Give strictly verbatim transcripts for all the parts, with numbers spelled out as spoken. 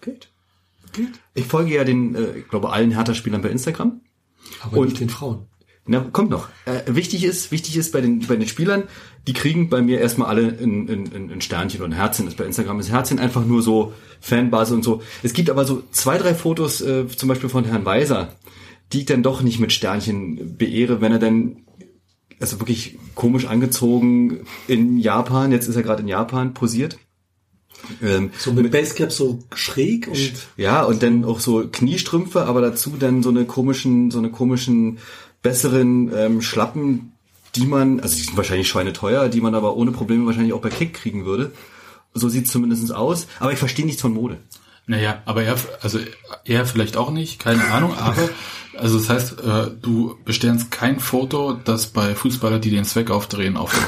Geht. Geht. Ich folge ja den, äh, ich glaube, allen Hertha-Spielern bei Instagram. Aber und nicht den Frauen. Na, kommt noch. Äh, wichtig ist, wichtig ist bei den, bei den Spielern, die kriegen bei mir erstmal alle ein, ein, ein Sternchen und ein Herzchen. Das bei Instagram ist Herzchen einfach nur so Fanbase und so. Es gibt aber so zwei, drei Fotos, äh, zum Beispiel von Herrn Weiser, die ich dann doch nicht mit Sternchen beehre, wenn er dann, also wirklich komisch angezogen in Japan, jetzt ist er gerade in Japan, posiert. Ähm, so mit, mit Basecap so schräg und ja, und dann auch so Kniestrümpfe, aber dazu dann so eine komischen, so eine komischen besseren ähm, Schlappen, die man, also die sind wahrscheinlich schweineteuer, die man aber ohne Probleme wahrscheinlich auch bei Kick kriegen würde. So sieht's zumindest aus. Aber ich verstehe nichts von Mode. Naja, aber er, also er vielleicht auch nicht, keine Ahnung, aber also das heißt, äh, du besternst kein Foto, das bei Fußballern, die den Zweck aufdrehen, auftritt.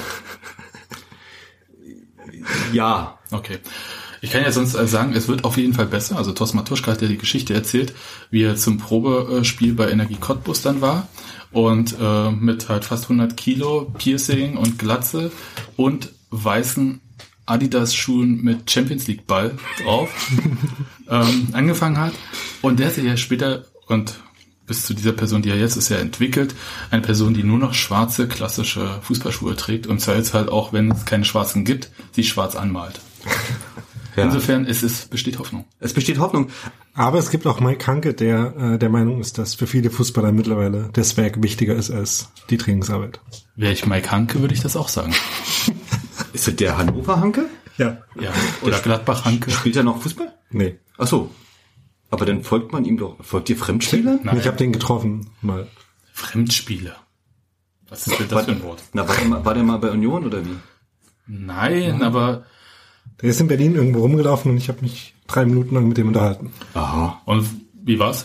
Ja. Okay. Ich kann ja sonst sagen, es wird auf jeden Fall besser. Also Thorsten Matuschka hat ja die Geschichte erzählt, wie er zum Probespiel bei Energie Cottbus dann war und äh, mit halt fast hundert Kilo Piercing und Glatze und weißen Adidas-Schuhen mit Champions League Ball drauf ähm, angefangen hat. Und der hat sich ja später und bis zu dieser Person, die er jetzt ist, ja entwickelt, eine Person, die nur noch schwarze, klassische Fußballschuhe trägt und zwar jetzt halt auch, wenn es keine schwarzen gibt, sie schwarz anmalt. Ja. Insofern es ist, besteht Hoffnung. Es besteht Hoffnung. Aber es gibt auch Mike Hanke, der äh, der Meinung ist, dass für viele Fußballer mittlerweile der Swag wichtiger ist als die Trainingsarbeit. Wäre ich Mike Hanke, würde ich das auch sagen. Ist das der Hannover Hanke? Ja. Ja. Oder Gladbach Hanke. Spielt er noch Fußball? Nee. Ach so. Aber dann folgt man ihm doch. Folgt ihr Fremdspieler? Nein. Ich habe den getroffen mal. Fremdspieler. Was ist denn das für ein Wort? Na, war der, mal, war der mal bei Union oder wie? Nein, ja. aber... Der ist in Berlin irgendwo rumgelaufen und ich habe mich drei Minuten lang mit dem unterhalten. Aha. Und wie war's?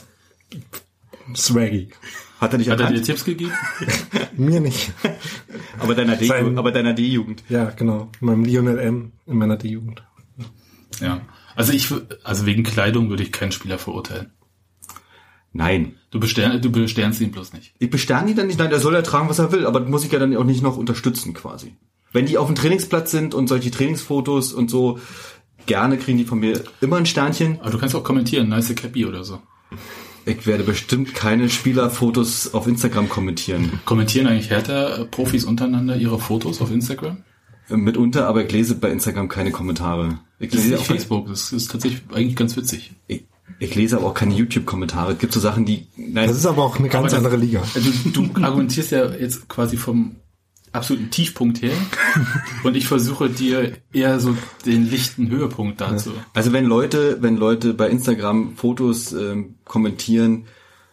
Swaggy. Hat er dich Hat erkannt? er dir Tipps gegeben? Mir nicht. aber deiner D, Sein, aber deiner D-Jugend. Ja, genau. In meinem Lionel M. in meiner D-Jugend. Ja. Also ich, also wegen Kleidung würde ich keinen Spieler verurteilen. Nein. Du bestern, du besternst ihn bloß nicht. Ich besterne ihn dann nicht. Nein, der soll ja tragen, was er will. Aber das muss ich ja dann auch nicht noch unterstützen quasi. Wenn die auf dem Trainingsplatz sind und solche Trainingsfotos und so, gerne kriegen die von mir immer ein Sternchen. Aber du kannst auch kommentieren, nice Cappy oder so. Ich werde bestimmt keine Spielerfotos auf Instagram kommentieren. Kommentieren eigentlich Hertha-Profis untereinander ihre Fotos auf Instagram? Mitunter, aber ich lese bei Instagram keine Kommentare. Ich das lese ist nicht auch Facebook, das ist tatsächlich eigentlich ganz witzig. Ich, ich lese aber auch keine YouTube-Kommentare. Es gibt so Sachen, die... Nein, das ist aber auch eine ganz das, andere Liga. Also du argumentierst ja jetzt quasi vom absoluten Tiefpunkt her und ich versuche dir eher so den lichten Höhepunkt dazu. Also wenn Leute, wenn Leute bei Instagram Fotos ähm, kommentieren,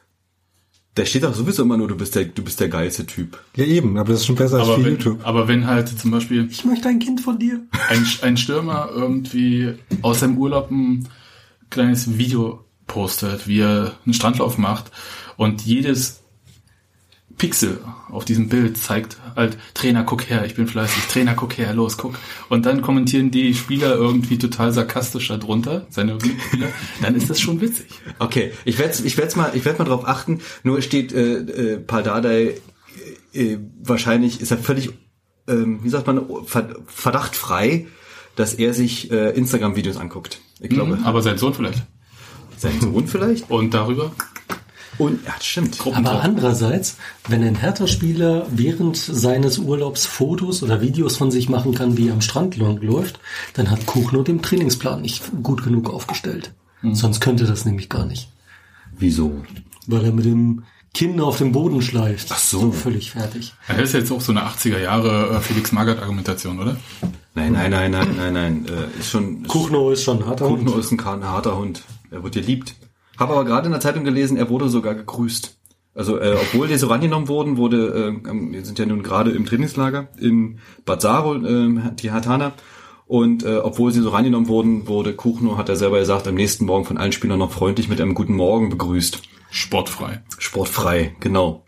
da steht doch sowieso immer nur, du bist der, du bist der geilste Typ. Ja eben, aber das ist schon besser aber als für wenn, YouTube. Aber wenn halt zum Beispiel ich möchte ein Kind von dir, ein, ein Stürmer irgendwie aus seinem Urlaub ein kleines Video postet, wie er einen Strandlauf macht und jedes Pixel auf diesem Bild zeigt halt, Trainer, guck her, ich bin fleißig, Trainer, guck her, los, guck. Und dann kommentieren die Spieler irgendwie total sarkastisch darunter, seine Spieler, dann ist das schon witzig. Okay, ich werde ich werd's mal, ich werd mal drauf achten, nur steht äh, äh, Pal Dardai, äh, wahrscheinlich ist er völlig, äh, wie sagt man, verdachtfrei, dass er sich äh, Instagram-Videos anguckt. Ich glaube. Mhm, aber sein Sohn vielleicht. Sein Sohn vielleicht? Und darüber? Und, ja, stimmt. Aber andererseits, wenn ein Hertha-Spieler während seines Urlaubs Fotos oder Videos von sich machen kann, wie er am Strand lang läuft, dann hat Kuchno den Trainingsplan nicht gut genug aufgestellt. Mhm. Sonst könnte das nämlich gar nicht. Wieso? Weil er mit dem Kinn auf dem Boden schleift. Ach so. So völlig fertig. Das ist jetzt auch so eine achtziger Jahre Felix Magath-Argumentation, oder? Nein, nein, nein, nein, nein, nein. Äh, ist schon. Kuchno ist schon ein harter Hund. Kuchno ist ein, ein harter Hund. Er wird geliebt. Habe aber gerade in der Zeitung gelesen, er wurde sogar gegrüßt. Also äh, obwohl die so rangenommen wurden, wurde, äh, wir sind ja nun gerade im Trainingslager in Bad Saro, äh, die Herthaner, und äh, obwohl sie so rangenommen wurden, wurde Kuchno, hat er selber gesagt, am nächsten Morgen von allen Spielern noch freundlich mit einem guten Morgen begrüßt. Sportfrei. Sportfrei, genau.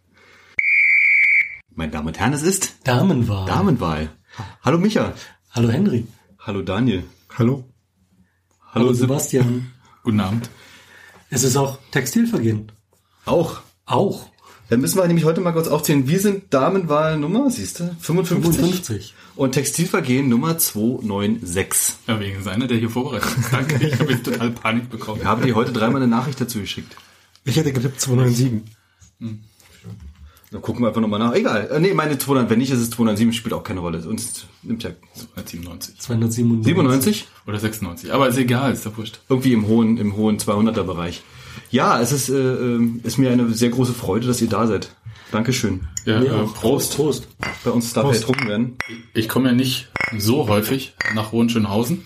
Meine Damen und Herren, es ist Damenwahl. Damenwahl. Hallo Micha. Hallo Henry. Hallo Daniel. Hallo. Hallo, Hallo Sebastian. Guten Abend. Es ist auch Textilvergehen. Auch. Auch. Dann müssen wir nämlich heute mal kurz aufzählen. Wir sind Damenwahl Nummer, siehst du, fünfundfünfzig. fünfundfünfzig. Und Textilvergehen Nummer zweihundertsechsundneunzig. Ja, wegen seiner, der hier vorbereitet ist. Danke, ich habe jetzt total Panik bekommen. Ich habe dir heute dreimal eine Nachricht dazu geschickt. Ich hätte getippt zweihundertneunundsiebzig. Hm. Dann gucken wir einfach nochmal nach. Egal. Äh, nee, meine zweihundert, wenn nicht, ist es zweihundertsieben, spielt auch keine Rolle. Uns nimmt ja zweihundertsiebenundneunzig. zweihundertsiebenundneunzig. siebenundneunzig? Oder sechsundneunzig. Aber ist egal, ist doch wurscht. Irgendwie im hohen, im hohen zweihunderter Bereich. Ja, es ist, äh, ist mir eine sehr große Freude, dass ihr da seid. Dankeschön. Ja, Ja, äh, Prost. Prost. Bei uns darf ja getrunken werden. Ich komme ja nicht so häufig nach Hohenschönhausen.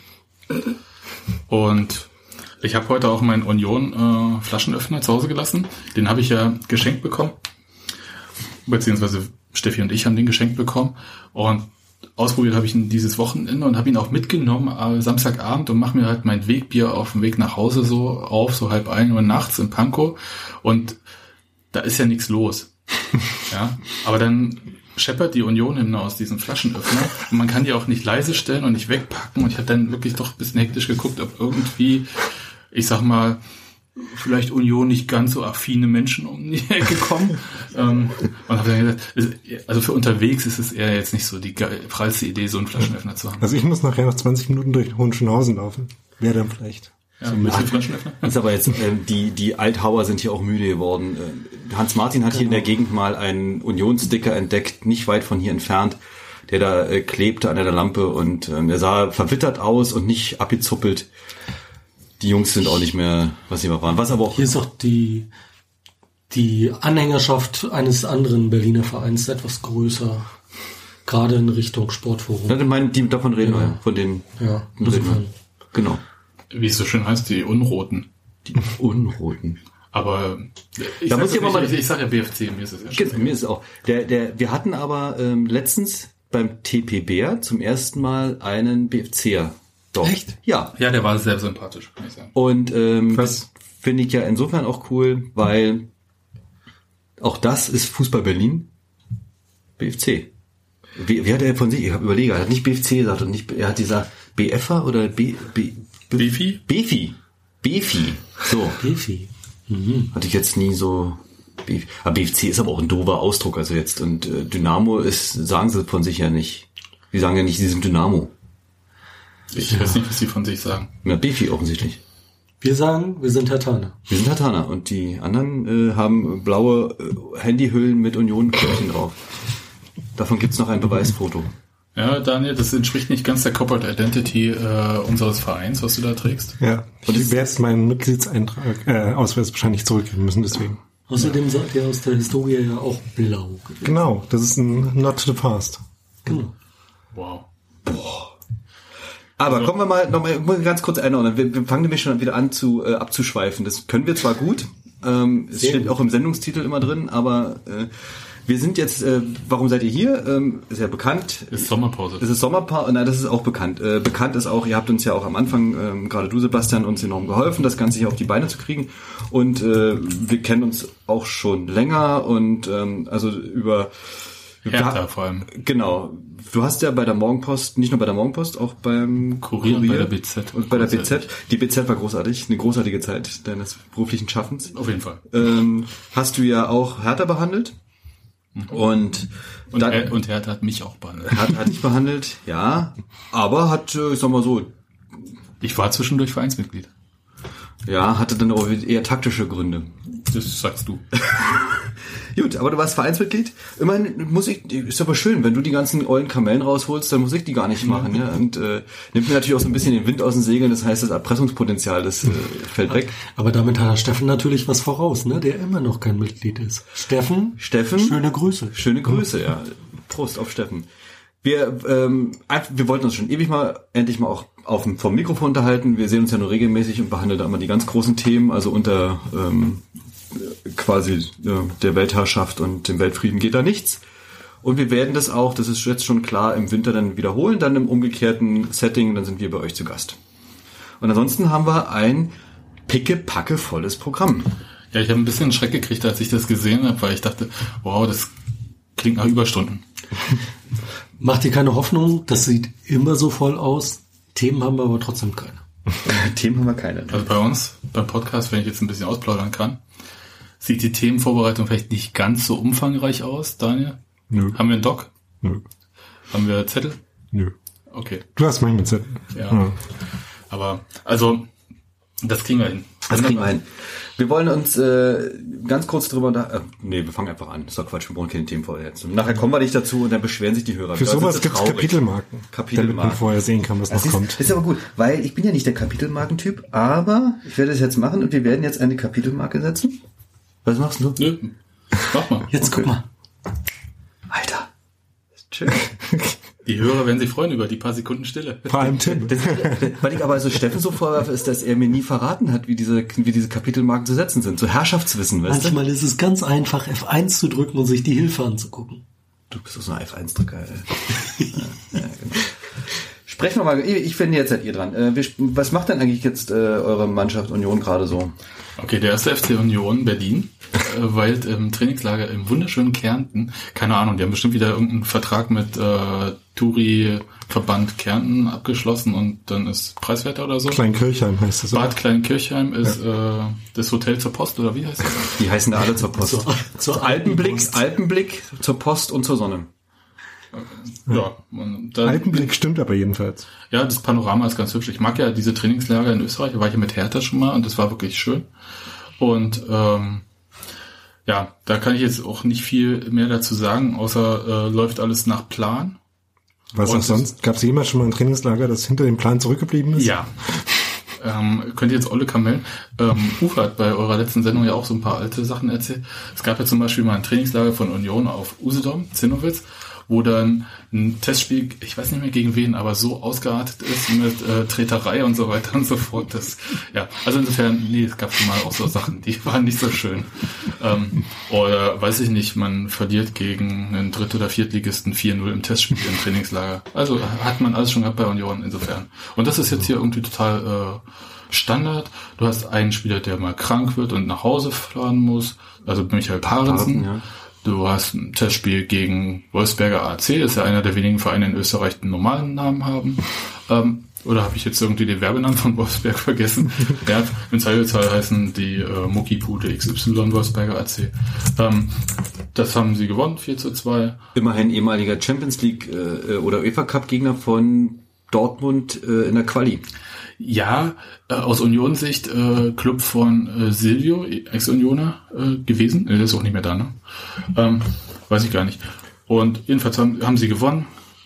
Und ich habe heute auch meinen Union äh, Flaschenöffner zu Hause gelassen. Den habe ich ja geschenkt bekommen. Beziehungsweise Steffi und ich haben den geschenkt bekommen. Und ausprobiert habe ich ihn dieses Wochenende und habe ihn auch mitgenommen äh, Samstagabend und mache mir halt mein Wegbier auf dem Weg nach Hause so auf, so halb ein Uhr nachts in Pankow. Und da ist ja nichts los. Ja, aber dann scheppert die Union-Hymne aus diesem Flaschenöffner und man kann die auch nicht leise stellen und nicht wegpacken. Und ich habe dann wirklich doch ein bisschen hektisch geguckt, ob irgendwie, ich sag mal, vielleicht Union nicht ganz so affine Menschen um die Ecke kommen. ähm, und habe dann gesagt, also für unterwegs ist es eher jetzt nicht so die prallste Idee, so einen Flaschenöffner zu haben. Also ich muss nachher noch zwanzig Minuten durch Hohenschönhausen laufen. Wer dann vielleicht? Ja, mit dem Flaschenöffner? Ist aber jetzt, äh, die, die Althauer sind hier auch müde geworden. Äh, Hans Martin hat hier in der Gegend mal einen Unionssticker entdeckt, nicht weit von hier entfernt, der da äh, klebte an der Lampe und äh, der sah verwittert aus und nicht abgezuppelt. Die Jungs sind auch nicht mehr, was sie mal waren. Was aber auch Hier ist auch die, die Anhängerschaft eines anderen Berliner Vereins etwas größer. Gerade in Richtung Sportforum. Na, mein, die, davon reden Ja. wir, von den, Ja, reden insofern. wir. Genau. Wie es so schön heißt, die Unroten. Die Unroten. Aber ich, Da sag muss ich das aber nicht, mal- ich, ich sage ja B F C, mir ist es ja schon. Genau, mir ist es auch. Der, der, wir hatten aber ähm, letztens beim T P Bär zum ersten Mal einen B F C'er dort. Echt? Ja. Ja, der war sehr sympathisch, kann ich sagen. Und ähm, Was? das finde ich ja insofern auch cool, weil auch das ist Fußball Berlin. B F C. Wie, wie hat er von sich? Ich habe überlegt, er hat nicht B F C gesagt und nicht, er hat gesagt B F er oder B, B, B Befi? Befi. Befi. So. Defi. Hatte ich jetzt nie so. B F, aber B F C ist aber auch ein doofer Ausdruck, also jetzt. Und äh, Dynamo ist, sagen sie von sich ja nicht. Die sagen ja nicht, sie sind Dynamo. Ich weiß nicht, was sie von sich sagen. Ja, Befi offensichtlich. Wir sagen, wir sind Hertaner. Wir sind Hatana und die anderen äh, haben blaue äh, Handyhüllen mit Union-Knöpfchen drauf. Davon gibt's noch ein Beweisfoto. Ja, Daniel, das entspricht nicht ganz der Corporate Identity äh, unseres Vereins, was du da trägst. Ja, ich werde jetzt meinen Mitgliedseintrag, äh, Ausweis wahrscheinlich zurückgeben müssen, deswegen. Außerdem seid ihr aus der Historie ja auch blau gewesen. Genau, das ist ein Not to the Past. Genau. Wow. Aber kommen wir mal noch mal muss ich ganz kurz einordnen. Wir, wir fangen nämlich schon wieder an zu äh, abzuschweifen. Das können wir zwar gut, ähm, es Sehr steht gut. auch im Sendungstitel immer drin, aber äh, wir sind jetzt, äh, warum seid ihr hier? Ähm, ist ja bekannt. Ist Sommerpause. Es ist Sommerpause, nein, das ist auch bekannt. Äh, bekannt ist auch, ihr habt uns ja auch am Anfang, ähm, gerade du Sebastian, uns enorm geholfen, das Ganze hier auf die Beine zu kriegen. Und äh, wir kennen uns auch schon länger und ähm, also über... Hertha vor allem. Genau. Du hast ja bei der Morgenpost, nicht nur bei der Morgenpost, auch beim Kurier und bei der B Z. Und bei der B Z. Großartig. Die B Z war großartig, eine großartige Zeit deines beruflichen Schaffens. Auf jeden Fall. Ähm, hast du ja auch Hertha behandelt. Und, Und, dann, Her und Hertha hat mich auch behandelt. Hertha hat dich behandelt, ja. Aber hat, äh, ich sag mal so, Ich war zwischendurch Vereinsmitglied. ja, hatte dann auch eher taktische Gründe. Das sagst du. Gut, aber du warst Vereinsmitglied. Immerhin muss ich, ist aber schön, wenn du die ganzen ollen Kamellen rausholst, dann muss ich die gar nicht machen, ja. Und äh, nimmt mir natürlich auch so ein bisschen den Wind aus den Segeln, das heißt, das Erpressungspotenzial, das äh, fällt weg. Aber damit hat der Steffen natürlich was voraus, ne? Der immer noch kein Mitglied ist. Steffen, Steffen, schöne Grüße. schöne Grüße, ja. Prost auf Steffen. Wir, ähm, einfach- wir wollten uns schon ewig mal, endlich mal auch auf dem, vom Mikrofon unterhalten. Wir sehen uns ja nur regelmäßig und behandeln da immer die ganz großen Themen, also unter ähm, quasi äh, der Weltherrschaft und dem Weltfrieden geht da nichts. Und wir werden das auch, das ist jetzt schon klar, im Winter dann wiederholen, dann im umgekehrten Setting, dann sind wir bei euch zu Gast. Und ansonsten haben wir ein pickepacke volles Programm. Ja, ich habe ein bisschen Schreck gekriegt, als ich das gesehen habe, weil ich dachte, wow, das klingt nach Überstunden. Macht dir keine Hoffnung, das sieht immer so voll aus. Themen haben wir aber trotzdem keine. Themen haben wir keine. Also bei uns, beim Podcast, wenn ich jetzt ein bisschen ausplaudern kann, sieht die Themenvorbereitung vielleicht nicht ganz so umfangreich aus, Daniel? Nö. Haben wir einen Doc? Nö. Haben wir Zettel? Nö. Okay. Du hast manchmal Zettel. Ja. ja. Aber, also, das kriegen wir hin. Das kriegen wir hin. Wir wollen uns äh, ganz kurz drüber da. Äh, nee, wir fangen einfach an. Das ist doch Quatsch, wir brauchen keine Themen vorher jetzt. Und nachher kommen wir nicht dazu und dann beschweren sich die Hörer. Für sowas gibt es Kapitelmarken, Kapitelmarken, damit man vorher sehen kann, was das noch ist, kommt. Das ist aber gut, weil ich bin ja nicht der Kapitelmarkentyp, aber ich werde es jetzt machen und wir werden jetzt eine Kapitelmarke setzen. Was machst du? Nö, mach mal. Jetzt guck mal. Alter, schön. Die Hörer werden sich freuen über die paar Sekunden Stille. Vor allem Tim. Das, weil ich aber also Steffen so vorwerfe, ist, dass er mir nie verraten hat, wie diese, wie diese Kapitelmarken zu setzen sind. So Herrschaftswissen, weißt Manchmal du? ist es ganz einfach, F eins zu drücken und sich die Hilfe anzugucken. Du bist doch so ein F eins Drücker, ey. ja, ja, genau. Sprechen wir mal, ich finde, jetzt seid ihr dran. Äh, was macht denn eigentlich jetzt äh, eure Mannschaft Union gerade so? Okay, der erste F C Union Berlin äh, weilt im Trainingslager im wunderschönen Kärnten. Keine Ahnung, die haben bestimmt wieder irgendeinen Vertrag mit äh, Touri-Verband Kärnten abgeschlossen und dann ist preiswerter oder so. Kleinkirchheim heißt das. Bad Kleinkirchheim ist ja. äh, das Hotel zur Post, oder wie heißt das? Die heißen da alle zur Post. Zur, zur Alpenblick, Alpenpost. Alpenblick, zur Post und zur Sonne. Ja, und dann, Alpenblick stimmt aber jedenfalls. ja, das Panorama ist ganz hübsch. Ich mag ja diese Trainingslager in Österreich. Da war ich ja mit Hertha schon mal und das war wirklich schön. Und ähm, ja, da kann ich jetzt auch nicht viel mehr dazu sagen, außer äh, läuft alles nach Plan. Was Und auch sonst? Gab es jemals schon mal ein Trainingslager, das hinter dem Plan zurückgeblieben ist? Ja. Ähm, könnt ihr jetzt Olle Kamellen. Ähm, Uwe hat bei eurer letzten Sendung ja auch so ein paar alte Sachen erzählt. Es gab ja zum Beispiel mal ein Trainingslager von Union auf Usedom, Zinnowitz, wo dann ein Testspiel, ich weiß nicht mehr gegen wen, aber so ausgeartet ist mit äh, Treterei und so weiter und so fort. Das, ja, also insofern, nee, es gab schon mal auch so Sachen, die waren nicht so schön. Ähm, oder weiß ich nicht, man verliert gegen einen Dritt- oder Viertligisten vier null im Testspiel im Trainingslager. Also hat man alles schon gehabt bei Union insofern. Und das ist jetzt hier irgendwie total äh, Standard. Du hast einen Spieler, der mal krank wird und nach Hause fahren muss, also Michael Parensen. Ja. Du hast ein Testspiel gegen Wolfsberger A C, das ist ja einer der wenigen Vereine in Österreich, die einen normalen Namen haben. Ähm, oder habe ich jetzt irgendwie den Werbenamen von Wolfsberg vergessen? Ja, im Zweifelsfall heißen die äh, Muckipude X Y Wolfsberger A C. Ähm, das haben sie gewonnen, vier zu zwei. Immerhin ehemaliger Champions League äh, oder UEFA Cup Gegner von Dortmund äh, in der Quali. Ja, äh, aus Union-Sicht äh, Club von äh, Silvio, Ex-Unioner äh, gewesen. Der ist auch nicht mehr da, ne? Ähm, weiß ich gar nicht. Und jedenfalls haben, haben sie gewonnen.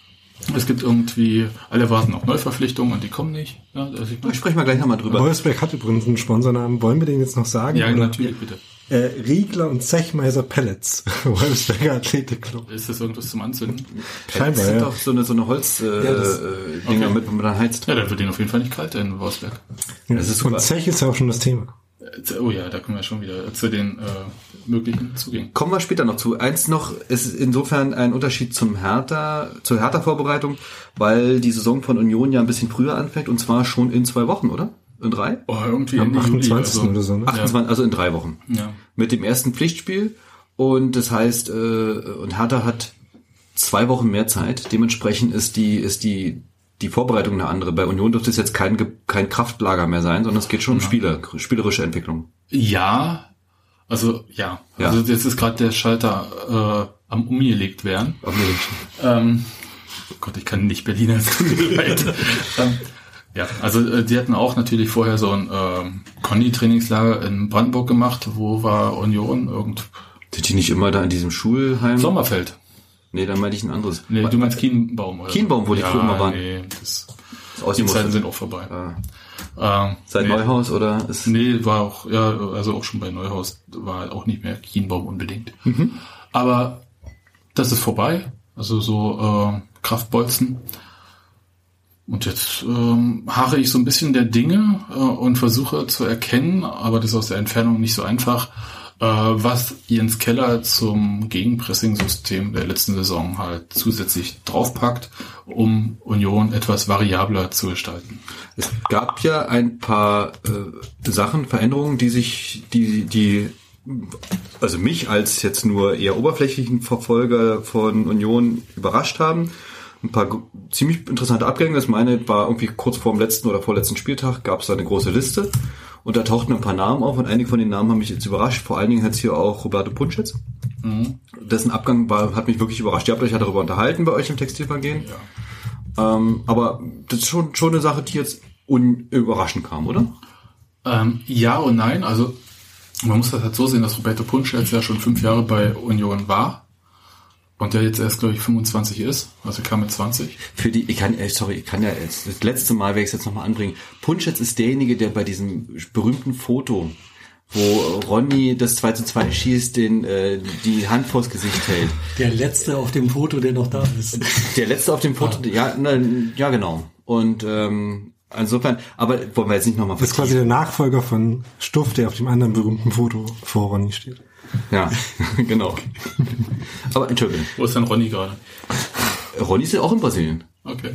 Es gibt irgendwie, alle warten auf Neuverpflichtungen und die kommen nicht. Ja, also ich, Da sprechen wir gleich nochmal drüber. Wolfsberg hat übrigens einen Sponsornamen. Wollen wir den jetzt noch sagen? ja, oder? natürlich, bitte. Äh, Riegler und Zechmeiser Pellets. Wolfsberger Athletikclub. Ist das irgendwas zum Anzünden? Das Scheinbar, sind ja. doch so eine, so eine Holz äh, Ja, das- äh, Dinger Okay. mit, wo man dann heizt. Ja, dann wird ihnen auf jeden Fall nicht kalt in Wolfsberg. Das ist super. Und Zech ist ja auch schon das Thema. Äh, Oh ja, da kommen wir schon wieder zu den äh, möglichen Zugängen. Kommen wir später noch zu. Eins noch, es ist insofern ein Unterschied zum Hertha, zur Hertha-Vorbereitung, weil die Saison von Union ja ein bisschen früher anfängt und zwar schon in zwei Wochen, oder? In drei? Oh, irgendwie Am Ende Juli, achtundzwanzigsten also, oder so, ne? achtundzwanzig, also in drei Wochen. Ja. Mit dem ersten Pflichtspiel und das heißt, äh, und Hertha hat zwei Wochen mehr Zeit. Dementsprechend ist die, ist die, die Vorbereitung eine andere. Bei Union dürfte es jetzt kein, Ge- kein Kraftlager mehr sein, sondern es geht schon um Spieler, spielerische Entwicklung. Ja, also ja, Ja. also jetzt ist gerade der Schalter äh, am umgelegt werden. Aber Ähm, oh Gott, ich kann nicht Berliner, es tut mir leid. ähm, ja, also äh, die hatten auch natürlich vorher so ein ähm, Conny-Trainingslager in Brandenburg gemacht. Wo war Union? Irgend sind die nicht immer da in diesem Schulheim? Sommerfeld. Nee, dann meinte ich ein anderes. Nee, du meinst Kienbaum, oder? Kienbaum, wo die früher immer waren. Nee, das, Ist aus die dem Zeiten Muster. sind auch vorbei. Ah. Ähm, Seit nee, Neuhaus oder ist Nee, war auch, ja, also auch schon bei Neuhaus war auch nicht mehr Kienbaum unbedingt. Mhm. Aber das ist vorbei. Also so äh, Kraftbolzen. Und jetzt ähm, harre ich so ein bisschen der Dinge äh, und versuche zu erkennen, aber das ist aus der Entfernung nicht so einfach, äh, was Jens Keller zum Gegenpressing-System der letzten Saison halt zusätzlich draufpackt, um Union etwas variabler zu gestalten. Es gab ja ein paar äh, Sachen, Veränderungen, die sich, die, die, also mich als jetzt nur eher oberflächlichen Verfolger von Union überrascht haben. Ein paar g- ziemlich interessante Abgänge. Das meine war irgendwie kurz vor dem letzten oder vorletzten Spieltag gab es da eine große Liste. Und da tauchten ein paar Namen auf und einige von den Namen haben mich jetzt überrascht. Vor allen Dingen hat es hier auch Roberto Punschitz. Mhm. Dessen Abgang war, hat mich wirklich überrascht. Ihr habt euch ja darüber unterhalten bei euch im Textilvergehen. Ja. Ähm, aber das ist schon, schon eine Sache, die jetzt unüberraschend kam, oder? Ähm, ja und nein. Also man muss das halt so sehen, dass Roberto Punschitz ja schon fünf Jahre bei Union war. Und der jetzt erst, glaube ich, fünfundzwanzig ist. Also kam mit zwanzig. Für die, ich kann, sorry, ich kann ja jetzt, das letzte Mal werde ich es jetzt nochmal anbringen. Punschitz ist derjenige, der bei diesem berühmten Foto, wo Ronny das zwei zu zwei schießt, den, äh, die Hand vors Gesicht hält. Der letzte auf dem Foto, der noch da ist. Der letzte auf dem Foto, ah. ja, na, ja, genau. Und, ähm, insofern, aber wollen wir jetzt nicht nochmal Das ist quasi der Nachfolger von Stuff, der auf dem anderen berühmten Foto vor Ronny steht. Ja, genau. Aber Entschuldigung. Wo ist denn Ronny gerade? Ronny ist ja auch in Brasilien. Okay.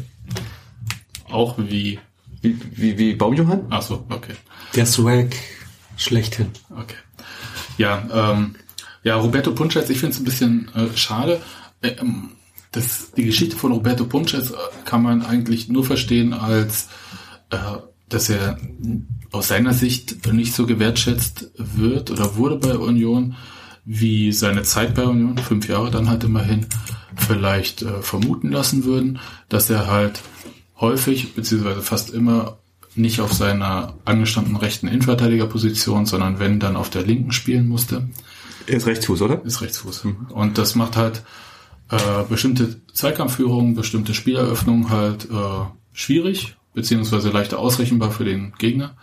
Auch wie? Wie, wie, wie Baumjohann? Ach so, okay. Der Swag schlechthin. Okay. Ja, ähm, ja, Roberto Punschitz, ich finde es ein bisschen äh, schade. Ähm, das, die Geschichte von Roberto Punschitz kann man eigentlich nur verstehen als, äh, dass er aus seiner Sicht nicht so gewertschätzt wird oder wurde bei Union, wie seine Zeit bei Union, fünf Jahre dann halt immerhin, vielleicht äh, vermuten lassen würden, dass er halt häufig, beziehungsweise fast immer, nicht auf seiner angestammten rechten Innenverteidigerposition, sondern wenn, dann auf der linken spielen musste. Er ist Rechtsfuß, oder? Ist Rechtsfuß. Mhm. Und das macht halt äh, bestimmte Zweikampfführungen, bestimmte Spieleröffnungen halt äh, schwierig, beziehungsweise leichter ausrechenbar für den Gegner.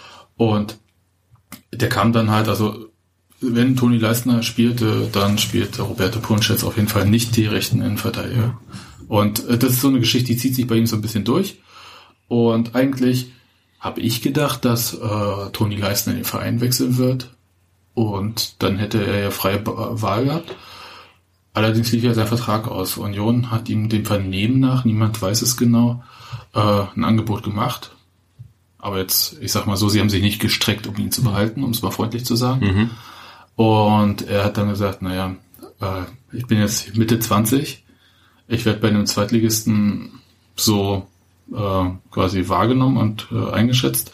Und der kam dann halt, also wenn Toni Leistner spielte, dann spielte Roberto Punschitz auf jeden Fall nicht die rechten Innenverteidiger. Und äh, das ist so eine Geschichte, die zieht sich bei ihm so ein bisschen durch. Und eigentlich habe ich gedacht, dass äh, Toni Leistner in den Verein wechseln wird. Und dann hätte er ja freie Wahl gehabt. Allerdings lief ja sein Vertrag aus. Union hat ihm dem Vernehmen nach, niemand weiß es genau, äh, ein Angebot gemacht. Aber jetzt, ich sag mal so, sie haben sich nicht gestreckt, um ihn zu behalten, um es mal freundlich zu sagen. Mhm. Und er hat dann gesagt, naja, äh, ich bin jetzt Mitte zwanzig, ich werde bei einem Zweitligisten so äh, quasi wahrgenommen und äh, eingeschätzt,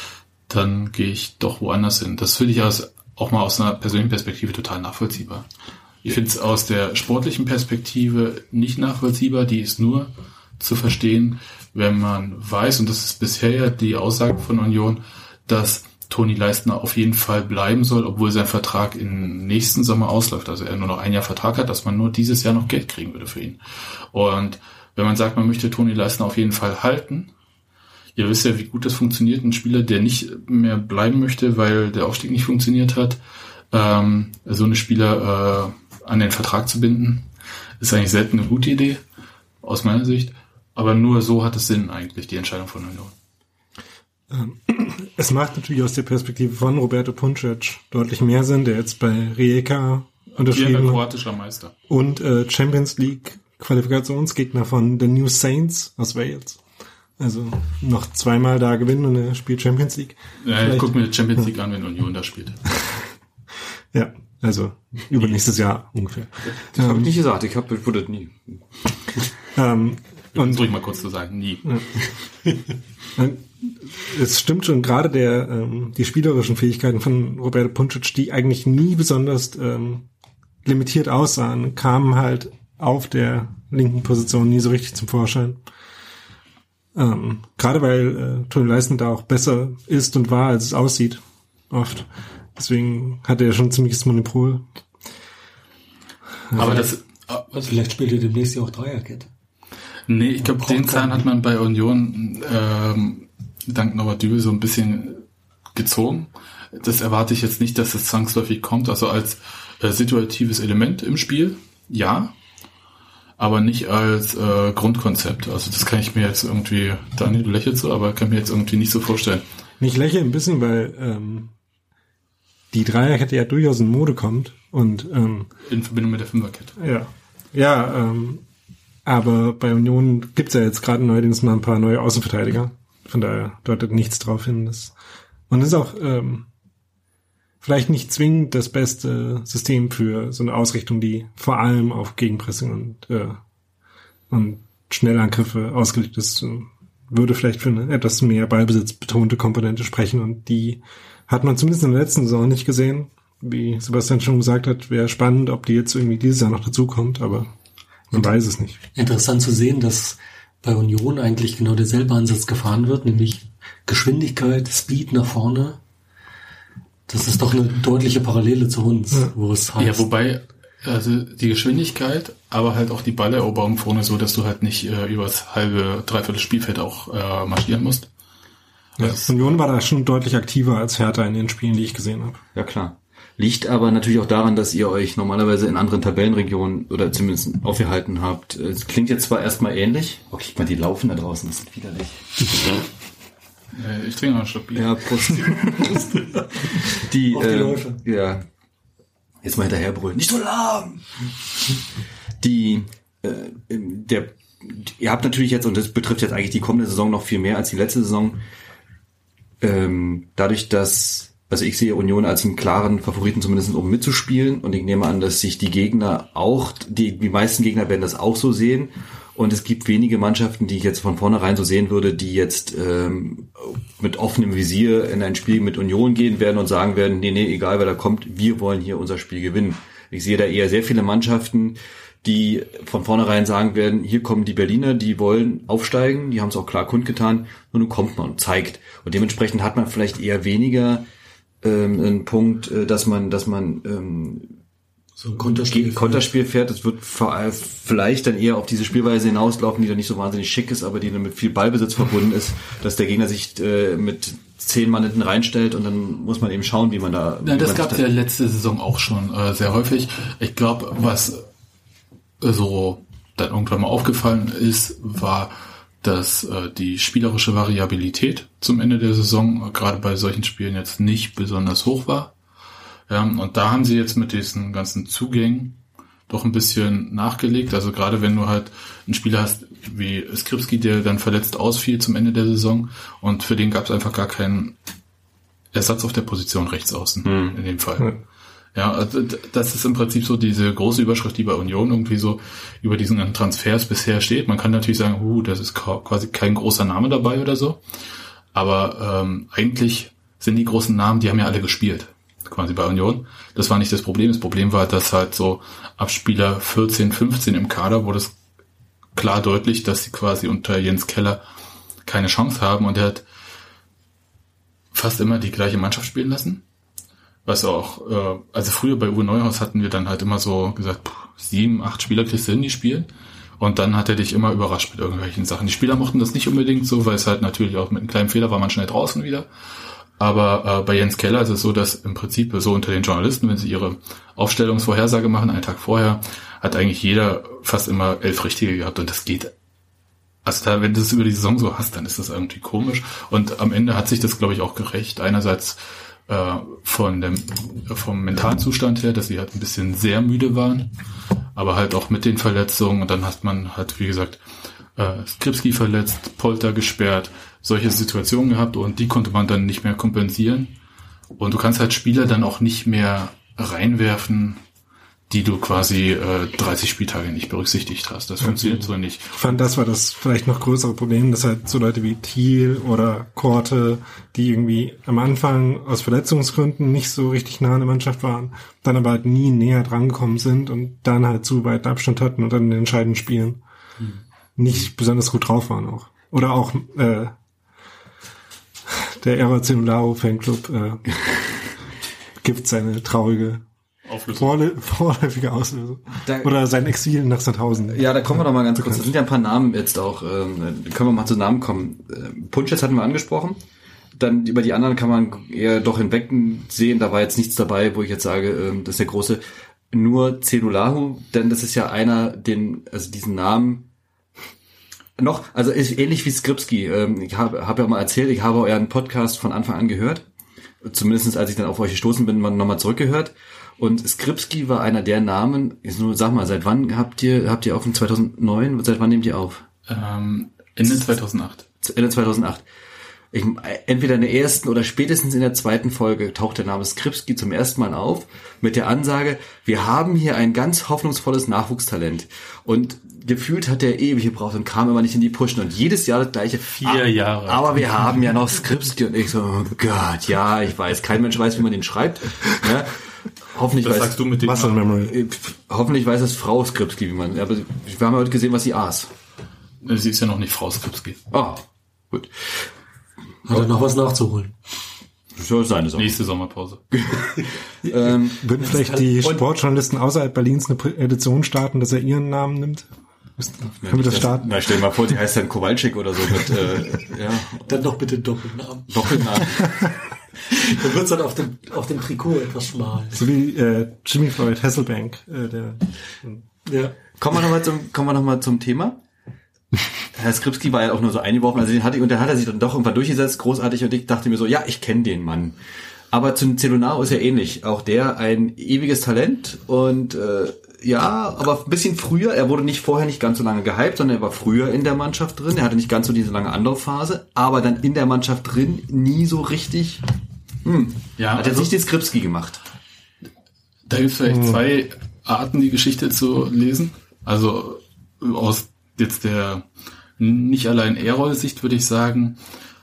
dann gehe ich doch woanders hin. Das finde ich aus, auch mal aus einer persönlichen Perspektive total nachvollziehbar. Ich finde es aus der sportlichen Perspektive nicht nachvollziehbar, die ist nur zu verstehen, wenn man weiß, und das ist bisher ja die Aussage von Union, dass Toni Leistner auf jeden Fall bleiben soll, obwohl sein Vertrag im nächsten Sommer ausläuft. Also er nur noch ein Jahr Vertrag hat, dass man nur dieses Jahr noch Geld kriegen würde für ihn. Und wenn man sagt, man möchte Toni Leistner auf jeden Fall halten, ihr wisst ja, wie gut das funktioniert. Ein Spieler, der nicht mehr bleiben möchte, weil der Aufstieg nicht funktioniert hat, ähm, so eine Spieler äh, an den Vertrag zu binden, ist eigentlich selten eine gute Idee, aus meiner Sicht. Aber nur so hat es Sinn eigentlich, die Entscheidung von Union. Es macht natürlich aus der Perspektive von Roberto Punschitz deutlich mehr Sinn, der jetzt bei Rijeka unterschrieben hat. Kroatischer Meister. Und äh, Champions League Qualifikationsgegner von The New Saints aus Wales. Also noch zweimal da gewinnen und er spielt Champions League. Ja, ich guck mir Champions League ja. an, wenn Union da spielt. Ja, also übernächstes Jahr ungefähr. Das ähm, habe ich nicht gesagt, ich habe wurde nie. Ähm, und ruhig mal kurz zu sagen, nie. Ja. Es stimmt schon, gerade der ähm, die spielerischen Fähigkeiten von Roberto Punschitz, die eigentlich nie besonders ähm, limitiert aussahen, kamen halt auf der linken Position nie so richtig zum Vorschein. Ähm, gerade weil äh, Toni Leistner da auch besser ist und war, als es aussieht, oft. Deswegen hat er schon ein ziemliches Monopol. Aber das, also vielleicht spielt er demnächst ja auch Dreierkette. Nee, ich glaube, den Zahn hat man bei Union ähm, dank Norbert Dübel so ein bisschen gezogen. Das erwarte ich jetzt nicht, dass es zwangsläufig kommt. Also als äh, situatives Element im Spiel, ja. Aber nicht als äh, Grundkonzept. Also das kann ich mir jetzt irgendwie, Daniel, du lächelst so, aber kann mir jetzt irgendwie nicht so vorstellen. Ich lächle ein bisschen, weil ähm, die Dreierkette ja durchaus in Mode kommt. Und ähm, in Verbindung mit der Fünferkette. Ja, ja, ähm, aber bei Union gibt's ja jetzt gerade neuerdings mal ein paar neue Außenverteidiger. Von daher deutet nichts drauf hin. Dass, und das ist auch ähm, vielleicht nicht zwingend das beste System für so eine Ausrichtung, die vor allem auf Gegenpressing und, äh, und Schnellangriffe ausgelegt ist. würde vielleicht für eine etwas mehr ballbesitzbetonte Komponente sprechen und die hat man zumindest in der letzten Saison nicht gesehen. Wie Sebastian schon gesagt hat, wäre spannend, ob die jetzt irgendwie dieses Jahr noch dazukommt, aber man weiß es nicht. Interessant zu sehen, dass bei Union eigentlich genau derselbe Ansatz gefahren wird, nämlich Geschwindigkeit, Speed nach vorne. Das ist doch eine deutliche Parallele zu uns, ja. wo es heißt. Ja, wobei, also die Geschwindigkeit, aber halt auch die Balleroberung vorne so, dass du halt nicht äh, übers halbe, dreiviertel Spielfeld auch äh, marschieren musst. Ja, also Union war da schon deutlich aktiver als Hertha in den Spielen, die ich gesehen habe. Ja, klar. Liegt aber natürlich auch daran, dass ihr euch normalerweise in anderen Tabellenregionen oder zumindest aufgehalten habt. Es klingt jetzt zwar erstmal ähnlich. Oh, guck mal, die laufen da draußen, das ist widerlich. äh, ich trinke mal einen Schluck Bier. Ja, Prost. die, Auf die äh, Läufe. Ja. Jetzt mal hinterherbrüllen. Nicht so lahm! Die, äh, der, ihr habt natürlich jetzt, und das betrifft jetzt eigentlich die kommende Saison noch viel mehr als die letzte Saison, ähm, dadurch, dass Also ich sehe Union als einen klaren Favoriten zumindest, um mitzuspielen. Und ich nehme an, dass sich die Gegner auch, die, die meisten Gegner werden das auch so sehen. Und es gibt wenige Mannschaften, die ich jetzt von vornherein so sehen würde, die jetzt ähm, mit offenem Visier in ein Spiel mit Union gehen werden und sagen werden, nee, nee, egal wer da kommt, wir wollen hier unser Spiel gewinnen. Ich sehe da eher sehr viele Mannschaften, die von vornherein sagen werden, hier kommen die Berliner, die wollen aufsteigen, die haben es auch klar kundgetan, und nun kommt man und zeigt. Und dementsprechend hat man vielleicht eher weniger ein Punkt, dass man, dass man ähm, so ein Konterspiel, Konterspiel fährt. Das wird vielleicht dann eher auf diese Spielweise hinauslaufen, die dann nicht so wahnsinnig schick ist, aber die dann mit viel Ballbesitz verbunden ist, dass der Gegner sich äh, mit zehn Mann hinten reinstellt und dann muss man eben schauen, wie man da... Ja, das gab es ja letzte Saison auch schon äh, sehr häufig. Ich glaube, was so dann irgendwann mal aufgefallen ist, war, dass äh, die spielerische Variabilität zum Ende der Saison äh, gerade bei solchen Spielen jetzt nicht besonders hoch war. Ja, und da haben sie jetzt mit diesen ganzen Zugängen doch ein bisschen nachgelegt. Also gerade wenn du halt einen Spieler hast wie Skripski, der dann verletzt ausfiel zum Ende der Saison und für den gab es einfach gar keinen Ersatz auf der Position rechts außen hm. in dem Fall. Hm. Ja, also das ist im Prinzip so diese große Überschrift, die bei Union irgendwie so über diesen ganzen Transfers bisher steht. Man kann natürlich sagen, uh, das ist quasi kein großer Name dabei oder so. Aber ähm, eigentlich sind die großen Namen, die haben ja alle gespielt, quasi bei Union. Das war nicht das Problem. Das Problem war, dass halt so ab Spieler vierzehn, fünfzehn im Kader wurde es klar deutlich, dass sie quasi unter Jens Keller keine Chance haben. Und er hat fast immer die gleiche Mannschaft spielen lassen. Was auch, äh, also früher bei Uwe Neuhaus hatten wir dann halt immer so gesagt, pff, sieben, acht Spieler kriegst du hin, die spielen. Und dann hat er dich immer überrascht mit irgendwelchen Sachen. Die Spieler mochten das nicht unbedingt so, weil es halt natürlich auch mit einem kleinen Fehler war man schnell draußen wieder. Aber äh, bei Jens Keller ist es so, dass im Prinzip so unter den Journalisten, wenn sie ihre Aufstellungsvorhersage machen, einen Tag vorher, hat eigentlich jeder fast immer elf Richtige gehabt. Und das geht. Also da, wenn du es über die Saison so hast, dann ist das irgendwie komisch. Und am Ende hat sich das, glaube ich, auch gerecht. Einerseits äh, von dem vom mentalen Zustand her, dass sie halt ein bisschen sehr müde waren, aber halt auch mit den Verletzungen. Und dann hat man halt, wie gesagt, äh, Skripski verletzt, Polter gesperrt, solche Situationen gehabt und die konnte man dann nicht mehr kompensieren. Und du kannst halt Spieler dann auch nicht mehr reinwerfen, die du quasi äh, dreißig Spieltage nicht berücksichtigt hast. Das funktioniert so nicht. Ich fand, das war das vielleicht noch größere Problem, dass halt so Leute wie Thiel oder Korte, die irgendwie am Anfang aus Verletzungsgründen nicht so richtig nah an der Mannschaft waren, dann aber halt nie näher drangekommen sind und dann halt zu weiten Abstand hatten und dann in den entscheidenden Spielen hm. nicht besonders gut drauf waren auch. Oder auch äh, der Error Zenulao Fanclub äh, gibt seine traurige Vorlä- vorläufige Auslösung. Da, Oder sein Exil nach Sandhausen. Ja, da kommen wir doch mal ganz kurz. Da sind ja ein paar Namen jetzt auch. Ähm, können wir mal zu Namen kommen. Ähm, Punschitz hatten wir angesprochen. Dann über die anderen kann man eher doch hinweg sehen. Da war jetzt nichts dabei, wo ich jetzt sage, ähm, das ist der große. Nur Zedulahu, denn das ist ja einer, den, also diesen Namen noch, also ist ähnlich wie Skripski. Ähm, ich habe hab ja mal erzählt, ich habe euren Podcast von Anfang an gehört. Zumindest als ich dann auf euch gestoßen bin, nochmal zurückgehört. Und Skripski war einer der Namen, jetzt nur sag mal, seit wann habt ihr, habt ihr auf in zweitausendneun, seit wann nehmt ihr auf? Ähm, Ende zweitausendacht. Ende zweitausendacht. Ich, entweder in der ersten oder spätestens in der zweiten Folge taucht der Name Skripski zum ersten Mal auf mit der Ansage, wir haben hier ein ganz hoffnungsvolles Nachwuchstalent. Und gefühlt hat der ewig gebraucht und kam immer nicht in die Pushen. Und jedes Jahr das gleiche. Vier ah, Jahre. Aber wir haben ja noch Skripski. Und ich so, oh Gott, ja, ich weiß. Kein Mensch weiß, wie man den schreibt. Ja, hoffentlich das weiß, sagst du mit dem Muscle Memory. Hoffentlich weiß es Frau Skripski, wie man. Aber wir haben ja heute gesehen, was sie aß. Sie ist ja noch nicht Frau Skripski. Oh, gut. Hat er noch was nachzuholen? So seine Sache. Nächste Sommerpause. ähm, Würden vielleicht die Sportjournalisten außerhalb Berlins eine Edition starten, dass er ihren Namen nimmt? Können wir das starten? Na, stell dir mal vor, die heißt dann Kowalczyk oder so mit, äh, ja. Dann doch bitte Doppelnamen. Doppelnamen. Dann wird's dann auf dem, auf dem Trikot etwas schmal. So wie äh, Jimmy Floyd Hasselbank. Äh, der, Ja. Kommen wir nochmal zum, kommen wir noch mal zum Thema. Herr Skripski war ja auch nur so eingeworfen, also den hatte ich, und dann hat er sich dann doch irgendwann durchgesetzt, großartig, und ich dachte mir so, ja, ich kenne den Mann. Aber zum Celonaro ist ja ähnlich. Auch der ein ewiges Talent und äh, ja, aber ein bisschen früher, er wurde nicht vorher nicht ganz so lange gehypt, sondern er war früher in der Mannschaft drin, er hatte nicht ganz so diese lange Anlaufphase, aber dann in der Mannschaft drin nie so richtig, hm, Ja, hat er also- sich den Skripski gemacht. Da gibt es vielleicht zwei Arten, die Geschichte zu lesen. Also aus jetzt der nicht allein Erol-Sicht würde ich sagen,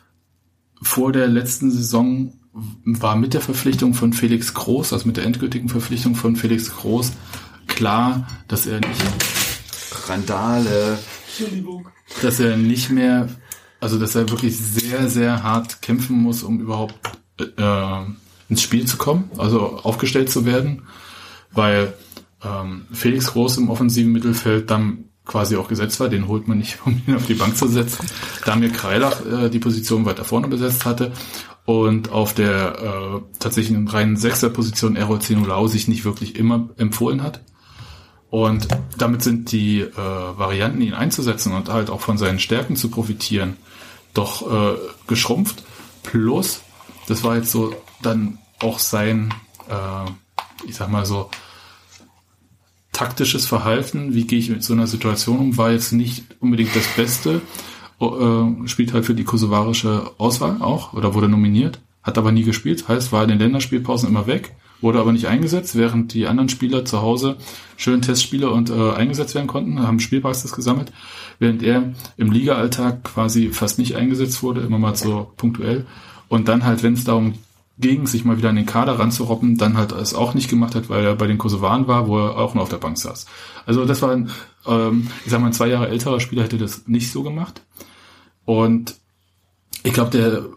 vor der letzten Saison war mit der Verpflichtung von Felix Groß, also mit der endgültigen Verpflichtung von Felix Groß, klar, dass er nicht, Randale. Entschuldigung. dass er nicht mehr, also dass er wirklich sehr, sehr hart kämpfen muss, um überhaupt äh, ins Spiel zu kommen, also aufgestellt zu werden, weil ähm, Felix Groß im offensiven Mittelfeld dann quasi auch gesetzt war, den holt man nicht, um ihn auf die Bank zu setzen. Damir Kreilach äh, die Position weiter vorne besetzt hatte und auf der äh, tatsächlichen reinen Sechser-Position Erol Zenolao sich nicht wirklich immer empfohlen hat. Und damit sind die äh, Varianten, ihn einzusetzen und halt auch von seinen Stärken zu profitieren, doch äh, geschrumpft. Plus, das war jetzt so dann auch sein, äh, ich sag mal so, taktisches Verhalten, wie gehe ich mit so einer Situation um, war jetzt nicht unbedingt das Beste. Äh, spielt halt für die kosovarische Auswahl auch oder wurde nominiert, hat aber nie gespielt, heißt, war in den Länderspielpausen immer weg, wurde aber nicht eingesetzt, während die anderen Spieler zu Hause schön Testspiele und äh, eingesetzt werden konnten, haben Spielpraxis gesammelt, während er im Liga-Alltag quasi fast nicht eingesetzt wurde, immer mal so punktuell. Und dann halt, wenn es darum ging, sich mal wieder an den Kader ranzuroppen, dann halt es auch nicht gemacht hat, weil er bei den Kosovaren war, wo er auch nur auf der Bank saß. Also das war, ein, ähm, ich sag mal, ein zwei Jahre älterer Spieler hätte das nicht so gemacht. Und ich glaube,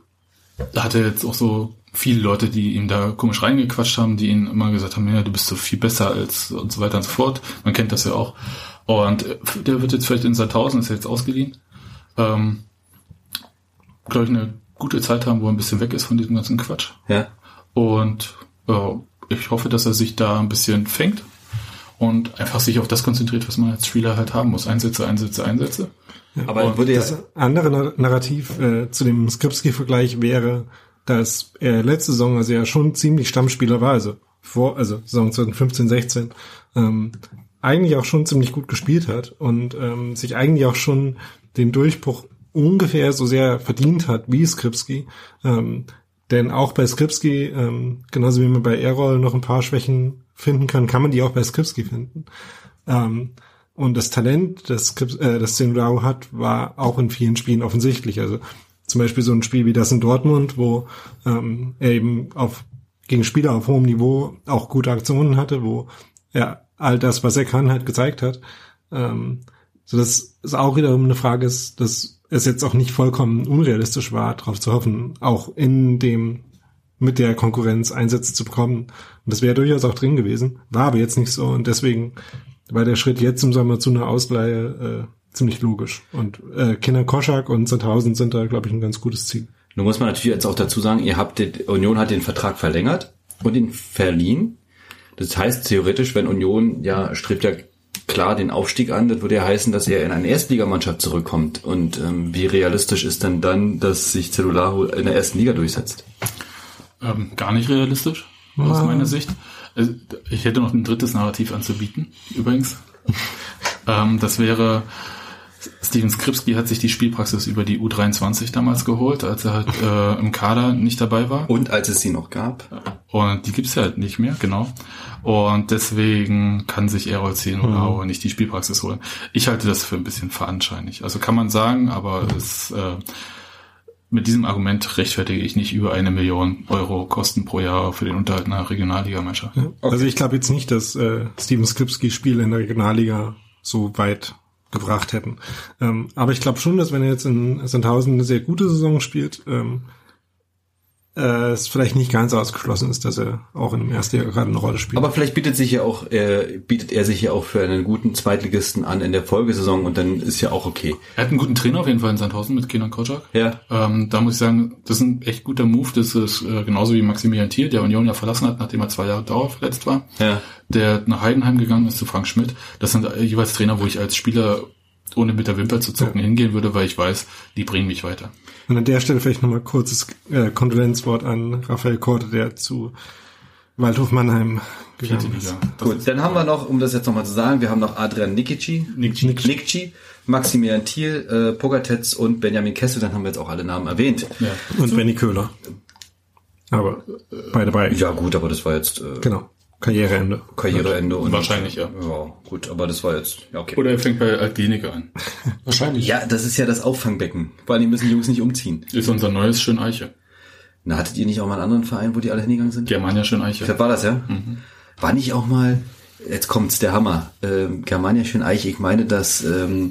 der hatte jetzt auch so viele Leute, die ihm da komisch reingequatscht haben, die ihn immer gesagt haben, ja, du bist so viel besser als und so weiter und so fort. Man kennt das ja auch. Und der wird jetzt vielleicht in Sandhausen, ist jetzt ausgeliehen, ähm, glaube ich, eine gute Zeit haben, wo er ein bisschen weg ist von diesem ganzen Quatsch. Ja. Und äh, ich hoffe, dass er sich da ein bisschen fängt und einfach sich auf das konzentriert, was man als Spieler halt haben muss. Einsätze, Einsätze, Einsätze. Aber Und würde ja, Das andere Narrativ äh, zu dem Skripski-Vergleich wäre, dass er letzte Saison, also ja schon ziemlich Stammspieler war, also vor, also Saison zwanzig fünfzehn, sechzehn, ähm, eigentlich auch schon ziemlich gut gespielt hat und ähm, sich eigentlich auch schon den Durchbruch ungefähr so sehr verdient hat wie Skripski. Ähm, denn auch bei Skripski, ähm, genauso wie man bei Erol noch ein paar Schwächen finden kann, kann man die auch bei Skripski finden. Ähm, und das Talent, das Skrips, äh, das Zenolao hat, war auch in vielen Spielen offensichtlich. Also zum Beispiel so ein Spiel wie das in Dortmund, wo ähm, er eben auf gegen Spieler auf hohem Niveau auch gute Aktionen hatte, wo er all das, was er kann, halt gezeigt hat. Ähm, so dass es auch wiederum eine Frage ist, dass es jetzt auch nicht vollkommen unrealistisch war, darauf zu hoffen, auch in dem mit der Konkurrenz Einsätze zu bekommen. Und das wäre durchaus auch drin gewesen, war aber jetzt nicht so. Und deswegen war der Schritt jetzt im Sommer zu einer Ausleihe äh, ziemlich logisch. Und äh, Kinder Koschak und Sandhausen sind da, glaube ich, ein ganz gutes Ziel. nun muss man natürlich jetzt auch dazu sagen, ihr habt den, Union hat den Vertrag verlängert und ihn verliehen. Das heißt theoretisch, wenn Union, ja, strebt ja klar den Aufstieg an, das würde ja heißen, dass er in eine Erstligamannschaft zurückkommt. Und ähm, wie realistisch ist denn dann, dass sich Zenolao in der ersten Liga durchsetzt? Ähm, gar nicht realistisch, aus Ah. meiner Sicht. Also, ich hätte noch ein drittes Narrativ anzubieten, übrigens. ähm, das wäre, Steven Skripski hat sich die Spielpraxis über die U dreiundzwanzig damals geholt, als er halt äh, im Kader nicht dabei war. Und als es sie noch gab. Und die gibt's ja halt nicht mehr, genau. Und deswegen kann sich Errol Zehnolauer mhm. nicht die Spielpraxis holen. Ich halte das für ein bisschen veranscheinlich. Also kann man sagen, aber es, äh, mit diesem Argument rechtfertige ich nicht über eine Million Euro Kosten pro Jahr für den Unterhalt einer Regionalligamannschaft. Ja, okay. Also ich glaube jetzt nicht, dass äh, Steven Skripski Spiele in der Regionalliga so weit gebracht hätten. Ähm, aber ich glaube schon, dass wenn er jetzt in Sandhausen eine sehr gute Saison spielt, ähm, äh, es vielleicht nicht ganz ausgeschlossen ist, dass er auch im ersten Jahr gerade eine Rolle spielt. Aber vielleicht bietet sich ja auch, äh, bietet er sich ja auch für einen guten Zweitligisten an in der Folgesaison und dann ist ja auch okay. Er hat einen guten Trainer auf jeden Fall in Sandhausen mit Kenan Kocak. Ja. Ähm, da muss ich sagen, das ist ein echt guter Move. Das ist äh, genauso wie Maximilian Thiel, der Union ja verlassen hat, nachdem er zwei Jahre dauerverletzt war. Ja. Der nach Heidenheim gegangen ist zu Frank Schmidt. Das sind äh, jeweils Trainer, wo ich als Spieler ohne mit der Wimper zu zucken ja. hingehen würde, weil ich weiß, die bringen mich weiter. Und an der Stelle vielleicht nochmal kurzes äh, Kondolenzwort an Raphael Korte, der zu Waldhof Mannheim gegangen ist. Gut, dann haben wir noch, um das jetzt nochmal zu sagen, wir haben noch Adrian Nikici, Nikici, Nikici Maximilian Thiel, äh, Pogatetz und Benjamin Kessel, dann haben wir jetzt auch alle Namen erwähnt. Ja. Und so. Benny Köhler. Aber äh, beide bei. Ja gut, aber das war jetzt... Äh, genau. Karriereende. Karriereende. Und wahrscheinlich, ja. Ja, gut, aber das war jetzt, ja, okay. Oder er fängt bei Altgenicke an. Wahrscheinlich. Ja, das ist ja das Auffangbecken. Vor allem müssen die Jungs nicht umziehen. Ist unser neues Schöneiche. Na, hattet ihr nicht auch mal einen anderen Verein, wo die alle hingegangen sind? Germania Schöneiche. Das war das, ja? Mhm. War nicht auch mal, jetzt kommt's, der Hammer, ähm, Germania Schöneiche, ich meine, dass, ähm,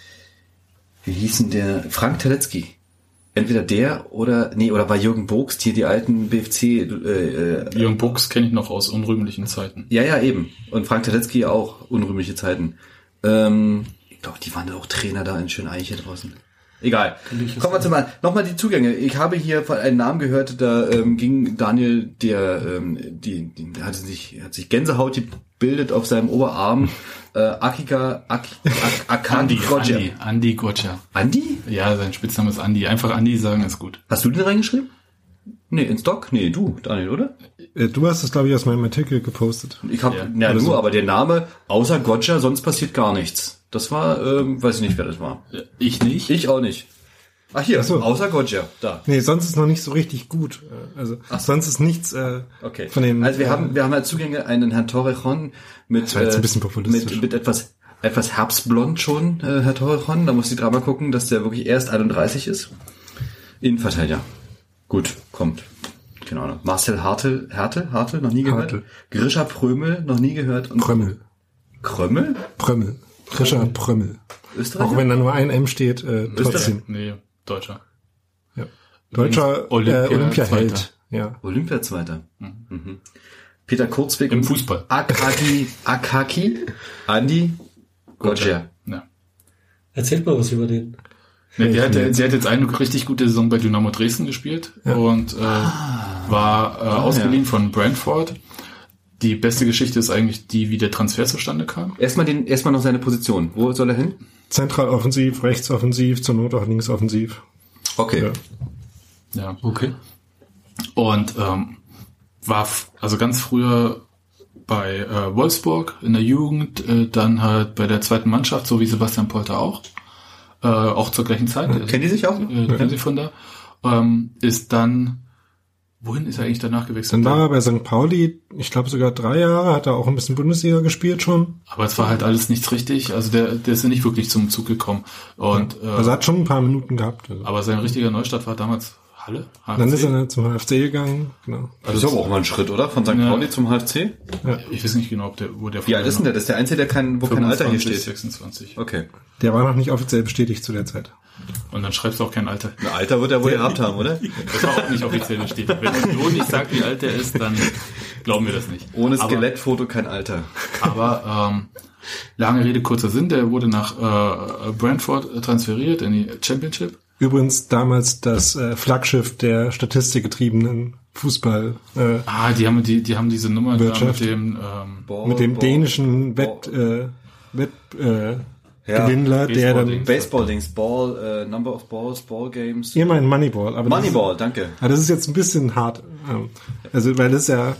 wie hieß denn der, Frank Terlecki. Entweder der oder, nee, oder war Jürgen Bogst hier die alten B F C, äh, Jürgen Bogst kenne ich noch aus unrühmlichen Zeiten. Ja, ja, eben. Und Frank Terlecki auch unrühmliche Zeiten. Ähm, ich glaube, die waren auch Trainer da in Schöneiche draußen. Egal. Kommen wir zum Mal. Nochmal die Zugänge. Ich habe hier von einem Namen gehört, da ähm, ging Daniel, der, ähm, die, die der hatte sich, hat sich Gänsehaut gebildet auf seinem Oberarm. Äh, Akika, Ak, Ak, Akandi Gotcha. Andi, Andi Gotcha. Andi? Ja, sein Spitzname ist Andi. Einfach Andi sagen ist gut. Hast du den reingeschrieben? Nee, ins Doc? Nee, du, Daniel, oder? Äh, du hast es, glaube ich, aus meinem Artikel gepostet. Ich habe, ja, ja nur, so. Aber der Name, außer Gotcha, sonst passiert gar nichts. Das war, ähm, weiß ich nicht, wer das war. Ich nicht. Ich auch nicht. Ach hier, Ach so. Außer Gotcha, da. Nee, sonst ist noch nicht so richtig gut. Also Ach. sonst ist nichts äh, okay. von dem... Also wir äh, haben wir haben als Zugänge einen Herrn Torrejon mit, äh, ein bisschen populistisch. mit mit etwas etwas herbstblond schon, äh, Herr Torrejon. Da muss ich dreimal gucken, dass der wirklich erst einunddreißig ist. Innenverteidiger. Gut, kommt. Keine Ahnung. Marcel Hartel, Hartel, Hartel, noch nie gehört. Hartel. Grisha Prömel, noch nie gehört. Und Prömmel. Krömmel? Prömmel. Grisha Prömmel. Österreicher? Auch wenn da nur ein M steht, äh, trotzdem. Nee, Deutscher. Ja. Deutscher Olympia, äh, Olympiaheld. Ja. Olympiazweiter. Mhm. Mhm. Peter Kurzweg im Fußball. Akaki, Akaki, Andi Gotcha. Ja. Erzählt mal was über den. Nee, der hat, der hat jetzt eine richtig gute Saison bei Dynamo Dresden gespielt ja. und äh, ah. war äh, ausgeliehen ja. von Brentford. Die beste Geschichte ist eigentlich die, wie der Transfer zustande kam. Erstmal den, erstmal noch seine Position. Wo soll er hin? Zentral offensiv, rechts offensiv, zur Not auch links offensiv. Okay. Ja, ja. Okay. Und ähm, war f- also ganz früher bei äh, Wolfsburg in der Jugend, äh, dann halt bei der zweiten Mannschaft, so wie Sebastian Polter auch. Äh, auch zur gleichen Zeit. Mhm. Kennen die sich auch? Äh, kennen sie von da. Ähm, ist dann, wohin ist er eigentlich danach gewechselt? Dann war er bei Sankt Pauli, ich glaube sogar drei Jahre, hat er auch ein bisschen Bundesliga gespielt schon. Aber es war halt alles nichts richtig, also der, der ist ja nicht wirklich zum Zug gekommen. Und, ja. Also er hat schon ein paar Minuten gehabt. Also. Aber sein richtiger Neustart war damals Halle? H F C? Dann ist er zum H F C gegangen, genau. Also das ist aber auch mal ein Schritt, oder? Von Sankt Pauli ja. zum H F C? Ja. Ich weiß nicht genau, ob der, wo der Wie alt ist denn der? Das ist der Einzige, der kein, wo kein Alter hier steht. sechsundzwanzig. Okay. Der war noch nicht offiziell bestätigt zu der Zeit. Und dann schreibst du auch kein Alter. Ein Alter wird er wohl gehabt haben, oder? Das war auch nicht offiziell bestätigt. Wenn Union nicht sagt, wie alt er ist, dann glauben wir das nicht. Ohne Skelettfoto kein Alter. Aber ähm, lange Rede, kurzer Sinn, der wurde nach äh, Brentford transferiert in die Championship. Übrigens damals das äh, Flaggschiff der statistikgetriebenen Fußball. Äh, ah, die haben die, die haben diese Nummer da mit dem ähm, Ball, mit dem Ball, dänischen Ball, Wett, äh, Wett äh, ja, Gewinnler, der dann Baseball-Dings, Ball, uh, Number of Balls, Ball Games. Ihr meint Moneyball, aber Moneyball, das, danke. Aber das ist jetzt ein bisschen hart, also weil das ist ja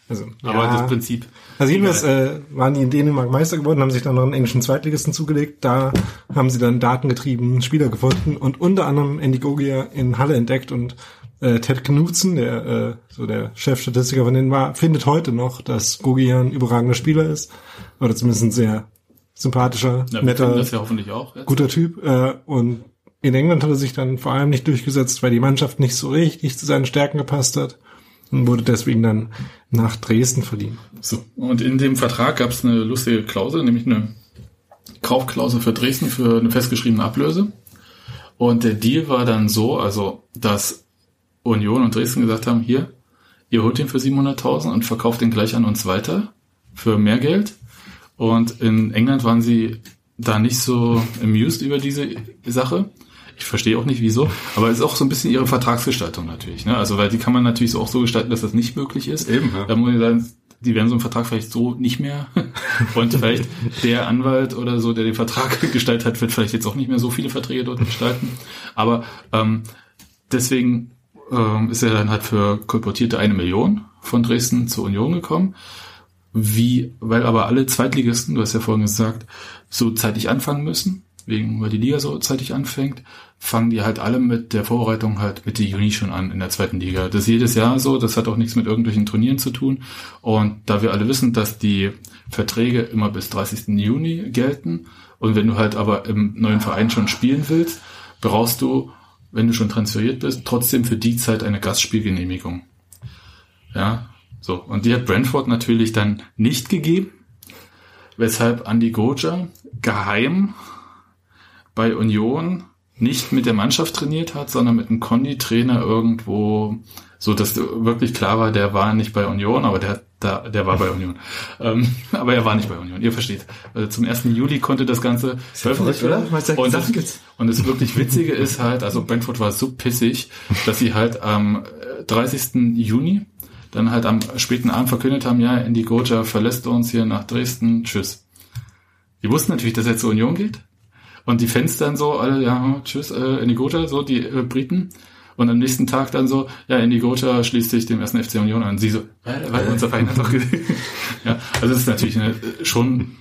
Also, Aber ja. das Prinzip. Also jedenfalls äh, waren die in Dänemark Meister geworden, haben sich dann noch einen englischen Zweitligisten zugelegt. Da haben sie dann datengetrieben Spieler gefunden und unter anderem Andy Gogia in Halle entdeckt und äh, Ted Knudsen, der äh, so der Chefstatistiker von denen war, findet heute noch, dass Gogia ein überragender Spieler ist oder zumindest ein sehr sympathischer, Ja, wir netter, finden das ja hoffentlich auch jetzt. guter Typ. Äh, und in England hat er sich dann vor allem nicht durchgesetzt, weil die Mannschaft nicht so richtig zu seinen Stärken gepasst hat. Und wurde deswegen dann nach Dresden verliehen. So. Und in dem Vertrag gab es eine lustige Klausel, nämlich eine Kaufklausel für Dresden für eine festgeschriebene Ablöse. Und der Deal war dann so, also, dass Union und Dresden gesagt haben, hier, ihr holt den für siebenhunderttausend und verkauft den gleich an uns weiter für mehr Geld. Und in England waren sie da nicht so amused über diese Sache. Ich verstehe auch nicht, wieso, aber es ist auch so ein bisschen ihre Vertragsgestaltung natürlich, ne? Also, weil die kann man natürlich auch so gestalten, dass das nicht möglich ist. Eben, ja. Da muss ich sagen, die werden so einen Vertrag vielleicht so nicht mehr. Und vielleicht der Anwalt oder so, der den Vertrag gestaltet hat, wird vielleicht jetzt auch nicht mehr so viele Verträge dort gestalten. Aber ähm, deswegen ähm, ist er dann halt für kolportierte eine Million von Dresden zur Union gekommen. Wie, weil aber alle Zweitligisten, du hast ja vorhin gesagt, so zeitig anfangen müssen, wegen, weil die Liga so zeitig anfängt, fangen die halt alle mit der Vorbereitung halt Mitte Juni schon an in der zweiten Liga. Das ist jedes Jahr so, das hat auch nichts mit irgendwelchen Turnieren zu tun. Und da wir alle wissen, dass die Verträge immer bis dreißigsten Juni gelten und wenn du halt aber im neuen Verein schon spielen willst, brauchst du, wenn du schon transferiert bist, trotzdem für die Zeit eine Gastspielgenehmigung. Ja, so. Und die hat Brentford natürlich dann nicht gegeben, weshalb Andy Gogia geheim bei Union nicht mit der Mannschaft trainiert hat, sondern mit einem Konditrainer irgendwo, so dass wirklich klar war, der war nicht bei Union, aber der da, der war bei Union. Ähm, aber er war nicht bei Union, ihr versteht. Also zum ersten Juli konnte das Ganze veröffentlicht werden. Und das, und das wirklich Witzige ist halt, also Brentford war so pissig, dass sie halt am dreißigsten Juni dann halt am späten Abend verkündet haben, ja, Andy Gogia verlässt uns hier nach Dresden, tschüss. Die wussten natürlich, dass er zur Union geht. Und die Fans dann so, alle, ja, tschüss, äh, Andy Gogia, so, die äh, Briten. Und am nächsten Tag dann so, ja, Andy Gogia schließt sich dem ersten F C Union an. Sie so, weil, weil unser Verein hat doch gesehen. Ja, also das ist natürlich eine, schon,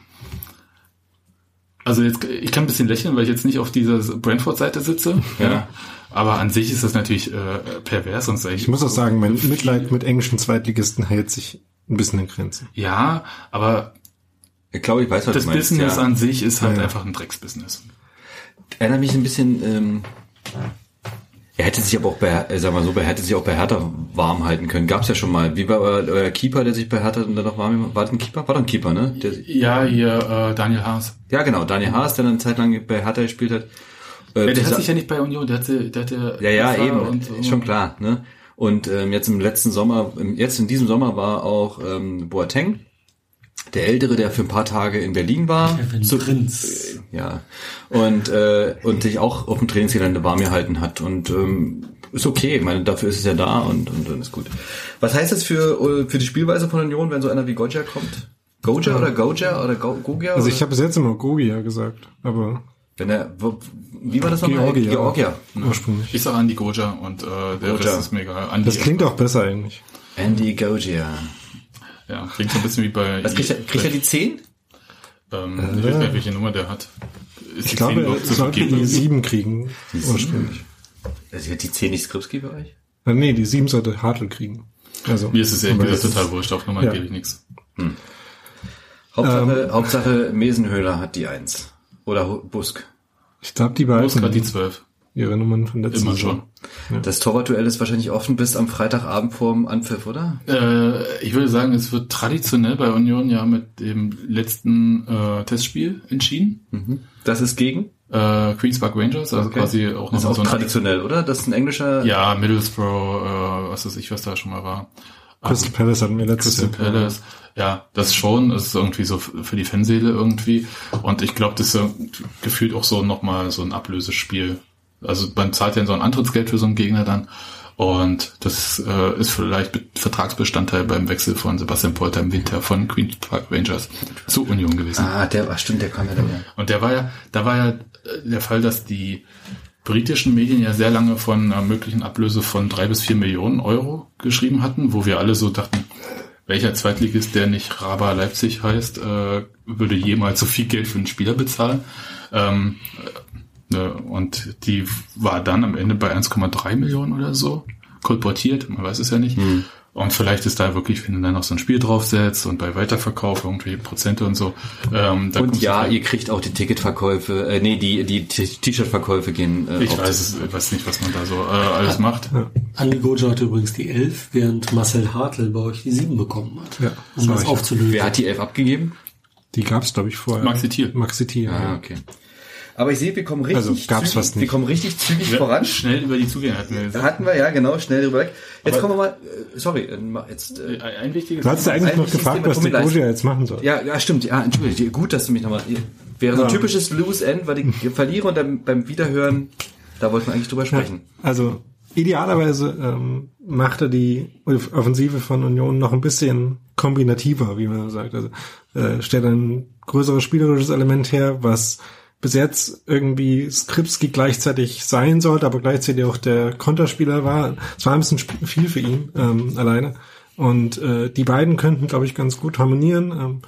also jetzt, ich kann ein bisschen lächeln, weil ich jetzt nicht auf dieser Brentford-Seite sitze. Ja. ja. Aber an sich ist das natürlich äh, pervers. Und ich muss auch sagen, mein Mitleid mit englischen Zweitligisten hält sich ein bisschen in Grenzen. Ja, aber ich glaube, ich weiß, was das du meinst. Business ja. an sich ist halt ja. einfach ein Drecksbusiness. Erinnert mich ein bisschen, ähm, er hätte sich aber auch bei, äh, sagen wir so, er hätte sich auch bei Hertha warm halten können. Gab's ja schon mal. Wie war euer, euer Keeper, der sich bei Hertha und dann noch warm, war das ein Keeper? War doch ein Keeper, ne? Der, ja, hier, äh, Daniel Haas. Ja, genau, Daniel Haas, der dann eine Zeit lang bei Hertha gespielt hat. Äh, ja, der hat sich ja nicht bei Union, der hatte, der hatte ja, ja, eben, und so. Ist schon klar, ne? Und ähm, jetzt im letzten Sommer, im, jetzt in diesem Sommer war auch ähm, Boateng, der Ältere, der für ein paar Tage in Berlin war. Kevin so, Prinz. Äh, ja. Und äh, und sich auch auf dem Trainingsgelände warm gehalten hat. Und ähm, ist okay, ich meine, dafür ist es ja da und und dann ist gut. Was heißt das für für die Spielweise von Union, wenn so einer wie Gogia kommt? Gogia oder Gogia oder Go, Gogia? Also oder? ich habe bis jetzt immer Gogia gesagt, aber wenn er, wie war das nochmal? Georgia. Georgia. Ursprünglich. Ich sag Andy Gogia und äh, der Gogia. Rest ist mir egal. Andy Das klingt auch besser eigentlich. Andy Gogia. Ja, klingt so ein bisschen wie bei... Was kriegt er, kriegt er die zehn? Ähm, ich weiß gar nicht, welche Nummer der hat. Ist Ich die glaube, zehn er überhaupt zu sollte vergeben? die sieben kriegen, Die ursprünglich. Also hat die zehn nicht Skripski bei euch? Äh, Nee, die sieben sollte Hartl kriegen. Also, Mir ist es ehrlich aber gesagt das total ist- wurscht, auf Nummer Ja. gebe ich nichts. Hauptsache, Ähm. Hauptsache Mesenhöhler hat die eins. Oder Hu- Busk. Ich glaube, die Muss gerade die beiden zwölf. ihre Nummern von letzter Immer Saison. schon. Das Torwartduell ist wahrscheinlich offen bis am Freitagabend vorm Anpfiff, oder? Äh, ich würde sagen, es wird traditionell bei Union ja mit dem letzten äh, Testspiel entschieden. Das ist gegen? Äh, Queen's Park Rangers, also Okay. quasi auch Das ist noch auch so ein... traditionell, oder? Das ist ein englischer... Ja, Middlesbrough, äh, was weiß ich, was da schon mal war. Crystal Palace hatten wir letztes Crystal Jahr. Palace. Ja, das schon. Das ist irgendwie so f- für die Fanseele irgendwie. Und ich glaube, das ist ja gefühlt auch so nochmal so ein Ablösespiel. Also man zahlt ja so ein Antrittsgeld für so einen Gegner dann. Und das äh, ist vielleicht Be- Vertragsbestandteil beim Wechsel von Sebastian Polter im Winter von Queen's Park Rangers zu Union gewesen. Ah, der, ach stimmt, der kam ja da. Und der war ja, da war ja äh, der Fall, dass die britischen Medien ja sehr lange von einer möglichen Ablöse von drei bis vier Millionen Euro geschrieben hatten, wo wir alle so dachten, welcher Zweitligist, der nicht Raba Leipzig heißt, äh, würde jemals so viel Geld für einen Spieler bezahlen. Ähm, äh, und die war dann am Ende bei eins Komma drei Millionen oder so kolportiert, man weiß es ja nicht. Hm. Und vielleicht ist da wirklich, wenn du dann noch so ein Spiel draufsetzt und bei Weiterverkauf irgendwie Prozente und so. Ähm, da und ja, ihr kriegt auch die Ticketverkäufe, äh, nee, die die T-Shirt-Verkäufe gehen. Äh, ich weiß es, weiß nicht, was man da so äh, alles macht. Ja. Andi Goja hat übrigens die elf, während Marcel Hartl bei euch die sieben bekommen hat. Ja, um das ich. aufzulösen. Wer hat die elf abgegeben? Die gab's, glaube ich, vorher. Maxi Thiel. Maxi Thiel. Ah, okay. Aber ich sehe, wir kommen richtig also, gab's zügig, was nicht. wir kommen richtig zügig ja, voran. Schnell über die Zugänge hatten wir gesagt. Hatten wir, ja, genau, schnell drüber weg. Jetzt Aber kommen wir mal, äh, sorry, jetzt, äh, ein wichtiges Du hast ja eigentlich noch gefragt, was der Goja jetzt machen soll. Ja, ja, stimmt, ja, entschuldige, gut, dass du mich nochmal, wäre so ein Ja. typisches Loose End, weil ich verliere und dann beim Wiederhören, da wollten wir eigentlich drüber sprechen. Ja, also, idealerweise, ähm, macht er die Offensive von Union noch ein bisschen kombinativer, wie man sagt. Also, äh, stellt ein größeres spielerisches Element her, was bis jetzt irgendwie Skripski gleichzeitig sein sollte, aber gleichzeitig auch der Konterspieler war. Es war ein bisschen viel für ihn ähm, alleine. Und äh, die beiden könnten, glaube ich, ganz gut harmonieren. Ähm,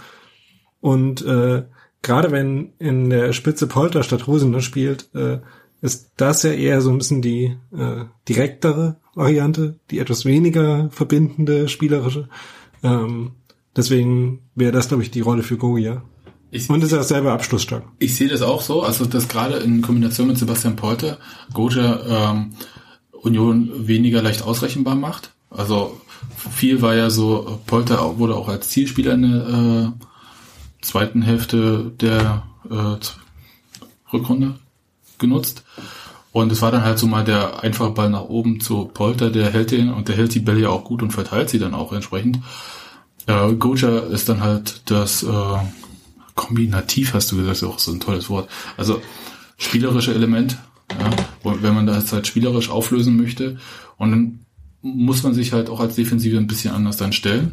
und äh, gerade wenn in der Spitze Polter statt Rosiner spielt, äh, ist das ja eher so ein bisschen die äh, direktere Variante, die etwas weniger verbindende, spielerische. Ähm, deswegen wäre das, glaube ich, die Rolle für Gogia. Ich, Und ist ja selber abschlussstark. Ich sehe das auch so, also dass gerade in Kombination mit Sebastian Polter Goja ähm, Union weniger leicht ausrechenbar macht. Also viel war ja so, Polter wurde auch als Zielspieler in der äh, zweiten Hälfte der äh, Rückrunde genutzt. Und es war dann halt so mal der einfache Ball nach oben zu Polter, der hält den und der hält die Bälle ja auch gut und verteilt sie dann auch entsprechend. Äh, Goja ist dann halt das äh, kombinativ, hast du gesagt, ist auch so ein tolles Wort. Also spielerische Element, ja, und wenn man das halt spielerisch auflösen möchte, und dann muss man sich halt auch als Defensive ein bisschen anders dann stellen.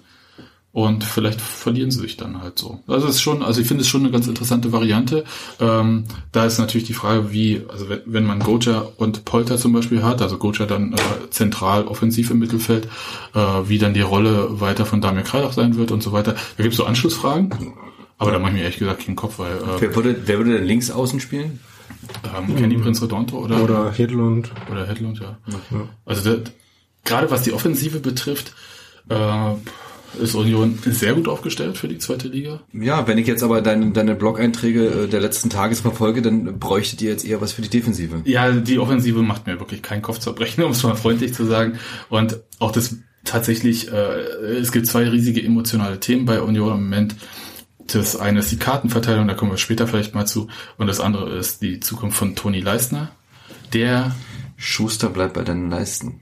Und vielleicht verlieren sie sich dann halt so. Also es ist schon, also ich finde es schon eine ganz interessante Variante. Ähm, da ist natürlich die Frage, wie, also wenn, wenn man Goja und Polter zum Beispiel hat, also Goja dann äh, zentral offensiv im Mittelfeld, äh, wie dann die Rolle weiter von Damir Kreilach sein wird und so weiter. Da gibt es so Anschlussfragen. Aber da mache ich mir ehrlich gesagt keinen Kopf, weil... Äh, wer, würde, wer würde denn links außen spielen? Ähm, Kenny Prince Redondo oder... Oder Hedlund. Oder Hedlund, ja. ja. Also der, gerade was die Offensive betrifft, äh, ist Union sehr gut aufgestellt für die zweite Liga. Ja, wenn ich jetzt aber deine, deine Blog-Einträge der letzten Tages verfolge, dann bräuchtet ihr jetzt eher was für die Defensive. Ja, die Offensive macht mir wirklich keinen Kopfzerbrechen, um es mal freundlich zu sagen. Und auch das tatsächlich, äh, es gibt zwei riesige emotionale Themen bei Union im Moment. Das eine ist die Kartenverteilung, da kommen wir später vielleicht mal zu. Und das andere ist die Zukunft von Toni Leistner. Der Schuster bleibt bei deinen Leisten.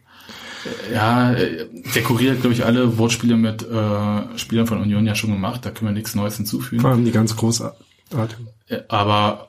Ja, der Kurier hat, glaube ich, alle Wortspiele mit äh, Spielern von Union ja schon gemacht. Da können wir nichts Neues hinzufügen. Vor allem die ganz großartigen. Aber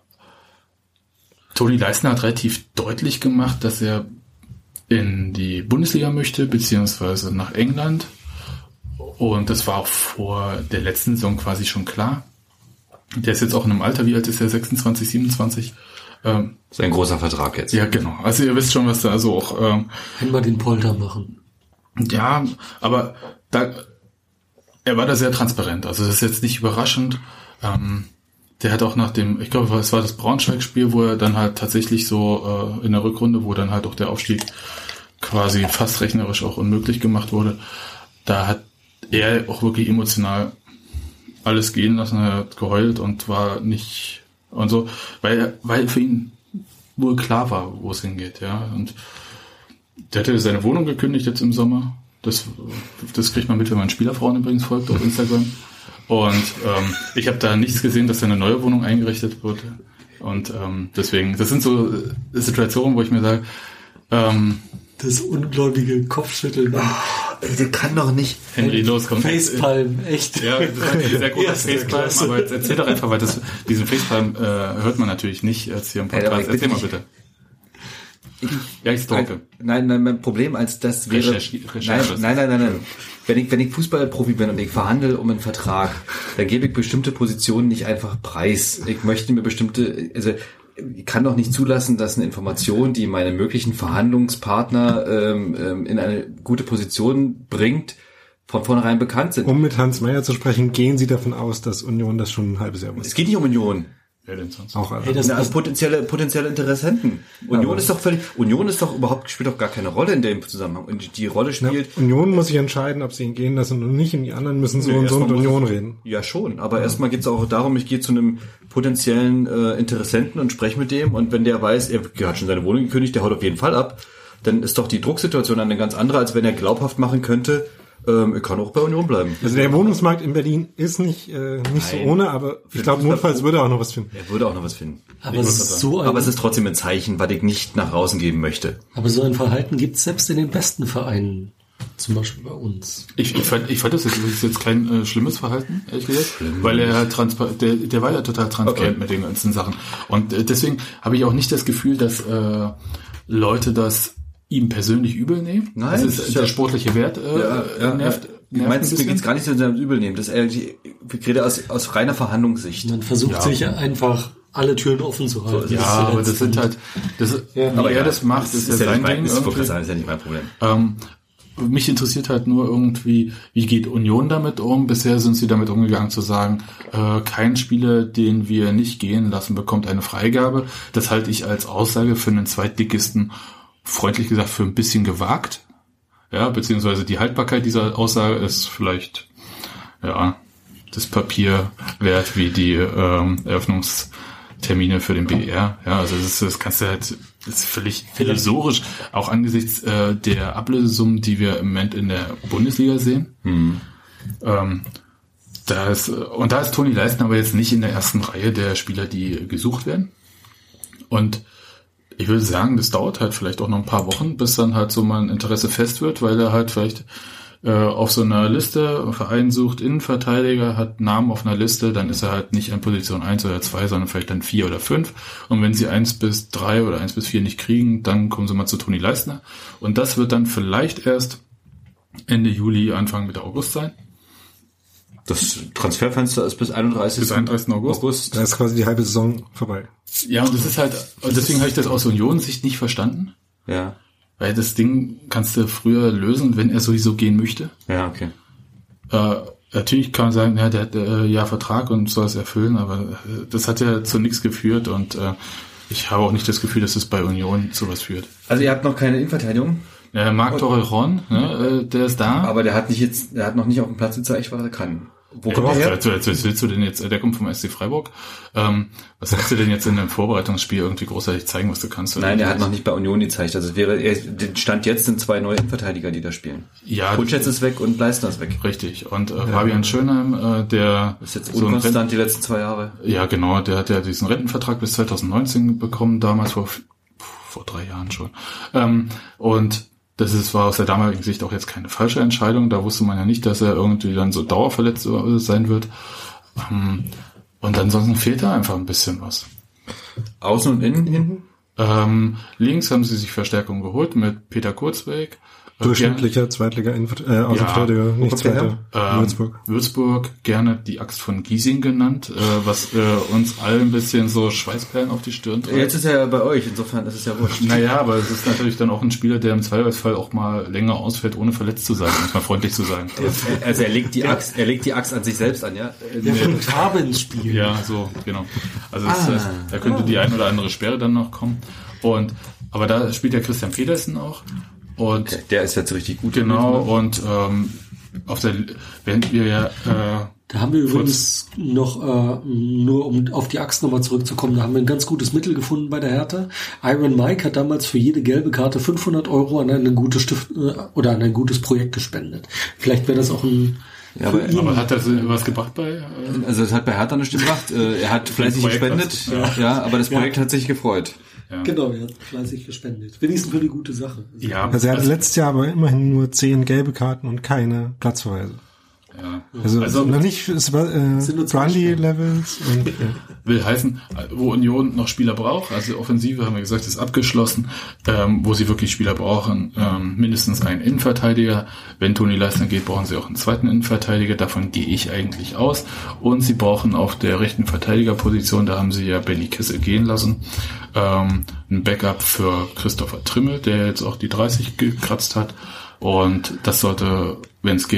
Toni Leistner hat relativ deutlich gemacht, dass er in die Bundesliga möchte, beziehungsweise nach England. Und das war auch vor der letzten Saison quasi schon klar. Der ist jetzt auch in einem Alter, wie alt ist er? sechsundzwanzig, siebenundzwanzig? Ähm, das ist ein großer Vertrag jetzt. Ja, genau. Also ihr wisst schon, was da also auch... Ähm, Können wir den Polter machen. Ja, aber da, er war da sehr transparent. Also das ist jetzt nicht überraschend. Ähm, der hat auch nach dem, ich glaube, es war das Braunschweig-Spiel, wo er dann halt tatsächlich so äh, in der Rückrunde, wo dann halt auch der Aufstieg quasi fast rechnerisch auch unmöglich gemacht wurde, da hat er auch wirklich emotional alles gehen lassen, er hat geheult und war nicht und so, weil weil für ihn wohl klar war, wo es hingeht, ja. Und der hatte seine Wohnung gekündigt jetzt im Sommer. Das das kriegt man mit, wenn man Spielerfrauen übrigens folgt auf Instagram. Und ähm, ich habe da nichts gesehen, dass da eine neue Wohnung eingerichtet wurde. Und ähm, deswegen, das sind so Situationen, wo ich mir sage, ähm, das ungläubige Kopfschütteln. Ey, der kann doch nicht. Henry, los, komm. Facepalm, echt. Ja, das ist ein sehr großer Erste Facepalm, Klasse. aber jetzt erzähl doch einfach, weil das, diesen Facepalm äh, hört man natürlich nicht als hier im Ey, aber Podcast. ich Erzähl mal bitte bitte. Ja, ich stalke. Nein, nein, mein Problem als das wäre... Recherche- Nein, Recherche. nein, nein, nein, nein. Wenn ich, wenn ich Fußballprofi bin und ich verhandle um einen Vertrag, dann gebe ich bestimmte Positionen nicht einfach preis. Ich möchte mir bestimmte... Also ich kann doch nicht zulassen, dass eine Information, die meine möglichen Verhandlungspartner ähm, ähm, in eine gute Position bringt, von vornherein bekannt sind. Um mit Hans Meyer zu sprechen, gehen Sie davon aus, dass Union das schon ein halbes Jahr muss. Es geht nicht um Union. Wer denn sonst? Auch alle. Hey, das, Na, das, potenzielle, potenzielle Interessenten. Union Aber- ist doch völlig, Union ist doch überhaupt, spielt doch gar keine Rolle in dem Zusammenhang. Und die Rolle Ja, spielt, Union muss sich entscheiden, ob sie ihn gehen lassen und nicht, und die anderen müssen so Nee, und so mit erstmal muss Union es- reden. ja schon, aber erstmal geht es auch darum, ich gehe zu einem potenziellen äh, Interessenten und spreche mit dem, und wenn der weiß, er hat schon seine Wohnung gekündigt, der haut auf jeden Fall ab, dann ist doch die Drucksituation eine ganz andere, als wenn er glaubhaft machen könnte, ähm, er kann auch bei Union bleiben. Also der Wohnungsmarkt in Berlin ist nicht, äh, nicht so Nein. ohne, aber ich glaube, notfalls würde er auch noch was finden. Er würde auch noch was finden. aber, so ein, Aber es ist trotzdem ein Zeichen, was ich nicht nach außen geben möchte. aber so ein Verhalten gibt es selbst in den besten Vereinen. Zum Beispiel bei uns. Ich, ich, fand, ich fand das jetzt, das ist jetzt kein äh, schlimmes Verhalten, ehrlich gesagt, weil er halt transparent, der, der war ja total transparent Okay. mit den ganzen Sachen. Und äh, deswegen habe ich auch nicht das Gefühl, dass äh, Leute das ihm persönlich übel nehmen. Nein, das das ist ist der ja- sportliche Wert äh, nervt. Du nervt meinst, ein mir bisschen. geht's gar nicht so in seinem Übel nehmen. Das ist eher die, ich rede aus, aus reiner Verhandlungssicht. Man versucht Ja. sich einfach alle Türen offen zu halten. Ja, Das ist aber letzte das sind Punkt. halt, das, ist- wie Aber er ja, das macht, ist, ja ja sein nicht mein, Ding. ist, ich wollte irgendwie. gerade sagen, ist ja nicht mein Problem. Ähm, mich interessiert halt nur irgendwie, wie geht Union damit um? Bisher sind sie damit umgegangen zu sagen, äh, kein Spieler, den wir nicht gehen lassen, bekommt eine Freigabe. Das halte ich als Aussage für einen Zweitdickisten, freundlich gesagt, für ein bisschen gewagt. Ja, beziehungsweise die Haltbarkeit dieser Aussage ist vielleicht, ja, das Papier wert wie die ähm, Eröffnungstermine für den B R. Ja, also das, ist, das kannst du halt, das ist völlig illusorisch, auch angesichts äh, der Ablösesummen, die wir im Moment in der Bundesliga sehen. Hm. Ähm, da ist, und da ist Toni Leistner aber jetzt nicht in der ersten Reihe der Spieler, die gesucht werden. Und ich würde sagen, das dauert halt vielleicht auch noch ein paar Wochen, bis dann halt so mal ein Interesse fest wird, weil er halt vielleicht äh, auf so einer Liste, ein Verein sucht Innenverteidiger, hat Namen auf einer Liste, dann ist er halt nicht in Position eins oder zwei, sondern vielleicht dann vier oder fünf. Und wenn sie eins bis drei oder eins bis vier nicht kriegen, dann kommen sie mal zu Toni Leistner. Und das wird dann vielleicht erst Ende Juli, Anfang Mitte August sein. Das Transferfenster ist bis einunddreißigsten Bis einunddreißigsten August. Da ist quasi die halbe Saison vorbei. Ja, und das ist halt, und deswegen habe ich das aus Union-Sicht nicht verstanden. Ja, Weil das Ding kannst du früher lösen, wenn er sowieso gehen möchte. ja, okay. Äh, natürlich kann man sagen, ja, der hat äh, ja Vertrag und soll es erfüllen, aber äh, das hat ja zu nichts geführt und äh, ich habe auch nicht das Gefühl, dass es bei Union zu was führt. Also ihr habt noch keine Innenverteidigung, Ja, Marc Torrejon, ne, äh, der ist da. aber der hat nicht jetzt, der hat noch nicht auf dem Platz gezeigt, was er kann. Wo Ja, kommt was, der her? was, was willst du denn jetzt? Der kommt vom S C Freiburg. Ähm, was willst du denn jetzt in einem Vorbereitungsspiel irgendwie großartig zeigen, was du kannst? Nein, der hat noch nicht bei Union gezeigt. Also es wäre, er, den Stand jetzt sind zwei neue Innenverteidiger, die da spielen. Ja, Kunschetz ist weg und Leistner ist weg. richtig. Und äh, Fabian Schönheim, äh, der Das ist jetzt so ein unkonstant die letzten zwei Jahre. Ja, genau, der hat ja diesen Rentenvertrag bis zwanzig neunzehn bekommen, damals vor, vor drei Jahren schon. Ähm, und das ist, war aus der damaligen Sicht auch jetzt keine falsche Entscheidung. Da wusste man ja nicht, dass er irgendwie dann so dauerverletzt sein wird. Ähm, und ansonsten fehlt da einfach ein bisschen was. Außen und innen hinten? Ähm, links haben sie sich Verstärkung geholt mit Peter Kurzweg. Äh, Durchschnittlicher Zweitliga äh, Außenverteidiger, nicht kommt der Zweiter. Ähm, Würzburg. Würzburg, gerne die Axt von Giesing genannt, äh, was äh, uns allen ein bisschen so Schweißperlen auf die Stirn treibt. Jetzt ist er ja bei euch, insofern ist es ja wurscht. Naja, aber es ist natürlich dann auch ein Spieler, der im Zweifelsfall auch mal länger ausfällt, ohne verletzt zu sein, um es mal freundlich zu sagen. Also er legt die Axt, er legt die Axt an sich selbst an, ja? Der bringt Farbe ins Spiel. Ja, so, genau. Also das heißt, da könnte die ein oder andere Sperre dann noch kommen. Und aber da spielt ja Christian Pedersen auch. Und Okay, der ist jetzt richtig gut. genau, und ähm, auf der während wir ja äh, Da haben wir übrigens noch, äh, nur um auf die Axt nochmal zurückzukommen, da haben wir ein ganz gutes Mittel gefunden bei der Hertha. Iron Mike hat damals für jede gelbe Karte fünfhundert Euro an eine gute Stift äh, oder an ein gutes Projekt gespendet. Vielleicht wäre das auch ein Ja, aber, aber hat das was gebracht bei äh, also es hat bei Hertha nichts gebracht. Äh, Er hat fleißig Projekt gespendet, was- ja. ja, aber das Projekt hat sich gefreut. ja. Genau, er hat fleißig gespendet. Wenigstens für die gute Sache. Ja, Also er hatte also- letztes Jahr aber immerhin nur zehn gelbe Karten und keine Platzverweise. ja. Also, Also- noch nicht äh, Sind nur zwei Grundy-Levels. und ja. Will heißen, wo Union noch Spieler braucht, also Offensive haben wir gesagt, ist abgeschlossen, ähm, wo sie wirklich Spieler brauchen, ähm, mindestens einen Innenverteidiger. Wenn Toni Leistner geht, brauchen sie auch einen zweiten Innenverteidiger, davon gehe ich eigentlich aus. Und sie brauchen auf der rechten Verteidigerposition, da haben sie ja Benny Kissel gehen lassen, ähm, ein Backup für Christopher Trimmel, der jetzt auch die dreißig gekratzt hat. Und das sollte, wenn es geht,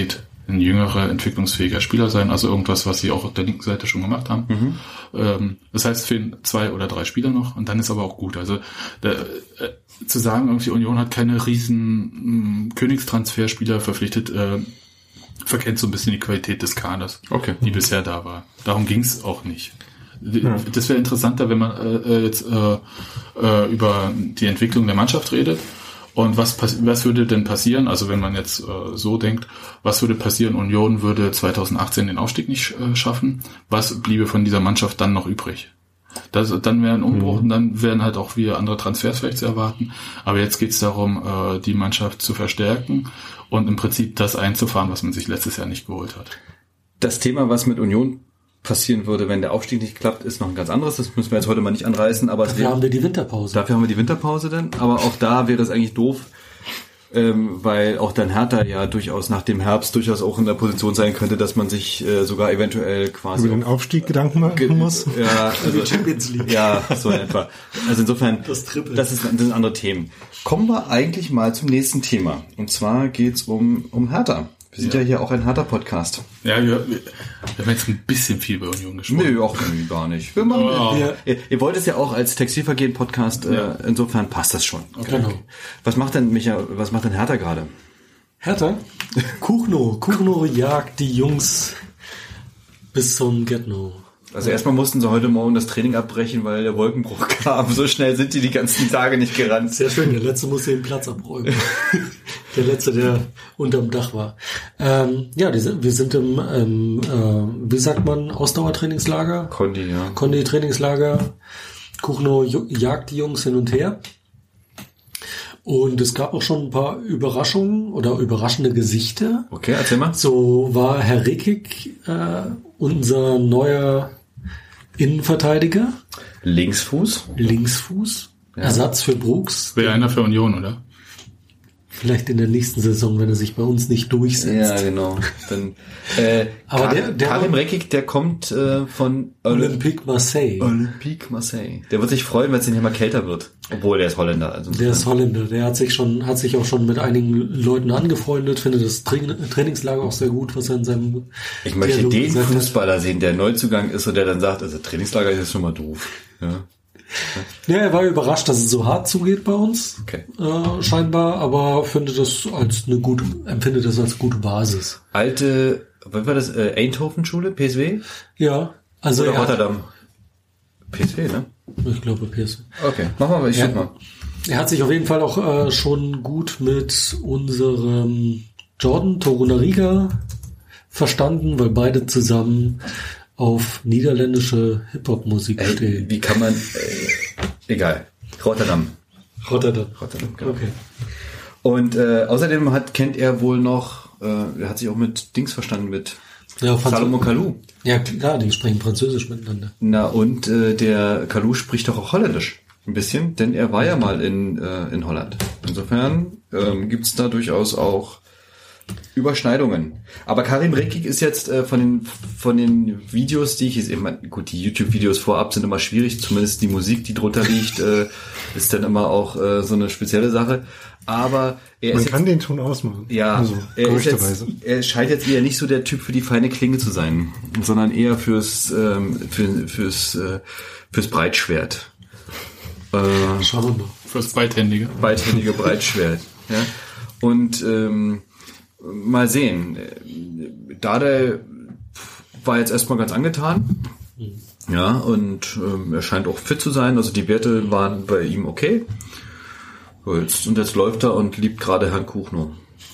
ein jüngerer, entwicklungsfähiger Spieler sein, also irgendwas, was sie auch auf der linken Seite schon gemacht haben. Mhm. Ähm, das heißt, es fehlen zwei oder drei Spieler noch und dann ist aber auch gut. Also da, äh, zu sagen, irgendwie Union hat keine riesen mh, Königstransferspieler verpflichtet, äh, verkennt so ein bisschen die Qualität des Kaders, okay. die bisher da war. Darum ging es auch nicht. Ja. Das wäre interessanter, wenn man äh, jetzt äh, äh, über die Entwicklung der Mannschaft redet. Und was, pass- was würde denn passieren, also wenn man jetzt äh, so denkt, was würde passieren, Union würde zwanzig achtzehn den Aufstieg nicht äh, schaffen, was bliebe von dieser Mannschaft dann noch übrig? Das, dann wäre ein Umbruch mhm. und dann wären halt auch wieder andere Transfers vielleicht zu erwarten. Aber jetzt geht es darum, äh, die Mannschaft zu verstärken und im Prinzip das einzufahren, was man sich letztes Jahr nicht geholt hat. Das Thema, was mit Union passieren würde, wenn der Aufstieg nicht klappt, ist noch ein ganz anderes. Das müssen wir jetzt heute mal nicht anreißen. Aber dafür haben wir die Winterpause. Dafür haben wir die Winterpause dann. Aber auch da wäre es eigentlich doof, ähm, weil auch dann Hertha ja durchaus nach dem Herbst durchaus auch in der Position sein könnte, dass man sich äh, sogar eventuell quasi über den Aufstieg Gedanken machen ge- muss. Ja, also, die Champions League. Ja, so in etwa. Also insofern, das, Triple. das, ist, das sind andere Themen. Kommen wir eigentlich mal zum nächsten Thema. Und zwar geht's um um Hertha. Wir sind ja, ja hier auch ein Hertha-Podcast. Ja, wir, wir, wir haben jetzt ein bisschen viel bei Union gesprochen. Nee, auch gar nicht. Wir machen, oh. wir, ihr, ihr wollt es ja auch als Textilvergehen-Podcast, ja. äh, insofern passt das schon. Okay. Genau. Was macht denn Micha, was macht denn Hertha gerade? Hertha? Kuchno. Kuchno jagt die Jungs bis zum Get-No. Also erstmal mussten sie heute Morgen das Training abbrechen, weil der Wolkenbruch kam. So schnell sind die die ganzen Tage nicht gerannt. Sehr schön, der Letzte musste den Platz abräumen. Der Letzte, der unterm Dach war. Ähm, ja, die sind, wir sind im, ähm, äh, wie sagt man, Ausdauertrainingslager? Kondi, ja. Kondi-Trainingslager. Kuchno jagt die Jungs hin und her. Und es gab auch schon ein paar Überraschungen oder überraschende Gesichter. Okay, erzähl mal. So war Herr Rekik äh, unser neuer Innenverteidiger. Linksfuß. Linksfuß. Ja. Ersatz für Brooks. Wäre einer für Union, oder? Vielleicht in der nächsten Saison, wenn er sich bei uns nicht durchsetzt. Ja, genau. Dann, äh, Aber Kar- der, der Karim Rekik, der kommt äh, von Olympique Marseille. Olympique Marseille. Der wird sich freuen, wenn es hier mal kälter wird. Obwohl, der ist Holländer. Also der ist Holländer. Der hat sich schon, hat sich auch schon mit einigen Leuten angefreundet, findet das Tra- Trainingslager auch sehr gut, was er in seinem Ich möchte Dialog den gesagt Fußballer hat. sehen, der Neuzugang ist und der dann sagt, also Trainingslager ist schon mal doof. Ja. Ja, er war überrascht, dass es so hart zugeht bei uns, okay. äh, scheinbar, aber findet das als eine gute, empfindet das als gute Basis. Alte, was war das, äh, Eindhoven-Schule, P S W? Ja, also Oder er Rotterdam? Hat, P S W, ne? Ich glaube P S W. Okay, mach mal, ich ja. schau mal. Er hat sich auf jeden Fall auch äh, schon gut mit unserem Jordan Torunariga verstanden, weil beide zusammen auf niederländische Hip-Hop-Musik Ey, stehen. Wie kann man, äh, egal, Rotterdam. Rotterdam. Rotterdam, genau. Okay. Und äh, außerdem hat kennt er wohl noch, äh, er hat sich auch mit Dings verstanden, mit Ja, Salomon Kalou. Ja, klar, die sprechen Französisch miteinander. Na, und äh, der Kalou spricht doch auch Holländisch. Ein bisschen, denn er war ja mal in, äh, in Holland. Insofern ähm, gibt's da durchaus auch Überschneidungen. Aber Karim Rekik ist jetzt äh, von den von den Videos, die ich jetzt eben, gut, die YouTube-Videos vorab sind immer schwierig, zumindest die Musik, die drunter liegt, äh, ist dann immer auch äh, so eine spezielle Sache. Aber er Man ist kann jetzt, den Ton ausmachen. ja, also, er, ist jetzt, er scheint jetzt eher nicht so der Typ für die feine Klinge zu sein, sondern eher fürs ähm, für, fürs äh, fürs Breitschwert. Äh, Schauen wir mal. Fürs Beidhändige. Beidhändige Breitschwert. Ja. Und ähm, mal sehen. Dardai war jetzt erstmal ganz angetan. Ja, und ähm, er scheint auch fit zu sein. Also die Werte waren bei ihm okay. Jetzt, und jetzt läuft er und liebt gerade Herrn Kuchno.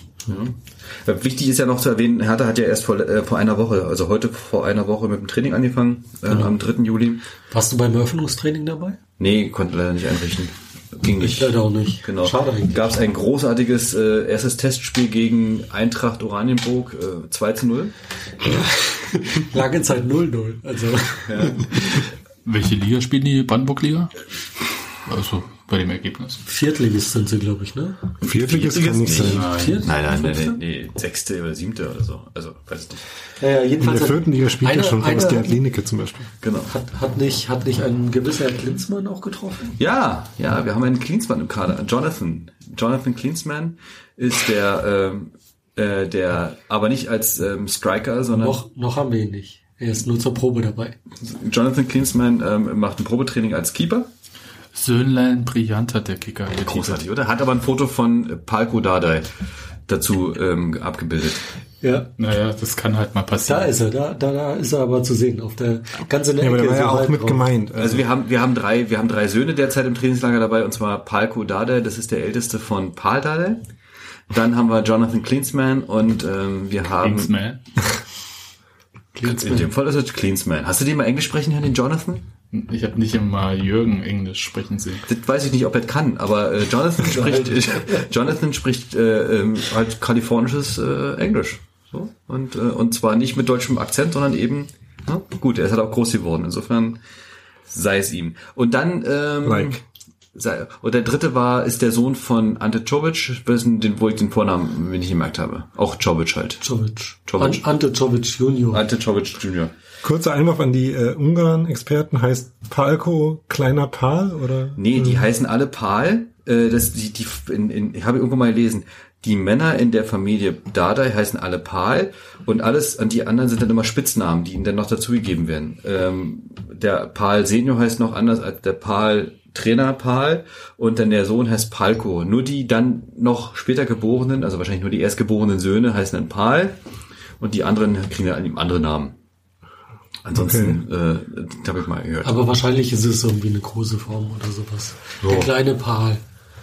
Ja. Wichtig ist ja noch zu erwähnen, Hertha hat ja erst vor, äh, vor einer Woche, also heute vor einer Woche mit dem Training angefangen, äh, genau. am dritten Juli. Warst du beim Eröffnungstraining dabei? Nee, konnte leider nicht einrichten. Ging nicht. Ich leider auch nicht. Genau. Schade eigentlich. Gab es ein großartiges äh, erstes Testspiel gegen Eintracht Oranienburg, äh, zwei zu null. Lange Zeit null null. Also. Ja. Welche Liga spielen die? Brandenburg-Liga? Also bei dem Ergebnis. Viertligist sind sie, glaube ich, ne? Viertligist kann nicht sein. Nein, nein, nein, nein, nee, sechste oder siebte oder so. Also, weiß ich nicht. Ja, ja, jedenfalls in der vierten Liga spielt eine, er schon eine, aus der Atlinike zum Beispiel. Genau. Hat, hat, nicht, hat nicht ein gewisser Klinsmann auch getroffen? Ja, ja, wir haben einen Klinsmann im Kader. Jonathan. Jonathan Klinsmann ist der, ähm, Äh, der, aber nicht als ähm, Striker, sondern Noch, noch haben wir ihn nicht. Er ist nur zur Probe dabei. Jonathan Klinsmann ähm, macht ein Probetraining als Keeper. Söhnlein Brillant hat der Kicker getitelt. Großartig, oder? Hat aber ein Foto von Palko Dardai dazu ähm, abgebildet. Ja. Naja, das kann halt mal passieren. Da ist er, da, da, da ist er aber zu sehen, auf der ganz in der Ja, aber Ecke. der war ja so auch halb mit drauf. gemeint. Also wir haben wir haben drei wir haben drei Söhne derzeit im Trainingslager dabei, und zwar Palko Dardai, das ist der älteste von Pal Dardai. Dann haben wir Jonathan Klinsmann und ähm, wir haben Klinsmann. in dem Fall ist es Klinsmann. Hast du den mal Englisch sprechen hören, den Jonathan? Ich habe nicht immer Jürgen Englisch sprechen sehen. Das weiß ich nicht, ob er kann, aber äh, Jonathan spricht äh, Jonathan spricht äh, ähm, halt kalifornisches äh, Englisch. So, und äh, und zwar nicht mit deutschem Akzent, sondern eben na, gut, er ist halt auch groß geworden. Insofern sei es ihm. Und dann ähm, Like. sei, und der dritte war ist der Sohn von Ante Čović, den wo ich den Vornamen mir nicht gemerkt habe. Auch Čović halt. Čović. Čović. An, Ante Čović Junior. Ante Čović Junior Kurzer Einwurf an die äh, Ungarn-Experten. Heißt Palko kleiner Pal oder? Nee, die heißen alle Pal. Äh, das, die, die, in, in, ich habe irgendwo mal gelesen, die Männer in der Familie Dardai heißen alle Pal und alles, an die anderen sind dann immer Spitznamen, die ihnen dann noch dazugegeben werden. Ähm, der Pal Senior heißt noch anders als der Pal Trainer Pal und dann der Sohn heißt Palko. Nur die dann noch später geborenen, also wahrscheinlich nur die erstgeborenen Söhne heißen dann Pal und die anderen kriegen dann andere Namen. Ansonsten, okay. äh, das habe ich mal gehört. Aber wahrscheinlich ist es irgendwie eine große Form oder sowas. So. Der kleine Pal.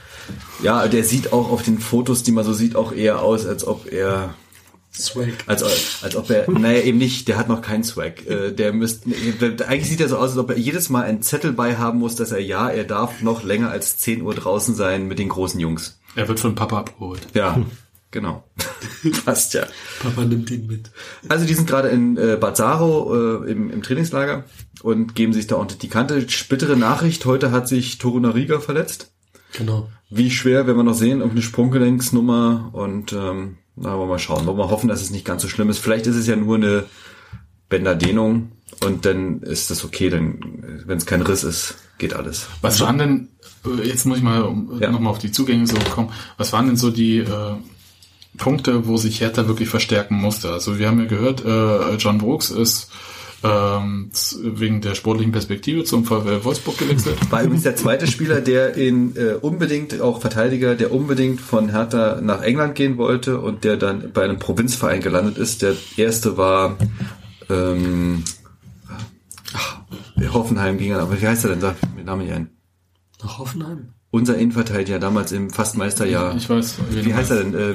Ja, der sieht auch auf den Fotos, die man so sieht, auch eher aus, als ob er Swag. Als, als ob er, naja, eben nicht, der hat noch keinen Swag. Äh, der müsste, eigentlich sieht er so aus, als ob er jedes Mal einen Zettel bei haben muss, dass er, ja, er darf noch länger als zehn Uhr draußen sein mit den großen Jungs. Er wird von Papa abgeholt. Ja, genau. Passt ja. Papa nimmt ihn mit. Also die sind gerade in äh, Bad Saro äh, im, im Trainingslager und geben sich da unter die Kante. Bittere Nachricht, heute hat sich Torunariga verletzt. Genau. Wie schwer, werden wir noch sehen, irgendeine Sprunggelenksnummer und ähm, na, wollen wir mal schauen. Wollen wir hoffen, dass es nicht ganz so schlimm ist. Vielleicht ist es ja nur eine Bänderdehnung und dann ist das okay, dann, wenn es kein Riss ist, geht alles. Was waren denn, jetzt muss ich mal ja. nochmal auf die Zugänge so kommen, was waren denn so die äh, Punkte, wo sich Hertha wirklich verstärken musste? Also wir haben ja gehört, äh, John Brooks ist ähm, wegen der sportlichen Perspektive zum VfL Wolfsburg gewechselt. War übrigens der zweite Spieler, der in äh, unbedingt, auch Verteidiger, der unbedingt von Hertha nach England gehen wollte und der dann bei einem Provinzverein gelandet ist. Der erste war ähm, ach, Hoffenheim ging er, aber wie heißt er denn? Sag mir den Namen nicht ein. Nach Hoffenheim? Unser Innenverteidiger damals im fast Meisterjahr. Ich weiß. Wie heißt er denn? Ähm,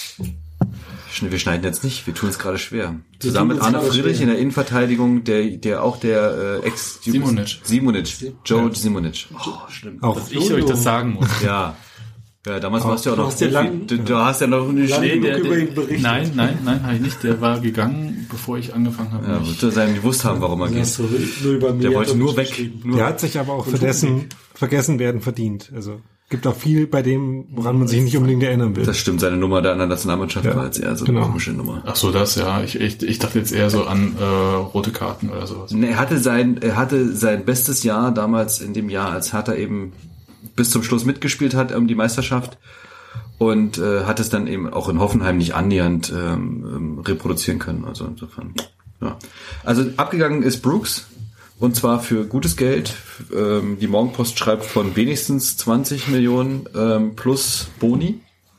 wir schneiden jetzt nicht, wir tun es gerade schwer. Zusammen mit Arne Friedrich schwer. In der Innenverteidigung, der der auch der äh, Ex Simonic. Simonic. Joe ja. Simonic. Oh, schlimm. Auch dass ich euch das sagen muss. Ja. Ja, damals auch, warst du ja auch noch Profi. Lang, du, du hast ja noch eine nee, der, der, Nein, nein, nein, habe ich nicht. Der war gegangen, bevor ich angefangen habe. Ja, würde sein gewusst haben, warum er geht. So, der wollte nur weg. Nur der hat sich aber auch vergessen, vergessen werden verdient. Also gibt auch viel bei dem, woran man sich nicht unbedingt erinnern will. Das stimmt, seine Nummer da an der Nationalmannschaft ja, war jetzt eher so genau. eine komische Nummer. Ach so, das, ja. Ich, ich, ich dachte jetzt eher so an äh, rote Karten oder sowas. Nee, er hatte sein, er hatte sein bestes Jahr damals in dem Jahr, als Hertha eben bis zum Schluss mitgespielt hat um die Meisterschaft und äh, hat es dann eben auch in Hoffenheim nicht annähernd ähm, reproduzieren können. Also insofern, ja. Also abgegangen ist Brooks. Und zwar für gutes Geld. Ähm, die Morgenpost schreibt von wenigstens zwanzig Millionen ähm, plus Boni.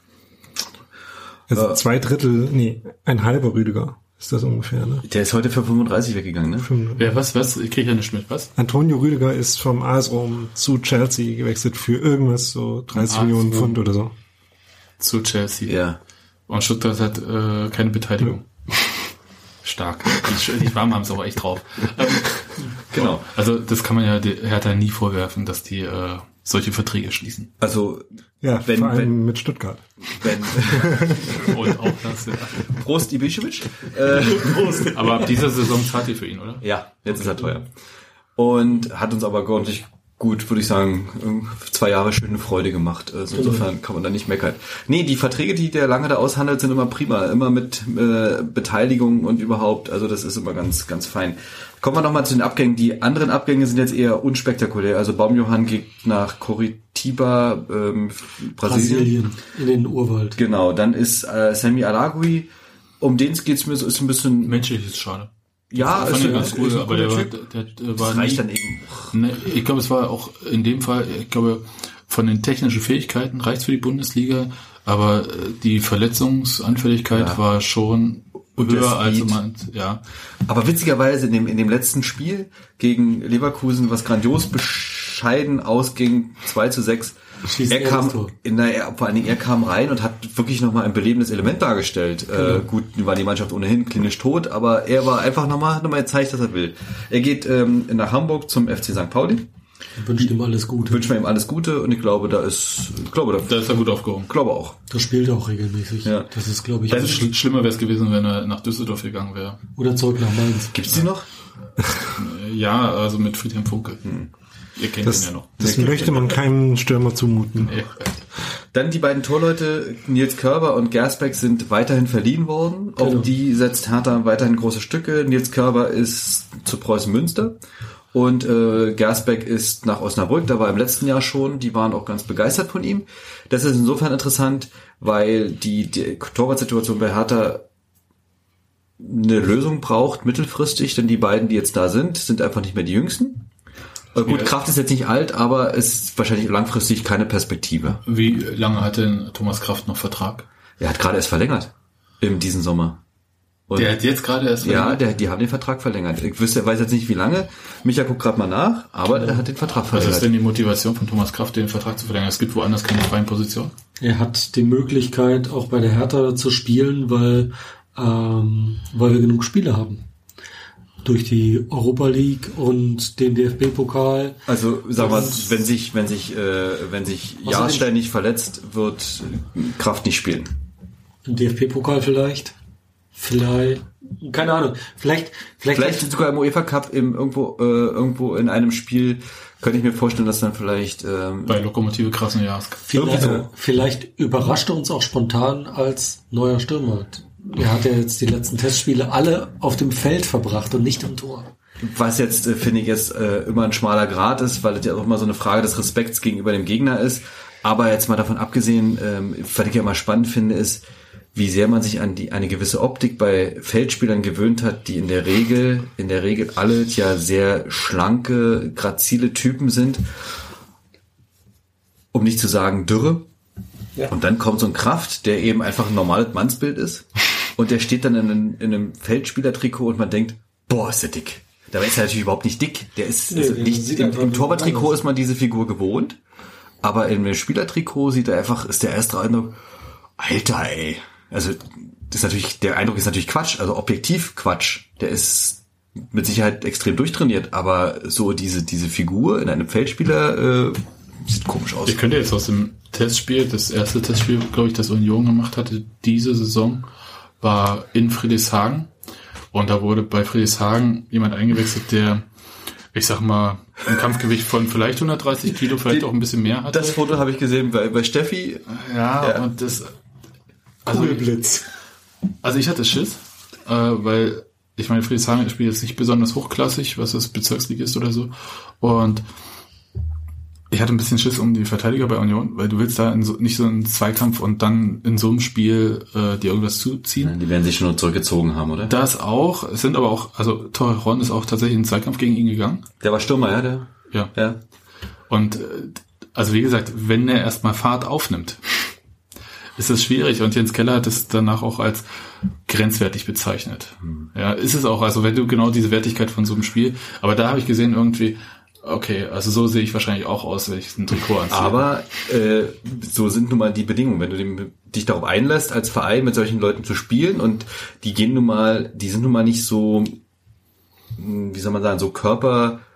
Also äh, zwei Drittel, nee, ein halber Rüdiger ist das ungefähr, ne? Der ist heute für fünfunddreißig weggegangen, ne? Wer, was, was? Ich kriege ja nicht mit, was? Antonio Rüdiger ist vom A S Rom zu Chelsea gewechselt für irgendwas so dreißig Millionen Pfund oder so. Zu Chelsea. Ja. Und Stuttgart hat äh, keine Beteiligung. Ja. Stark. Die, die Schwarmen haben es aber echt drauf. Ähm, genau. Also das kann man ja Hertha nie vorwerfen, dass die äh, solche Verträge schließen. Also ja, wenn, vor allem wenn, mit Stuttgart. Wenn und auch das. Ja. Prost Ibišević. Äh, Prost. Aber ab dieser Saison zahlt ihr für ihn, oder? Ja, jetzt ist er teuer. Und hat uns aber ordentlich gut, würde ich sagen, zwei Jahre schöne Freude gemacht. Also insofern kann man da nicht meckern. Nee, die Verträge, die der lange da aushandelt, sind immer prima. Immer mit äh, Beteiligung und überhaupt. Also das ist immer ganz, ganz fein. Kommen wir nochmal zu den Abgängen. Die anderen Abgänge sind jetzt eher unspektakulär. Also Baumjohann geht nach Curitiba, ähm, Brasilien. Brasilien, in den Urwald. Genau, dann ist äh, Semi Alagui. Um den geht's mir so, ist ein bisschen... Menschlich ist schade. Ja, das ist, fand ich ganz cool, ist aber der war, Typ. der, der war Das reicht nie, dann eben. Ne, ich glaube, es war auch in dem Fall, ich glaube, von den technischen Fähigkeiten reicht's für die Bundesliga, aber die Verletzungsanfälligkeit Ja. war schon Und der höher als Speed. man, ja. Aber witzigerweise in dem, in dem letzten Spiel gegen Leverkusen, was grandios bescheiden ausging, zwei zu sechs, Schießt er er das kam, Tor. in der, vor allen Dingen er kam rein und hat wirklich nochmal ein belebendes Element dargestellt. Äh, gut, war die Mannschaft ohnehin klinisch tot, aber er war einfach nochmal, nochmal gezeigt, dass er will. Er geht ähm, nach Hamburg zum F C Sankt Pauli. Ich wünsche ihm alles Gute. Wünschen wir ihm alles Gute und ich glaube, da ist, ich glaube, da, Da ist er gut aufgehoben. glaube auch. Das spielt er auch regelmäßig. Ja. Das ist, glaube ich, Also schl schlimmer wäre es gewesen, wenn er nach Düsseldorf gegangen wäre. oder zurück nach Mainz. Gibt's die noch? Ja, also mit Friedhelm Funke. Ihr kennt Das, ihn ja noch. das möchte man keinem Stürmer zumuten. Ja. Dann die beiden Torleute, Nils Körber und Gersbeck, sind weiterhin verliehen worden. Auf Genau. die setzt Hertha weiterhin große Stücke. Nils Körber ist zu Preußen Münster und äh, Gersbeck ist nach Osnabrück. Da war im letzten Jahr schon. Die waren auch ganz begeistert von ihm. Das ist insofern interessant, weil die, die Torwartsituation bei Hertha eine Lösung braucht, mittelfristig, denn die beiden, die jetzt da sind, sind einfach nicht mehr die Jüngsten. Äh, gut, Ja. Kraft ist jetzt nicht alt, aber es ist wahrscheinlich langfristig keine Perspektive. Wie lange hat denn Thomas Kraft noch Vertrag? Er hat gerade erst verlängert. In diesem Sommer. Und Der hat jetzt gerade erst ja, der, die haben den Vertrag verlängert. Ich wüsste, weiß jetzt nicht wie lange. Micha guckt gerade mal nach, aber er hat den Vertrag Was verlängert. ist denn die Motivation von Thomas Kraft, den Vertrag zu verlängern? Es gibt woanders keine freien Position. Er hat die Möglichkeit, auch bei der Hertha zu spielen, weil, ähm, weil wir genug Spiele haben. Durch die Europa League und den D F B-Pokal. Also sag mal, Das ist- wenn sich, wenn sich, äh, wenn sich Außerdem- Jahrstein nicht verletzt, wird Kraft nicht spielen. Im D F B-Pokal vielleicht. Vielleicht. Keine Ahnung. Vielleicht, vielleicht, Vielleicht sogar im UEFA Cup im irgendwo, äh, irgendwo in einem Spiel könnte ich mir vorstellen, dass dann vielleicht ähm, Bei Lokomotive Krasnojarsk. vielleicht, irgendwie so. vielleicht überrascht er uns auch spontan als neuer Stürmer. Er hat ja jetzt die letzten Testspiele alle auf dem Feld verbracht und nicht im Tor. was jetzt, äh, finde ich, jetzt äh, immer ein schmaler Grat ist, weil es ja auch immer so eine Frage des Respekts gegenüber dem Gegner ist. Aber jetzt mal davon abgesehen, ähm, was ich ja immer spannend finde, ist, wie sehr man sich an die eine gewisse Optik bei Feldspielern gewöhnt hat, die in der Regel, in der Regel alle ja sehr schlanke, grazile Typen sind, um nicht zu sagen dürre. Ja. Und dann kommt so ein Kraft, der eben einfach ein normales Mannsbild ist. Und der steht dann in einem, in einem Feldspielertrikot und man denkt, boah, ist der dick. Dabei ist er natürlich überhaupt nicht dick. Der ist, Nee, also der nicht, sieht im, einfach im wie Torwarttrikot normal aus. ist man diese Figur gewohnt. Aber in einem Spielertrikot sieht er einfach, ist der erste Eindruck, Alter, ey. Also, das ist natürlich, der Eindruck ist natürlich Quatsch, also objektiv Quatsch. Der ist mit Sicherheit extrem durchtrainiert, aber so diese, diese Figur in einem Feldspieler, äh, sieht komisch aus. Ich könnte jetzt aus dem Testspiel, das erste Testspiel, glaube ich, das Union gemacht hatte, diese Saison, war in Friedrichshagen. Und da wurde bei Friedrichshagen jemand eingewechselt, der, ich sag mal, ein Kampfgewicht von vielleicht hundertdreißig Kilo, vielleicht Die- auch ein bisschen mehr hatte. Das Foto habe ich gesehen bei, bei Steffi. ja, Ja. und das, also, Kugelblitz. also ich hatte Schiss, äh, weil, ich meine, Friedrichshagen spielt jetzt nicht besonders hochklassig, was das Bezirksliga ist oder so. Und ich hatte ein bisschen Schiss um die Verteidiger bei Union, weil du willst da in so, nicht so einen Zweikampf und dann in so einem Spiel äh, dir irgendwas zuziehen. Die werden sich schon zurückgezogen haben, oder? Das auch, es sind aber auch, also Torrejon ist auch tatsächlich in den Zweikampf gegen ihn gegangen. Der war Stürmer, ja, der? Ja. Ja. Und äh, also wie gesagt, wenn er erstmal Fahrt aufnimmt, ist das schwierig. Und Jens Keller hat es danach auch als grenzwertig bezeichnet. Ja, ist es auch. Also wenn du genau diese Wertigkeit von so einem Spiel, aber da habe ich gesehen irgendwie, okay, also so sehe ich wahrscheinlich auch aus, wenn ich ein Trikot anziehe. Aber äh, so sind nun mal die Bedingungen. Wenn du dem, dich darauf einlässt, als Verein mit solchen Leuten zu spielen und die gehen nun mal, die sind nun mal nicht so, mh, wie soll man sagen, so Körper,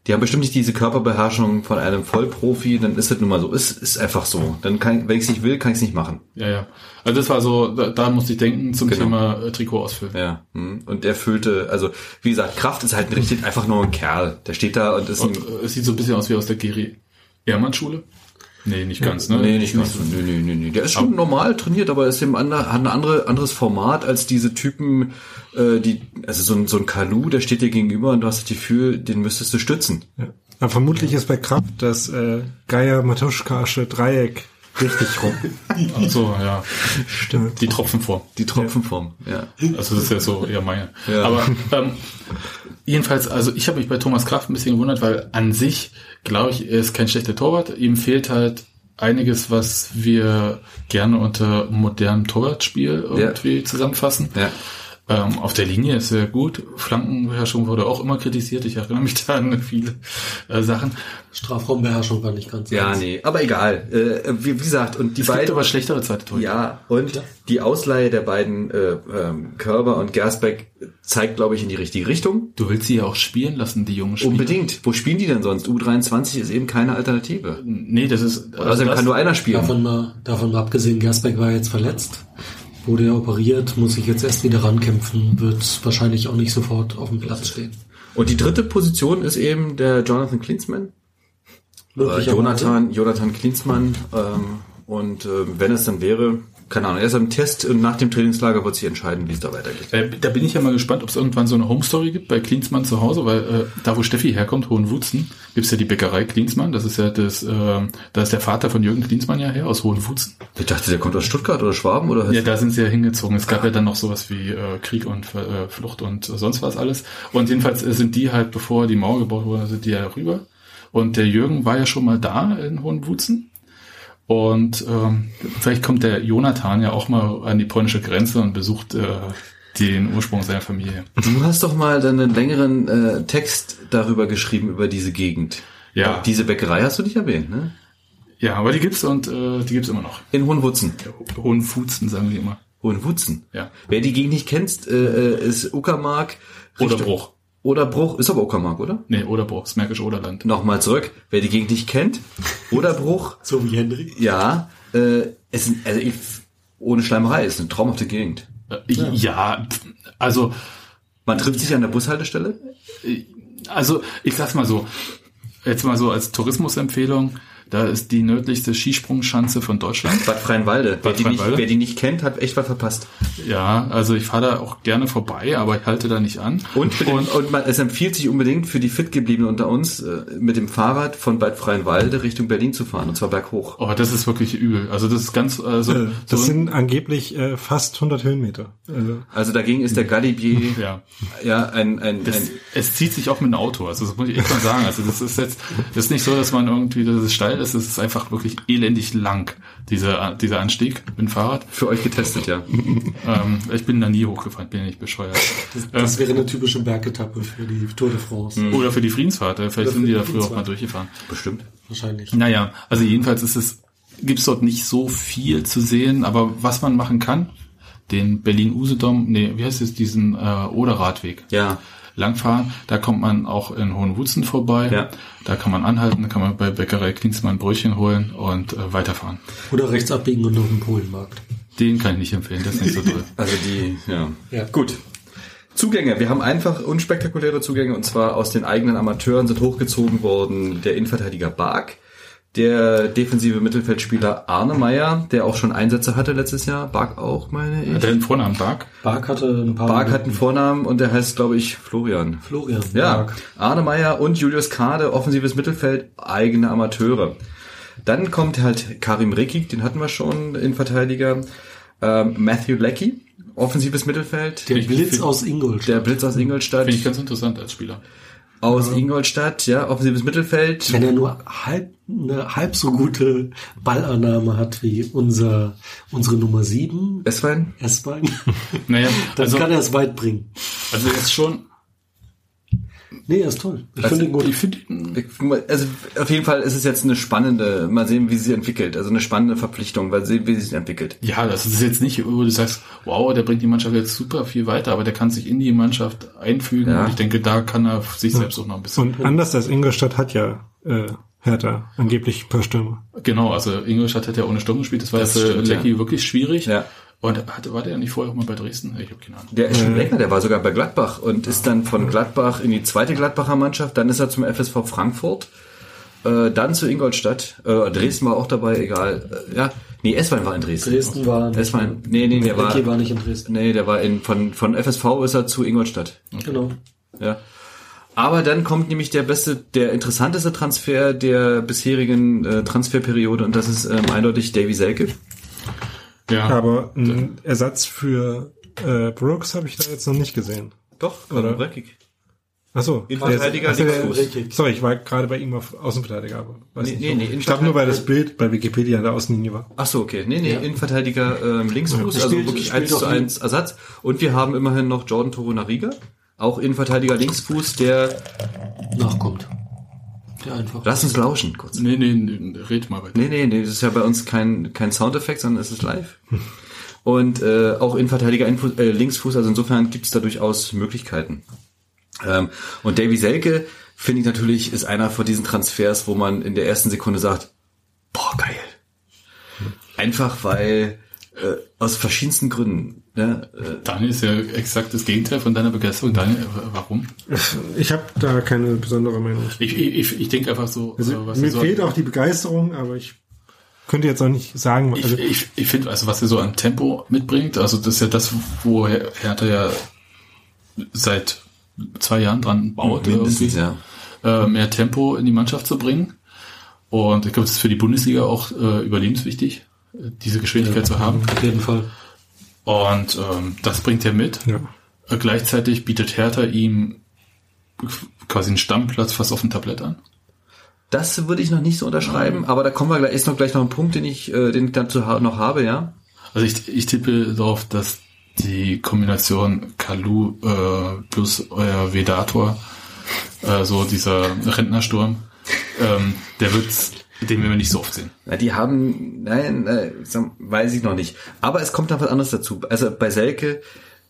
Die haben bestimmt nicht diese Körperbeherrschung von einem Vollprofi, dann ist das nun mal so. Ist, ist einfach so. Dann kann, wenn ich es nicht will, kann ich es nicht machen. Ja, ja. Also das war so, da, da musste ich denken zum Genau. Thema äh, Trikot ausfüllen. Ja. hm. Und der füllte, also wie gesagt, Kraft ist halt ein richtig einfach nur ein Kerl. Der steht da und ist Und ein, äh, es sieht so ein bisschen aus wie aus der Geri Ehrmann-Schule. Nee, nicht ganz, ne? nee, nicht ganz so. Nee, nee, nee, nee. Der ist schon normal trainiert, aber ist eben ander, hat ein andere, anderes Format als diese Typen, äh, die, also so ein, so ein Kalu, der steht dir gegenüber und du hast das Gefühl, den müsstest du stützen. Ja. Aber vermutlich ist bei Kraft das äh, Geier-Matuschkasche Dreieck richtig rum. Ach so, ja. Stimmt. Die Tropfenform. Die Tropfenform, ja. Also das ist ja so eher meine. Ja. Aber ähm, jedenfalls, also ich habe mich bei Thomas Kraft ein bisschen gewundert, weil an sich, glaube ich, er ist kein schlechter Torwart. Ihm fehlt halt einiges, was wir gerne unter modernem Torwartspiel irgendwie ja. zusammenfassen. Ja. Ähm, auf der Linie ist er gut. Flankenbeherrschung wurde auch immer kritisiert. Ich erinnere mich da an viele äh, Sachen. Strafraumbeherrschung war nicht ganz. Ja, ganz. nee, aber egal. Äh, wie, wie gesagt, und die es beiden. gibt aber schlechtere zweite Torhüter. Ja, und Klar. die Ausleihe der beiden äh, ähm, Körber und Gersbeck zeigt, glaube ich, in die richtige Richtung. Du willst sie ja auch spielen lassen, die jungen Spieler. Unbedingt. Wo spielen die denn sonst? U dreiundzwanzig ist eben keine Alternative. Nee, das ist... Also das, kann nur einer spielen. Davon mal, davon mal abgesehen, Gersbeck war jetzt verletzt. Wurde er operiert, muss sich jetzt erst wieder rankämpfen, wird wahrscheinlich auch nicht sofort auf dem Platz stehen. Und die dritte Position ist eben der Jonathan Klinsmann. Äh, Jonathan, Jonathan Klinsmann. Ähm, und äh, wenn es dann wäre, keine Ahnung, erst am Test und nach dem Trainingslager wird sich entscheiden, wie es da weitergeht. Äh, da bin ich ja mal gespannt, ob es irgendwann so eine Home-Story gibt bei Klinsmann zu Hause, weil äh, da, wo Steffi herkommt, Hohenwutzen, gibt's ja die Bäckerei Klinsmann. Das ist ja das, äh, da ist der Vater von Jürgen Klinsmann ja her, aus Hohenwutzen. Ich dachte, der kommt aus Stuttgart oder Schwaben oder? Ja, da sind sie ja hingezogen. Es gab ja dann noch sowas wie äh, Krieg und äh, Flucht und sonst was alles. Und jedenfalls sind die halt, bevor die Mauer gebaut wurde, sind die ja rüber. Und der Jürgen war ja schon mal da in Hohenwutzen. Und ähm, vielleicht kommt der Jonathan ja auch mal an die polnische Grenze und besucht äh, den Ursprung seiner Familie. Du hast doch mal dann einen längeren äh, Text darüber geschrieben, über diese Gegend. Ja. Diese Bäckerei hast du nicht erwähnt, ne? Ja, aber die gibt's und äh, die gibt's immer noch. In Hohenwutzen. Hohenfutzen sagen die immer. Hohenwutzen. Ja. Wer die Gegend nicht kennt, äh, ist Uckermark. Oder Richtung- Bruch. Oder Bruch. Ist aber Uckermark, oder? Nee, Oderbruch, das Märkische Oderland. Nochmal zurück. Wer die Gegend nicht kennt, Oderbruch. So wie Henry. Ja, äh, es ist, also ich, ohne Schleimerei, ist eine traumhafte Gegend. Äh, ja. ja, also, Man trifft sich an der Bushaltestelle. also ich sag's mal so, jetzt mal so als Tourismusempfehlung, da ist die nördlichste Skisprungschanze von Deutschland. Bad Freienwalde. Wer, Bad die nicht, Freienwalde? wer die nicht kennt, hat echt was verpasst. Ja, also ich fahre da auch gerne vorbei, aber ich halte da nicht an. Und, für den, und man, es empfiehlt sich unbedingt für die Fitgebliebenen unter uns, äh, mit dem Fahrrad von Bad Freienwalde Richtung Berlin zu fahren, und zwar berghoch. Oh, das ist wirklich übel. Also das ist ganz, also Äh, das so, sind angeblich äh, fast hundert Höhenmeter. Also, Also dagegen ist der Galibier ja. ja ein, ein, Das, ein es zieht sich auch mit einem Auto, also das muss ich echt mal sagen. Also das ist jetzt, das ist nicht so, dass man irgendwie, dass es steil ist, es ist einfach wirklich elendig lang, dieser, dieser Anstieg mit dem Fahrrad. für euch getestet, ja. Ähm, ich bin da nie hochgefahren, bin ja nicht bescheuert. Das, das wäre eine typische Bergetappe für die Tour de France. Oder für die Friedensfahrt, äh, vielleicht Oder sind für die die da früher auch mal Friedensfahrt. durchgefahren. Bestimmt. Wahrscheinlich. Naja, also jedenfalls ist es, gibt's dort nicht so viel zu sehen, aber was man machen kann, den Berlin-Usedom, nee, wie heißt es, diesen äh, Oder-Radweg. Ja. Langfahren, da kommt man auch in Hohenwutzen vorbei, Ja. da kann man anhalten, da kann man bei Bäckerei Klinsmann ein Brötchen holen und äh, weiterfahren. Oder rechts abbiegen und auf den Polenmarkt. Den kann ich nicht empfehlen, das ist nicht so toll. Also die, ja. Ja. Gut. Zugänge. Wir haben einfach unspektakuläre Zugänge, und zwar aus den eigenen Amateuren sind hochgezogen worden der Innenverteidiger Bark, der defensive Mittelfeldspieler Arne Meyer, der auch schon Einsätze hatte letztes Jahr. Bark auch, meine ich. Hat er den Vornamen Bark? Bark hatte ein paar... Bark hat einen Vornamen und der heißt, glaube ich, Florian. Florian. Ja, Bark. Arne Meyer und Julius Kade, offensives Mittelfeld, eigene Amateure. Dann kommt halt Karim Rekik, den hatten wir schon, Innenverteidiger. Ähm, Matthew Leckie, offensives Mittelfeld. Der Ich- Blitz ich- aus Ingolstadt. Der Blitz aus Ingolstadt. Finde ich ganz interessant als Spieler. Aus Ingolstadt, ja, offensives Mittelfeld. Wenn er nur halb, eine halb so gute Ballannahme hat wie unser, unsere Nummer sieben, Esswein. S-Bein, Naja, dann also, kann er es weit bringen. also er ist schon, Nee, er ist toll. Ich Also, finde ihn gut. Ich finde ihn, Also auf jeden Fall ist es jetzt eine spannende, mal sehen, wie sie sich entwickelt. Also eine spannende Verpflichtung, weil sehen, wie sie sich entwickelt. ja, das ist jetzt nicht, wo du sagst, wow, der bringt die Mannschaft jetzt super viel weiter, aber der kann sich in die Mannschaft einfügen. Ja. Und ich denke, da kann er sich selbst auch noch ein bisschen. Und anders als Ingolstadt hat ja äh, Hertha angeblich ein paar Stürmer. Genau, also Ingolstadt hat ja ohne Sturm gespielt, das war Das ja für stimmt, Lecky ja. wirklich schwierig. Ja. Und hatte, war der ja nicht vorher auch mal bei Dresden? Ich habe keine Ahnung. Der ist schon länger, der war sogar bei Gladbach und ist dann von Gladbach in die zweite Gladbacher Mannschaft, dann ist er zum F S V Frankfurt, äh, dann zu Ingolstadt, äh, Dresden war auch dabei, egal. Äh, ja, nee, Esswein war in Dresden. Dresden war nicht. Esswein, nee, nee, der war, Lecky war nicht in Dresden. nee, der war in, von, von F S V ist er zu Ingolstadt. Genau. Ja. Aber dann kommt nämlich der beste, der interessanteste Transfer der bisherigen äh, Transferperiode und das ist ähm, eindeutig Davy Selke. Ja, Aber einen Ersatz für äh, Brooks habe ich da jetzt noch nicht gesehen. Doch, Oder? Dreckig. Ach so. Innenverteidiger, Ach so, der- Linksfuß. Sorry, ich war gerade bei ihm auf Außenverteidiger, aber weiß Nee, nicht. nee, warum. nee, ich glaube nur, weil das Innenverteidiger- Bild bei Wikipedia an der Außenlinie war. Ach so, okay. Nee, nee, Ja. Innenverteidiger ähm, Linksfuß, Ja, also spielt- wirklich spielt eins doch zu eins Ersatz. Und wir haben immerhin noch Jordan Torunariga, auch Innenverteidiger Linksfuß, der... Nachkommt. Der einfach. Lass uns lauschen, kurz. nee, nee, nee, red mal weiter. Nee, nee, nee, das ist ja bei uns kein, kein Soundeffekt, sondern es ist live. Und äh, auch Innenverteidiger Info, äh, Linksfuß, also insofern gibt es da durchaus Möglichkeiten. Ähm, und Davy Selke, finde ich natürlich, ist einer von diesen Transfers, wo man in der ersten Sekunde sagt, boah, geil. Einfach weil, äh, aus verschiedensten Gründen. Ne, äh, Daniel ist ja exakt das Gegenteil von deiner Begeisterung. Daniel, äh, warum? Ich habe da keine besondere Meinung. Ich, ich, ich denke einfach so, Also, äh, was mir er so fehlt auch die Begeisterung, aber ich könnte jetzt auch nicht sagen, Ich, also ich, ich finde, also was er so an Tempo mitbringt, also das ist ja das, wo Her- Hertha ja seit zwei Jahren dran baut, mindestens, irgendwie, ja. äh, mehr Tempo in die Mannschaft zu bringen. Und ich glaube, das ist für die Bundesliga auch äh, überlebenswichtig, äh, diese Geschwindigkeit zu haben. Auf jeden Fall. Und ähm, das bringt er mit. ja. Äh, gleichzeitig bietet Hertha ihm quasi einen Stammplatz fast auf dem Tablett an. Das würde ich noch nicht so unterschreiben, aber da kommen wir gleich, ist noch gleich noch ein Punkt, den ich, äh, den ich dazu ha- noch habe, ja. Also ich, ich tippe darauf, dass die Kombination Kalu äh, plus euer Vedator, äh, so dieser Rentnersturm, ähm, der wird, den werden wir nicht so oft sehen. Na, die haben, nein, äh, sag- weiß ich noch nicht. Aber es kommt noch was anderes dazu. Also bei Selke,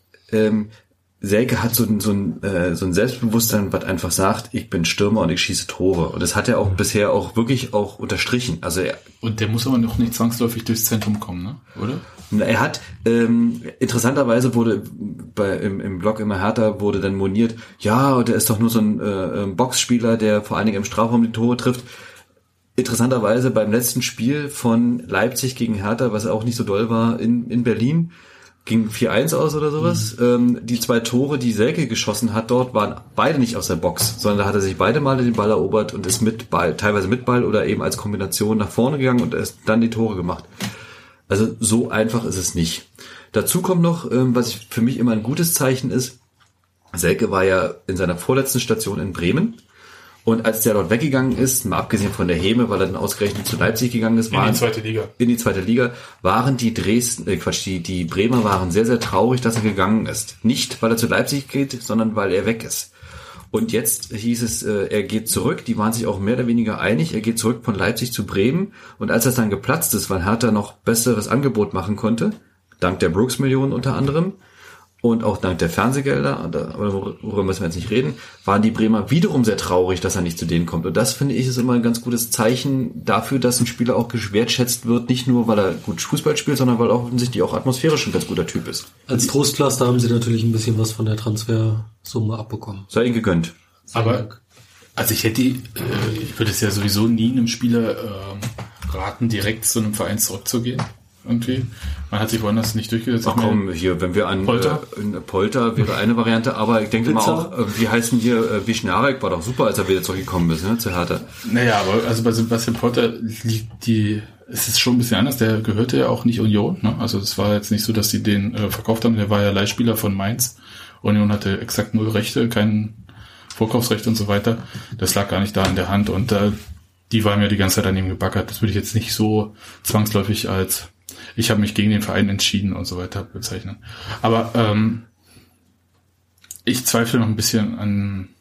ähm, Selke hat so ein, so ein, äh, so ein Selbstbewusstsein, was einfach sagt, ich bin Stürmer und ich schieße Tore. Und das hat er auch bisher auch wirklich auch unterstrichen. Also er, Und der muss aber noch nicht zwangsläufig durchs Zentrum kommen, ne? Oder? er hat, ähm, interessanterweise wurde bei, im, im Blog immer Hertha wurde dann moniert, ja, der ist doch nur so ein äh, Boxspieler, der vor allen Dingen im Strafraum die Tore trifft. Interessanterweise beim letzten Spiel von Leipzig gegen Hertha, was auch nicht so doll war, in, in Berlin, ging vier eins aus oder sowas. Mhm. Ähm, die zwei Tore, die Selke geschossen hat dort, waren beide nicht aus der Box, sondern da hat er sich beide Male den Ball erobert und ist mit Ball, teilweise mit Ball oder eben als Kombination nach vorne gegangen und ist dann die Tore gemacht. Also so einfach ist es nicht. Dazu kommt noch, ähm, was ich, für mich immer ein gutes Zeichen ist, Selke war ja in seiner vorletzten Station in Bremen. Und als der dort weggegangen ist, mal abgesehen von der Häme, weil er dann ausgerechnet zu Leipzig gegangen ist, waren, In die zweite Liga. in die zweite Liga, waren die Dresden, äh Quatsch, die, die Bremer waren sehr, sehr traurig, dass er gegangen ist. Nicht, weil er zu Leipzig geht, sondern weil er weg ist. Und jetzt hieß es, äh, er geht zurück, die waren sich auch mehr oder weniger einig, er geht zurück von Leipzig zu Bremen. Und als das dann geplatzt ist, weil Hertha noch besseres Angebot machen konnte, dank der Brooks-Millionen unter anderem, und auch dank der Fernsehgelder, aber worüber müssen wir jetzt nicht reden, waren die Bremer wiederum sehr traurig, dass er nicht zu denen kommt. Und das, finde ich, ist immer ein ganz gutes Zeichen dafür, dass ein Spieler auch gewertschätzt wird, nicht nur, weil er gut Fußball spielt, sondern weil er offensichtlich auch atmosphärisch ein ganz guder Typ ist. Als Trostpflaster haben sie natürlich ein bisschen was von der Transfersumme abbekommen. Sei ihm gegönnt. Aber, also ich hätte, äh, ich würde es ja sowieso nie einem Spieler äh, raten, direkt zu einem Verein zurückzugehen. Irgendwie. Man hat sich woanders nicht durchgesetzt. Ach komm, hier, wenn wir an Polter? Äh, in Polter wäre eine Variante, aber ich denke mal Pizza? auch, äh, wie heißen hier, äh, Wischnarek war doch super, als er wieder zurückgekommen ist, ne, zu Hertha. Naja, aber also bei Sebastian Polter liegt die, es ist schon ein bisschen anders, der gehörte ja auch nicht Union, ne? Also es war jetzt nicht so, dass die den äh, verkauft haben, der war ja Leihspieler von Mainz. Union hatte exakt null Rechte, kein Vorkaufsrecht und so weiter. Das lag gar nicht da in der Hand und äh, die waren ja die ganze Zeit an ihm gebackert. Das würde ich jetzt nicht so zwangsläufig als ich habe mich gegen den Verein entschieden und so weiter bezeichnen. Aber ähm, ich zweifle noch ein bisschen an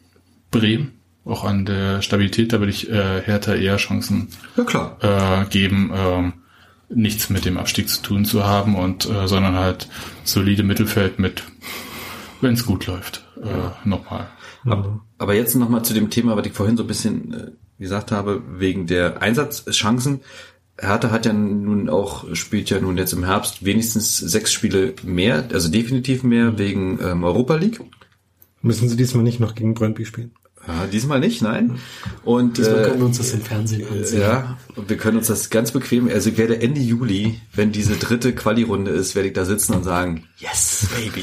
Bremen. Auch an der Stabilität, da würde ich äh, Hertha eher Chancen Ja, klar. Äh, geben, ähm, nichts mit dem Abstieg zu tun zu haben und äh, sondern halt solide Mittelfeld mit, wenn es gut läuft, äh, nochmal. Aber, aber jetzt nochmal zu dem Thema, was ich vorhin so ein bisschen äh, gesagt habe, wegen der Einsatzchancen. Hertha hat ja nun auch, spielt ja nun jetzt im Herbst wenigstens sechs Spiele mehr, also definitiv mehr wegen ähm, Europa League. Müssen sie diesmal nicht noch gegen Brøndby spielen? Ja, diesmal nicht, nein. Und Diesmal äh, können wir uns das im Fernsehen ansehen. ja, und wir können uns das ganz bequem, also ich werde Ende Juli, wenn diese dritte Quali-Runde ist, werde ich da sitzen und sagen, yes, baby.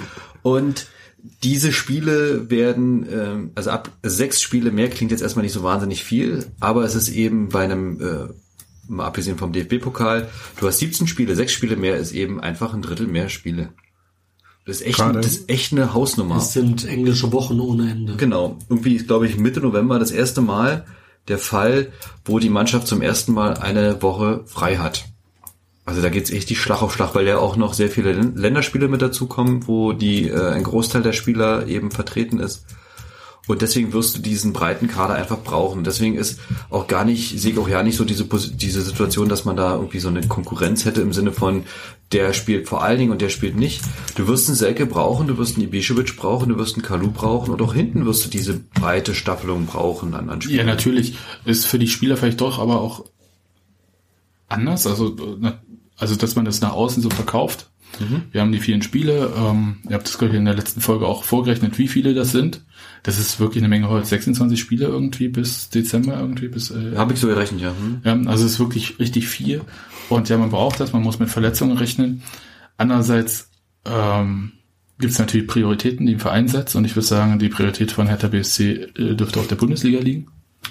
Und diese Spiele werden, ähm, also ab sechs Spiele mehr klingt jetzt erstmal nicht so wahnsinnig viel, aber es ist eben bei einem, äh, mal abgesehen vom D F B-Pokal, du hast siebzehn Spiele, sechs Spiele mehr ist eben einfach ein Drittel mehr Spiele. Das ist echt, Gerade. das ist echt eine Hausnummer. Es sind englische Wochen ohne Ende. Genau. Irgendwie ist, glaube ich, Mitte November das erste Mal der Fall, wo die Mannschaft zum ersten Mal eine Woche frei hat. Also da geht's echt die Schlag auf Schlag, weil ja auch noch sehr viele Länderspiele mit dazukommen, wo die äh, ein Großteil der Spieler eben vertreten ist. Und deswegen wirst du diesen breiten Kader einfach brauchen. Deswegen ist auch gar nicht, sehe ich auch ja nicht so diese diese Situation, dass man da irgendwie so eine Konkurrenz hätte im Sinne von, der spielt vor allen Dingen und der spielt nicht. Du wirst einen Selke brauchen, du wirst einen Ibišević brauchen, du wirst einen Kalu brauchen und auch hinten wirst du diese breite Staffelung brauchen an, an Spielern. Ja, natürlich ist für die Spieler vielleicht doch aber auch anders, also also dass man das nach außen so verkauft. Mhm. Wir haben die vielen Spiele, ähm, ihr habt das glaube ich in der letzten Folge auch vorgerechnet, wie viele das sind. Das ist wirklich eine Menge Holz. sechsundzwanzig Spiele irgendwie bis Dezember irgendwie bis. Äh, Habe ich so gerechnet, ja. Hm. Ja, also es ist wirklich richtig viel. Und ja, man braucht das, man muss mit Verletzungen rechnen. Andererseits ähm, gibt es natürlich Prioritäten, die im Verein setzt. Und ich würde sagen, die Priorität von Hertha B S C äh, dürfte auf der Bundesliga liegen.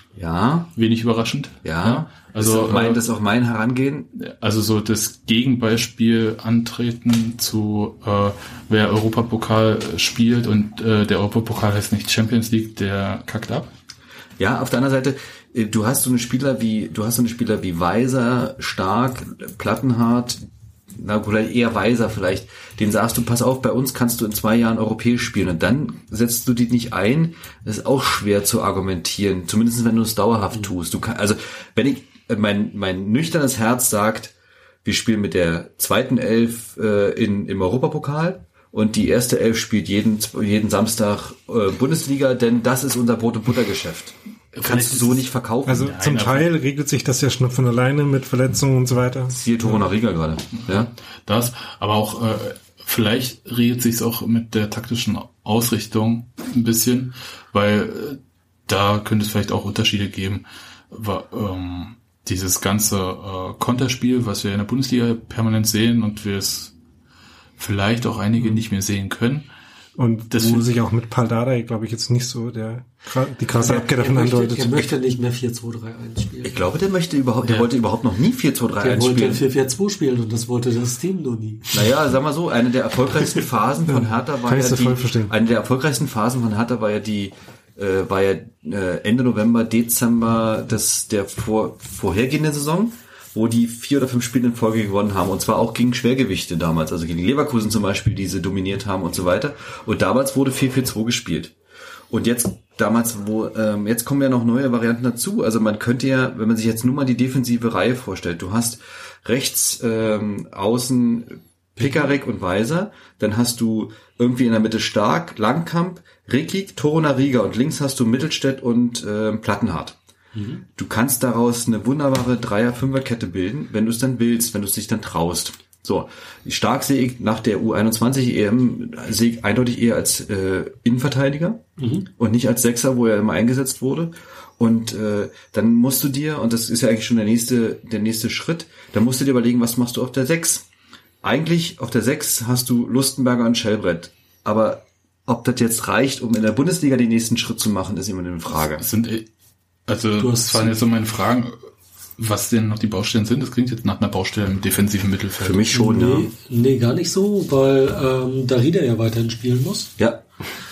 Ja. Wenig überraschend. Ja. ja. Also das ist, mein, äh, das ist auch mein Herangehen. Also so das Gegenbeispiel antreten zu äh, wer Europapokal spielt und äh, der Europapokal heißt nicht Champions League, der kackt ab. Ja, auf der anderen Seite, du hast so eine Spieler wie, du hast so eine Spieler wie Weiser, Stark, Plattenhardt, na, vielleicht eher Weiser vielleicht, den sagst du, pass auf, bei uns kannst du in zwei Jahren europäisch spielen und dann setzt du die nicht ein. Das ist auch schwer zu argumentieren, zumindest wenn du es dauerhaft tust. Du kann, also wenn ich, mein, mein nüchternes Herz sagt, wir spielen mit der zweiten Elf äh, in, im Europapokal und die erste Elf spielt jeden, jeden Samstag äh, Bundesliga, denn das ist unser Brot- und Buttergeschäft. Kannst du so nicht verkaufen. Also Nein, zum Teil regelt sich das ja schon von alleine mit Verletzungen und so weiter. Siehe Toruna Riga gerade. Ja? Das, aber auch äh, vielleicht regelt sich's auch mit der taktischen Ausrichtung ein bisschen, weil äh, da könnte es vielleicht auch Unterschiede geben. War, ähm, dieses ganze äh, Konterspiel, was wir in der Bundesliga permanent sehen und wir es vielleicht auch einige nicht mehr sehen können. Und das wo sich auch mit Paldada, glaube ich, jetzt nicht so der die krasse Abkehr davon er möchte, andeutet. er möchte nicht mehr vier zwei drei eins spielen. Ich glaube, der möchte überhaupt, der Ja. wollte überhaupt noch nie vier zwei drei Der eins wollte spielen. vier vier zwei spielen und das wollte das Team nur nie. Naja, sag mal so, eine der erfolgreichsten Phasen von Hertha war Kann ich ja so voll die, verstehen. eine der erfolgreichsten Phasen von Hertha war ja die, äh, war ja äh, Ende November, Dezember des der vor, vorhergehenden Saison, wo die vier oder fünf Spiele in Folge gewonnen haben und zwar auch gegen Schwergewichte damals, also gegen Leverkusen zum Beispiel, die sie dominiert haben und so weiter. Und damals wurde vier vier zwei gespielt. Und jetzt damals, wo ähm, jetzt kommen ja noch neue Varianten dazu. Also man könnte ja, wenn man sich jetzt nur mal die defensive Reihe vorstellt, du hast rechts ähm, außen Pikarek und Weiser, dann hast du irgendwie in der Mitte Stark, Langkamp, Rickig, Toruna Riga und links hast du Mittelstädt und ähm, Plattenhardt. Mhm. Du kannst daraus eine wunderbare Dreier-Fünfer-Kette bilden, wenn du es dann willst, wenn du es dich dann traust. So, Stark sehe ich nach der U einundzwanzig E M sehe ich eindeutig eher als äh, Innenverteidiger mhm. und nicht als Sechser, wo er immer eingesetzt wurde. Und äh, dann musst du dir, und das ist ja eigentlich schon der nächste der nächste Schritt, dann musst du dir überlegen, was machst du auf der Sechs? Eigentlich auf der Sechs hast du Lustenberger und Schellbrett, aber ob das jetzt reicht, um in der Bundesliga den nächsten Schritt zu machen, ist immer eine Frage. Das sind, also das waren jetzt so meine Fragen, was denn noch die Baustellen sind. Das klingt jetzt nach einer Baustelle im defensiven Mittelfeld. Für mich schon, nee, ja. Nee, gar nicht so, weil ähm, Darida ja weiterhin spielen muss. Ja.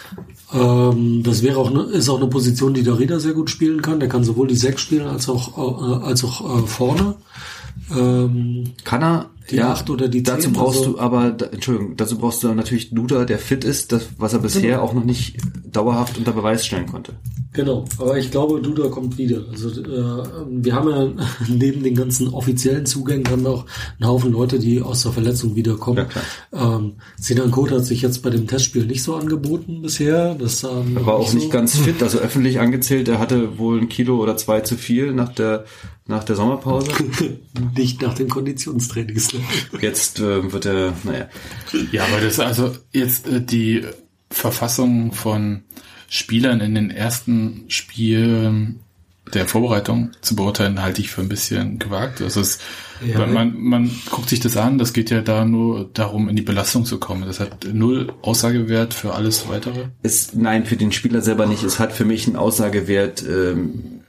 Ähm, das wäre auch ne, ist auch eine Position, die Darida sehr gut spielen kann. Der kann sowohl die Sechs spielen als auch äh, als auch äh, vorne. Ähm, Kann er, Die ja, acht oder die zehn. Dazu brauchst also, du aber, da, Entschuldigung, dazu brauchst du natürlich Duda, der fit ist, das, was er bisher genau. auch noch nicht dauerhaft unter Beweis stellen konnte. Genau, aber ich glaube, Duda kommt wieder. Also äh, wir haben ja neben den ganzen offiziellen Zugängen dann noch einen Haufen Leute, die aus der Verletzung wiederkommen. Ja, ähm, Sinan Kurt hat sich jetzt bei dem Testspiel nicht so angeboten bisher. Das ähm, er war auch nicht so. ganz fit, also öffentlich angezählt. Er hatte wohl ein Kilo oder zwei zu viel nach der nach der Sommerpause. Nicht nach dem Konditionstraining. Jetzt äh, wird er, naja. Ja, aber das also jetzt äh, die Verfassung von Spielern in den ersten Spielen der Vorbereitung zu beurteilen, halte ich für ein bisschen gewagt. Also es, ja, man, man guckt sich das an, das geht ja da nur darum, in die Belastung zu kommen. Das hat null Aussagewert für alles Weitere. Ist, nein, für den Spieler selber nicht. Es hat für mich einen Aussagewert. Ähm,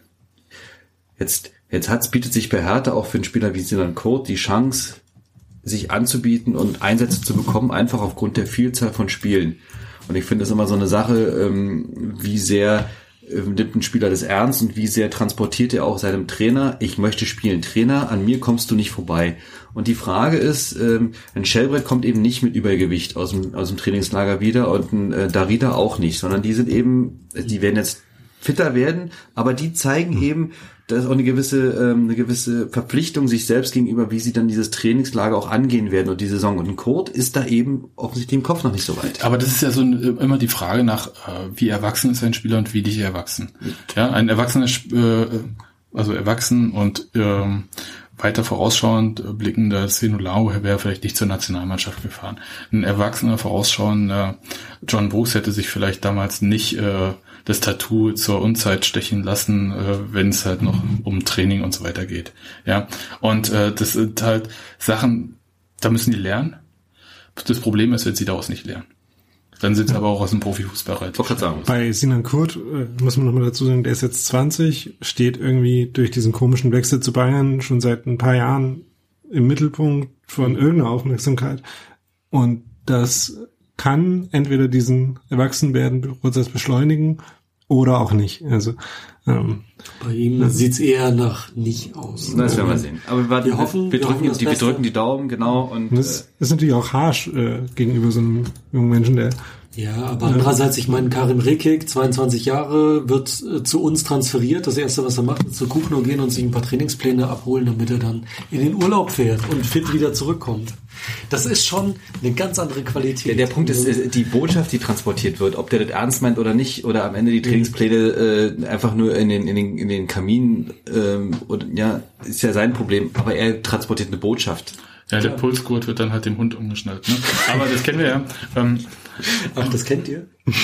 jetzt jetzt hat's, bietet sich bei Hertha auch für einen Spieler wie Sinan Kurt die Chance, sich anzubieten und Einsätze zu bekommen, einfach aufgrund der Vielzahl von Spielen. Und ich finde es immer so eine Sache, ähm, wie sehr äh, nimmt ein Spieler das ernst und wie sehr transportiert er auch seinem Trainer, ich möchte spielen. Trainer, an mir kommst du nicht vorbei. Und die Frage ist, ähm, ein Schellbrett kommt eben nicht mit Übergewicht aus dem, aus dem Trainingslager wieder und ein äh, Darida auch nicht, sondern die sind eben, die werden jetzt fitter werden, aber die zeigen mhm. eben, da ist auch eine gewisse ähm, eine gewisse Verpflichtung sich selbst gegenüber, wie sie dann dieses Trainingslager auch angehen werden und die Saison. Und ein Kurt ist da eben offensichtlich im Kopf noch nicht so weit. Aber das ist ja so ein, immer die Frage nach, äh, wie erwachsen ist ein Spieler und wie nicht erwachsen. Ja, ein erwachsener, äh, also erwachsen und ähm, weiter vorausschauend äh, blickender Senulao wäre vielleicht nicht zur Nationalmannschaft gefahren. Ein erwachsener, vorausschauender John Brooks hätte sich vielleicht damals nicht äh, das Tattoo zur Unzeit stechen lassen, äh, wenn es halt noch um Training und so weiter geht. Ja, und äh, das sind halt Sachen, da müssen die lernen. Das Problem ist, wenn sie daraus nicht lernen. Dann sind sie aber auch aus dem Profifußball raus. Bei Sinan Kurt äh, muss man nochmal dazu sagen, der ist jetzt zwanzig, steht irgendwie durch diesen komischen Wechsel zu Bayern schon seit ein paar Jahren im Mittelpunkt von irgendeiner Aufmerksamkeit. Und das kann entweder diesen Erwachsenwerden-Prozess beschleunigen oder auch nicht. Also ähm, bei ihm ja. sieht's eher nach nicht aus. Das werden wir sehen. Aber wir, wir hoffen, wir, wir, drücken, hoffen die, wir drücken die Daumen, genau. Und das äh, ist natürlich auch harsh äh, gegenüber so einem jungen Menschen, der ja, aber andererseits, ich meine, Karim Rekik, zweiundzwanzig Jahre, wird äh, zu uns transferiert. Das Erste, was er macht, ist zu Kuchno gehen und sich ein paar Trainingspläne abholen, damit er dann in den Urlaub fährt und fit wieder zurückkommt. Das ist schon eine ganz andere Qualität. Ja, der Punkt ist, die Botschaft, die transportiert wird, ob der das ernst meint oder nicht, oder am Ende die Trainingspläne äh, einfach nur in den in den in den Kamin, ähm, oder, ja, ist ja sein Problem. Aber er transportiert eine Botschaft. Ja, der Pulsgurt wird dann halt dem Hund umgeschnallt. Ne? Aber das kennen wir ja. Ähm, Ach, das kennt ihr?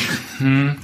Hm.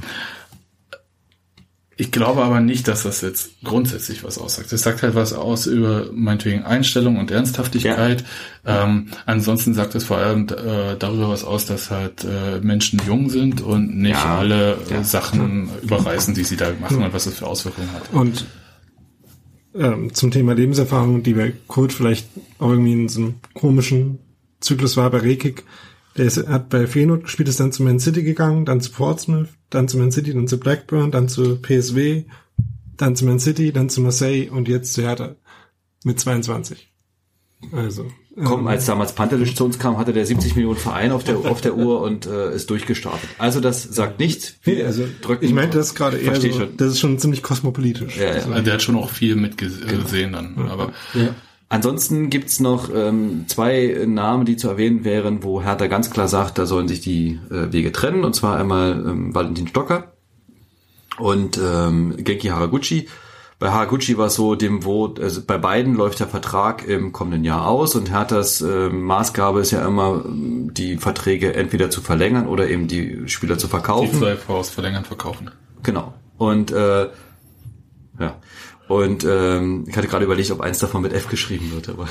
Ich glaube aber nicht, dass das jetzt grundsätzlich was aussagt. Das sagt halt was aus über meinetwegen Einstellung und Ernsthaftigkeit. Ja. Ähm, ansonsten sagt es vor allem äh, darüber was aus, dass halt äh, Menschen jung sind und nicht ja. alle äh, ja. Sachen überreißen, die sie da machen ja. und was das für Auswirkungen hat. Und ähm, zum Thema Lebenserfahrung, die bei Kurt vielleicht auch irgendwie in so einem komischen Zyklus war, bei Rekik. Der ist, hat bei Feyenoord gespielt, ist dann zu Man City gegangen, dann zu Portsmouth, dann zu Man City, dann zu Blackburn, dann zu P S V, dann zu Man City, dann zu Marseille und jetzt zu Hertha mit zweiundzwanzig. Also. Komm, ähm, als damals Pantelic zu uns kam, hatte der siebzig Millionen Verein auf der auf der Uhr und äh, ist durchgestartet. Also das sagt nichts. Nee, also ich meinte das gerade eher so, schon. Das ist schon ziemlich kosmopolitisch. Ja, ja. Also der hat schon auch viel mitgesehen dann. Ja. Aber ja. Ansonsten gibt's noch ähm, zwei Namen, die zu erwähnen wären, wo Hertha ganz klar sagt, da sollen sich die äh, Wege trennen. Und zwar einmal ähm, Valentin Stocker und ähm, Genki Haraguchi. Bei Haraguchi war es so, dem wo, also bei beiden läuft der Vertrag im kommenden Jahr aus und Herthas äh, Maßgabe ist ja immer, die Verträge entweder zu verlängern oder eben die Spieler zu verkaufen. Die zwei Voraus verlängern, verkaufen. Genau. Und äh, ja. Und ähm, ich hatte gerade überlegt, ob eins davon mit F geschrieben wird, aber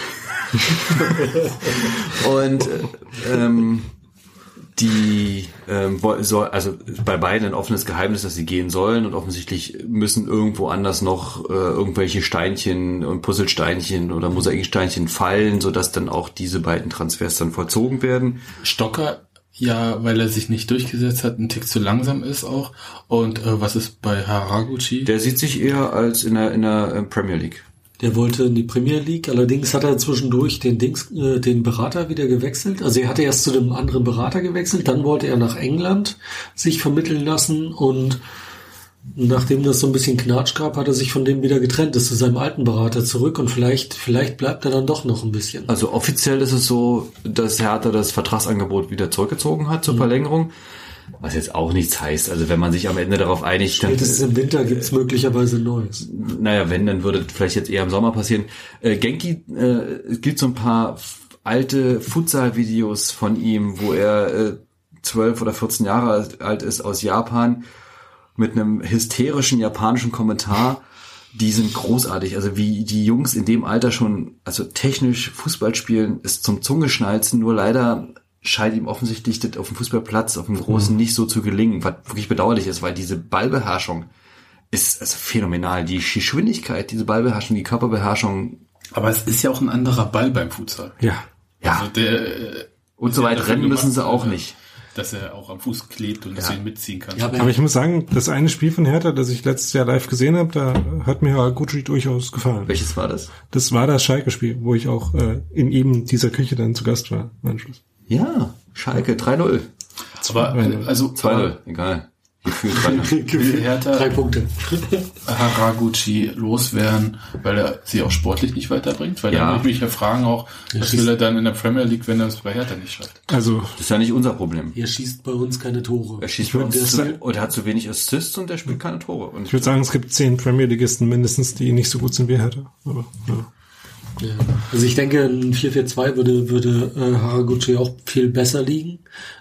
und äh, ähm, die ähm, soll, also bei beiden ein offenes Geheimnis, dass sie gehen sollen und offensichtlich müssen irgendwo anders noch äh, irgendwelche Steinchen und Puzzlesteinchen oder Mosaiksteinchen fallen, sodass dann auch diese beiden Transfers dann vollzogen werden. Stocker, ja, weil er sich nicht durchgesetzt hat, ein Tick zu langsam ist auch. Und äh, was ist bei Haraguchi? Der sieht sich eher als in der in der Premier League. Der wollte in die Premier League, allerdings hat er zwischendurch den Dings, äh, den Berater wieder gewechselt. Also er hatte erst zu einem anderen Berater gewechselt, dann wollte er nach England sich vermitteln lassen und nachdem das so ein bisschen Knatsch gab, hat er sich von dem wieder getrennt, ist zu seinem alten Berater zurück und vielleicht, vielleicht bleibt er dann doch noch ein bisschen. Also offiziell ist es so, dass Hertha das Vertragsangebot wieder zurückgezogen hat zur mhm. Verlängerung. Was jetzt auch nichts heißt. Also wenn man sich am Ende darauf einigt, spätestens dann, im Winter gibt es möglicherweise Neues. Naja, wenn, dann würde vielleicht jetzt eher im Sommer passieren. Äh, Genki, äh, es gibt so ein paar f- alte Futsal-Videos von ihm, wo er zwölf äh, oder vierzehn Jahre alt ist, aus Japan, mit einem hysterischen japanischen Kommentar. Die sind großartig. Also wie die Jungs in dem Alter schon, also technisch Fußball spielen, ist zum Zungeschnalzen, nur leider scheint ihm offensichtlich das auf dem Fußballplatz, auf dem Großen, nicht so zu gelingen, was wirklich bedauerlich ist, weil diese Ballbeherrschung ist also phänomenal. Die Geschwindigkeit, diese Ballbeherrschung, die Körperbeherrschung. Aber es ist ja auch ein anderer Ball beim Futsal. Ja. Ja. Also der, und so weit ja rennen müssen gemacht, sie auch nicht. Dass er auch am Fuß klebt und deswegen ja. mitziehen kann. Ja, aber ich muss sagen, das eine Spiel von Hertha, das ich letztes Jahr live gesehen habe, da hat mir Haraguchi durchaus gefallen. Welches war das? Das war das Schalke-Spiel, wo ich auch äh, in eben dieser Küche dann zu Gast war im Anschluss. Ja, Schalke, drei null. Aber, also, zwei null, egal. Gefühlt drei null. Hertha Drei Punkte. Haraguchi loswerden, weil er sie auch sportlich nicht weiterbringt? Weil ja. dann würde ich mich ja fragen auch, er was will er dann in der Premier League, wenn er es bei Hertha nicht schafft? Also, das ist ja nicht unser Problem. Er schießt bei uns keine Tore. Er schießt bei uns zu, und er hat zu wenig Assists und er spielt keine Tore. Und ich würde sagen, es gibt zehn Premier-Ligisten mindestens, die nicht so gut sind wie Hertha. Aber, ja. Ja. Also ich denke, ein vier vier zwei würde würde äh, Haraguchi auch viel besser liegen.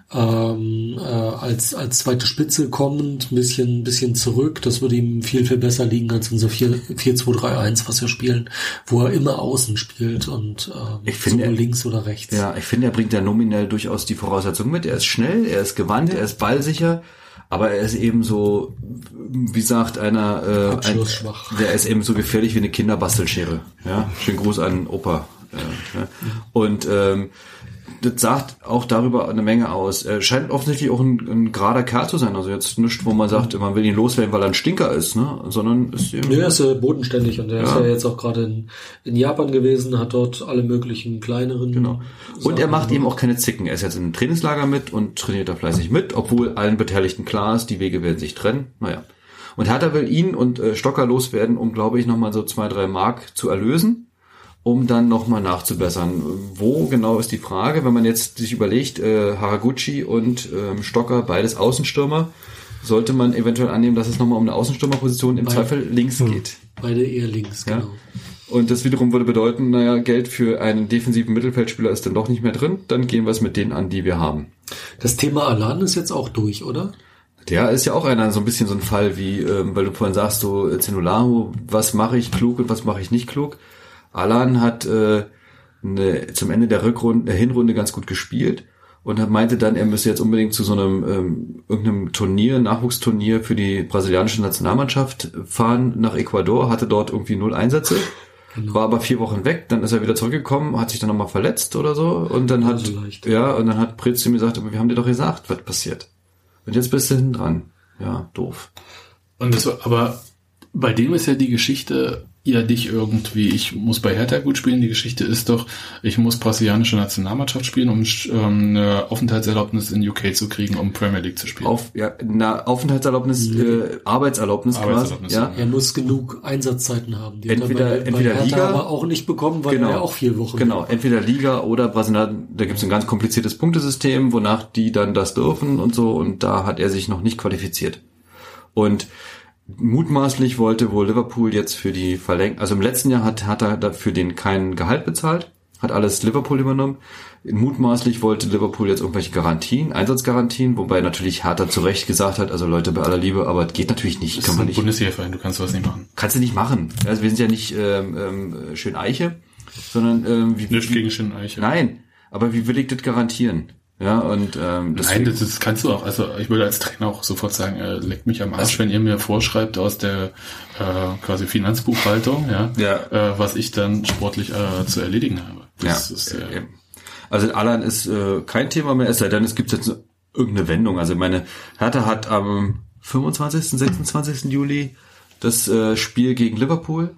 Ähm, äh, als als zweite Spitze kommend, ein bisschen bisschen zurück. Das würde ihm viel, viel besser liegen als unser vier zwei drei eins, was wir spielen, wo er immer außen spielt und ähm, ich finde, so links oder rechts. Ja, ich finde, er bringt ja nominell durchaus die Voraussetzungen mit. Er ist schnell, er ist gewandt, ja. er ist ballsicher. Aber er ist eben so, wie sagt einer, äh, ein, der ist eben so gefährlich wie eine Kinderbastelschere. Ja, schönen Gruß an Opa. Äh, ja. Und ähm, das sagt auch darüber eine Menge aus. Er scheint offensichtlich auch ein, ein gerader Kerl zu sein. Also jetzt nicht, wo man sagt, man will ihn loswerden, weil er ein Stinker ist, ne? Sondern ist eben. Ja, er ist ja bodenständig und er ja. ist ja jetzt auch gerade in, in Japan gewesen, hat dort alle möglichen kleineren. Genau. Und Sachen er macht eben auch keine Zicken. Er ist jetzt im Trainingslager mit und trainiert da fleißig mit, obwohl allen Beteiligten klar ist, die Wege werden sich trennen. Naja. Und Hertha will ihn und äh, Stocker loswerden, um, glaube ich, nochmal so zwei, drei Mark zu erlösen, um dann nochmal nachzubessern. Wo genau ist die Frage, wenn man jetzt sich überlegt, äh, Haraguchi und ähm, Stocker, beides Außenstürmer, sollte man eventuell annehmen, dass es nochmal um eine Außenstürmerposition im Beide, Zweifel links hm. geht. Beide eher links, ja? genau. Und das wiederum würde bedeuten, naja, Geld für einen defensiven Mittelfeldspieler ist dann doch nicht mehr drin, dann gehen wir es mit denen an, die wir haben. Das Thema Alan ist jetzt auch durch, oder? Der ist ja auch einer, so ein bisschen so ein Fall wie, ähm, weil du vorhin sagst, so Zenulahu, was mache ich klug und was mache ich nicht klug. Alan hat äh, eine, zum Ende der Rückrunde, der Hinrunde ganz gut gespielt und meinte dann, er müsse jetzt unbedingt zu so einem ähm, irgendeinem Turnier, Nachwuchsturnier für die brasilianische Nationalmannschaft fahren nach Ecuador, hatte dort irgendwie null Einsätze, genau. war aber vier Wochen weg, dann ist er wieder zurückgekommen, hat sich dann nochmal verletzt oder so und dann hat also ja und dann hat Pritz zu mir gesagt, aber wir haben dir doch gesagt, was passiert. Und jetzt bist du hinten dran. Ja, doof. Und das, aber bei dem ist ja die Geschichte ja nicht irgendwie, ich muss bei Hertha gut spielen, die Geschichte ist doch, ich muss brasilianische Nationalmannschaft spielen, um ähm, eine Aufenthaltserlaubnis in U K zu kriegen, um Premier League zu spielen. Auf, ja, eine Aufenthaltserlaubnis, mhm. äh, Arbeitserlaubnis, Arbeitserlaubnis quasi. Ja. Er muss genug Einsatzzeiten haben. Die entweder hat er bei, entweder bei Liga, aber auch nicht bekommen, weil genau, er auch vier Wochen. Genau, entweder Liga oder Brasilien, da gibt es ein ganz kompliziertes Punktesystem, wonach die dann das dürfen und so, und da hat er sich noch nicht qualifiziert. Und mutmaßlich wollte wohl Liverpool jetzt für die Verlängerung, also im letzten Jahr hat Hertha dafür den kein Gehalt bezahlt, hat alles Liverpool übernommen. Mutmaßlich wollte Liverpool jetzt irgendwelche Garantien, Einsatzgarantien, wobei natürlich Hertha zu Recht gesagt hat, also Leute, bei aller Liebe, aber es geht natürlich nicht. Das kann ist man ein nicht. Bundesliga-Verein, du kannst sowas nicht machen. Kannst du nicht machen. Also wir sind ja nicht ähm, ähm, schön Eiche, sondern ähm, wie, nicht gegen schön Eiche. Nein, aber wie will ich das garantieren? Ja, und ähm, Nein, das, das kannst du auch. Also ich würde als Trainer auch sofort sagen, äh, leckt mich am Arsch, also, wenn ihr mir vorschreibt aus der äh, quasi Finanzbuchhaltung, ja, ja. Äh, was ich dann sportlich äh, zu erledigen habe. Das ja, ist, äh, also Alan ist äh, kein Thema mehr, es sei denn, es gibt jetzt irgendeine Wendung. Also meine Hertha hat am fünfundzwanzigsten, sechsundzwanzigsten Juli das äh, Spiel gegen Liverpool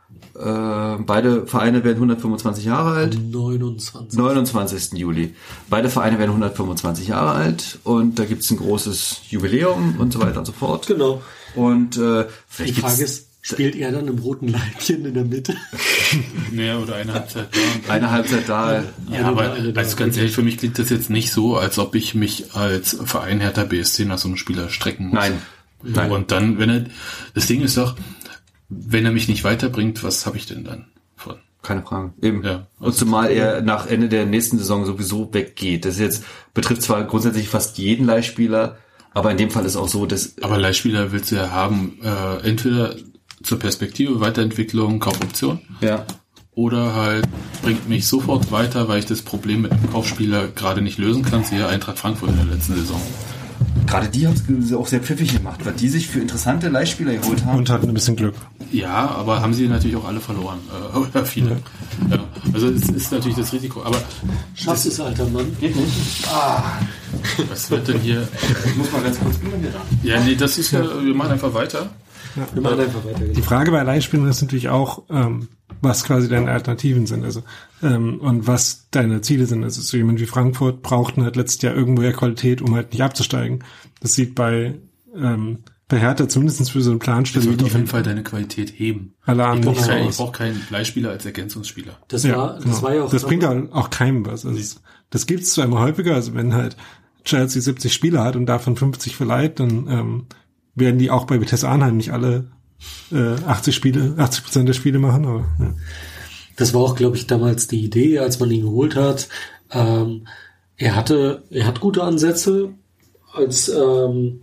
Äh, beide Vereine werden hundertfünfundzwanzig Jahre alt. neunundzwanzig neunundzwanzigsten Juli. Beide Vereine werden hundertfünfundzwanzig Jahre alt und da gibt's ein großes Jubiläum und so weiter und so fort. Genau. Und äh, die Frage ist, spielt er dann im roten Leibchen in der Mitte? Naja, oder eine Halbzeit da. Eine Halbzeit da. Ja, aber also ganz ehrlich, für mich klingt das jetzt nicht so, als ob ich mich als Verein Hertha B S C nach so einem Spieler strecken muss. Nein. Nein. Und dann, wenn er, das Ding ist doch, wenn er mich nicht weiterbringt, was habe ich denn dann von? Keine Frage. Eben. Ja, also und zumal er nach Ende der nächsten Saison sowieso weggeht. Das jetzt betrifft zwar grundsätzlich fast jeden Leihspieler, aber in dem Fall ist auch so, dass... Aber Leihspieler willst du ja haben, äh, entweder zur Perspektive, Weiterentwicklung, Kaufoption. Ja. Oder halt bringt mich sofort weiter, weil ich das Problem mit dem Kaufspieler gerade nicht lösen kann, siehe Eintracht Frankfurt in der letzten Saison. Gerade die haben es auch sehr pfiffig gemacht, weil die sich für interessante Leihspieler geholt haben. Und hatten ein bisschen Glück. Ja, aber haben sie natürlich auch alle verloren. Äh, oder viele. Ja. Ja. Also es ist natürlich das Risiko. Aber Schaffst es, alter Mann? Geht nicht. Ah. Was wird denn hier... Ich muss mal ganz kurz gucken hier da. Ja, nee, das ist ja... Wir machen einfach weiter. Ja. Wir machen einfach weiter. Die Frage bei Leihspielern ist natürlich auch, ähm, was quasi deine Alternativen sind, also ähm, und was deine Ziele sind. Also so jemand wie Frankfurt brauchten halt letztes Jahr irgendwoher Qualität, um halt nicht abzusteigen. Das sieht bei ähm, bei Hertha zumindest für so einen Plan Das wird auf jeden Fall deine Qualität heben. Alle ich brauche so kein, aus. brauch keinen Leihspieler als Ergänzungsspieler. Das Ja, war, das genau. war ja auch. Das bringt auch, auch keinem was. Also es, das gibt's zwar immer häufiger, also wenn halt Chelsea siebzig Spieler hat und davon fünfzig verleiht, dann ähm, werden die auch bei Vitesse Arnheim nicht alle äh, achtzig Spiele, achtzig Prozent der Spiele machen, aber ja. Das war auch, glaube ich, damals die Idee, als man ihn geholt hat. Ähm, er hatte, er hat gute Ansätze als ähm,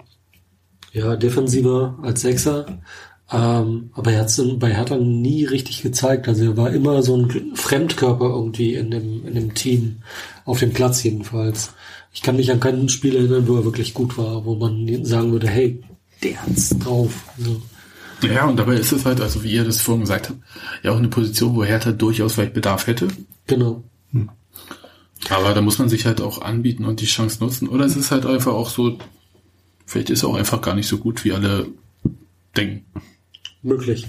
ja defensiver, als Sechser, ähm, aber er hat es bei Hertha nie richtig gezeigt. Also er war immer so ein Fremdkörper irgendwie in dem in dem Team, auf dem Platz jedenfalls. Ich kann mich an keinen Spiel erinnern, wo er wirklich gut war, wo man sagen würde, hey, der hat's drauf. So. Ja, und dabei ist es halt, also wie ihr das vorhin gesagt habt, ja auch eine Position, wo Hertha durchaus vielleicht Bedarf hätte. Genau. Hm. Aber da muss man sich halt auch anbieten und die Chance nutzen. Oder es ist halt einfach auch so, vielleicht ist er auch einfach gar nicht so gut, wie alle denken. Möglich.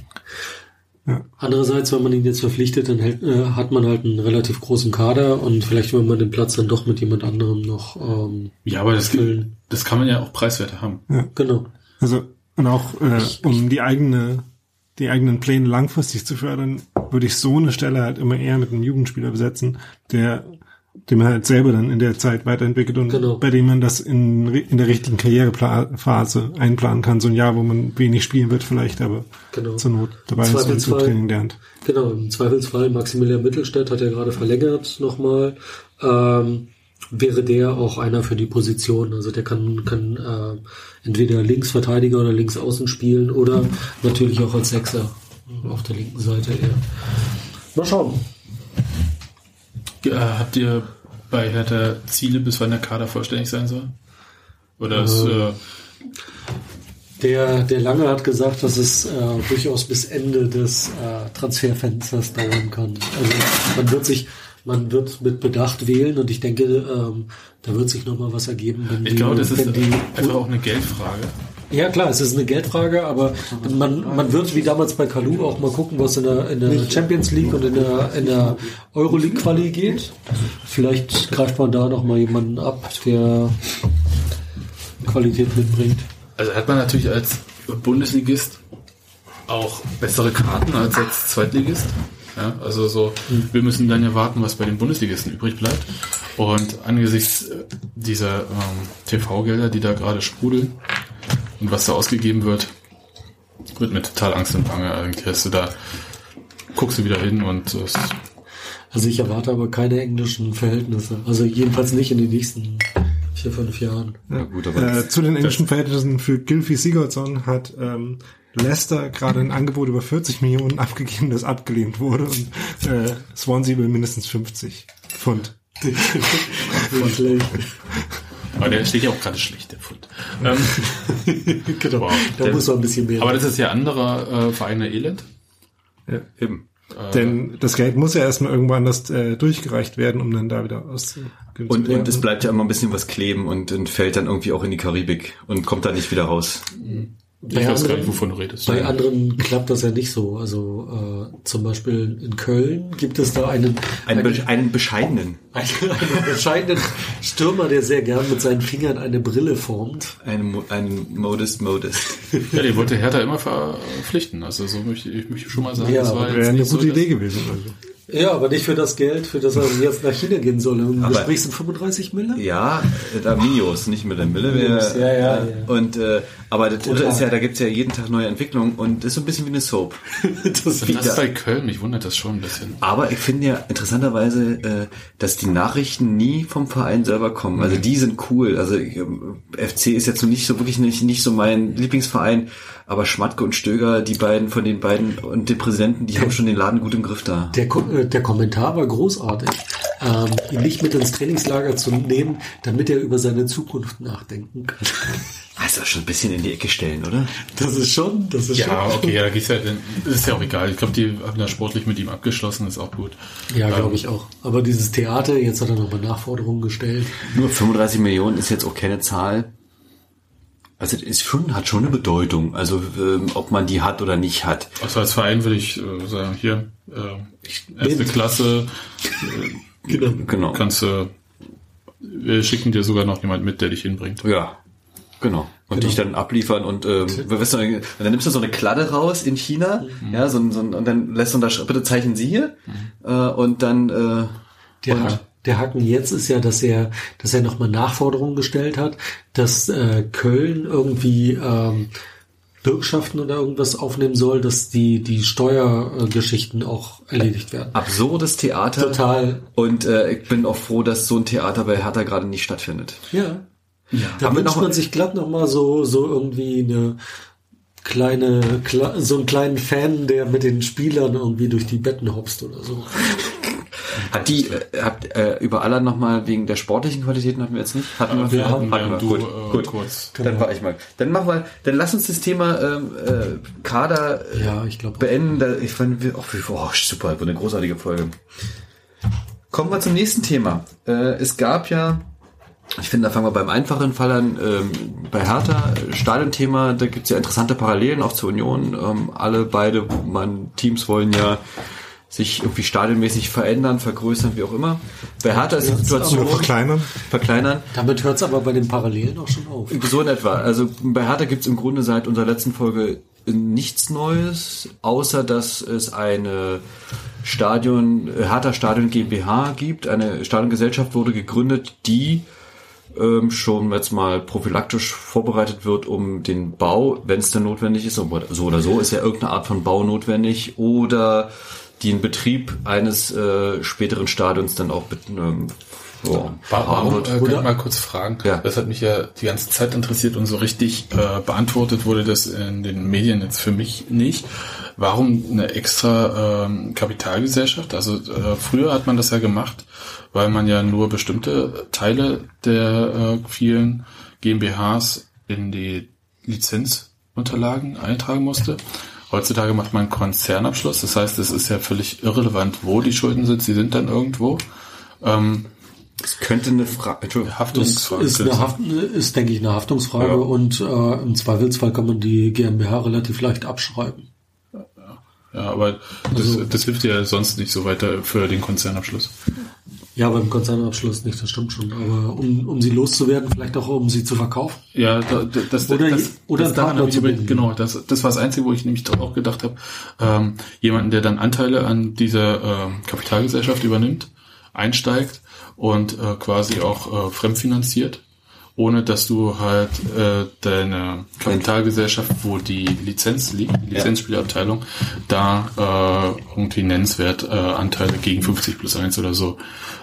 Ja. Andererseits, wenn man ihn jetzt verpflichtet, dann hält, äh, hat man halt einen relativ großen Kader und vielleicht will man den Platz dann doch mit jemand anderem noch ähm, Ja, aber das, füllen. das kann man ja auch preiswerter haben. Ja. Genau. Also und auch äh, um die eigene die eigenen Pläne langfristig zu fördern, würde ich so eine Stelle halt immer eher mit einem Jugendspieler besetzen, der den man halt selber dann in der Zeit weiterentwickelt und genau. bei dem man das in in der richtigen Karrierephase einplanen kann. So ein Jahr, wo man wenig spielen wird vielleicht, aber genau. zur Not dabei ist und zum Training lernt. Genau, im Zweifelsfall Maximilian Mittelstädt hat ja gerade verlängert nochmal. Ähm, wäre der auch einer für die Position. Also der kann kann äh, entweder Linksverteidiger oder Linksaußen spielen oder natürlich auch als Sechser auf der linken Seite eher. Mal schauen. Ja, habt ihr bei Hertha Ziele, bis wann der Kader vollständig sein soll? Oder ist, äh, Der, der Lange hat gesagt, dass es äh, durchaus bis Ende des äh, Transferfensters dauern kann. Also man wird sich, man wird mit Bedacht wählen und ich denke, ähm, da wird sich nochmal was ergeben, wenn ich die, glaube, das ist wenn die, einfach auch eine Geldfrage. ja klar, es ist eine Geldfrage, aber man, man wird wie damals bei Kalou auch mal gucken, was in der, in der Champions League und in der, in der Euroleague Quali geht. Vielleicht greift man da nochmal jemanden ab, der Qualität mitbringt. Also hat man natürlich als Bundesligist auch bessere Karten als als Zweitligist. Ja, also so, mhm. wir müssen dann ja warten, was bei den Bundesligisten übrig bleibt. Und angesichts dieser ähm, T V-Gelder, die da gerade sprudeln und was da ausgegeben wird, wird mir total Angst und Bange. Eigentlich hast du da, guckst du wieder hin und es also ich erwarte aber keine englischen Verhältnisse. Also jedenfalls nicht in den nächsten vier, fünf Jahren. Ja, gut, aber äh, zu den englischen Verhältnissen für Gylfi Sigurdsson hat ähm, Leicester gerade ein Angebot über vierzig Millionen abgegeben, das abgelehnt wurde und äh, Swansea will mindestens fünfzig Pfund. schlecht. Aber der steht ja auch gerade schlecht, der Pfund. Ähm, genau, wow, da der, muss man ein bisschen mehr. Aber das ist ja anderer äh, Vereine Elend. Ja, eben. Äh, Denn das Geld muss ja erstmal irgendwo anders äh, durchgereicht werden, um dann da wieder auszugeben. Und, und es bleibt ja immer ein bisschen was kleben und, und fällt dann irgendwie auch in die Karibik und kommt da nicht wieder raus. Ich weiß anderen, gar nicht, wovon du redest. Bei anderen klappt das ja nicht so. Also äh, zum Beispiel in Köln gibt es da einen einen, einen, einen bescheidenen einen, einen bescheidenen Stürmer, der sehr gern mit seinen Fingern eine Brille formt. Einen, einen Modest Modest. Ja, den wollte Hertha immer verpflichten. Also so möchte ich möchte schon mal sagen, ja, das war wäre eine gute so, Idee gewesen. Also. Ja, aber nicht für das Geld, für das er jetzt nach China gehen soll. Im aber Gespräch sind fünfunddreißig Mille? Ja, da Mios, nicht mit der Mille. Mios, ja, ja, ja. Und, äh, aber das Irre ist ja, da gibt's ja jeden Tag neue Entwicklungen und das ist so ein bisschen wie eine Soap. das das ist bei Köln, mich wundert das schon ein bisschen. Aber ich finde ja interessanterweise, äh, dass die Nachrichten nie vom Verein selber kommen. Also die sind cool. Also F C ist jetzt so nicht so wirklich nicht, nicht so mein Lieblingsverein, aber Schmatke und Stöger, die beiden von den beiden und den Präsidenten, die haben schon den Laden gut im Griff da. Der, der Kommentar war großartig, ähm, ihn nicht mit ins Trainingslager zu nehmen, damit er über seine Zukunft nachdenken kann. Das ist doch schon ein bisschen in die Ecke stellen, oder? Das ist schon, das ist ja, schon. Ja, okay, ja, da geht's ja, das ist ja auch egal. Ich glaube, die haben da sportlich mit ihm abgeschlossen, ist auch gut. Ja, glaube ähm, ich auch. Aber dieses Theater, jetzt hat er nochmal Nachforderungen gestellt. Nur fünfunddreißig Millionen ist jetzt auch keine Zahl. Also das ist schon, hat schon eine Bedeutung, also ähm, ob man die hat oder nicht hat. Also als Verein würde ich äh, sagen, hier, äh, erste Klasse, äh, genau. genau. kannst du, äh, wir schicken dir sogar noch jemand mit, der dich hinbringt. Ja, genau. Und genau. dich dann abliefern und ähm, weißt du, dann nimmst du so eine Kladde raus in China, mhm. ja, so, so und dann lässt du da, bitte zeichnen Sie hier, mhm. äh, und dann äh, der, und, der Haken jetzt ist ja, dass er, dass er nochmal Nachforderungen gestellt hat, dass äh, Köln irgendwie ähm, Bürgschaften oder irgendwas aufnehmen soll, dass die die Steuergeschichten auch erledigt werden. Absurdes Theater. Total. Und äh, ich bin auch froh, dass so ein Theater bei Hertha gerade nicht stattfindet. Ja. Ja. Da wünscht man sich glatt nochmal so so irgendwie eine kleine, so einen kleinen Fan, der mit den Spielern irgendwie durch die Betten hopst oder so. Hat die, äh, habt äh, über aller nochmal wegen der sportlichen Qualitäten hatten wir jetzt nicht? Hatten wir, wir hatten, hatten wir. Du, gut, äh, gut. kurz. Dann war ich mal. Dann machen wir, dann lass uns das Thema ähm, äh, Kader äh, ja, ich glaub, beenden. Da, ich fand, wir, oh, oh, super, eine großartige Folge. Kommen wir zum nächsten Thema. Äh, es gab ja, ich finde, da fangen wir beim einfachen Fall an, ähm, bei Hertha, Stadionthema, da gibt's ja interessante Parallelen auch zur Union. Ähm, alle beide, man, Teams wollen ja sich irgendwie stadionmäßig verändern, vergrößern, wie auch immer. Bei Hertha ist die Situation verkleinern. verkleinern. Damit hört es aber bei den Parallelen auch schon auf. So in etwa. Also bei Hertha gibt es im Grunde seit unserer letzten Folge nichts Neues, außer dass es eine Stadion, Hertha Stadion GmbH gibt. Eine Stadiongesellschaft wurde gegründet, die ähm, schon jetzt mal prophylaktisch vorbereitet wird, um den Bau, wenn es denn notwendig ist, so oder so, ist ja irgendeine Art von Bau notwendig, oder die in Betrieb eines äh, späteren Stadions dann auch mit ähm, oh, warum, äh, kann ich mal kurz fragen? Ja. Das hat mich ja die ganze Zeit interessiert und so richtig äh, beantwortet wurde das in den Medien jetzt für mich nicht. Warum eine extra ähm, Kapitalgesellschaft? Also äh, früher hat man das ja gemacht, weil man ja nur bestimmte Teile der äh, vielen GmbHs in die Lizenzunterlagen eintragen musste. Heutzutage macht man einen Konzernabschluss, das heißt, es ist ja völlig irrelevant, wo die Schulden sind, sie sind dann irgendwo. Ähm, es könnte eine Frage, Haftungsfrage ist, eine Haft, ist, denke ich, eine Haftungsfrage, ja. Und äh, im Zweifelsfall kann man die GmbH relativ leicht abschreiben. Ja, aber das, also, das hilft ja sonst nicht so weiter für den Konzernabschluss. Ja, beim Konzernabschluss nicht, das stimmt schon. Aber um, um sie loszuwerden, vielleicht auch um sie zu verkaufen. Ja, das, das, oder, das, oder das daran habe ich übrigens, genau, das, das war das Einzige, wo ich nämlich auch gedacht habe, ähm, jemanden, der dann Anteile an dieser ähm, Kapitalgesellschaft übernimmt, einsteigt und äh, quasi auch äh, fremdfinanziert, ohne dass du halt äh, deine Kapitalgesellschaft, wo die Lizenz liegt, die Lizenzspielabteilung, da äh, irgendwie nennenswert äh, Anteile gegen fünfzig plus eins oder so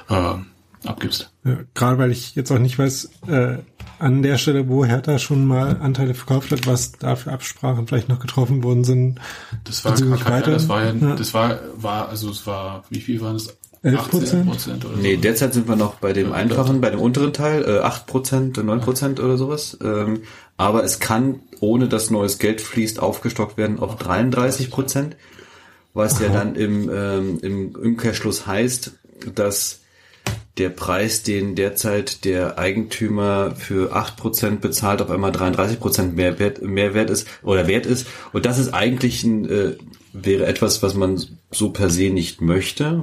äh, abgibst. Ja, gerade weil ich jetzt auch nicht weiß, äh, an der Stelle, wo Hertha schon mal Anteile verkauft hat, was da für Absprachen vielleicht noch getroffen worden sind. Das war gar keine, das war ja, ja, das war, war, also es war, wie viel waren das? elf Prozent? Oder nee, so. Derzeit sind wir noch bei dem einfachen, bei dem unteren Teil, äh, acht Prozent, neun Prozent oder sowas. Ähm, aber es kann, ohne dass neues Geld fließt, aufgestockt werden auf dreiunddreißig Prozent, was Aha. ja dann im, ähm, im Umkehrschluss heißt, dass der Preis, den derzeit der Eigentümer für acht Prozent bezahlt, auf einmal dreiunddreißig Prozent mehr wert, mehr wert ist oder wert ist. Und das ist eigentlich ein, äh, wäre etwas, was man so per se nicht möchte.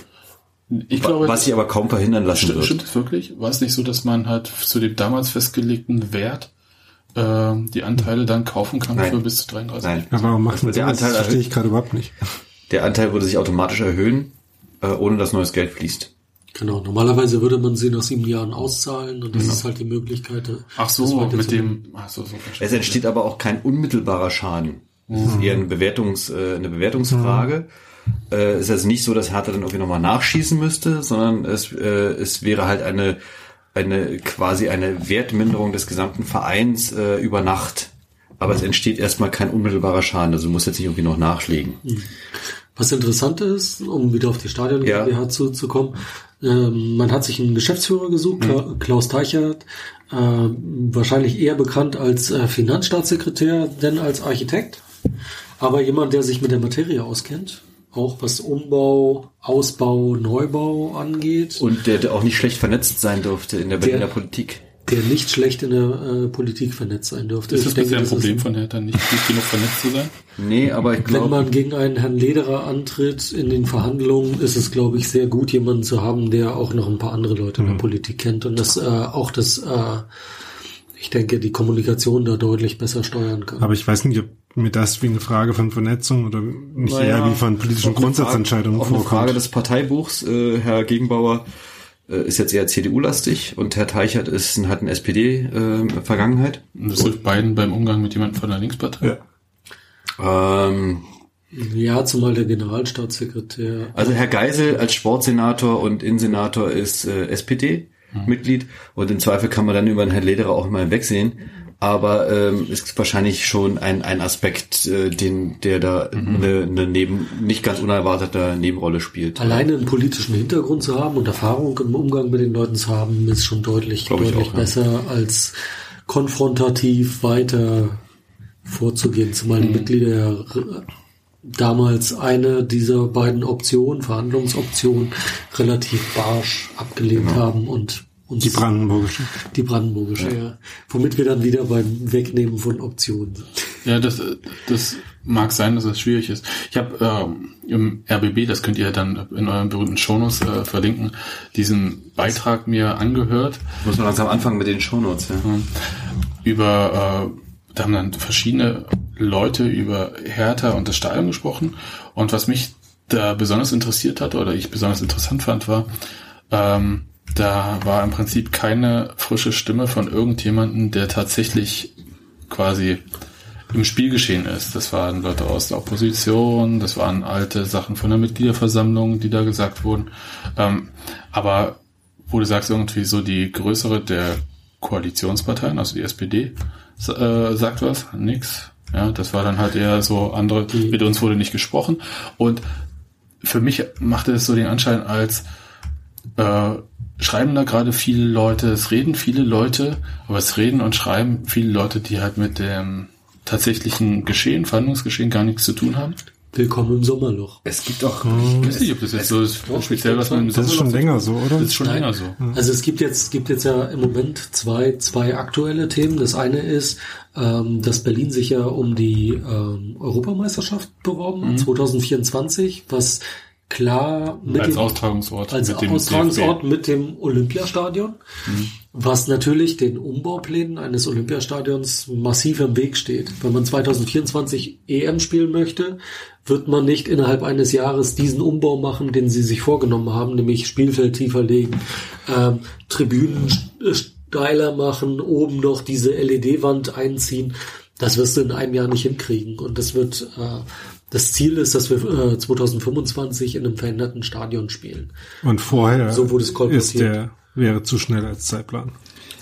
Ich glaube, was sich aber kaum verhindern lassen stimmt, wird. Stimmt es wirklich? War es nicht so, dass man halt zu dem damals festgelegten Wert äh, die Anteile dann kaufen kann Nein. für bis zu dreiunddreißig? Nein. Aber warum macht man der das? Anteil Das verstehe ich gerade überhaupt nicht. Der Anteil würde sich automatisch erhöhen, äh, ohne dass neues Geld fließt. Genau, normalerweise würde man sie nach sieben Jahren auszahlen und das genau. ist halt die Möglichkeit. Ach so, mit dem... Ach so, so es entsteht aber auch kein unmittelbarer Schaden. Es mhm. ist eher eine, Bewertungs, äh, eine Bewertungsfrage. Mhm. Äh, es ist also nicht so, dass Hertha dann irgendwie nochmal nachschießen müsste, sondern es, äh, es wäre halt eine, eine quasi eine Wertminderung des gesamten Vereins äh, über Nacht. Aber mhm. es entsteht erstmal kein unmittelbarer Schaden. Also du musst jetzt nicht irgendwie noch nachlegen. Mhm. Was interessant ist, um wieder auf die Stadion GmbH ja. zuzukommen, ähm, man hat sich einen Geschäftsführer gesucht, mhm. Klaus Teichert, äh, wahrscheinlich eher bekannt als äh, Finanzstaatssekretär, denn als Architekt, aber jemand, der sich mit der Materie auskennt, auch was Umbau, Ausbau, Neubau angeht. Und der, der auch nicht schlecht vernetzt sein durfte in der Berliner der, Politik. Der nicht schlecht in der äh, Politik vernetzt sein dürfte. Ist das bisher ein Problem ein, von Hertha, nicht gut genug vernetzt zu sein? Nee, aber ich glaube... Wenn man gegen einen Herrn Lederer antritt in den Verhandlungen, ist es, glaube ich, sehr gut, jemanden zu haben, der auch noch ein paar andere Leute mhm. in der Politik kennt und das äh, auch das, äh, ich denke, die Kommunikation da deutlich besser steuern kann. Aber ich weiß nicht, ob mir das wie eine Frage von Vernetzung oder nicht naja, eher wie von politischen Grundsatzentscheidungen vorkommt. Auch eine Frage des Parteibuchs, äh, Herr Gegenbauer ist jetzt eher C D U-lastig und Herr Teichert ist, hat eine S P D-Vergangenheit. Äh, das hilft beiden beim Umgang mit jemandem von der Linkspartei? Ja. Ähm, ja, zumal der Generalstaatssekretär... Also Herr Geisel als Sportsenator und Innensenator ist äh, S P D-Mitglied hm. und im Zweifel kann man dann über den Herrn Lederer auch mal hinwegsehen. Aber ähm, ist wahrscheinlich schon ein ein Aspekt, äh, den der da mhm. eine, eine neben nicht ganz unerwartete Nebenrolle spielt. Alleine einen politischen Hintergrund zu haben und Erfahrung im Umgang mit den Leuten zu haben, ist schon deutlich Glaub deutlich auch, besser ja. als konfrontativ weiter vorzugehen. Zumal die mhm. Mitglieder ja damals eine dieser beiden Optionen, Verhandlungsoptionen, relativ barsch abgelehnt genau. haben und uns die brandenburgische. Die brandenburgische, ja. ja. Womit wir dann wieder beim Wegnehmen von Optionen sind. Ja, das, das mag sein, dass das schwierig ist. Ich habe ähm, im R B B, das könnt ihr dann in euren berühmten Shownotes äh, verlinken, diesen Beitrag mir angehört. Muss man langsam anfangen mit den Shownotes, ja. Über, äh, da haben dann verschiedene Leute über Hertha und das Stadion gesprochen. Und was mich da besonders interessiert hat oder ich besonders interessant fand, war, ähm, da war im Prinzip keine frische Stimme von irgendjemandem, der tatsächlich quasi im Spielgeschehen ist. Das waren Leute aus der Opposition, das waren alte Sachen von der Mitgliederversammlung, die da gesagt wurden. Ähm, aber wo du sagst, irgendwie so die größere der Koalitionsparteien, also die S P D, äh, sagt was, nix. Ja, das war dann halt eher so andere, mit uns wurde nicht gesprochen. Und für mich machte es so den Anschein, als äh, schreiben da gerade viele Leute, es reden viele Leute, aber es reden und schreiben viele Leute, die halt mit dem tatsächlichen Geschehen, Verhandlungsgeschehen gar nichts zu tun haben. Willkommen im Sommerloch. Es gibt auch, hm. ich weiß nicht, ob das jetzt so ist, speziell, was man im Das ist schon länger so, oder? Das ist schon Nein. länger so. Also es gibt jetzt, gibt jetzt ja im Moment zwei, zwei aktuelle Themen. Das eine ist, ähm, dass Berlin sich ja um die ähm, Europameisterschaft beworben hat, mhm. zwanzig vierundzwanzig, was klar mit als dem, Austragungsort als mit dem Austragungsort mit dem Olympiastadion, mhm. was natürlich den Umbauplänen eines Olympiastadions massiv im Weg steht. Wenn man zwanzig vierundzwanzig E M spielen möchte, wird man nicht innerhalb eines Jahres diesen Umbau machen, den sie sich vorgenommen haben, nämlich Spielfeld tiefer legen, ähm, Tribünen steiler machen, oben noch diese L E D-Wand einziehen. Das wirst du in einem Jahr nicht hinkriegen. Und das wird äh, das Ziel ist, dass wir äh, zwanzig fünfundzwanzig in einem veränderten Stadion spielen. Und vorher so wurde es kolportiert. ist der wäre zu schnell als Zeitplan.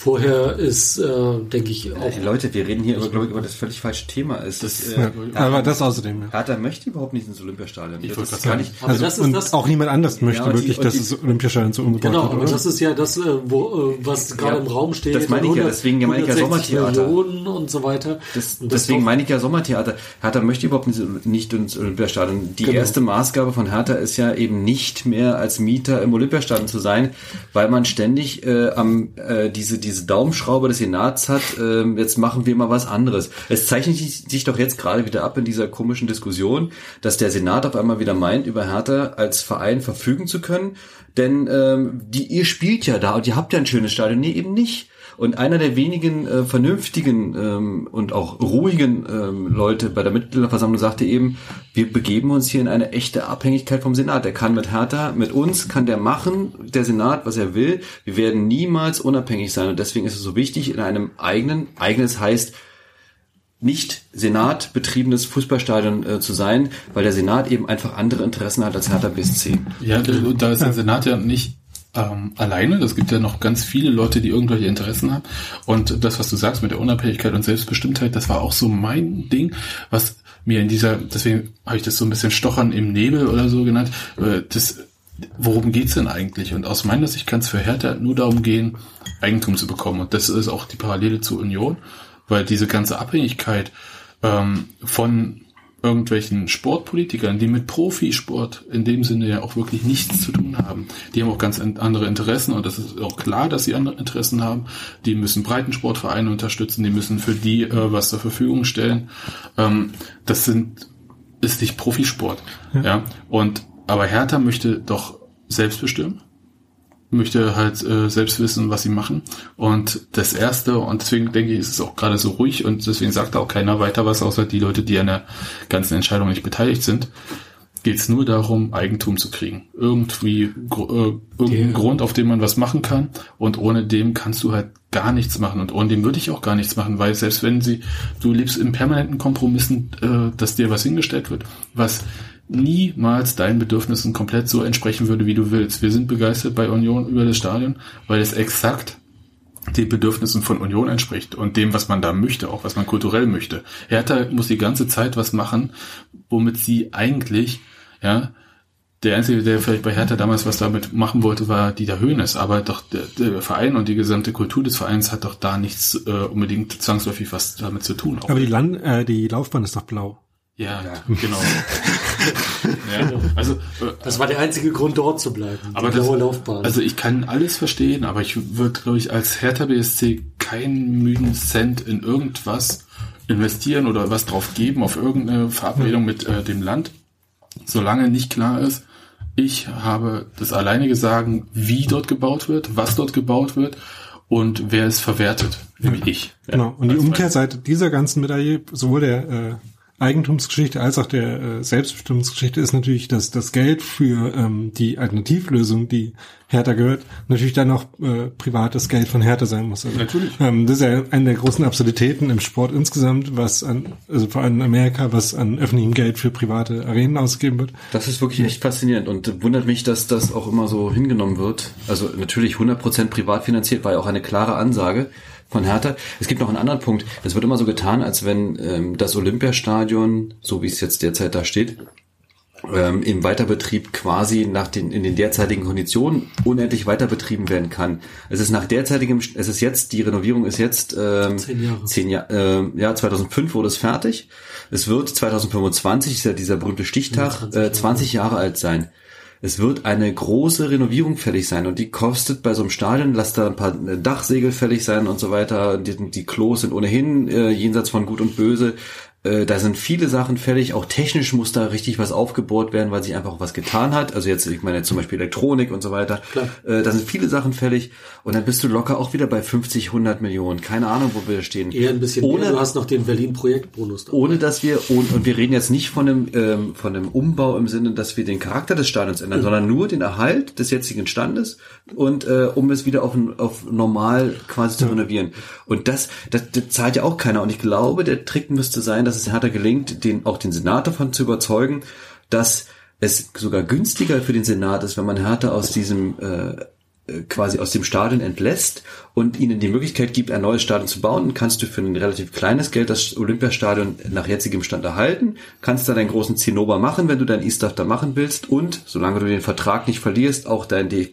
Vorher ist, äh, denke ich, auch... Hey, Leute, wir reden hier über, glaube ich, über das völlig falsche Thema. Es das, ist, äh, äh, aber das außerdem. Ja. Hertha möchte überhaupt nicht ins Olympiastadion. Ich das ist gar nicht. Aber Also das ist und das, auch niemand anders möchte Ja, die- wirklich, und dass die- das Olympiastadion so umgebaut genau, wird, aber oder? das ist ja das, äh, wo, äh, was gerade Ja, im Raum steht. das meine ich ja, deswegen meine ich ja hundertsechzig Sommertheater. Millionen und so weiter. Das, Und das deswegen doch- meine ich ja Sommertheater. Hertha möchte überhaupt nicht, nicht ins Olympiastadion. Die Genau. erste Maßgabe von Hertha ist ja eben nicht mehr als Mieter im Olympiastadion zu sein, weil man ständig äh, am äh, diese diese Daumenschraube des Senats hat. Äh, jetzt machen wir mal was anderes. Es zeichnet sich doch jetzt gerade wieder ab in dieser komischen Diskussion, dass der Senat auf einmal wieder meint, über Hertha als Verein verfügen zu können, denn ähm, die ihr spielt ja da und ihr habt ja ein schönes Stadion. Nee, eben nicht. Und einer der wenigen äh, vernünftigen ähm, und auch ruhigen ähm, Leute bei der Mitgliederversammlung sagte eben, wir begeben uns hier in eine echte Abhängigkeit vom Senat. Der kann mit Hertha, mit uns kann der machen, der Senat, was er will. Wir werden niemals unabhängig sein. Und deswegen ist es so wichtig, in einem eigenen, eigenes heißt, nicht Senat betriebenes Fußballstadion äh, zu sein, weil der Senat eben einfach andere Interessen hat als Hertha B S C. Ja, und da ist der Senat ja nicht ähm, alleine. Es gibt ja noch ganz viele Leute, die irgendwelche Interessen haben. Und das, was du sagst mit der Unabhängigkeit und Selbstbestimmtheit, das war auch so mein Ding, was mir in dieser, deswegen habe ich das so ein bisschen Stochern im Nebel oder so genannt, äh, das, worum geht's denn eigentlich? Und aus meiner Sicht kann es für Hertha nur darum gehen, Eigentum zu bekommen. Und das ist auch die Parallele zur Union, weil diese ganze Abhängigkeit ähm, von irgendwelchen Sportpolitikern, die mit Profisport in dem Sinne ja auch wirklich nichts zu tun haben. Die haben auch ganz andere Interessen und das ist auch klar, dass sie andere Interessen haben. Die müssen Breitensportvereine unterstützen, die müssen für die äh, was zur Verfügung stellen. Ähm, das sind ist nicht Profisport. Ja. ja. Und aber Hertha möchte doch selbst bestimmen, möchte halt äh, selbst wissen, was sie machen. Und das Erste, und deswegen denke ich, ist es auch gerade so ruhig und deswegen sagt auch keiner weiter was, außer die Leute, die an der ganzen Entscheidung nicht beteiligt sind, geht es nur darum, Eigentum zu kriegen. Irgendwie gr- äh, irgendeinen Ja. Grund, auf den man was machen kann und ohne dem kannst du halt gar nichts machen und ohne dem würde ich auch gar nichts machen, weil selbst wenn sie, du lebst in permanenten Kompromissen, äh, dass dir was hingestellt wird, was niemals deinen Bedürfnissen komplett so entsprechen würde, wie du willst. Wir sind begeistert bei Union über das Stadion, weil es exakt den Bedürfnissen von Union entspricht und dem, was man da möchte, auch was man kulturell möchte. Hertha muss die ganze Zeit was machen, womit sie eigentlich, ja, der Einzige, der vielleicht bei Hertha damals was damit machen wollte, war Dieter Hoeneß, aber doch der, der Verein und die gesamte Kultur des Vereins hat doch da nichts äh, unbedingt zwangsläufig was damit zu tun. Auch Aber die, Land, äh, die Laufbahn ist doch blau. Ja, ja, genau. ja, also, äh, Das war der einzige Grund, dort zu bleiben. Die aber das, blaue Laufbahn. also ich kann alles verstehen, aber ich würde, glaube ich, als Hertha B S C keinen müden Cent in irgendwas investieren oder was drauf geben, auf irgendeine Verabredung mit äh, dem Land, solange nicht klar ist, ich habe das alleinige Sagen, wie dort gebaut wird, was dort gebaut wird und wer es verwertet, nämlich ich. Genau. Und die Als Umkehrseite dieser ganzen Medaille, sowohl der äh, Eigentumsgeschichte als auch der äh, Selbstbestimmungsgeschichte, ist natürlich, dass das Geld für ähm, die Alternativlösung, die Hertha gehört, natürlich dann auch äh, privates Geld von Hertha sein muss. Also, Natürlich. Ähm, das ist ja eine der großen Absurditäten im Sport insgesamt, was an, also vor allem in Amerika, was an öffentlichem Geld für private Arenen ausgegeben wird. Das ist wirklich echt faszinierend und wundert mich, dass das auch immer so hingenommen wird. Also natürlich hundert Prozent privat finanziert, war ja auch eine klare Ansage von Hertha. Es gibt noch einen anderen Punkt. Es wird immer so getan, als wenn ähm, das Olympiastadion, so wie es jetzt derzeit da steht, ähm, im Weiterbetrieb quasi nach den in den derzeitigen Konditionen unendlich weiter betrieben werden kann. Es ist nach derzeitigem, es ist jetzt, die Renovierung ist jetzt ähm, Zehn Jahre. Zehn Jahre, äh, ja, zweitausendfünf wurde es fertig. Es wird zweitausendfünfundzwanzig, ist ja dieser berühmte Stichtag, äh, zwanzig Jahre alt sein. Es wird eine große Renovierung fällig sein und die kostet bei so einem Stadion, lasst da ein paar Dachsegel fällig sein und so weiter. Die, die Klos sind ohnehin äh, jenseits von Gut und Böse. Äh, da sind viele Sachen fällig. Auch technisch muss da richtig was aufgebohrt werden, weil sich einfach was getan hat. Also jetzt, ich meine zum Beispiel Elektronik und so weiter. Klar. Äh, da sind viele Sachen fällig und dann bist du locker auch wieder bei fünfzig, hundert Millionen. Keine Ahnung, wo wir stehen. Eher ein bisschen ohne, mehr. Du hast noch den Berlin-Projektbonus. ohne dass wir, und, und wir reden jetzt nicht von einem, ähm, von einem Umbau im Sinne, dass wir den Charakter des Stadions ändern, mhm. sondern nur den Erhalt des jetzigen Standes und äh, um es wieder auf, auf normal quasi zu renovieren. Und das, das, das zahlt ja auch keiner. Und ich glaube, der Trick müsste sein, dass es Hertha gelingt, den, auch den Senat davon zu überzeugen, dass es sogar günstiger für den Senat ist, wenn man Hertha aus diesem äh, quasi aus dem Stadion entlässt und ihnen die Möglichkeit gibt, ein neues Stadion zu bauen, kannst du für ein relativ kleines Geld das Olympiastadion nach jetzigem Stand erhalten, kannst dann einen großen Zinnober machen, wenn du dein E-Stuff da machen willst und, solange du den Vertrag nicht verlierst, auch dein D F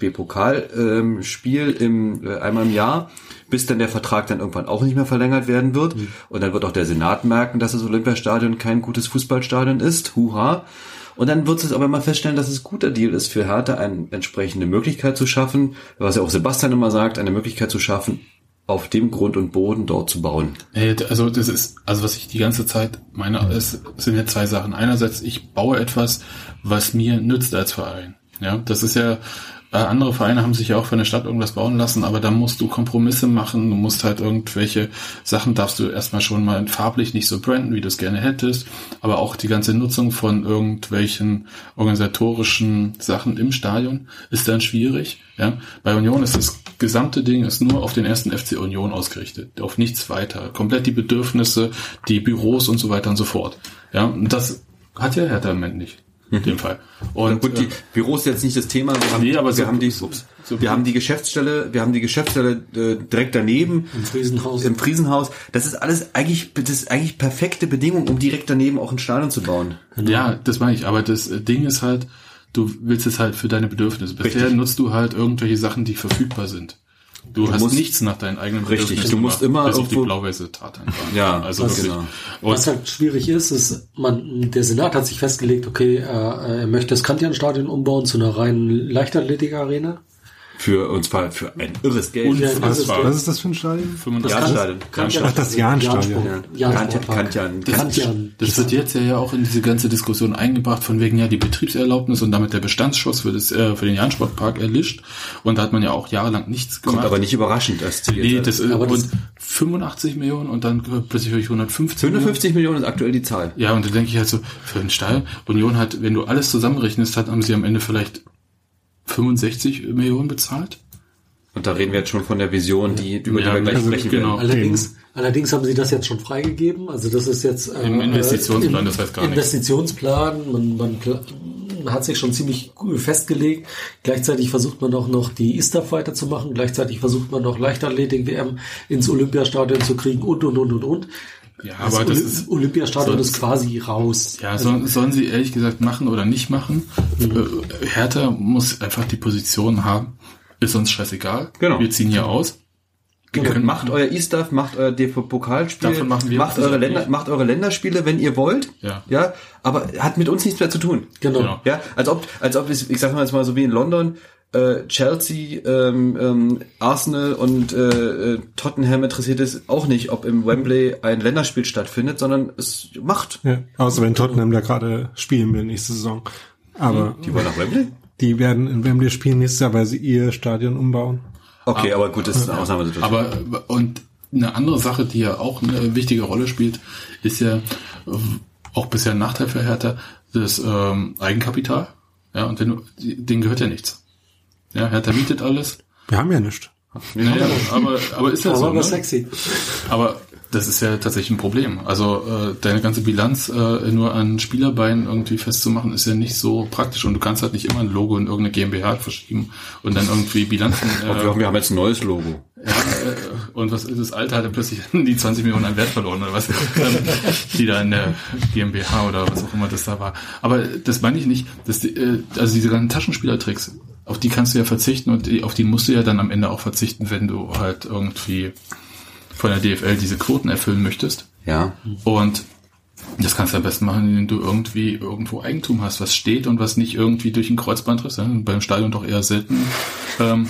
B-Pokalspiel im äh, einmal im Jahr, bis dann der Vertrag dann irgendwann auch nicht mehr verlängert werden wird. Mhm. Und dann wird auch der Senat merken, dass das Olympiastadion kein gutes Fußballstadion ist. Hurra! Und dann wird es aber mal feststellen, dass es ein guter Deal ist für Hertha, eine entsprechende Möglichkeit zu schaffen, was ja auch Sebastian immer sagt, eine Möglichkeit zu schaffen, auf dem Grund und Boden dort zu bauen. Also das ist, also was ich die ganze Zeit meine, es sind ja zwei Sachen. Einerseits, ich baue etwas, was mir nützt als Verein. Ja, das ist ja, andere Vereine haben sich ja auch von der Stadt irgendwas bauen lassen, aber da musst du Kompromisse machen, du musst halt irgendwelche Sachen, darfst du erstmal schon mal farblich nicht so branden, wie du es gerne hättest, aber auch die ganze Nutzung von irgendwelchen organisatorischen Sachen im Stadion ist dann schwierig. Ja, bei Union ist das gesamte Ding ist nur auf den ersten F C Union ausgerichtet, auf nichts weiter, komplett die Bedürfnisse, die Büros und so weiter und so fort. Ja, und das hat ja Hertha im Moment nicht. In dem Fall. Und gut, die Büros ist jetzt nicht das Thema. Wir haben, nee, aber wir so, haben die, ups, so wir haben die Geschäftsstelle, wir haben die Geschäftsstelle äh, direkt daneben im Friesenhaus. Im Friesenhaus. Das ist alles eigentlich, das ist eigentlich perfekte Bedingung, um direkt daneben auch ein Stadion zu bauen. Genau. Ja, das meine ich. Aber das Ding ist halt, du willst es halt für deine Bedürfnisse. Bisher Richtig. Nutzt du halt irgendwelche Sachen, die verfügbar sind. Du, du hast musst, nichts nach deinen eigenen Bedürfnissen. Richtig, du musst immer bis auf die blau-weiße Tat einfach. Ja, also was, genau. Was halt schwierig ist, ist, man, der Senat hat sich festgelegt, okay, er, er möchte das Kantian-Stadion umbauen zu einer reinen Leichtathletik-Arena. Für uns war für ein irres Geld. Was, was ist das für ein Stadion? Jahnstadion. Ach, das Jahnstadion. Kantian. Kantian. Das wird jetzt ja auch in diese ganze Diskussion eingebracht, von wegen ja die Betriebserlaubnis und damit der Bestandsschutz für, das, äh, für den Jahnsportpark erlischt. Und da hat man ja auch jahrelang nichts gemacht. Kommt aber nicht überraschend als Ziel. Nee, das, aber und das fünfundachtzig Millionen und dann plötzlich hundertfünfzig hundertfünfzig Millionen ist aktuell die Zahl. Ja, und da denke ich halt so, für einen Stall, Union hat, wenn du alles zusammenrechnest, hat, haben sie am Ende vielleicht fünfundsechzig Millionen bezahlt. Und da reden wir jetzt schon von der Vision, die über ja, die wir gleich also sprechen genau. werden. Allerdings, allerdings haben sie das jetzt schon freigegeben. Also das ist jetzt äh, im Investitionsplan, das heißt gar nichts. Investitionsplan, man, man hat sich schon ziemlich festgelegt. Gleichzeitig versucht man auch noch die I S T A F weiterzumachen. Gleichzeitig versucht man noch Leichtathletik-W M ins Olympiastadion zu kriegen und, und, und, und, und. Ja, das aber das Olymp- ist Olympiastadion ist quasi raus. Ja, sollen, sollen sie ehrlich gesagt machen oder nicht machen? Mhm. Hertha muss einfach die Position haben. Ist uns scheißegal. Genau. Wir ziehen hier aus. Genau. Macht euer E-Stuff, macht euer D F B-Pokalspiel, Davon machen wir macht eure Länder, macht eure Länderspiele, wenn ihr wollt. Ja. Ja. Aber hat mit uns nichts mehr zu tun. Genau. genau. Ja. Als ob, als ob ich, ich sag mal jetzt mal so wie in London, äh, Chelsea, ähm, ähm, Arsenal und äh, Tottenham interessiert es auch nicht, ob im Wembley ein Länderspiel stattfindet, sondern es macht. Ja. Außer wenn Tottenham da gerade spielen will nächste Saison. Aber die wollen nach Wembley? Die werden in Wembley spielen nächstes Jahr, weil sie ihr Stadion umbauen. Okay, aber, aber gut, das ist eine Ausnahmesituation. Aber, und eine andere Sache, die ja auch eine wichtige Rolle spielt, ist ja auch bisher ein Nachteil für Hertha, das ähm, Eigenkapital. Ja, und wenn du, denen gehört ja nichts. Ja, Hertha mietet alles. Wir haben ja nichts. Naja, aber, aber ist ja so, aber ne? sexy. Aber das ist ja tatsächlich ein Problem. Also äh, deine ganze Bilanz äh, nur an Spielerbeinen irgendwie festzumachen, ist ja nicht so praktisch. Und du kannst halt nicht immer ein Logo in irgendeine GmbH verschieben und dann irgendwie Bilanzen... Äh, wir haben jetzt ein neues Logo. Ja, äh, und was ist das alte? Hat dann plötzlich die zwanzig Millionen an Wert verloren oder was? Die da in der GmbH oder was auch immer das da war. Aber das meine ich nicht. Dass die, äh, also diese ganzen Taschenspielertricks, auf die kannst du ja verzichten und die, auf die musst du ja dann am Ende auch verzichten, wenn du halt irgendwie von der D F L diese Quoten erfüllen möchtest. Ja. Und das kannst du am besten machen, indem du irgendwie irgendwo Eigentum hast, was steht und was nicht irgendwie durch ein Kreuzband ist. Ja? Beim Stadion doch eher selten ähm,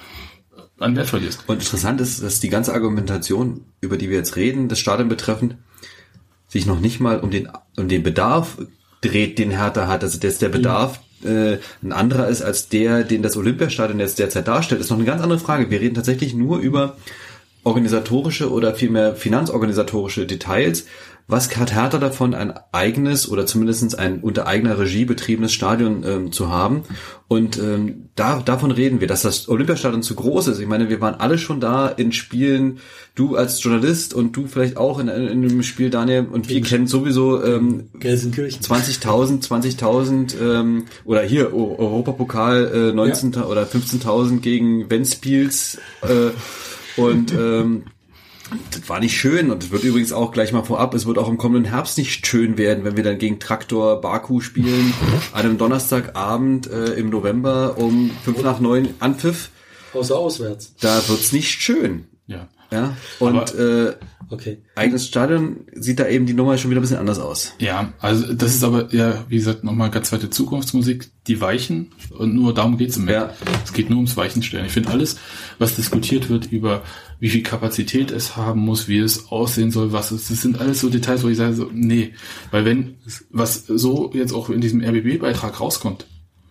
an Wert verlierst. Und interessant ist, dass die ganze Argumentation, über die wir jetzt reden, das Stadion betreffend, sich noch nicht mal um den um den Bedarf dreht, den Hertha hat. Also dass der Bedarf äh, ein anderer ist als der, den das Olympiastadion jetzt derzeit darstellt, ist noch eine ganz andere Frage. Wir reden tatsächlich nur über organisatorische oder vielmehr finanzorganisatorische Details, was hat Hertha davon, ein eigenes oder zumindest ein unter eigener Regie betriebenes Stadion ähm, zu haben? Und ähm, da davon reden wir, dass das Olympiastadion zu groß ist. Ich meine, wir waren alle schon da in Spielen, du als Journalist und du vielleicht auch in, in, in einem Spiel, Daniel, und wir kennen sowieso ähm, Gelsenkirchen. zwanzigtausend, zwanzigtausend ähm, oder hier o- Europapokal äh, neunzehn ja. oder fünfzehntausend gegen Ventspils äh, und ähm, das war nicht schön und es wird übrigens auch gleich mal vorab, es wird auch im kommenden Herbst nicht schön werden, wenn wir dann gegen Traktor Baku spielen, an einem Donnerstagabend äh, im November um fünf nach neun Anpfiff. Außer auswärts. Da wird's nicht schön. Ja. Ja. Und aber, äh, okay. eigenes Stadion sieht da eben die Nummer schon wieder ein bisschen anders aus. Ja, also das ist aber ja, wie gesagt, nochmal ganz zweite Zukunftsmusik, die Weichen und nur darum geht's im Moment. Ja. Es geht nur ums Weichenstellen. Ich finde alles, was diskutiert wird über wie viel Kapazität es haben muss, wie es aussehen soll, was es, das sind alles so Details, wo ich sage so, nee, weil wenn was so jetzt auch in diesem R B B-Beitrag rauskommt,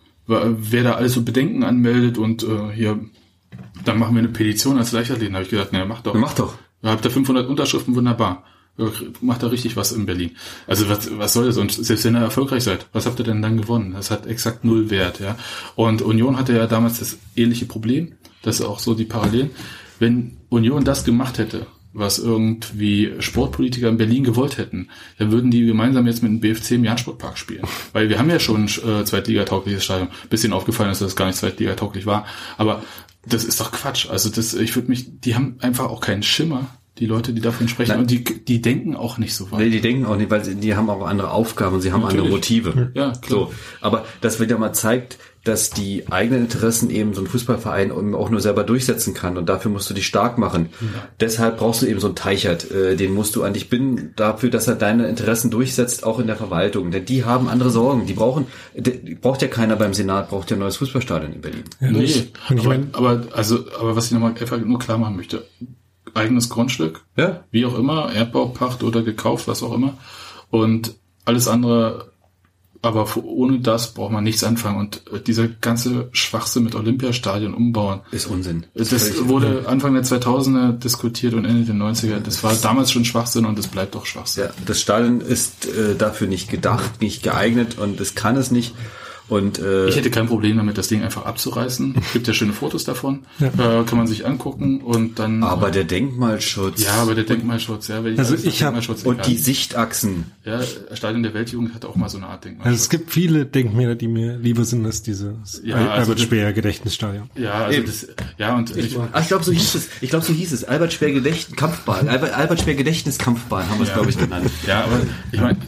wer da alles so Bedenken anmeldet und äh, hier, dann machen wir eine Petition als Leichtathleten, habe ich gedacht, na, mach doch. Mach doch. Da habt ihr fünfhundert Unterschriften, wunderbar. Macht da richtig was in Berlin. Also was, was soll das? Und selbst wenn ihr erfolgreich seid, was habt ihr denn dann gewonnen? Das hat exakt null Wert, ja. Und Union hatte ja damals das ähnliche Problem, das ist auch so die Parallelen. Wenn Union das gemacht hätte, was irgendwie Sportpolitiker in Berlin gewollt hätten, dann würden die gemeinsam jetzt mit dem B F C im Jahn-Sportpark spielen. Weil wir haben ja schon ein äh, zweitligataugliches Stadion. Bisschen aufgefallen ist, dass es gar nicht zweitligatauglich war. Aber das ist doch Quatsch. Also das, ich würde mich, die haben einfach auch keinen Schimmer, die Leute, die davon sprechen. Nein. Und die, die denken auch nicht so weit. Nee, die denken auch nicht, weil sie, die haben auch andere Aufgaben und sie haben Natürlich. andere Motive. Ja, klar. So. Aber das wieder mal zeigt, dass die eigenen Interessen eben so ein Fußballverein auch nur selber durchsetzen kann und dafür musst du dich stark machen. Ja. Deshalb brauchst du eben so einen Teichert, äh, den musst du an dich binden, dafür, dass er deine Interessen durchsetzt, auch in der Verwaltung. Denn die haben andere Sorgen. Die brauchen, die braucht ja keiner beim Senat, braucht ja ein neues Fußballstadion in Berlin. Ja, nee, aber, aber, also, aber was ich nochmal einfach nur klar machen möchte, eigenes Grundstück, ja. wie auch immer, Erdbaupacht oder gekauft, was auch immer. Und alles andere, aber ohne das braucht man nichts anfangen. Und dieser ganze Schwachsinn mit Olympiastadion umbauen. Ist Unsinn. Das, das wurde Anfang der zweitausender diskutiert und Ende der neunziger. Das war damals schon Schwachsinn und das bleibt auch Schwachsinn. Ja, das Stadion ist äh, dafür nicht gedacht, nicht geeignet und es kann es nicht. Und, äh, ich hätte kein Problem damit, das Ding einfach abzureißen. Es gibt ja schöne Fotos davon. Ja. Äh, kann man sich angucken und dann... Aber äh, der Denkmalschutz... Ja, aber der Denkmalschutz, ja. Wenn ich also ich habe Und die Sichtachsen. Ja, Stadion der Weltjugend hat auch mal so eine Art Denkmalschutz. Also es gibt viele Denkmäler, die mir lieber sind als dieses ja, also Albert Speer Gedächtnisstadion. Ja, also das... Ja, und ich... Ach, ich glaube, so hieß es. Ich glaube, so hieß es. Albert Speer Gedächtnis Kampfbahn. Albert, Albert Speer Gedächtniskampfbahn haben wir es, ja. glaube ich, genannt. Ja, aber ich meine...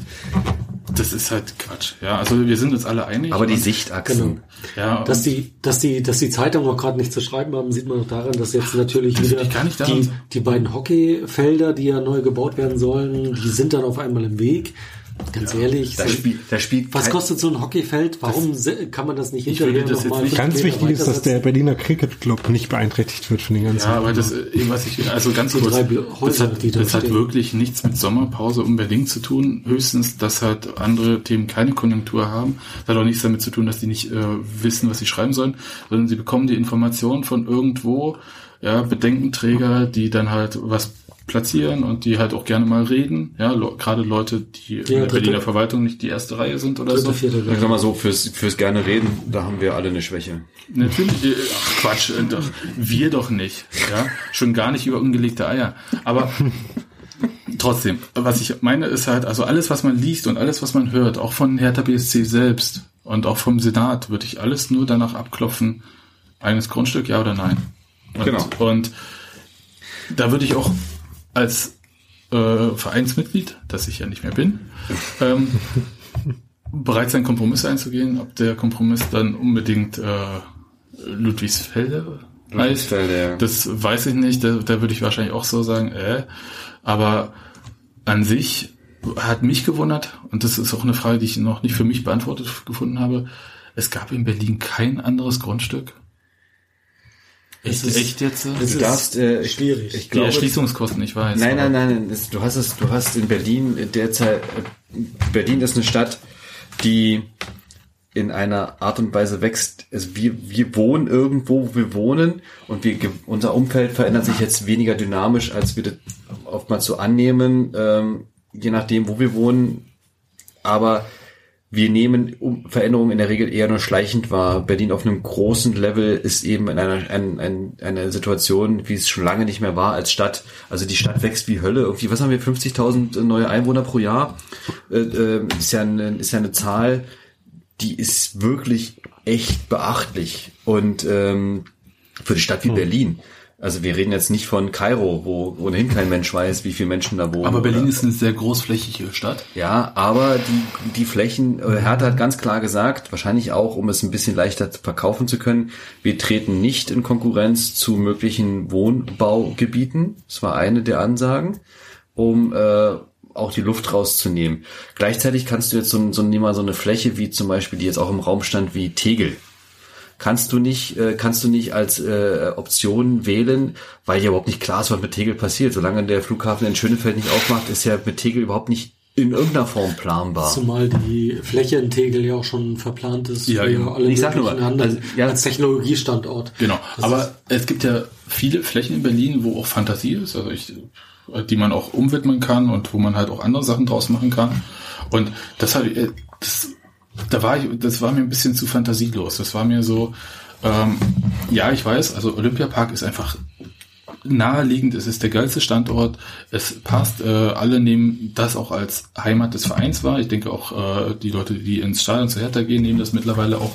Das ist halt Quatsch. Ja, also wir sind uns alle einig. Aber die Sichtachsen. Genau. Ja, dass die, dass die, dass die Zeitung auch gerade nicht zu schreiben haben, sieht man auch daran, dass jetzt natürlich das wieder die, die beiden Hockeyfelder, die ja neu gebaut werden sollen, die sind dann auf einmal im Weg. Ganz ja, ehrlich, da so, spielt, da spielt was kostet so ein Hockeyfeld? Warum das, kann man das nicht hinterher das nochmal? Ganz wichtig ist, dass der Berliner Cricket Club nicht beeinträchtigt wird von den ganzen. Ja, aber das, was ich, also ganz kurz, das hat, das hat wirklich nichts mit Sommerpause unbedingt zu tun. Höchstens, dass halt andere Themen keine Konjunktur haben. Das hat auch nichts damit zu tun, dass die nicht äh, wissen, was sie schreiben sollen, sondern sie bekommen die Informationen von irgendwo, ja, Bedenkenträger, die dann halt was platzieren und die halt auch gerne mal reden, ja, le- gerade Leute, die ja, in der Berliner Verwaltung nicht die erste Reihe sind oder dritte, so. Vierte, ich sag mal so, fürs, fürs gerne reden, da haben wir alle eine Schwäche. Natürlich, ach Quatsch, doch, wir doch nicht, ja, schon gar nicht über ungelegte Eier, aber trotzdem, was ich meine ist halt, also alles, was man liest und alles, was man hört, auch von Hertha B S C selbst und auch vom Senat, würde ich alles nur danach abklopfen, eigenes Grundstück, ja oder nein. Und, genau. Und da würde ich auch als äh, Vereinsmitglied, das ich ja nicht mehr bin, ähm, bereit sein, Kompromisse einzugehen. Ob der Kompromiss dann unbedingt äh, Ludwigsfelde heißt, Ludwigsfelde, ja. Das weiß ich nicht. Da, da würde ich wahrscheinlich auch so sagen, äh, aber an sich hat mich gewundert, und das ist auch eine Frage, die ich noch nicht für mich beantwortet gefunden habe, es gab in Berlin kein anderes Grundstück. Echt, ist, echt jetzt? Du darfst, äh, schwierig. Ich glaube, die Erschließungskosten, ich weiß. Nein, nein, nein, das, du hast es, du hast in Berlin derzeit, Berlin ist eine Stadt, die in einer Art und Weise wächst. Also wir, wir wohnen irgendwo, wo wir wohnen, und wir, unser Umfeld verändert sich jetzt weniger dynamisch, als wir das oftmals so annehmen. Ähm, je nachdem, wo wir wohnen, aber wir nehmen Veränderungen in der Regel eher nur schleichend wahr. Berlin auf einem großen Level ist eben in einer, ein, ein, einer Situation, wie es schon lange nicht mehr war als Stadt. Also die Stadt wächst wie Hölle. Irgendwie, was haben wir, fünfzigtausend neue Einwohner pro Jahr? Äh, äh, ist ja eine, ist ja eine Zahl, die ist wirklich echt beachtlich. Und ähm, für die Stadt wie hm. Berlin. Also wir reden jetzt nicht von Kairo, wo ohnehin kein Mensch weiß, wie viele Menschen da wohnen. Aber Berlin oder? ist eine sehr großflächige Stadt. Ja, aber die die Flächen, Hertha hat ganz klar gesagt, wahrscheinlich auch, um es ein bisschen leichter verkaufen zu können, wir treten nicht in Konkurrenz zu möglichen Wohnbaugebieten. Das war eine der Ansagen, um äh, auch die Luft rauszunehmen. Gleichzeitig kannst du jetzt so, so nehmen wir so eine Fläche wie zum Beispiel, die jetzt auch im Raum stand, wie Tegel. Kannst du nicht, äh, kannst du nicht als äh, Option wählen, weil ja überhaupt nicht klar ist, was mit Tegel passiert. Solange der Flughafen in Schönefeld nicht aufmacht, ist ja mit Tegel überhaupt nicht in irgendeiner Form planbar. Zumal die Fläche in Tegel ja auch schon verplant ist. Ja, für alle ich sag nur, anderen, also, ja. als Technologiestandort. Genau. Das Aber es gibt ja viele Flächen in Berlin, wo auch Fantasie ist, also ich, die man auch umwidmen kann und wo man halt auch andere Sachen draus machen kann. Und das hat, das, da war ich, das war mir ein bisschen zu fantasielos. Das war mir so, ähm, ja, ich weiß, also Olympiapark ist einfach naheliegend, es ist der geilste Standort, es passt, äh, alle nehmen das auch als Heimat des Vereins wahr. Ich denke auch, äh, die Leute, die ins Stadion zu Hertha gehen, nehmen das mittlerweile auch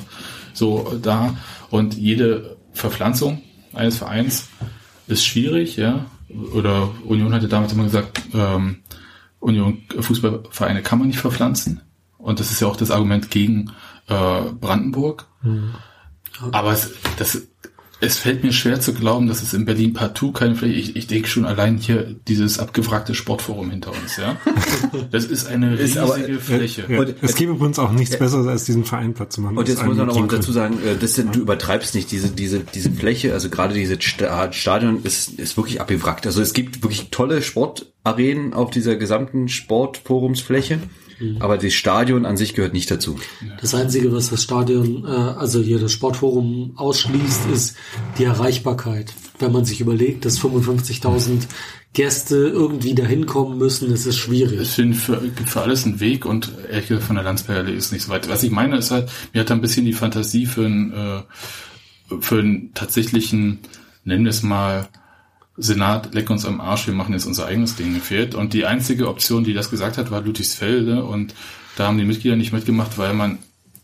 so da. Und jede Verpflanzung eines Vereins ist schwierig, ja. Oder Union hatte damals immer gesagt, ähm, Union Fußballvereine kann man nicht verpflanzen. Und das ist ja auch das Argument gegen äh, Brandenburg. Mhm. Aber es, das, es fällt mir schwer zu glauben, dass es in Berlin partout keine Fläche, ich, ich denke schon allein hier dieses abgewrackte Sportforum hinter uns, ja. Das ist eine riesige ist aber, Fläche. Ja, ja. Es gäbe übrigens auch nichts ja. Besseres, als diesen Verein platt zu machen. Und jetzt muss man noch mal dazu sagen, das, du übertreibst nicht, diese, diese, diese Fläche, also gerade dieses Stadion ist, ist wirklich abgewrackt. Also es gibt wirklich tolle Sportarenen auf dieser gesamten Sportforumsfläche. Aber das Stadion an sich gehört nicht dazu. Das Einzige, was das Stadion, äh, also hier das Sportforum ausschließt, ist die Erreichbarkeit. Wenn man sich überlegt, dass fünfundfünfzigtausend Gäste irgendwie dahin kommen müssen, ist es schwierig. Ich finde, für, gibt für alles einen Weg und ehrlich gesagt von der Landsberger Allee ist nicht so weit. Was ich meine ist halt, mir hat da ein bisschen die Fantasie für einen, äh, für einen tatsächlichen, nennen wir es mal, Senat, leck uns am Arsch, wir machen jetzt unser eigenes Ding gefehlt. Und die einzige Option, die das gesagt hat, war Ludwigsfelde. Und da haben die Mitglieder nicht mitgemacht, weil man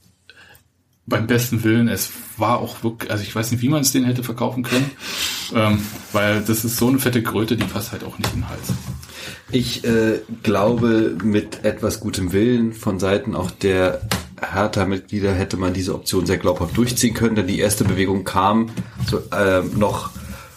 beim besten Willen, es war auch wirklich, also ich weiß nicht, wie man es denen hätte verkaufen können, ähm, weil das ist so eine fette Kröte, die passt halt auch nicht in den Hals. Ich äh, glaube, mit etwas gutem Willen von Seiten auch der Hertha-Mitglieder hätte man diese Option sehr glaubhaft durchziehen können, denn die erste Bewegung kam so, äh, noch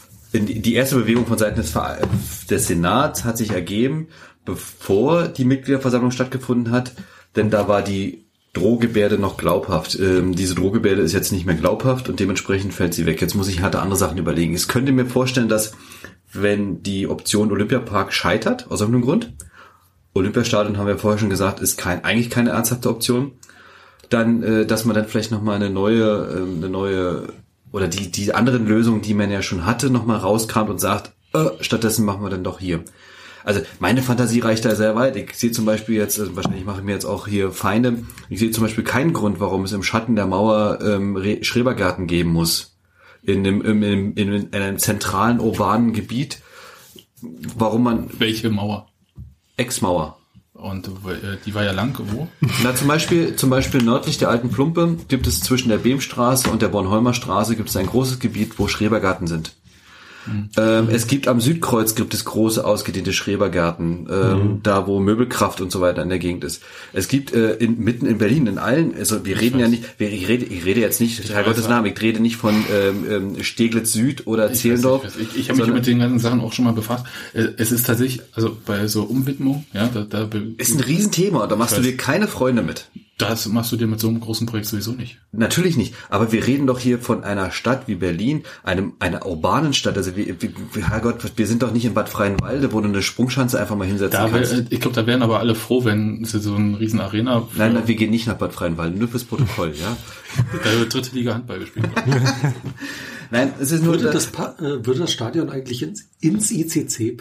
Die erste Bewegung von Seiten des, des Senats hat sich ergeben, bevor die Mitgliederversammlung stattgefunden hat, denn da war die Drohgebärde noch glaubhaft. Ähm, diese Drohgebärde ist jetzt nicht mehr glaubhaft und dementsprechend fällt sie weg. Jetzt muss ich Hertha andere Sachen überlegen. Ich könnte mir vorstellen, dass wenn die Option Olympiapark scheitert, aus irgendeinem Grund, Olympiastadion haben wir vorher schon gesagt, ist kein eigentlich keine ernsthafte Option, dann, äh, dass man dann vielleicht nochmal eine neue, äh, eine neue oder die die anderen Lösungen, die man ja schon hatte, nochmal rauskramt und sagt, äh, stattdessen machen wir dann doch hier. Also meine Fantasie reicht da sehr weit. Ich sehe zum Beispiel jetzt, also wahrscheinlich mache ich mir jetzt auch hier Feinde, ich sehe zum Beispiel keinen Grund, warum es im Schatten der Mauer ähm, Schrebergärten geben muss. In einem, in, in, in einem zentralen urbanen Gebiet. Warum man... Welche Mauer? Ex-Mauer. Und äh, die war ja lang, wo? Na, zum Beispiel, zum Beispiel nördlich der Alten Plumpe gibt es zwischen der Behmstraße und der Bornholmer Straße gibt es ein großes Gebiet, wo Schrebergärten sind. Mhm. Ähm, es gibt am Südkreuz gibt es große ausgedehnte Schrebergärten, ähm, mhm. da wo Möbelkraft und so weiter in der Gegend ist. Es gibt äh, in, mitten in Berlin, in allen, also wir ich reden weiß. ja nicht, wir, ich rede, ich rede jetzt nicht, Herr Gottes Namen, ich rede nicht von ähm, Steglitz Süd oder ich Zehlendorf. Weiß, ich ich, ich habe mich mit den ganzen Sachen auch schon mal befasst. Es ist tatsächlich, also bei so Umwidmung, ja, da, da ist ein Riesenthema, da machst du dir keine Freunde mit. Das machst du dir mit so einem großen Projekt sowieso nicht. Natürlich nicht. Aber wir reden doch hier von einer Stadt wie Berlin, einem einer urbanen Stadt. Also wir, wir, Herrgott, wir sind doch nicht in Bad Freienwalde, wo du eine Sprungschanze einfach mal hinsetzen da kannst. Wär, ich glaube, da wären aber alle froh, wenn sie so eine riesen Arena... Nein, nein, wir gehen nicht nach Bad Freienwalde, nur fürs Protokoll, ja. Da wird dritte Liga Handball gespielt. Nein, es ist nur... Würde das, würde das Stadion eigentlich ins, ins I C C passen?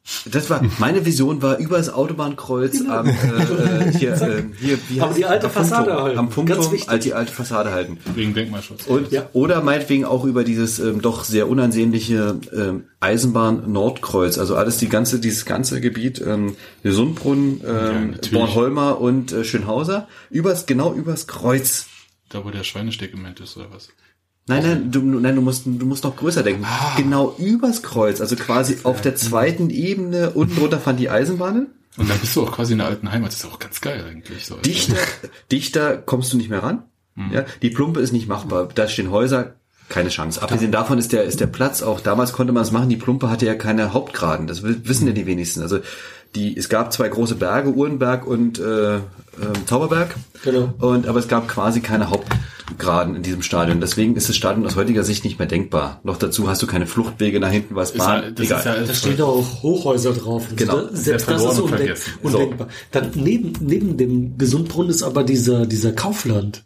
Das war, meine Vision war über das Autobahnkreuz am, äh, hier, äh, hier, wie Aber heißt die alte am Funkturm, Fassade halten. am Ganz Funkturm, wichtig. halt die alte Fassade halten. Wegen Denkmalschutz. Und, Ja. Oder meinetwegen auch über dieses ähm, doch sehr unansehnliche ähm, Eisenbahn-Nordkreuz, also alles die ganze, dieses ganze Gebiet, ähm, Sundbrunn, Ja, ähm, natürlich. Bornholmer und äh, Schönhauser, übers, genau übers Kreuz. Da, wo der Schweinesteg gemeint ist, oder was? Nein, nein, du, nein, du musst, du musst noch größer denken. Ah. Genau übers Kreuz, also quasi auf der zweiten Ebene, unten drunter fahren die Eisenbahnen. Und dann bist du auch quasi in der alten Heimat. Das ist auch ganz geil eigentlich. So. Dichter, dichter kommst du nicht mehr ran. Ja, die Plumpe ist nicht machbar. Da stehen Häuser, keine Chance. Abgesehen davon ist der, ist der Platz auch, damals konnte man es machen, die Plumpe hatte ja keine Hauptgraden. Das wissen ja die wenigsten. Also, die, es gab zwei große Berge, Uhrenberg und, äh, äh, Zauberberg. Genau. Und, aber es gab quasi keine Hauptgraden in diesem Stadion. Deswegen ist das Stadion aus heutiger Sicht nicht mehr denkbar. Noch dazu hast du keine Fluchtwege nach hinten, was Ist Bahn, ja- das egal. ist ja, Da stehen auch Hochhäuser drauf. Und Genau. so. Selbst Ja, das ist verloren und undenk vergessen. undenkbar. Dann neben, neben dem Gesundbrunnen ist aber dieser, dieser Kaufland.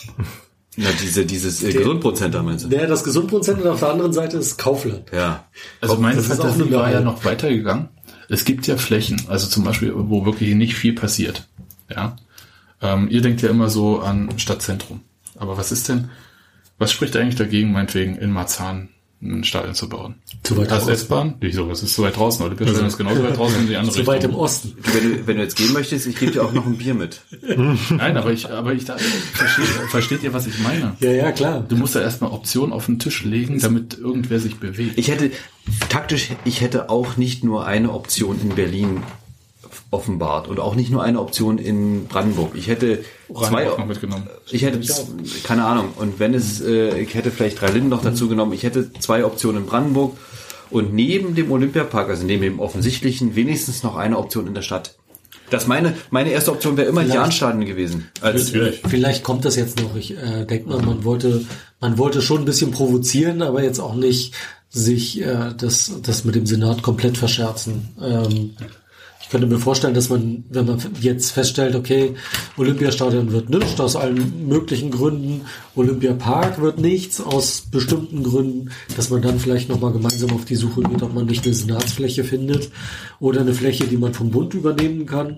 Na, diese, dieses äh, Gesundbrotcenter meinst du? Der, das Gesundbrunnenzentrum und auf der anderen Seite ist Kaufland. Ja. Also meine das ist auch Fantasie nur war geil. ja noch weitergegangen. Es gibt ja Flächen, also zum Beispiel, wo wirklich nicht viel passiert. Ja. Ähm, ihr denkt ja immer so an Stadtzentrum. Aber was ist denn, was spricht eigentlich dagegen, meinetwegen in Marzahn ein Stadion zu bauen? Zu weit Hast draußen. S-Bahn? Wieso? Das ist so weit draußen. Olympiastadion ist genauso weit draußen wie die andere Zu weit im Richtung. Osten. Wenn du, wenn du jetzt gehen möchtest, ich gebe dir auch noch ein Bier mit. Nein, aber ich, aber ich, da, versteht, versteht ihr, was ich meine? Ja, ja, klar. Du musst da erstmal Optionen auf den Tisch legen, damit irgendwer sich bewegt. Ich hätte, taktisch, ich hätte auch nicht nur eine Option in Berlin offenbart und auch nicht nur eine Option in Brandenburg. Ich hätte zwei, auch noch mitgenommen. ich hätte, keine Ahnung, und wenn es, äh, ich hätte vielleicht drei Linden noch dazu genommen, ich hätte zwei Optionen in Brandenburg und neben dem Olympiapark, also neben dem offensichtlichen, wenigstens noch eine Option in der Stadt. Das meine, meine erste Option wäre immer die Jahnstadien gewesen. Als, Natürlich. Vielleicht kommt das jetzt noch. Ich äh, denke mal, man wollte, man wollte schon ein bisschen provozieren, aber jetzt auch nicht sich äh, das, das mit dem Senat komplett verscherzen. Ähm, ich könnte mir vorstellen, dass man, wenn man jetzt feststellt, okay, Olympiastadion wird nichts aus allen möglichen Gründen, Olympiapark wird nichts aus bestimmten Gründen, dass man dann vielleicht nochmal gemeinsam auf die Suche geht, ob man nicht eine Senatsfläche findet oder eine Fläche, die man vom Bund übernehmen kann.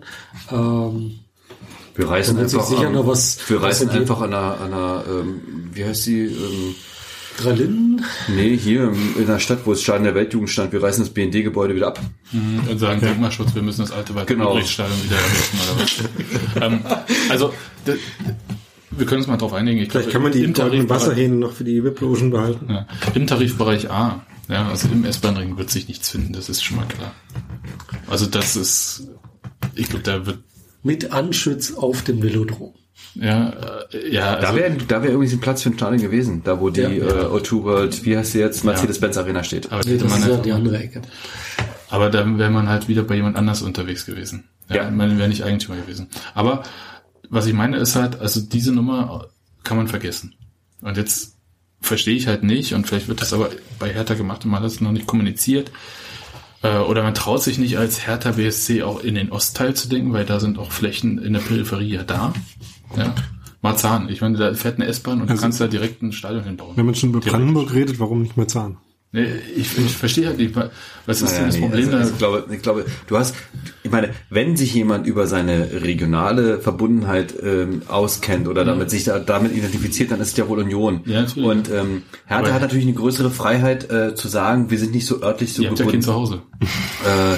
Ähm, wir reißen Da wird sich einfach, sicher am- noch was- wir was reißen ergeben. einfach an einer, an einer, ähm, wie heißt die, ähm, Drei Linden? nee, hier in der Stadt, wo das Stadion der Weltjugend stand, wir reißen das B N D-Gebäude wieder ab. Und sagen, Denkmalschutz, wir müssen das alte Genau. Walter-Ulbricht-Stadion wieder errichten oder was. ähm, also, d- wir können uns mal drauf einigen. Ich Vielleicht glaube, kann man die im goldenen Tarifbereich- Wasserhähne noch für die Wiplogen behalten. Ja, im Tarifbereich A, ja, also im S-Bahn-Ring wird sich nichts finden, das ist schon mal klar. Also das ist, ich glaube, da wird, Mit Anschütz auf dem Velodrom. ja, äh, ja, Da also, wäre da wäre übrigens ein Platz für ein Stadion gewesen, da wo die Ja. äh, O zwei World, wie heißt sie jetzt, Mercedes-Benz Arena steht. aber, Nee, hätte das man ist ja halt, die andere Ecke. aber dann wäre man halt wieder bei jemand anders unterwegs gewesen. Ja, Ja. man wäre nicht Eigentümer gewesen. Aber was ich meine ist halt, also diese Nummer kann man vergessen. Und jetzt verstehe ich halt nicht, und vielleicht wird das aber bei Hertha gemacht und man hat es noch nicht kommuniziert, äh, oder man traut sich nicht als Hertha B S C auch in den Ostteil zu denken, weil da sind auch Flächen in der Peripherie ja da. Ja. Marzahn, ich meine, da fährt eine S-Bahn und du Also- kannst da direkt ein Stadion hinbauen. Wenn man schon über Theoretisch. Brandenburg redet, warum nicht Marzahn? Nee, ich, ich verstehe halt nicht, was ist Naja, denn das nee, Problem also, da? ich glaube, ich glaube, du hast, ich meine, wenn sich jemand über seine regionale Verbundenheit ähm, auskennt oder damit sich da damit identifiziert, dann ist es ja wohl Union. Ja, natürlich. Und ähm, Hertha Aber- hat natürlich eine größere Freiheit äh, zu sagen, wir sind nicht so örtlich so Ihr habt ja kein gebunden. Zuhause. Äh,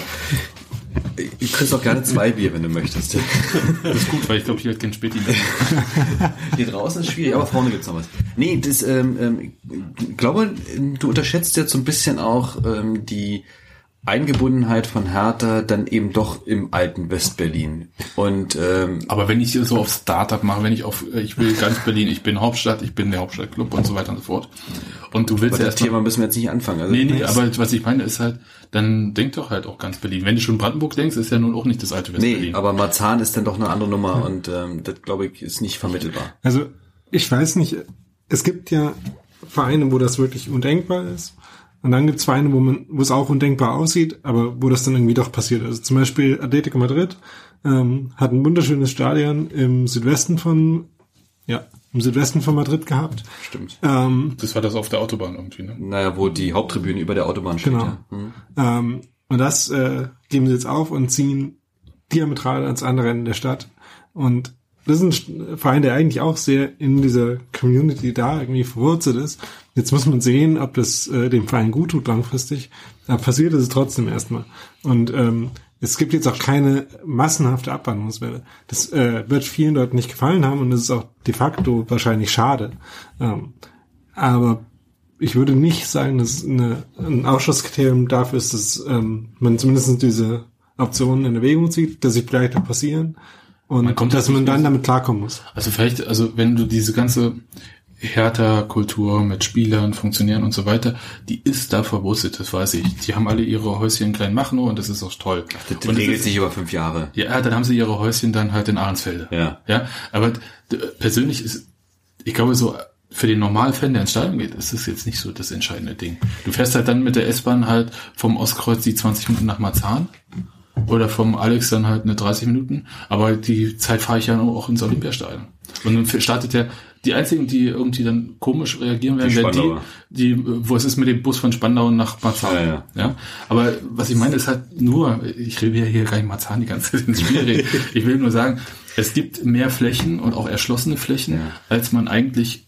du kriegst auch gerne zwei Bier, wenn du möchtest. Das ist gut, weil ich glaube, hier hat kein Späti mehr. Hier draußen ist schwierig, aber vorne gibt's noch was. Nee, das, ähm, ähm, ich glaube, du unterschätzt jetzt so ein bisschen auch ähm, die Eingebundenheit von Hertha dann eben doch im alten Westberlin. Und ähm, Aber wenn ich hier so auf Startup mache, wenn ich auf, ich will ganz Berlin, ich bin Hauptstadt, ich bin der Hauptstadtclub und so weiter und so fort. Und du willst mit ja das erstmal, Thema müssen wir jetzt nicht anfangen. Also, nee, nee, aber was ich meine ist halt, dann denk doch halt auch ganz Berlin. Wenn du schon Brandenburg denkst, ist ja nun auch nicht das alte nee, Westberlin. aber Marzahn ist dann doch eine andere Nummer und ähm, das, glaube ich, ist nicht vermittelbar. Also, ich weiß nicht, es gibt ja Vereine, wo das wirklich undenkbar ist. Und dann gibt es Vereine, wo man, wo es auch undenkbar aussieht, aber wo das dann irgendwie doch passiert. Also zum Beispiel Atletico Madrid ähm, hat ein wunderschönes Stadion im Südwesten von, ja, im Südwesten von Madrid gehabt. Stimmt. Ähm, Das war das auf der Autobahn irgendwie, ne? Naja, wo die Haupttribüne über der Autobahn steht. Genau. Ja. Hm. Ähm, Und das äh, geben sie jetzt auf und ziehen diametral ans andere Ende der Stadt. Und das ist ein Verein, der eigentlich auch sehr in dieser Community da irgendwie verwurzelt ist. Jetzt muss man sehen, ob das äh, dem Verein gut tut langfristig. Da passiert es trotzdem erstmal. Und ähm, es gibt jetzt auch keine massenhafte Abwanderungswelle. Das äh, wird vielen Leuten nicht gefallen haben und das ist auch de facto wahrscheinlich schade. Ähm, aber ich würde nicht sagen, dass eine, ein Ausschlusskriterium dafür ist, dass ähm, man zumindest diese Optionen in Erwägung zieht, dass sie vielleicht auch passieren und Man kommt dass jetzt man nicht dann mehr- damit klarkommen muss. Also vielleicht, also wenn du diese ganze Hertha-Kultur mit Spielern, Funktionären und so weiter, die ist da verwurzelt, das weiß ich. Die haben alle ihre Häuschen in Kleinmachnow und das ist auch toll. Das und regelt ist, sich über fünf Jahre. Ja, dann haben sie ihre Häuschen dann halt in Ahrensfelde. Ja. Ja, aber d- persönlich ist, ich glaube so, für den normalen Fan, der ins Stadion geht, ist das jetzt nicht so das entscheidende Ding. Du fährst halt dann mit der S-Bahn halt vom Ostkreuz die zwanzig Minuten nach Marzahn oder vom Alex dann halt eine dreißig Minuten, aber die Zeit fahre ich ja auch ins Olympiastadion. Und dann startet der, die einzigen, die irgendwie dann komisch reagieren werden, Die werden Spandauer. die, die, wo es ist mit dem Bus von Spandau nach Marzahn. Ja, ja. Ja, aber was ich meine ist halt nur, ich rede ja hier gar nicht Marzahn die ganze Zeit ins Spiel reden. Ich will nur sagen, es gibt mehr Flächen und auch erschlossene Flächen, Ja. als man eigentlich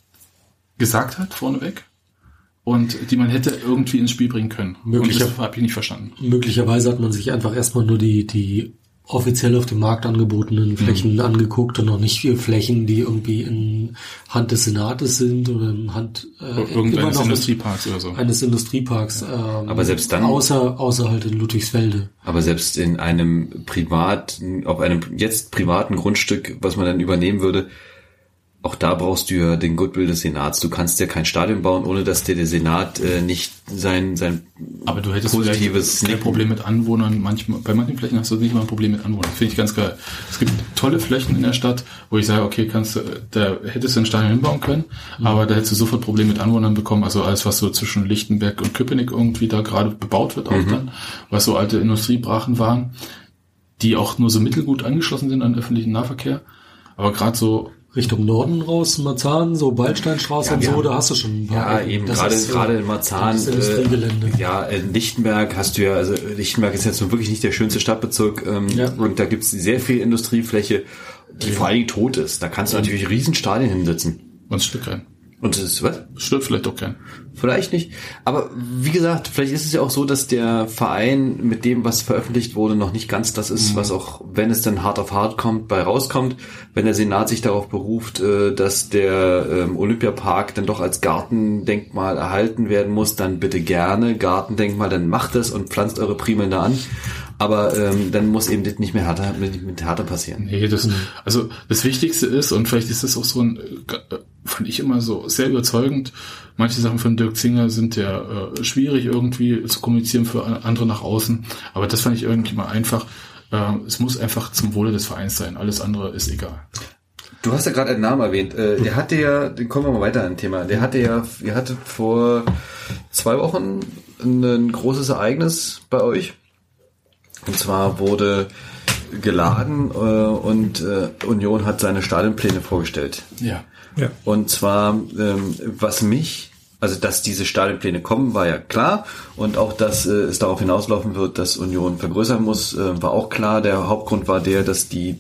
gesagt hat vorneweg und die man hätte irgendwie ins Spiel bringen können. Möglicher- Und das habe ich nicht verstanden. Möglicherweise hat man sich einfach erstmal nur die, die offiziell auf dem Markt angebotenen Flächen Mhm. angeguckt und noch nicht viele Flächen, die irgendwie in Hand des Senates sind oder in Hand äh, immer Irgendeines noch Industrieparks oder so. eines Industrieparks. Ähm, Aber selbst dann- Außer, außer halt in Ludwigsfelde. Aber selbst in einem privaten, auf einem jetzt privaten Grundstück, was man dann übernehmen würde, auch da brauchst du ja den Goodwill des Senats. Du kannst ja kein Stadion bauen, ohne dass dir der Senat äh, nicht sein sein Aber du hättest positives vielleicht kein Nicken- Problem mit Anwohnern. Manchmal, bei manchen Flächen hast du nicht mal ein Problem mit Anwohnern. Das finde ich ganz geil. Es gibt tolle Flächen in der Stadt, wo ich sage, okay, kannst du, da hättest du ein Stadion hinbauen können, aber da hättest du sofort Probleme mit Anwohnern bekommen. Also alles, was so zwischen Lichtenberg und Köpenick irgendwie da gerade bebaut wird, auch dann, was so alte Industriebrachen waren, die auch nur so mittelgut angeschlossen sind an den öffentlichen Nahverkehr. Aber gerade so Richtung Norden raus, Marzahn, so Waldsteinstraße Ja, und wir so, haben- da hast du schon ein paar. Ja, Ecken. eben Das gerade ist, äh, gerade in Marzahn, das Industriegelände. Äh, ja, in Lichtenberg hast du ja, also Lichtenberg ist jetzt nun wirklich nicht der schönste Stadtbezirk ähm, Ja. und da gibt's sehr viel Industriefläche, die vor allen Dingen tot ist. Da kannst du natürlich riesen Stadien hinsetzen. und es stört keinen. Und das ist, was? Stört vielleicht auch keinen. Vielleicht nicht. Aber wie gesagt, vielleicht ist es ja auch so, dass der Verein mit dem, was veröffentlicht wurde, noch nicht ganz das ist, was auch, wenn es dann hart auf hart kommt, bei rauskommt. Wenn der Senat sich darauf beruft, äh, dass der ähm, Olympiapark dann doch als Gartendenkmal erhalten werden muss, dann bitte gerne Gartendenkmal, dann macht es und pflanzt eure Primeln da an. Aber ähm, dann muss eben das nicht mehr härter, mit, mit härter passieren. Nee, das, also das Wichtigste ist, und vielleicht ist das auch so ein, äh, fand ich immer so sehr überzeugend, manche Sachen von Dirk Zinger sind ja äh, schwierig irgendwie zu kommunizieren für andere nach außen, aber das fand ich irgendwie mal einfach, äh, es muss einfach zum Wohle des Vereins sein, alles andere ist egal. Du hast ja gerade einen Namen erwähnt. Äh, der hatte ja, den kommen wir mal weiter an ein Thema. Der hatte ja, ihr hatte vor zwei Wochen ein großes Ereignis bei euch. Und zwar wurde geladen äh, und äh, Union hat seine Stadionpläne vorgestellt. Ja. Ja. Und zwar, ähm, was mich, also dass diese Stadionpläne kommen, war ja klar. Und auch, dass äh, es darauf hinauslaufen wird, dass Union vergrößern muss, äh, war auch klar. Der Hauptgrund war der, dass die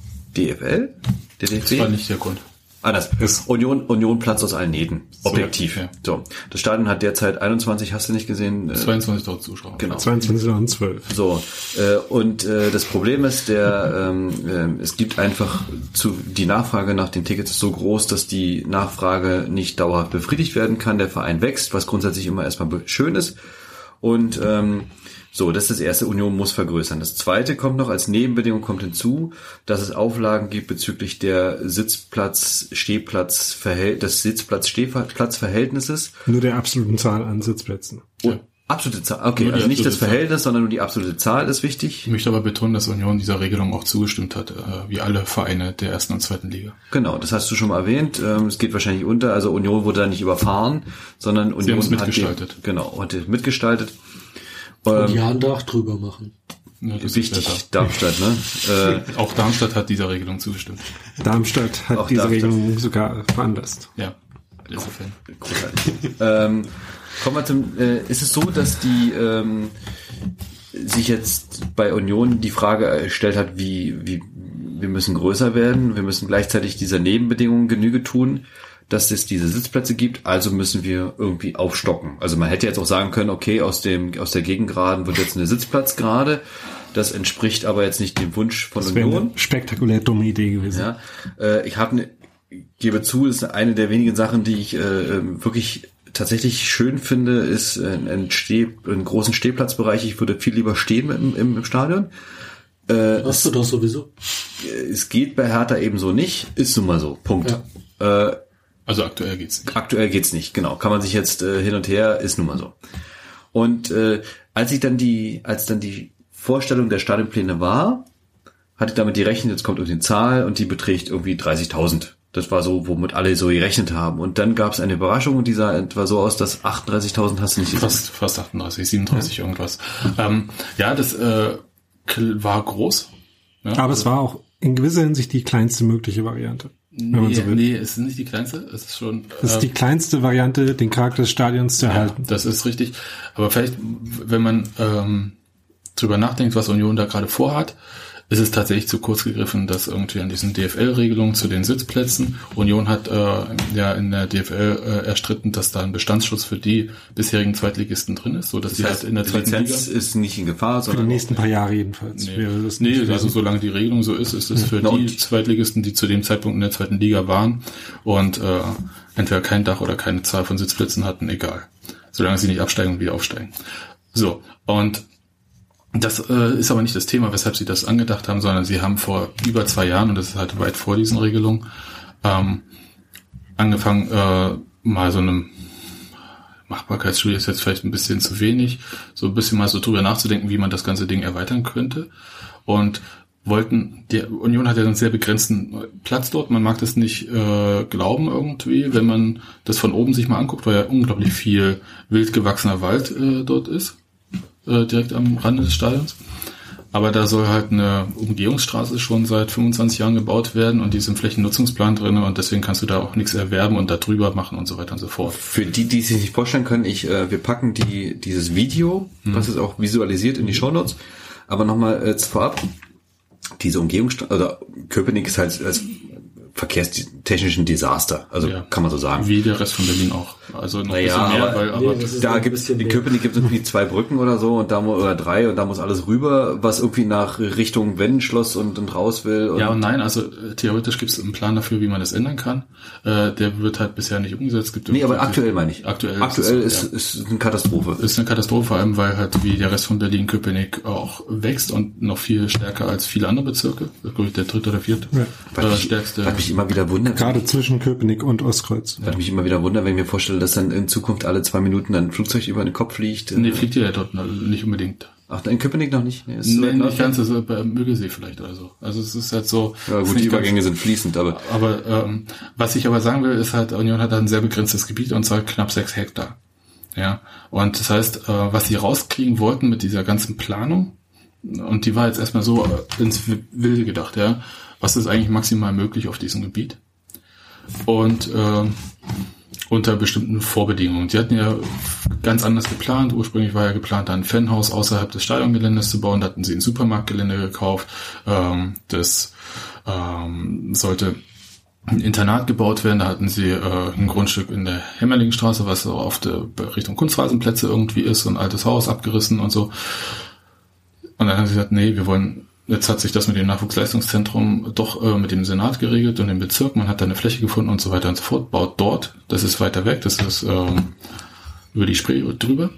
D F L, der D F B, Das war nicht der Grund. anders. Union, Union platzt aus allen Nähten. Objektiv. ja. So. Das Stadion hat derzeit einundzwanzig, hast du nicht gesehen? Äh, zweiundzwanzigtausend Zuschauer. Genau. zweiundzwanzig und zwölf. So, äh, und äh, das Problem ist, der ähm, äh, es gibt einfach zu die Nachfrage nach den Tickets ist so groß, dass die Nachfrage nicht dauerhaft befriedigt werden kann. Der Verein wächst, was grundsätzlich immer erstmal be- schön ist. Und ähm, so, das ist das erste, Union muss vergrößern. Das zweite kommt noch als Nebenbedingung, kommt hinzu, dass es Auflagen gibt bezüglich der Sitzplatz-Stehplatz, des Sitzplatz-Stehplatz-Verhältnisses. Nur der absoluten Zahl an Sitzplätzen. Und absolute Zahl, okay, Nur die also nicht das absolute Zahl. Verhältnis, sondern nur die absolute Zahl ist wichtig. Ich möchte aber betonen, dass Union dieser Regelung auch zugestimmt hat, äh, wie alle Vereine der ersten und zweiten Liga. Genau, das hast du schon mal erwähnt. Ähm, Es geht wahrscheinlich unter. Also Union wurde da nicht überfahren, sondern Union haben es hat mitgestaltet. Den, genau, hat den mitgestaltet. Und Ähm, ja, ein Dach drüber machen. Ja, das ist wichtig, besser. Darmstadt, ne? Äh, Auch Darmstadt hat dieser Regelung zugestimmt. Darmstadt hat Auch diese Darmstadt. Regelung sogar veranlasst. Ja, insofern. großartig. ähm, kommen wir zum, äh, ist es so, dass die, ähm, sich jetzt bei Union die Frage gestellt hat, wie, wie, wir müssen größer werden, wir müssen gleichzeitig dieser Nebenbedingungen Genüge tun, dass es diese Sitzplätze gibt, also müssen wir irgendwie aufstocken. Also man hätte jetzt auch sagen können, okay, aus dem, aus der Gegengraden wird jetzt eine Sitzplatzgrade. Das entspricht aber jetzt nicht dem Wunsch von das wäre Union. Eine spektakulär dumme Idee gewesen. Ja, äh, ich habe ne, gebe zu, ist eine der wenigen Sachen, die ich äh, wirklich tatsächlich schön finde, ist ein, ein Steh, einen großen Stehplatzbereich. Ich würde viel lieber stehen im, im, im Stadion. Äh, Hast du doch sowieso. Es geht bei Hertha eben so nicht, ist nun mal so. Punkt. Ja. Äh, also aktuell geht's nicht. Aktuell geht's nicht, genau. Kann man sich jetzt äh, hin und her, ist nun mal so. Und äh, als ich dann die, als dann die Vorstellung der Stadionpläne war, hatte ich damit gerechnet, jetzt kommt irgendeine Zahl und die beträgt irgendwie dreißigtausend. Das war so, womit alle so gerechnet haben. Und dann gab es eine Überraschung und die sah etwa so aus, dass achtunddreißigtausend hast du nicht gesehen. Fast, fast achtunddreißig, siebenunddreißig ja. irgendwas. Ähm, ja, das äh, war groß. Ja, aber es war auch in gewisser Hinsicht die kleinste mögliche Variante. Nee, wenn man so will. Nee, es ist nicht die kleinste. Es ist schon. Es ist äh, die kleinste Variante, den Charakter des Stadions zu erhalten. Ja, das ist richtig. Aber vielleicht, wenn man ähm, drüber nachdenkt, was Union da gerade vorhat, ist es tatsächlich zu kurz gegriffen, dass irgendwie an diesen D F L-Regelungen zu den Sitzplätzen, Union hat äh, ja in der D F L äh, erstritten, dass da ein Bestandsschutz für die bisherigen Zweitligisten drin ist, so dass das die heißt, halt in der die zweiten Lizenz Liga ist nicht in Gefahr, sondern für die nächsten paar Jahre jedenfalls. Nee, wäre das nee nicht also solange die Regelung so ist, ist es für ja, die Zweitligisten, die zu dem Zeitpunkt in der zweiten Liga waren und äh, entweder kein Dach oder keine Zahl von Sitzplätzen hatten, egal. Solange sie nicht absteigen und wieder aufsteigen. So, und das äh, ist aber nicht das Thema, weshalb sie das angedacht haben, sondern sie haben vor über zwei Jahren, und das ist halt weit vor diesen Regelungen, ähm, angefangen, äh, mal so eine Machbarkeitsstudie ist jetzt vielleicht ein bisschen zu wenig, so ein bisschen mal so drüber nachzudenken, wie man das ganze Ding erweitern könnte. Und wollten, die Union hat ja einen sehr begrenzten Platz dort, man mag das nicht äh, glauben irgendwie, wenn man das von oben sich mal anguckt, weil ja unglaublich viel wild gewachsener Wald äh, dort ist. Direkt am Rande des Stadions. Aber da soll halt eine Umgehungsstraße schon seit fünfundzwanzig Jahren gebaut werden und die ist im Flächennutzungsplan drin und deswegen kannst du da auch nichts erwerben und da drüber machen und so weiter und so fort. Für die, die sich nicht vorstellen können, ich, äh, wir packen die dieses Video, hm. was ist auch visualisiert in die Shownotes, aber nochmal äh, vorab, diese Umgehungsstraße, oder Köpenick ist halt als verkehrstechnischen Desaster, also ja, kann man so sagen. Wie der Rest von Berlin auch. Also noch ein naja, bisschen mehr, aber, weil aber nee, da gibt es in Köpenick gibt es irgendwie zwei Brücken oder so und da muss, oder drei und da muss alles rüber, was irgendwie nach Richtung Wendenschloss und, und raus will. Und ja und nein, also äh, theoretisch gibt es einen Plan dafür, wie man das ändern kann. Äh, der wird halt bisher nicht umgesetzt. Gibt nee, aber aktuell meine ich. Aktuell, aktuell ist, ist, ist, ist eine Katastrophe. Ist eine Katastrophe, vor allem weil halt wie der Rest von Berlin Köpenick auch wächst und noch viel stärker als viele andere Bezirke. Das ist der dritte oder vierte ja. äh, stärkste. Was mich immer wieder wundert. Gerade zwischen Köpenick und Ostkreuz. Was mich immer wieder wundert, wenn ich mir vorstelle, dass dann in Zukunft alle zwei Minuten ein Flugzeug über den Kopf fliegt. Nee, fliegt ja dort nicht unbedingt. Ach, in Köpenick noch nicht? Nee, ist nee nicht ganz, also bei Müggelsee vielleicht oder so. Also es ist halt so... Ja gut, die Übergänge sind fließend, aber... Aber ähm, was ich aber sagen will, ist halt, Union hat ein sehr begrenztes Gebiet und zwar knapp sechs Hektar. Ja, und das heißt, äh, was sie rauskriegen wollten mit dieser ganzen Planung, und die war jetzt erstmal so ins Wilde gedacht, ja, was ist eigentlich maximal möglich auf diesem Gebiet? Und äh, unter bestimmten Vorbedingungen. Die hatten ja ganz anders geplant. Ursprünglich war ja geplant, ein Fanhaus außerhalb des Stadiongeländes zu bauen. Da hatten sie ein Supermarktgelände gekauft. Ähm, das ähm, sollte ein Internat gebaut werden. Da hatten sie äh, ein Grundstück in der Hemmerlingstraße, was so auf der Richtung Kunstrasenplätze irgendwie ist, so ein altes Haus abgerissen und so. Und dann haben sie gesagt, nee, wir wollen... Jetzt hat sich das mit dem Nachwuchsleistungszentrum doch äh, mit dem Senat geregelt und dem Bezirk. Man hat da eine Fläche gefunden und so weiter und so fort. Baut dort. Das ist weiter weg. Das ist ähm, über die Spree drüber.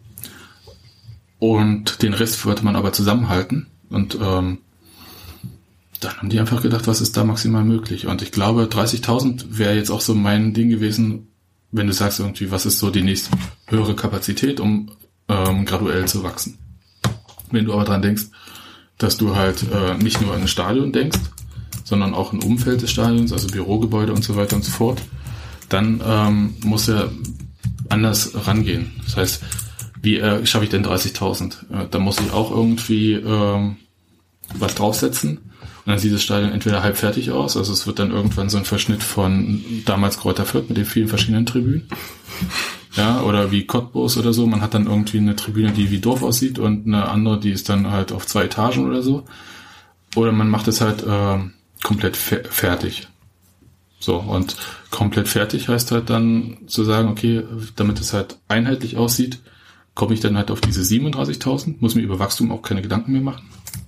Und den Rest wollte man aber zusammenhalten. Und ähm, dann haben die einfach gedacht, was ist da maximal möglich? Und ich glaube, dreißigtausend wäre jetzt auch so mein Ding gewesen, wenn du sagst irgendwie, was ist so die nächste höhere Kapazität, um ähm, graduell zu wachsen. Wenn du aber dran denkst, dass du halt äh, nicht nur an ein Stadion denkst, sondern auch ein Umfeld des Stadions, also Bürogebäude und so weiter und so fort, dann ähm, muss er anders rangehen. Das heißt, wie äh, schaffe ich denn dreißigtausend? Äh, da muss ich auch irgendwie ähm, was draufsetzen und dann sieht das Stadion entweder halb fertig aus, also es wird dann irgendwann so ein Verschnitt von damals Kräuter Fürth mit den vielen verschiedenen Tribünen. Ja, oder wie Cottbus oder so. Man hat dann irgendwie eine Tribüne, die wie Dorf aussieht und eine andere, die ist dann halt auf zwei Etagen oder so. Oder man macht es halt äh, komplett fe- fertig. So, und komplett fertig heißt halt dann zu sagen, okay, damit es halt einheitlich aussieht, komme ich dann halt auf diese siebenunddreißigtausend, muss mir über Wachstum auch keine Gedanken mehr machen.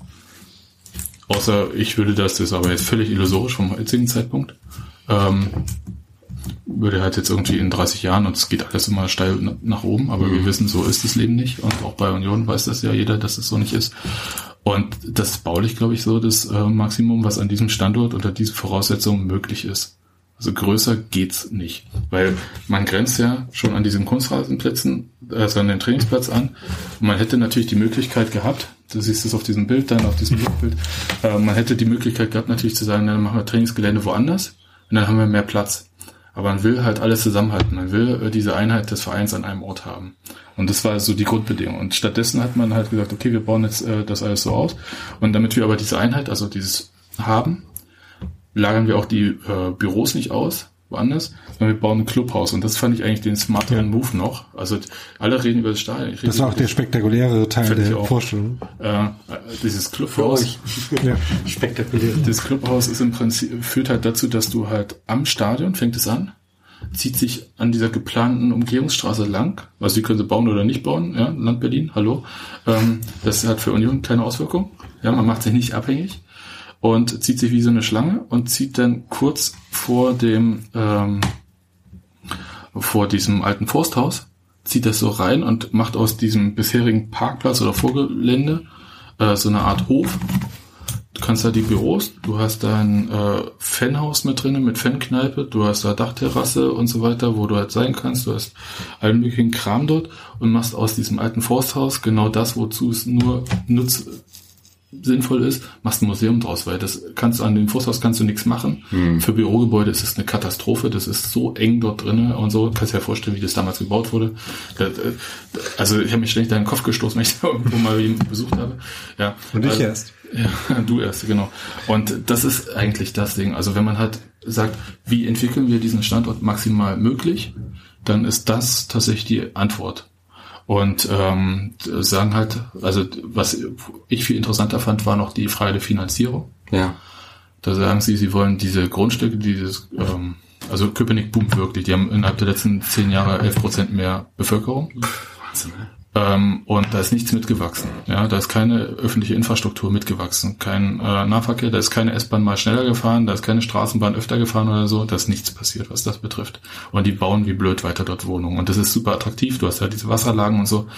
Außer ich würde das, das ist aber jetzt völlig illusorisch vom jetzigen Zeitpunkt, ähm, würde halt jetzt irgendwie in dreißig Jahren, und es geht alles immer steil nach oben, aber mhm. wir wissen, so ist das Leben nicht, und auch bei Union weiß das ja jeder, dass es so nicht ist. Und das ist baulich, glaube ich, so das äh, Maximum, was an diesem Standort unter diesen Voraussetzungen möglich ist. Also größer geht's nicht, weil man grenzt ja schon an diesen Kunstrasenplätzen, also an den Trainingsplatz an. Und man hätte natürlich die Möglichkeit gehabt, du siehst es auf diesem Bild, dann auf diesem Bild, äh, man hätte die Möglichkeit gehabt, natürlich zu sagen, dann machen wir Trainingsgelände woanders und dann haben wir mehr Platz. Aber man will halt alles zusammenhalten. Man will äh, diese Einheit des Vereins an einem Ort haben. Und das war so die Grundbedingung. Und stattdessen hat man halt gesagt, okay, wir bauen jetzt äh, das alles so aus. Und damit wir aber diese Einheit, also dieses haben, lagern wir auch die äh, Büros nicht aus, woanders, sondern wir bauen ein Clubhaus. Und das fand ich eigentlich den smarteren ja. Move noch. Also alle reden über das Stadion. Das war auch der spektakulärere Teil der Vorstellung. Äh, dieses Clubhaus. ja. Spektakulär. Das Clubhaus ist im Prinzip, führt halt dazu, dass du halt am Stadion, fängt es an, zieht sich an dieser geplanten Umgehungsstraße lang. Also die können sie bauen oder nicht bauen, ja, Land Berlin, hallo. Ähm, das hat für Union keine Auswirkung. Ja, man macht sich nicht abhängig. Und zieht sich wie so eine Schlange und zieht dann kurz vor dem ähm, vor diesem alten Forsthaus, zieht das so rein und macht aus diesem bisherigen Parkplatz oder Vorgelände äh, so eine Art Hof. Du kannst da die Büros, du hast da ein äh, Fanhaus mit drinnen, mit Fankneipe, du hast da Dachterrasse und so weiter, wo du halt sein kannst, du hast allen möglichen Kram dort und machst aus diesem alten Forsthaus genau das, wozu es nur nutzt, sinnvoll ist, machst ein Museum draus, weil das kannst du an dem Forsthaus kannst du nichts machen. Hm. Für Bürogebäude ist es eine Katastrophe, das ist so eng dort drinnen und so, kannst dir ja vorstellen, wie das damals gebaut wurde. Also ich habe mich ständig da in den Kopf gestoßen, wenn ich da irgendwo mal jemanden besucht habe. Ja. Und ich also, erst. Ja, du erst, genau. Und das ist eigentlich das Ding. Also wenn man halt sagt, wie entwickeln wir diesen Standort maximal möglich, dann ist das tatsächlich die Antwort. Und ähm, sagen halt, also was ich viel interessanter fand, war noch die freie Finanzierung. Ja. Da sagen sie, sie wollen diese Grundstücke, dieses, ähm, also Köpenick boomt wirklich. Die haben innerhalb der letzten zehn Jahre elf Prozent mehr Bevölkerung. Wahnsinn, ne? Ähm, und da ist nichts mitgewachsen. Ja, da ist keine öffentliche Infrastruktur mitgewachsen, kein äh, Nahverkehr, da ist keine S-Bahn mal schneller gefahren, da ist keine Straßenbahn öfter gefahren oder so, da ist nichts passiert, was das betrifft. Und die bauen wie blöd weiter dort Wohnungen. Und das ist super attraktiv, du hast ja diese Wasserlagen und so.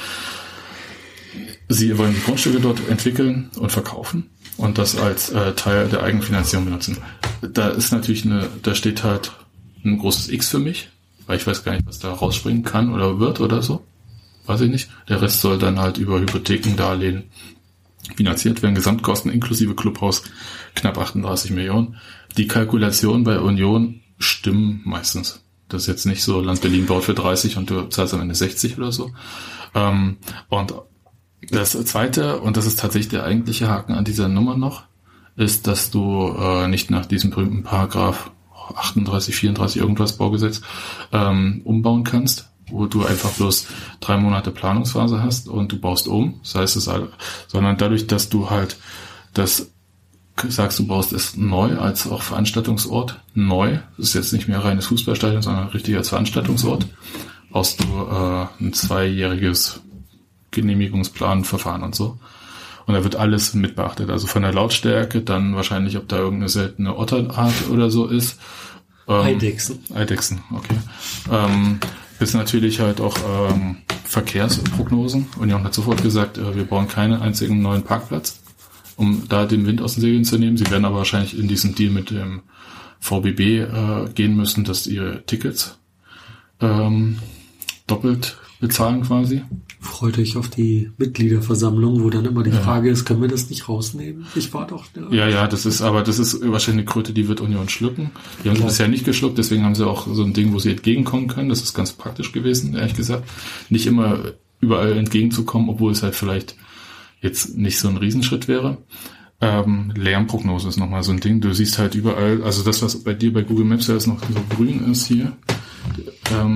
Sie wollen die Grundstücke dort entwickeln und verkaufen und das als äh, Teil der Eigenfinanzierung benutzen. Da ist natürlich eine, da steht halt ein großes X für mich, weil ich weiß gar nicht, was da rausspringen kann oder wird oder so. Weiß ich nicht. Der Rest soll dann halt über Hypotheken, Darlehen finanziert werden. Gesamtkosten inklusive Clubhaus knapp achtunddreißig Millionen. Die Kalkulationen bei Union stimmen meistens. Das ist jetzt nicht so, Land Berlin baut für dreißig und du zahlst am Ende sechzig oder so. Ähm, und das Zweite, und das ist tatsächlich der eigentliche Haken an dieser Nummer noch, ist, dass du äh, nicht nach diesem berühmten Paragraph achtunddreißig, vierunddreißig irgendwas Baugesetz ähm, umbauen kannst, wo du einfach bloß drei Monate Planungsphase hast und du baust um, das heißt es halt, sondern dadurch, dass du halt das sagst, du baust es neu als auch Veranstaltungsort neu, das ist jetzt nicht mehr reines Fußballstadion, sondern richtig als Veranstaltungsort, brauchst du äh, ein zweijähriges Genehmigungsplanverfahren und so. Und da wird alles mit beachtet, also von der Lautstärke, dann wahrscheinlich, ob da irgendeine seltene Otterart oder so ist. Ähm, Eidechsen. Eidechsen, okay. Ähm, bis natürlich halt auch ähm, Verkehrsprognosen. Union hat sofort gesagt, äh, wir bauen keinen einzigen neuen Parkplatz, um da den Wind aus den Segeln zu nehmen. Sie werden aber wahrscheinlich in diesen Deal mit dem V B B äh, gehen müssen, dass ihre Tickets ähm, doppelt bezahlen quasi. Freut euch auf die Mitgliederversammlung, wo dann immer die ja. Frage ist, können wir das nicht rausnehmen? Ich war doch da. Ja, ja, das ist, aber das ist wahrscheinlich eine Kröte, die wird Union schlucken. Die haben sie bisher nicht geschluckt, deswegen haben sie auch so ein Ding, wo sie entgegenkommen können. Das ist ganz praktisch gewesen, ehrlich gesagt. Nicht immer überall entgegenzukommen, obwohl es halt vielleicht jetzt nicht so ein Riesenschritt wäre. Ähm, Lärmprognose ist nochmal so ein Ding. Du siehst halt überall, also das, was bei dir bei Google Maps ja jetzt noch so grün ist hier, ähm,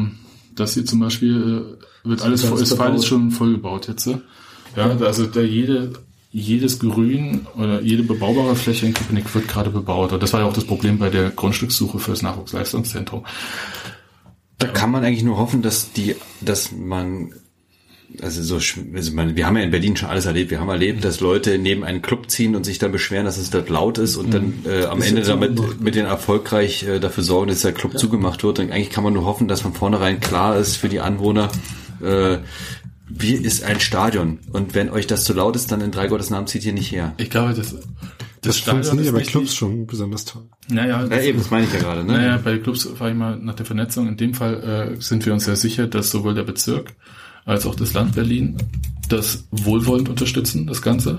Das hier zum Beispiel äh, wird alles, ist ist beides schon vollgebaut jetzt. Ja, also da jede, jedes Grün oder jede bebaubare Fläche in Köpenick wird gerade bebaut. Und das war ja auch das Problem bei der Grundstückssuche für das Nachwuchsleistungszentrum. Da kann man eigentlich nur hoffen, dass die, dass man, also so, also man, wir haben ja in Berlin schon alles erlebt. Wir haben erlebt, dass Leute neben einen Club ziehen und sich dann beschweren, dass es dort laut ist und dann äh, am ist Ende ja damit zugemacht. mit den erfolgreich äh, dafür sorgen, dass der Club ja. zugemacht wird. Und eigentlich kann man nur hoffen, dass von vornherein klar ist für die Anwohner, äh, wie ist ein Stadion? Und wenn euch das zu laut ist, dann in drei Gottes Namen zieht ihr nicht her. Ich glaube, das, das, das Stadion funktioniert ja bei nicht Clubs die, schon besonders toll. Naja, ja, eben, das meine ich ja gerade. Ne? Naja, bei Clubs war ich mal nach der Vernetzung. In dem Fall äh, sind wir uns sehr sicher, dass sowohl der Bezirk als auch das Land Berlin das wohlwollend unterstützen, das Ganze.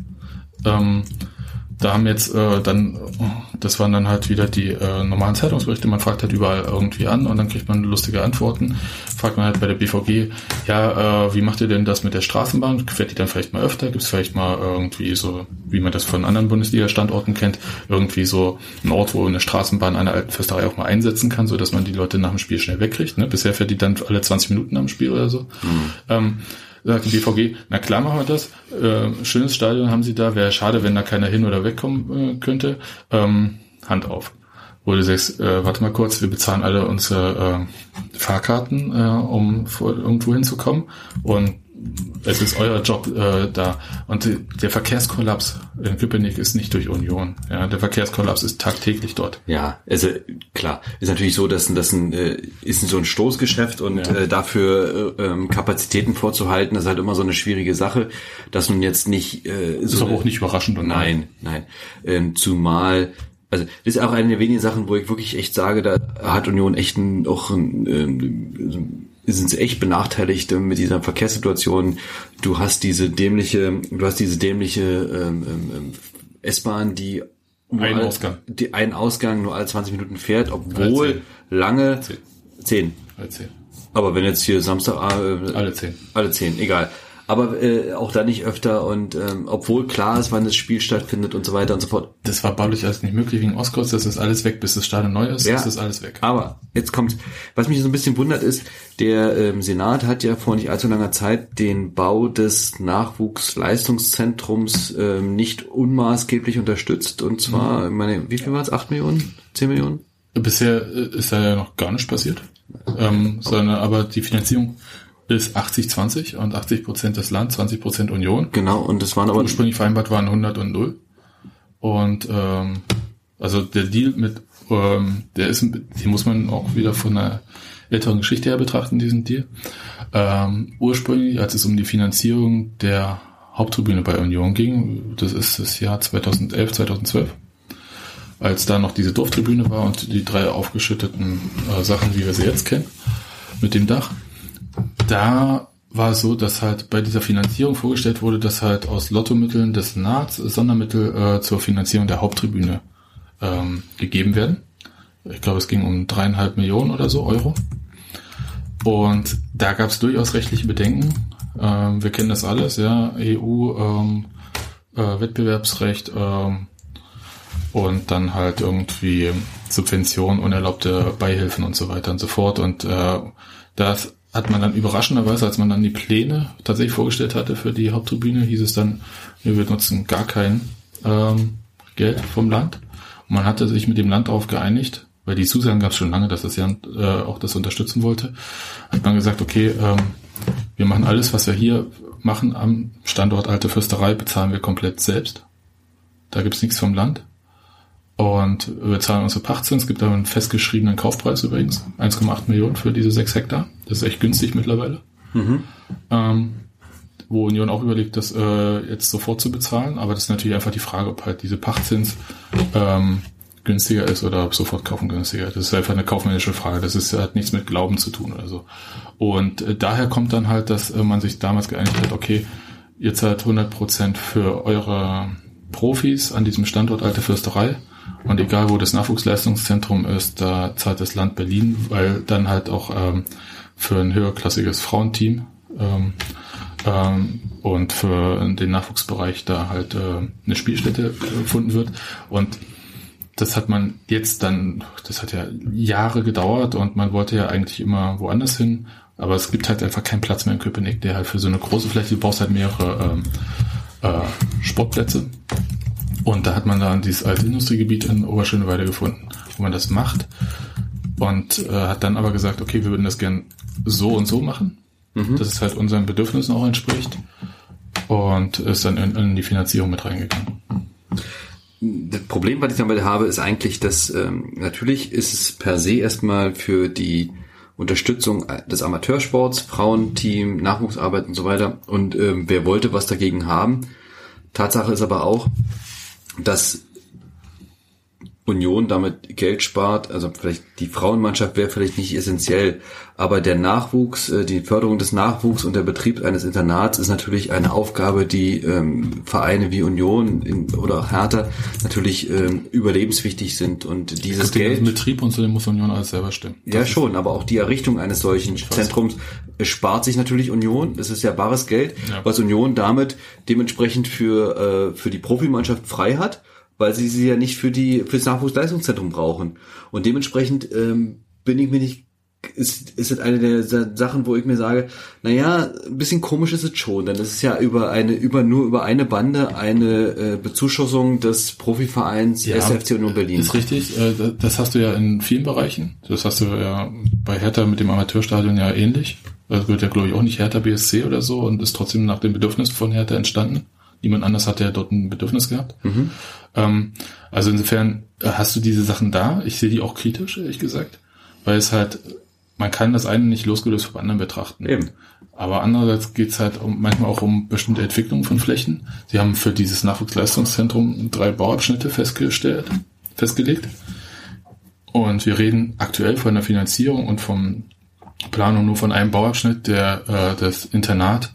Ähm, da haben jetzt äh, dann, das waren dann halt wieder die äh, normalen Zeitungsberichte, man fragt halt überall irgendwie an und dann kriegt man lustige Antworten. Fragt man halt bei der B V G, ja, äh, wie macht ihr denn das mit der Straßenbahn? Fährt die dann vielleicht mal öfter? Gibt es vielleicht mal irgendwie so, wie man das von anderen Bundesliga-Standorten kennt, irgendwie so ein Ort, wo eine Straßenbahn einer alten Försterei auch mal einsetzen kann, so dass man die Leute nach dem Spiel schnell wegkriegt. Ne? Bisher fährt die dann alle zwanzig Minuten am Spiel oder so. Mhm. Ähm, sagt die B V G, na klar machen wir das. Äh, schönes Stadion haben sie da. Wäre schade, wenn da keiner hin oder wegkommen äh, könnte. Ähm, Hand auf. Wo du sagst, äh, warte mal kurz, wir bezahlen alle unsere äh, Fahrkarten, äh, um vor, irgendwo hinzukommen. Und es ist euer Job äh, da. Und die, der Verkehrskollaps in Köpenick ist nicht durch Union. Ja, der Verkehrskollaps ist tagtäglich dort. Ja, also klar, ist natürlich so, dass das ein äh, ist so ein Stoßgeschäft und ja. äh, dafür äh, ähm, Kapazitäten vorzuhalten, das ist halt immer so eine schwierige Sache, dass nun jetzt nicht äh, so ist aber auch nicht überraschend. Und nein, nein, ähm, zumal also das ist auch eine der wenigen Sachen, wo ich wirklich echt sage, da hat Union echt ein, auch ein, ähm, sind sie echt benachteiligt mit dieser Verkehrssituation. Du hast diese dämliche, du hast diese dämliche ähm, ähm, S-Bahn, die einen alle, Ausgang, die einen Ausgang nur alle zwanzig Minuten fährt, obwohl lange zehn. zehn. Alle zehn. Aber wenn jetzt hier Samstag äh, alle zehn, alle zehn, egal. Aber äh, auch da nicht öfter und ähm, obwohl klar ist, wann das Spiel stattfindet und so weiter und so fort. Das war baulich alles nicht möglich wegen Ostkreuz, das ist alles weg, bis das Stadion neu ist, ja, ist das alles weg. Aber jetzt kommt, was mich so ein bisschen wundert ist, der ähm, Senat hat ja vor nicht allzu langer Zeit den Bau des Nachwuchsleistungszentrums ähm, nicht unmaßgeblich unterstützt und zwar, mhm. meine, wie viel war es? acht Millionen? zehn Millionen? Bisher ist da ja noch gar nicht passiert, ähm, sondern aber die Finanzierung ist achtzig zwanzig und achtzig Prozent das Land, zwanzig Prozent Union. Genau, und das waren aber... Ursprünglich vereinbart waren hundert und null. Und ähm, also der Deal mit, ähm, der ist, den muss man auch wieder von einer älteren Geschichte her betrachten, diesen Deal. Ähm, ursprünglich, als es um die Finanzierung der Haupttribüne bei Union ging, das ist das Jahr zweitausendelf, zweitausendzwölf, als da noch diese Dorftribüne war und die drei aufgeschütteten äh, Sachen, wie wir sie jetzt kennen, mit dem Dach. Da war es so, dass halt bei dieser Finanzierung vorgestellt wurde, dass halt aus Lottomitteln des Senats Sondermittel äh, zur Finanzierung der Haupttribüne ähm, gegeben werden. Ich glaube, es ging um dreieinhalb Millionen oder so Euro. Und da gab es durchaus rechtliche Bedenken. Ähm, wir kennen das alles, ja, E U, ähm, äh, Wettbewerbsrecht ähm, und dann halt irgendwie Subventionen, unerlaubte Beihilfen und so weiter und so fort. Und äh, das hat man dann überraschenderweise, als man dann die Pläne tatsächlich vorgestellt hatte für die Haupttribüne, hieß es dann, wir benutzen gar kein ähm, Geld vom Land. Und man hatte sich mit dem Land darauf geeinigt, weil die Zusagen gab es schon lange, dass das Land äh, auch das unterstützen wollte, hat man gesagt, okay, ähm, wir machen alles, was wir hier machen am Standort Alte Fürsterei, bezahlen wir komplett selbst. Da gibt's nichts vom Land. Und wir zahlen unsere Pachtzins. Es gibt aber einen festgeschriebenen Kaufpreis übrigens. eins Komma acht Millionen für diese sechs Hektar. Das ist echt günstig mittlerweile. Mhm. Ähm, wo Union auch überlegt, das äh, jetzt sofort zu bezahlen. Aber das ist natürlich einfach die Frage, ob halt diese Pachtzins ähm, günstiger ist oder ob sofort kaufen günstiger. Das ist einfach eine kaufmännische Frage. Das ist, hat nichts mit Glauben zu tun oder so. Und äh, daher kommt dann halt, dass äh, man sich damals geeinigt hat, okay, ihr zahlt hundert Prozent für eure Profis an diesem Standort Alte Fürsterei. Und egal, wo das Nachwuchsleistungszentrum ist, da zahlt das Land Berlin, weil dann halt auch ähm, für ein höherklassiges Frauenteam ähm, ähm, und für den Nachwuchsbereich da halt äh, eine Spielstätte gefunden wird. Und das hat man jetzt dann, das hat ja Jahre gedauert und man wollte ja eigentlich immer woanders hin, aber es gibt halt einfach keinen Platz mehr in Köpenick, der halt für so eine große Fläche, du brauchst halt mehrere ähm, äh, Sportplätze und da hat man dann dieses alte Industriegebiet in Oberschöneweide gefunden, wo man das macht und äh, hat dann aber gesagt, okay, wir würden das gern so und so machen, mhm. dass es halt unseren Bedürfnissen auch entspricht und ist dann in, in die Finanzierung mit reingegangen. Das Problem, was ich damit habe, ist eigentlich, dass ähm, natürlich ist es per se erstmal für die Unterstützung des Amateursports, Frauenteam, Nachwuchsarbeit und so weiter und ähm, wer wollte was dagegen haben. Tatsache ist aber auch, dass Union damit Geld spart, also vielleicht die Frauenmannschaft wäre vielleicht nicht essentiell, aber der Nachwuchs, die Förderung des Nachwuchs und der Betrieb eines Internats ist natürlich eine Aufgabe, die ähm, Vereine wie Union in, oder auch Hertha natürlich ähm, überlebenswichtig sind und dieses Geld... Den Betrieb und so, den muss Union alles selber stimmen. Ja schon, aber auch die Errichtung eines solchen Zentrums spart sich natürlich Union, das ist ja bares Geld, ja. was Union damit dementsprechend für, äh, für die Profimannschaft frei hat, weil sie sie ja nicht für die fürs Nachwuchsleistungszentrum brauchen. Und dementsprechend ähm, bin ich mir nicht, ist ist es eine der Sachen, wo ich mir sage, naja, ein bisschen komisch ist es schon, denn es ist ja über eine über nur über eine Bande eine äh, Bezuschussung des Profivereins ja, S F C Union Berlin. Ist richtig, äh, das hast du ja in vielen Bereichen. Das hast du ja bei Hertha mit dem Amateurstadion ja ähnlich. Das wird ja, glaube ich, auch nicht Hertha B S C oder so und ist trotzdem nach den Bedürfnissen von Hertha entstanden. Niemand anders hat ja dort ein Bedürfnis gehabt. Mhm. Ähm, also insofern hast du diese Sachen da. Ich sehe die auch kritisch, ehrlich gesagt. Weil es halt, man kann das eine nicht losgelöst vom anderen betrachten. Eben. Aber andererseits geht es halt um, manchmal auch um bestimmte Entwicklungen von Flächen. Sie haben für dieses Nachwuchsleistungszentrum drei Bauabschnitte festgestellt, festgelegt. Und wir reden aktuell von der Finanzierung und von Planung nur von einem Bauabschnitt, der äh, das Internat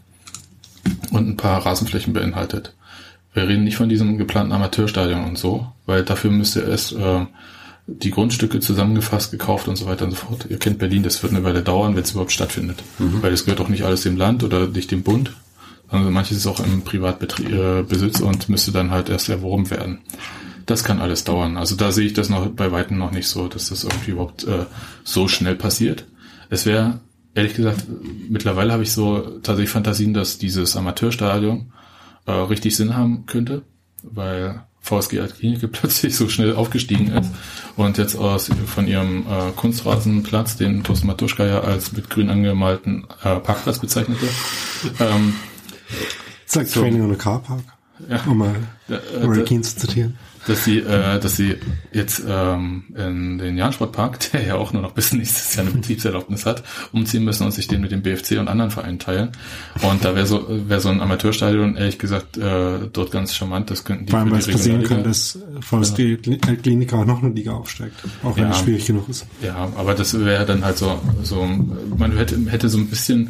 und ein paar Rasenflächen beinhaltet. Wir reden nicht von diesem geplanten Amateurstadion und so, weil dafür müsste erst äh, die Grundstücke zusammengefasst, gekauft und so weiter und so fort. Ihr kennt Berlin, das wird eine Weile dauern, wenn es überhaupt stattfindet. Mhm. Weil das gehört auch nicht alles dem Land oder nicht dem Bund, sondern manches ist auch im Privatbesitz äh, und müsste dann halt erst erworben werden. Das kann alles dauern. Also da sehe ich das noch bei Weitem noch nicht so, dass das irgendwie überhaupt äh, so schnell passiert. Es wäre ehrlich gesagt, mittlerweile habe ich so tatsächlich Fantasien, dass dieses Amateurstadion äh, richtig Sinn haben könnte, weil V S G Altklinike plötzlich so schnell aufgestiegen ist und jetzt aus von ihrem äh, Kunstrasenplatz, den Thorsten Matuschka ja als mit grün angemalten äh, Parkplatz bezeichnete. Ähm, It's like so, training on a car park, ja, um mal äh, Roy Keane zu zitieren. Dass sie, äh, dass sie jetzt ähm, in den Jahn-Sportpark, der ja auch nur noch bis nächstes Jahr eine Betriebserlaubnis hat, umziehen müssen und sich den mit dem B F C und anderen Vereinen teilen. Und da wäre so wäre so ein Amateurstadion, ehrlich gesagt, äh, dort ganz charmant. Das könnten die Vor allem, für weil es die passieren kann, dass V S G Klinik auch noch eine Liga aufsteigt, auch wenn ja, es schwierig genug ist. Ja, aber das wäre dann halt so, so man hätte, hätte so ein bisschen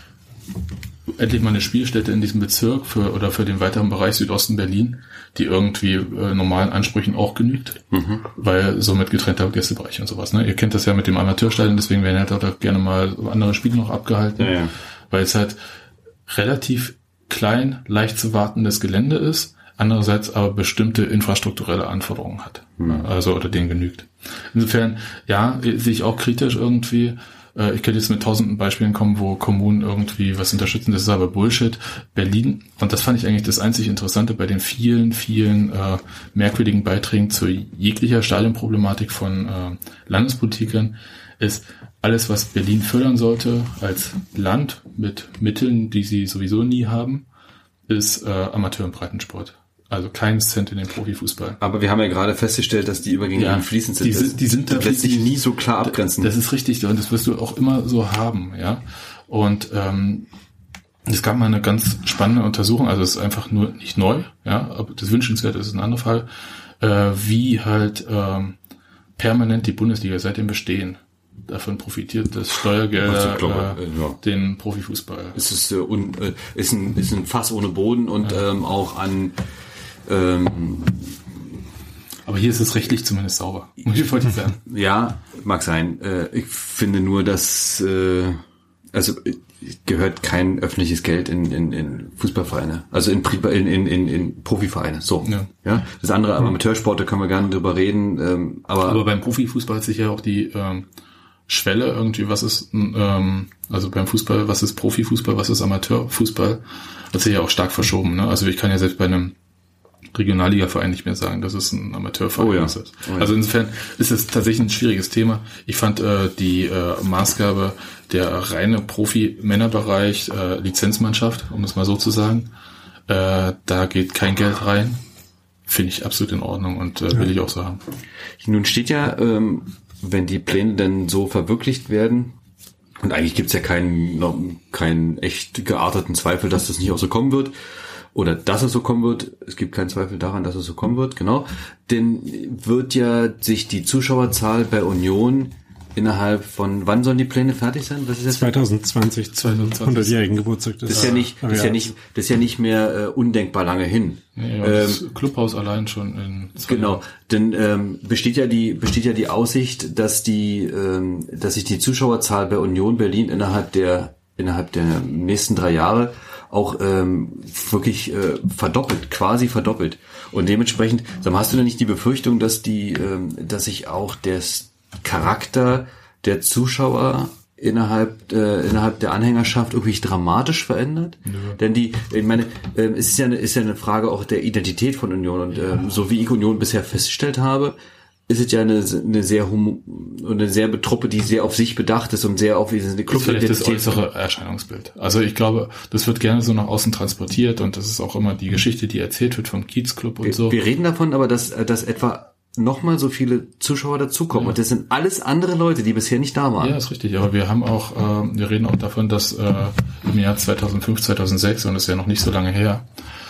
endlich mal eine Spielstätte in diesem Bezirk für oder für den weiteren Bereich Südosten Berlin, die irgendwie äh, normalen Ansprüchen auch genügt, mhm. weil so mit getrennter Gästebereich und sowas. Ne? Ihr kennt das ja mit dem Amateurstadion, deswegen werden halt auch gerne mal andere Spiele noch abgehalten, ja, ja. weil es halt relativ klein, leicht zu wartendes Gelände ist, andererseits aber bestimmte infrastrukturelle Anforderungen hat, mhm. also oder denen genügt. Insofern, ja, sehe ich auch kritisch irgendwie. Ich könnte jetzt mit tausenden Beispielen kommen, wo Kommunen irgendwie was unterstützen, das ist aber Bullshit. Berlin, und das fand ich eigentlich das einzig Interessante bei den vielen, vielen äh, merkwürdigen Beiträgen zu jeglicher Stadionproblematik von äh, Landespolitikern, ist alles, was Berlin fördern sollte als Land mit Mitteln, die sie sowieso nie haben, ist äh, Amateur- und Breitensport. Also kein Cent in den Profifußball. Aber wir haben ja gerade festgestellt, dass die Übergänge ja, fließend sind. Die, die sind das lässt sich nie so klar abgrenzen. Das ist richtig und das wirst du auch immer so haben, ja. Und ähm, es gab mal eine ganz spannende Untersuchung, also es ist einfach nur nicht neu, ja, aber das Wünschenswerte ist ein anderer Fall, äh, wie halt ähm, permanent die Bundesliga seitdem bestehen. Davon profitiert das Steuergelder glaube, äh, ja. den Profifußball. Es ist, äh, un, äh, ist, ein, ist ein Fass ohne Boden und ja. ähm, auch an Ähm, aber hier ist es rechtlich zumindest sauber, muss ich wollte ich sagen. Ja, mag sein. Äh, ich finde nur, dass äh, also gehört kein öffentliches Geld in, in, in Fußballvereine, also in, in, in, in, in Profivereine. So, ja. ja. Das andere Amateursport, da können wir gerne drüber reden. Ähm, aber, aber beim Profifußball hat sich ja auch die ähm, Schwelle irgendwie, was ist, ähm, also beim Fußball, was ist Profifußball, was ist Amateurfußball, hat sich ja auch stark verschoben. Ne? Also ich kann ja selbst bei einem Regionalliga-Verein nicht mehr sagen, dass es ein Amateurverein oh ja. ist. Oh ja. Also insofern ist es tatsächlich ein schwieriges Thema. Ich fand äh, die äh, Maßgabe der reine Profi-Männerbereich, äh, Lizenzmannschaft, um es mal so zu sagen, äh, da geht kein Geld rein, finde ich absolut in Ordnung und äh, will ja. ich auch so haben. Nun steht ja, ähm, wenn die Pläne denn so verwirklicht werden, und eigentlich gibt's ja keinen, keinen echt gearteten Zweifel, dass das nicht auch so kommen wird, oder dass es so kommen wird, es gibt keinen Zweifel daran, dass es so kommen wird, genau, denn wird ja sich die Zuschauerzahl bei Union innerhalb von, wann sollen die Pläne fertig sein? Was ist das? zwanzig zwanzig, zum hundertjährigen Geburtstag des Das ist ja nicht, das ist ja nicht, das ist ja nicht mehr äh, undenkbar lange hin. Nee, ja, das ähm, Clubhaus allein schon in zwei Genau, Jahren. denn ähm, besteht ja die besteht ja die Aussicht, dass die ähm, dass sich die Zuschauerzahl bei Union Berlin innerhalb der innerhalb der nächsten drei Jahre auch ähm, wirklich äh, verdoppelt, quasi verdoppelt. Und dementsprechend, sag mal, hast du denn nicht die Befürchtung, dass die, ähm, dass sich auch der Charakter der Zuschauer innerhalb äh, innerhalb der Anhängerschaft irgendwie dramatisch verändert? Ja. Denn die, ich meine, äh, es ist ja eine, ist ja eine Frage auch der Identität von Union und äh, so wie ich Union bisher festgestellt habe, ist es ja eine, eine sehr homo, eine sehr Truppe, die sehr auf sich bedacht ist und sehr auf diese Clubidentität. Das ist das äußere Erscheinungsbild. Also ich glaube, das wird gerne so nach außen transportiert und das ist auch immer die Geschichte, die erzählt wird vom Kiezclub und wir, so. Wir reden davon, aber dass, dass etwa nochmal so viele Zuschauer dazukommen. Ja. Und das sind alles andere Leute, die bisher nicht da waren. Ja, ist richtig. Aber wir haben auch, äh, wir reden auch davon, dass äh, im Jahr zweitausendfünf, zweitausendsechs, und das ist ja noch nicht so lange her,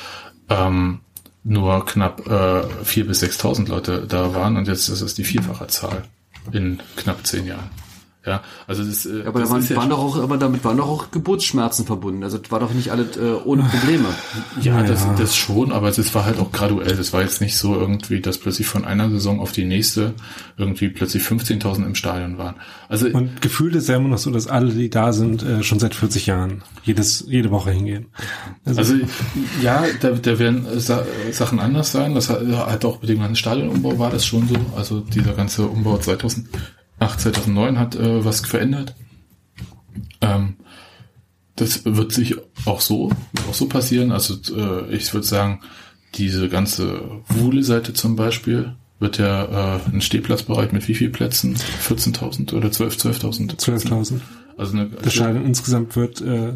ähm, nur knapp äh, viertausend bis sechstausend Leute da waren und jetzt ist es die vierfache Zahl in knapp zehn Jahren. Ja, also das, äh, aber das da waren, ist ja waren doch auch, aber damit waren doch auch Geburtsschmerzen verbunden. Also das war doch nicht alles äh, ohne Probleme. Ja, ja, das, das schon, aber es war halt auch graduell. Das war jetzt nicht so irgendwie, dass plötzlich von einer Saison auf die nächste irgendwie plötzlich fünfzehntausend im Stadion waren. Also und gefühlt ist ja immer noch so, dass alle, die da sind, äh, schon seit vierzig Jahren jedes jede Woche hingehen. Also, also ja, da, da werden Sa- Sachen anders sein. Das hat, hat auch mit dem ganzen Stadionumbau war das schon so. Also dieser ganze Umbau zweitausendacht, zweitausendneun hat äh, was verändert. Ähm, das wird sich auch so auch so passieren. Also äh, ich würde sagen, diese ganze Wuhle-Seite zum Beispiel wird ja äh, ein Stehplatzbereich mit wie viel Plätzen? vierzehntausend oder zwölf, zwölftausend? zwölftausend. Also eine, das Stadion insgesamt wird äh,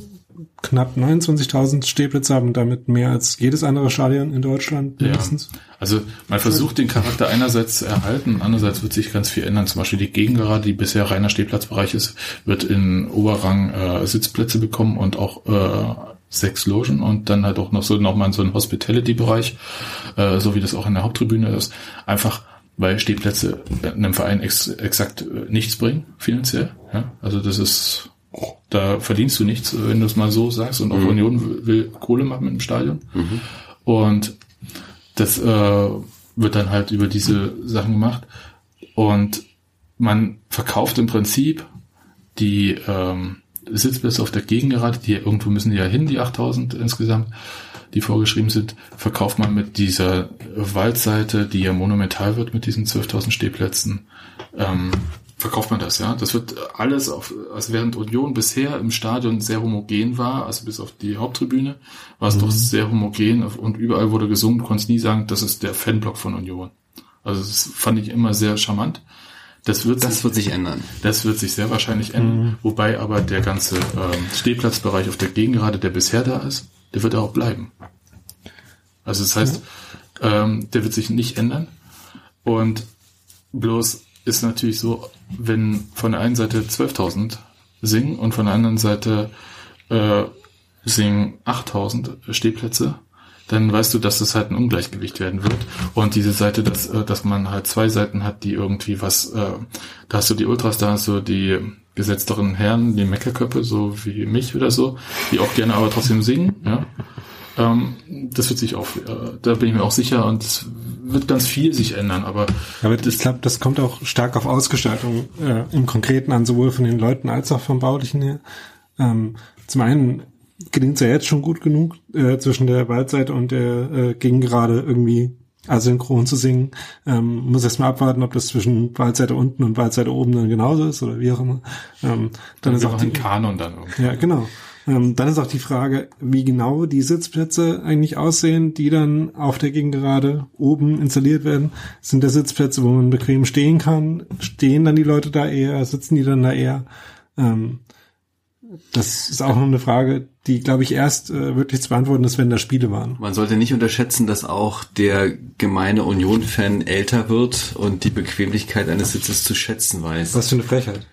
knapp neunundzwanzigtausend Stehplätze haben und damit mehr als jedes andere Stadion in Deutschland mindestens. Ja. Also man versucht den Charakter einerseits zu erhalten, andererseits wird sich ganz viel ändern. Zum Beispiel die Gegengerade, die bisher reiner Stehplatzbereich ist, wird in Oberrang äh, Sitzplätze bekommen und auch äh, sechs Logen und dann halt auch noch so nochmal so ein Hospitality-Bereich, äh, so wie das auch in der Haupttribüne ist. Einfach weil Stehplätze einem Verein ex- exakt äh, nichts bringen, finanziell. Ja? Also das ist, da verdienst du nichts, wenn du es mal so sagst. Und auch mhm. Union will Kohle machen mit dem Stadion. Mhm. Und das äh, wird dann halt über diese Sachen gemacht. Und man verkauft im Prinzip die ähm, Sitzplätze auf der Gegengerade, die irgendwo müssen die ja hin, die achttausend insgesamt, die vorgeschrieben sind, verkauft man mit dieser Waldseite, die ja monumental wird mit diesen zwölftausend Stehplätzen, ähm, verkauft man das, ja. Das wird alles auf, also während Union bisher im Stadion sehr homogen war, also bis auf die Haupttribüne, war es mhm. doch sehr homogen und überall wurde gesungen, du konntest nie sagen, das ist der Fanblock von Union. Also das fand ich immer sehr charmant. Das wird, das sich, wird sich ändern. Das wird sich sehr wahrscheinlich ändern, mhm. wobei aber der ganze ähm, Stehplatzbereich auf der Gegengerade, der bisher da ist, der wird auch bleiben. Also das heißt, ja. ähm, der wird sich nicht ändern. Und bloß ist natürlich so, wenn von der einen Seite zwölftausend singen und von der anderen Seite äh, singen achttausend Stehplätze, dann weißt du, dass das halt ein Ungleichgewicht werden wird. Und diese Seite, dass, äh, dass man halt zwei Seiten hat, die irgendwie was, äh, da hast du die Ultras, da hast du die gesetzteren Herren, die Meckerköpfe, so wie mich oder so, die auch gerne aber trotzdem singen, ja. Ähm, das wird sich auch, äh, da bin ich mir auch sicher und es wird ganz viel sich ändern, aber... Aber ich glaube, das kommt auch stark auf Ausgestaltung äh, im Konkreten an, sowohl von den Leuten als auch vom Baulichen her. Ähm, zum einen gelingt es ja jetzt schon gut genug, äh, zwischen der Waldseite und der äh, Gegengerade irgendwie asynchron zu singen. Ähm, muss erst mal abwarten, ob das zwischen Waldseite unten und Waldseite oben dann genauso ist oder wie auch immer. Ähm, dann, dann ist auch die, ein Kanon dann irgendwie. Ja, genau. Ähm, dann ist auch die Frage, wie genau die Sitzplätze eigentlich aussehen, die dann auf der Gegengerade oben installiert werden. Sind das Sitzplätze, wo man bequem stehen kann? Stehen dann die Leute da eher? Sitzen die dann da eher? Ähm, das ist auch noch eine Frage, die, glaube ich, erst äh, wirklich zu beantworten ist, wenn da Spiele waren. Man sollte nicht unterschätzen, dass auch der gemeine Union-Fan älter wird und die Bequemlichkeit eines Sitzes zu schätzen weiß. Was für eine Frechheit.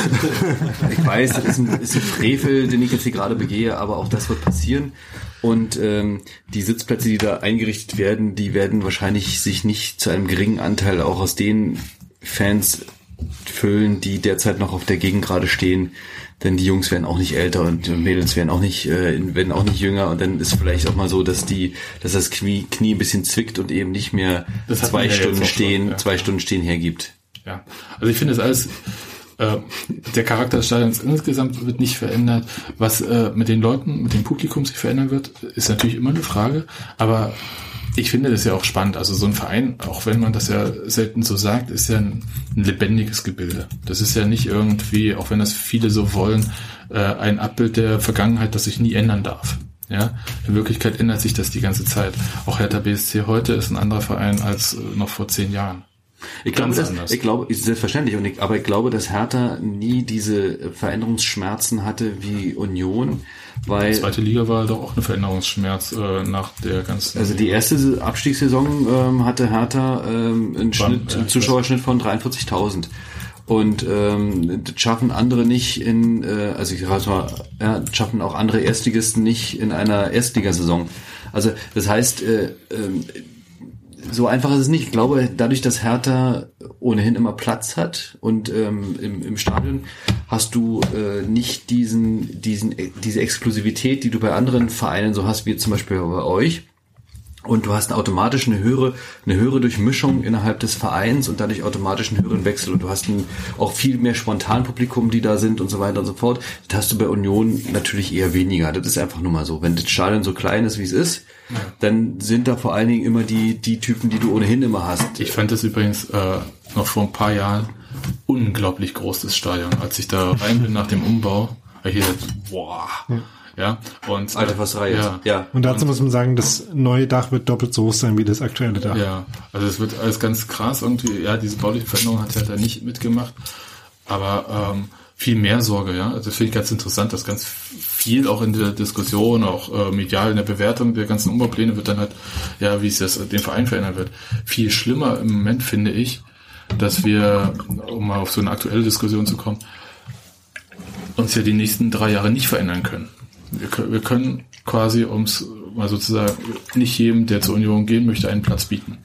Ich weiß, das ist ein, ist ein Frevel, den ich jetzt hier gerade begehe, aber auch das wird passieren. Und ähm, die Sitzplätze, die da eingerichtet werden, die werden wahrscheinlich sich nicht zu einem geringen Anteil auch aus den Fans füllen, die derzeit noch auf der Gegengerade stehen. Denn die Jungs werden auch nicht älter und Mädels werden auch nicht, äh, werden auch nicht jünger. Und dann ist vielleicht auch mal so, dass die, dass das Knie, Knie ein bisschen zwickt und eben nicht mehr zwei Stunden ja stehen, schon, ja. zwei Stunden stehen hergibt. Ja, also ich finde es alles, äh, der Charakter des Stadions insgesamt wird nicht verändert. Was äh, mit den Leuten, mit dem Publikum sich verändern wird, ist natürlich immer eine Frage. Aber ich finde das ja auch spannend. Also so ein Verein, auch wenn man das ja selten so sagt, ist ja ein, ein lebendiges Gebilde. Das ist ja nicht irgendwie, auch wenn das viele so wollen, äh, ein Abbild der Vergangenheit, das sich nie ändern darf. Ja, in Wirklichkeit ändert sich das die ganze Zeit. Auch Hertha B S C heute ist ein anderer Verein als äh, noch vor zehn Jahren. Ich glaube, das, ich glaube, selbstverständlich, und ich, aber ich glaube, dass Hertha nie diese Veränderungsschmerzen hatte wie Union, weil die zweite Liga war doch auch eine Veränderungsschmerz äh, nach der ganzen. Also die erste Abstiegssaison ähm, hatte Hertha ähm, einen, Schnitt, ja, einen Zuschauerschnitt von dreiundvierzigtausend. Und ähm, das schaffen andere nicht in, äh, also ich sag mal, ja, schaffen auch andere Erstligisten nicht in einer Erstligasaison. Also das heißt, äh, äh, so einfach ist es nicht. Ich glaube, dadurch, dass Hertha ohnehin immer Platz hat und ähm, im, im Stadion hast du äh, nicht diesen, diesen, diese Exklusivität, die du bei anderen Vereinen so hast, wie zum Beispiel bei euch. Und du hast automatisch eine höhere, eine höhere Durchmischung innerhalb des Vereins und dadurch automatisch einen höheren Wechsel. Und du hast ein, auch viel mehr Spontanpublikum, die da sind und so weiter und so fort. Das hast du bei Union natürlich eher weniger. Das ist einfach nur mal so. Wenn das Stadion so klein ist, wie es ist, ja, dann sind da vor allen Dingen immer die, die Typen, die du ohnehin immer hast. Ich fand das übrigens äh, noch vor ein paar Jahren unglaublich groß, das Stadion. Als ich da rein bin nach dem Umbau, ich dachte, boah. Ja. Ja, und Alter, was Reihe. Ja. ja. Und dazu und, muss man sagen, das neue Dach wird doppelt so hoch sein wie das aktuelle Dach. Ja, also es wird alles ganz krass irgendwie. Ja, diese bauliche Veränderung hat er da nicht mitgemacht, aber ähm, viel mehr Sorge, ja. Also das finde ich ganz interessant, dass ganz viel auch in der Diskussion, auch äh, medial in der Bewertung der ganzen Umbaupläne wird dann halt, ja, wie es das den Verein verändern wird. Viel schlimmer im Moment finde ich, dass wir, um mal auf so eine aktuelle Diskussion zu kommen, uns ja die nächsten drei Jahre nicht verändern können. Wir können, wir können quasi, um es mal sozusagen, nicht jedem, der zur Union gehen möchte, einen Platz bieten.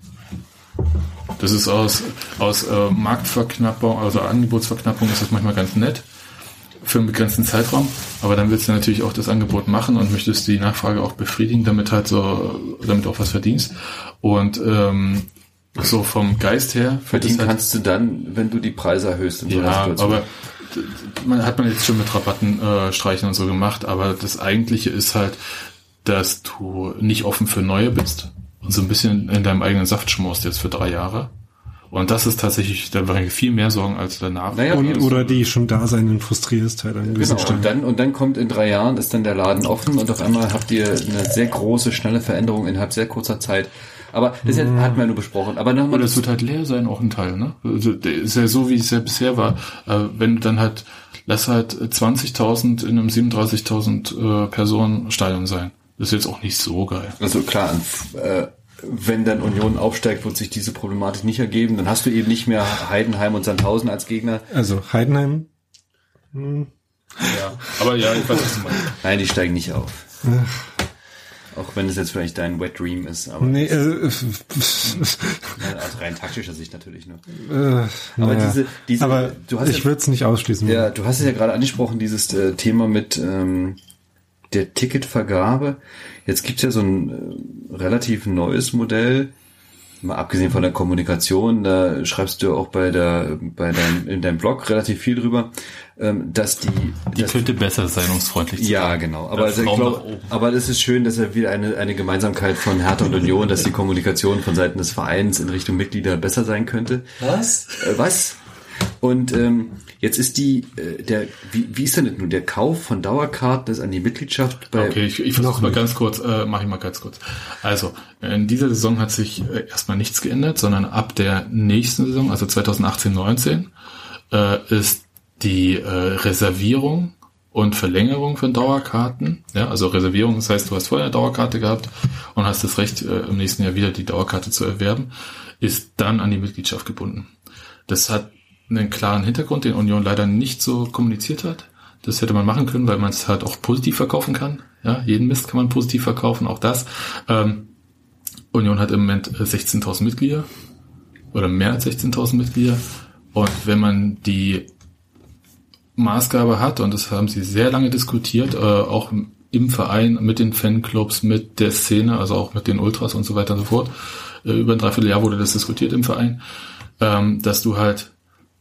Das ist aus, aus äh, Marktverknappung, also Angebotsverknappung ist das manchmal ganz nett für einen begrenzten Zeitraum, aber dann willst du natürlich auch das Angebot machen und möchtest die Nachfrage auch befriedigen, damit halt so, damit auch was verdienst. Und ähm, so vom Geist her verdienen halt, kannst du dann, wenn du die Preise erhöhst. In so ja, aber man hat man jetzt schon mit Rabatten äh, streichen und so gemacht, aber das Eigentliche ist halt, dass du nicht offen für Neue bist und so ein bisschen in deinem eigenen Saft schmorst jetzt für drei Jahre. Und das ist tatsächlich, da bringe ich viel mehr Sorgen als danach. Naja, und, oder die schon da sein und frustrierst halt an gewissen Stellen. Und dann, und dann kommt in drei Jahren, ist dann der Laden offen und auf einmal habt ihr eine sehr große, schnelle Veränderung innerhalb sehr kurzer Zeit. Aber das ja. hat man ja nur besprochen. Aber nochmal, oder es wird halt leer sein, auch ein Teil, ne? Also, ist ja so, wie es ja bisher war. Äh, wenn du dann halt, lass halt zwanzigtausend in einem siebenunddreißigtausend äh, Personen Stadion sein. Das ist jetzt auch nicht so geil. Also klar, äh, wenn dann Union aufsteigt, wird sich diese Problematik nicht ergeben. Dann hast du eben nicht mehr Heidenheim und Sandhausen als Gegner. Also Heidenheim? Hm. Ja, aber ja, ich weiß, was du meinst. Nein, die steigen nicht auf. Ach. Auch wenn es jetzt vielleicht dein Wet Dream ist. Aber nee, äh, aus rein taktischer Sicht natürlich nur. Äh, aber naja. diese, diese, aber du hast ich ja, würde es nicht ausschließen. Ja, du hast es ja gerade angesprochen, dieses äh, Thema mit ähm, der Ticketvergabe. Jetzt gibt's ja so ein äh, relativ neues Modell, mal abgesehen von der Kommunikation, da schreibst du auch bei der, bei deinem, in deinem Blog relativ viel drüber, ähm, dass die, die dass, könnte besser sein, um es freundlich zu ja, sagen. genau. Aber also ich glaube, aber das ist schön, dass er wieder eine, eine Gemeinsamkeit von Hertha und Union, dass die Kommunikation von Seiten des Vereins in Richtung Mitglieder besser sein könnte. Was? Äh, was? Und ähm, jetzt ist die, äh, der, wie, wie ist denn das nun, der Kauf von Dauerkarten ist an die Mitgliedschaft bei... Okay, ich, ich versuche mal ganz kurz, äh, mache ich mal ganz kurz. Also, in dieser Saison hat sich äh, erstmal nichts geändert, sondern ab der nächsten Saison, also zwanzig achtzehn neunzehn, äh, ist die äh, Reservierung und Verlängerung von Dauerkarten, ja, also Reservierung, das heißt, du hast vorher eine Dauerkarte gehabt und hast das Recht, äh, im nächsten Jahr wieder die Dauerkarte zu erwerben, ist dann an die Mitgliedschaft gebunden. Das hat einen klaren Hintergrund, den Union leider nicht so kommuniziert hat. Das hätte man machen können, weil man es halt auch positiv verkaufen kann. Ja, jeden Mist kann man positiv verkaufen, auch das. Ähm, Union hat im Moment sechzehntausend Mitglieder oder mehr als sechzehntausend Mitglieder. Und wenn man die Maßgabe hat, und das haben sie sehr lange diskutiert, äh, auch im Verein, mit den Fanclubs, mit der Szene, also auch mit den Ultras und so weiter und so fort, äh, über ein Dreivierteljahr wurde das diskutiert im Verein, ähm, dass du halt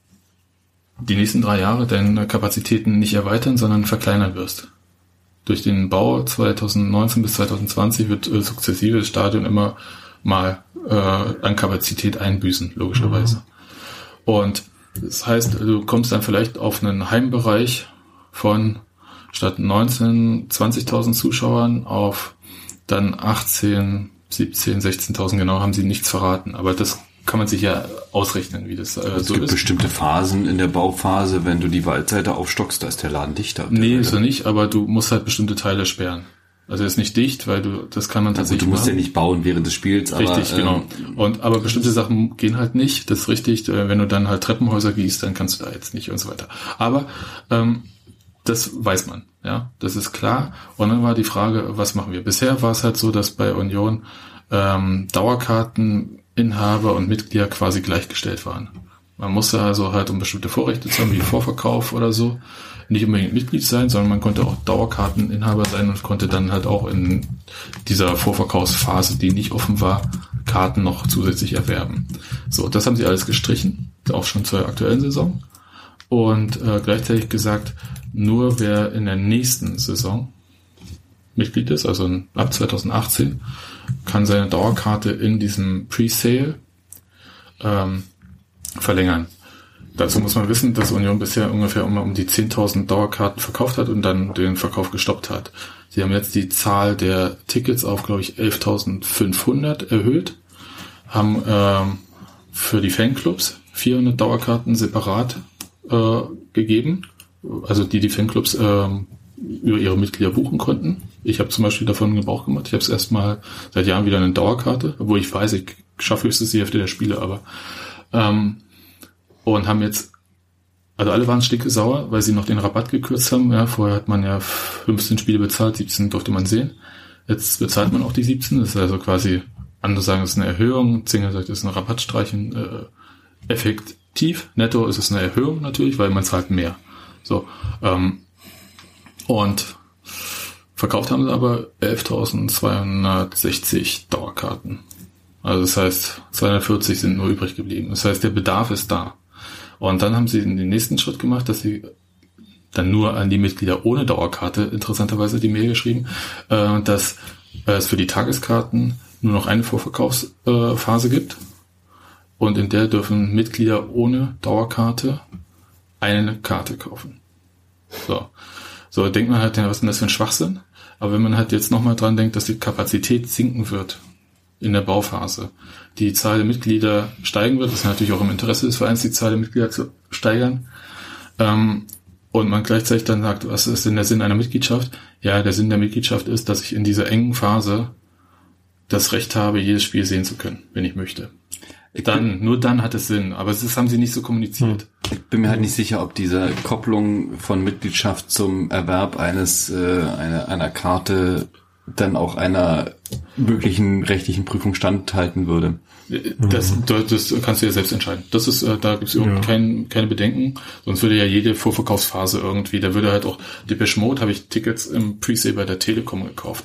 die nächsten drei Jahre deine Kapazitäten nicht erweitern, sondern verkleinern wirst. Durch den Bau zwanzig neunzehn bis zwanzig zwanzig wird äh, sukzessive das Stadion immer mal äh, an Kapazität einbüßen, logischerweise. Mhm. Und das heißt, du kommst dann vielleicht auf einen Heimbereich von statt neunzehn, zwanzigtausend Zuschauern auf dann achtzehn, siebzehn, sechzehntausend, genau, haben sie nichts verraten. Aber das kann man sich ja ausrechnen, wie das äh, es so gibt ist. Bestimmte Phasen in der Bauphase, wenn du die Waldseite aufstockst, da ist der Laden dichter. Nee, so nicht, aber du musst halt bestimmte Teile sperren. Also er ist nicht dicht, weil du, das kann man tatsächlich machen. Du musst machen. ja nicht bauen während des Spiels. Aber, richtig, genau. Und, aber bestimmte Sachen gehen halt nicht, das ist richtig. Wenn du dann halt Treppenhäuser gießt, dann kannst du da jetzt nicht und so weiter. Aber, ähm, das weiß man, ja, das ist klar. Und dann war die Frage, was machen wir? Bisher war es halt so, dass bei Union, ähm, Dauerkarteninhaber und Mitglieder quasi gleichgestellt waren. Man musste also halt, um bestimmte Vorrechte zu haben, wie Vorverkauf oder so, nicht unbedingt Mitglied sein, sondern man konnte auch Dauerkarteninhaber sein und konnte dann halt auch in dieser Vorverkaufsphase, die nicht offen war, Karten noch zusätzlich erwerben. So, das haben sie alles gestrichen, auch schon zur aktuellen Saison. Und äh, gleichzeitig gesagt, nur wer in der nächsten Saison Mitglied ist, also ab zwanzig achtzehn, kann seine Dauerkarte in diesem Pre-Sale ähm, verlängern. Dazu muss man wissen, dass Union bisher ungefähr um, um die zehntausend Dauerkarten verkauft hat und dann den Verkauf gestoppt hat. Sie haben jetzt die Zahl der Tickets auf, glaube ich, elftausendfünfhundert erhöht, haben ähm, für die Fanclubs vierhundert Dauerkarten separat äh, gegeben, also die die Fanclubs ähm, über ihre Mitglieder buchen konnten. Ich habe zum Beispiel davon Gebrauch gemacht. Ich habe es erstmal seit Jahren wieder eine Dauerkarte, obwohl ich weiß, ich schaffe höchstens die Hälfte der Spiele, aber ähm, und haben jetzt, also alle waren stinkesauer, weil sie noch den Rabatt gekürzt haben. Ja, vorher hat man ja fünfzehn Spiele bezahlt, siebzehn durfte man sehen. Jetzt bezahlt man auch die siebzehn. Das ist also quasi, andere sagen, es ist eine Erhöhung, Zinger sagt, es ist ein Rabattstreichen. Äh, effektiv, netto ist es eine Erhöhung natürlich, weil man zahlt mehr. So, ähm, und verkauft haben sie aber elftausendzweihundertsechzig Dauerkarten. Also das heißt, zweihundertvierzig sind nur übrig geblieben. Das heißt, der Bedarf ist da. Und dann haben sie den nächsten Schritt gemacht, dass sie dann nur an die Mitglieder ohne Dauerkarte interessanterweise die Mail geschrieben, äh, dass es für die Tageskarten nur noch eine Vorverkaufsphase äh, gibt. Und in der dürfen Mitglieder ohne Dauerkarte eine Karte kaufen. So, so denkt man halt, was ist denn das für ein Schwachsinn? Aber wenn man halt jetzt nochmal dran denkt, dass die Kapazität sinken wird in der Bauphase, die Zahl der Mitglieder steigen wird, das ist natürlich auch im Interesse des Vereins, die Zahl der Mitglieder zu steigern, ähm, und man gleichzeitig dann sagt, was ist denn der Sinn einer Mitgliedschaft? Ja, der Sinn der Mitgliedschaft ist, dass ich in dieser engen Phase das Recht habe, jedes Spiel sehen zu können, wenn ich möchte. Dann, nur dann hat es Sinn, aber das haben sie nicht so kommuniziert. Ich bin mir halt nicht sicher, ob diese Kopplung von Mitgliedschaft zum Erwerb eines äh, einer, einer Karte dann auch einer möglichen rechtlichen Prüfung standhalten würde. Das, das kannst du ja selbst entscheiden. Das ist, da gibt es ja kein, keine Bedenken. Sonst würde ja jede Vorverkaufsphase irgendwie, da würde halt auch Depeche Mode, habe ich Tickets im Presale bei der Telekom gekauft.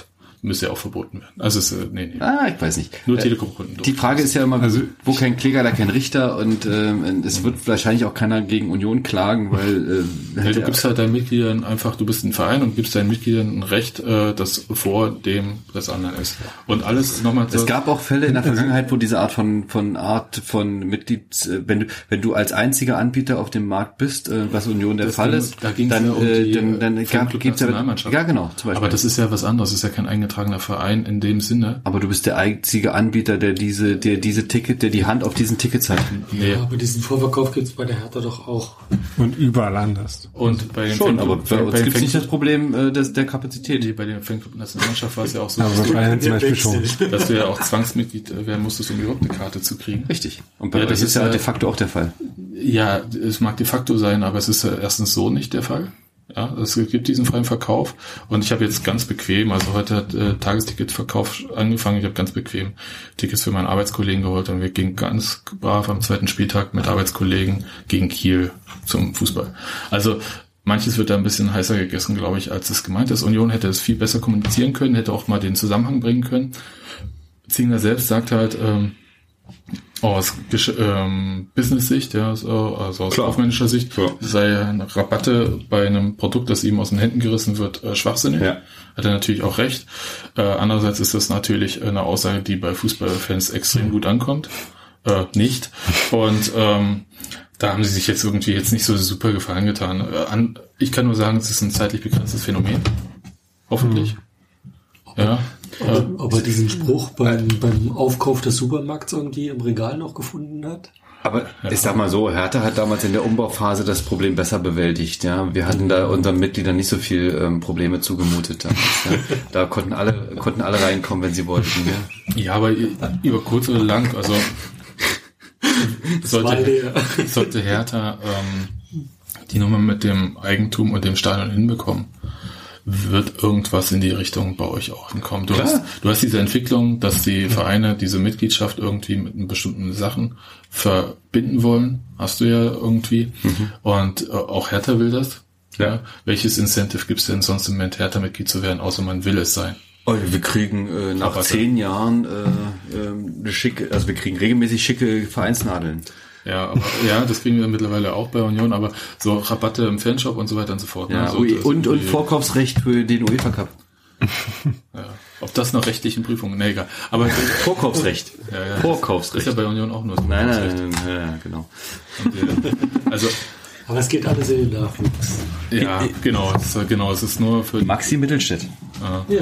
müsste ja auch verboten werden. Also es, äh, nee, nee. Ah, ich weiß nicht. Nur äh, Telekom-Kunden. Die Frage ist ja immer, also, wo kein Kläger, da kein Richter und ähm, es Mhm. wird wahrscheinlich auch keiner gegen Union klagen, weil äh, Ja, du gibst halt deinen Mitgliedern einfach, du bist ein Verein und gibst deinen Mitgliedern ein Recht, äh, das vor dem des anderen ist. Und alles nochmal. Es gab auch Fälle in der Vergangenheit, wo diese Art von von Art von Mitglieds, äh, wenn du wenn du als einziger Anbieter auf dem Markt bist, äh, was Union der Das Fall ging- ist, da ging's dann ja um äh, die, dann, dann äh, gab, Fanclub gibt's ja, Nationalmannschaft. ja genau zum Beispiel. Aber das ist ja was anderes, das ist ja kein eingetragener Verein in dem Sinne. Aber du bist der einzige Anbieter, der diese der diese Ticket, der die Hand auf diesen Tickets hat. Nee. Ja, aber diesen Vorverkauf gibt's bei der Hertha doch auch. Und überall anders. Und bei den Schon, Fanclub- aber bei uns den gibt's nicht das Fanclub- Problem äh, des, der Kapazität. Nee, bei der Fanclub Nationalmannschaft war es ja auch so, Aber dass bei Bayern zum der Beispiel schon. Wechsel. du, dass du ja auch Zwangsmitglied werden musstest, um überhaupt eine Karte zu kriegen. Richtig. Und bei Ja, euch das ist ist ja ja- de facto auch der Fall. Ja, es mag de facto sein, aber es ist ja erstens so nicht der Fall. Ja, es gibt diesen freien Verkauf und ich habe jetzt ganz bequem, also heute hat äh, Tagesticketverkauf angefangen, ich habe ganz bequem Tickets für meinen Arbeitskollegen geholt und wir gingen ganz brav am zweiten Spieltag mit Arbeitskollegen gegen Kiel zum Fußball. Also manches wird da ein bisschen heißer gegessen, glaube ich, als es gemeint ist. Union hätte es viel besser kommunizieren können, hätte auch mal den Zusammenhang bringen können. Zingler selbst sagt halt, ähm, aus Gesch- ähm, Business-Sicht, ja, so, also aus Klar. kaufmännischer Sicht, Ja. sei eine Rabatte bei einem Produkt, das ihm aus den Händen gerissen wird, äh, schwachsinnig. Ja. Hat er natürlich auch recht. Äh, andererseits ist das natürlich eine Aussage, die bei Fußballfans extrem gut ankommt. Äh, nicht. Und ähm, da haben sie sich jetzt irgendwie jetzt nicht so super Gefallen getan. Äh, an, ich kann nur sagen, es ist ein zeitlich begrenztes Phänomen. Hoffentlich. Ja. Äh, Ob er diesen Spruch beim, beim Aufkauf des Supermarkts irgendwie im Regal noch gefunden hat? Aber ich sag mal so, Hertha hat damals in der Umbauphase das Problem besser bewältigt. Ja, wir hatten da unseren Mitgliedern nicht so viel ähm, Probleme zugemutet. Damals, ja. Da konnten alle konnten alle reinkommen, wenn sie wollten. Ja. ja, aber über kurz oder lang, also war sollte, leer. sollte Hertha ähm, die Nummer mit dem Eigentum und dem Stadion hinbekommen, wird irgendwas in die Richtung bei euch auch hinkommen. Du Klar. hast, du hast diese Entwicklung, dass die Vereine diese Mitgliedschaft irgendwie mit bestimmten Sachen verbinden wollen. Hast du ja irgendwie. Mhm. Und äh, auch Hertha will das. Ja. Welches Incentive gibt es denn sonst im Moment, Hertha-Mitglied zu werden, außer man will es sein? Oh, wir kriegen äh, nach Rabatte. zehn Jahren äh, ähm, eine schicke, also wir kriegen regelmäßig schicke Vereinsnadeln. Ja, aber, ja, das kriegen wir mittlerweile auch bei Union, aber so Rabatte im Fanshop und so weiter und so fort. Ja, ne? so, ui, das und und irgendwie- Vorkaufsrecht für den UEFA Cup. Ja. Ob das noch rechtlichen Prüfungen, ne, egal. Aber Vorkaufsrecht. ja, ja, Vorkaufsrecht. ist ja bei Union auch nur so. Nein, nein, nein, nein, nein, genau. Also, Aber es geht alles in den Nachwuchs. ja, genau, es, ist- genau, es ist nur für Maxi Mittelstädt. Ja.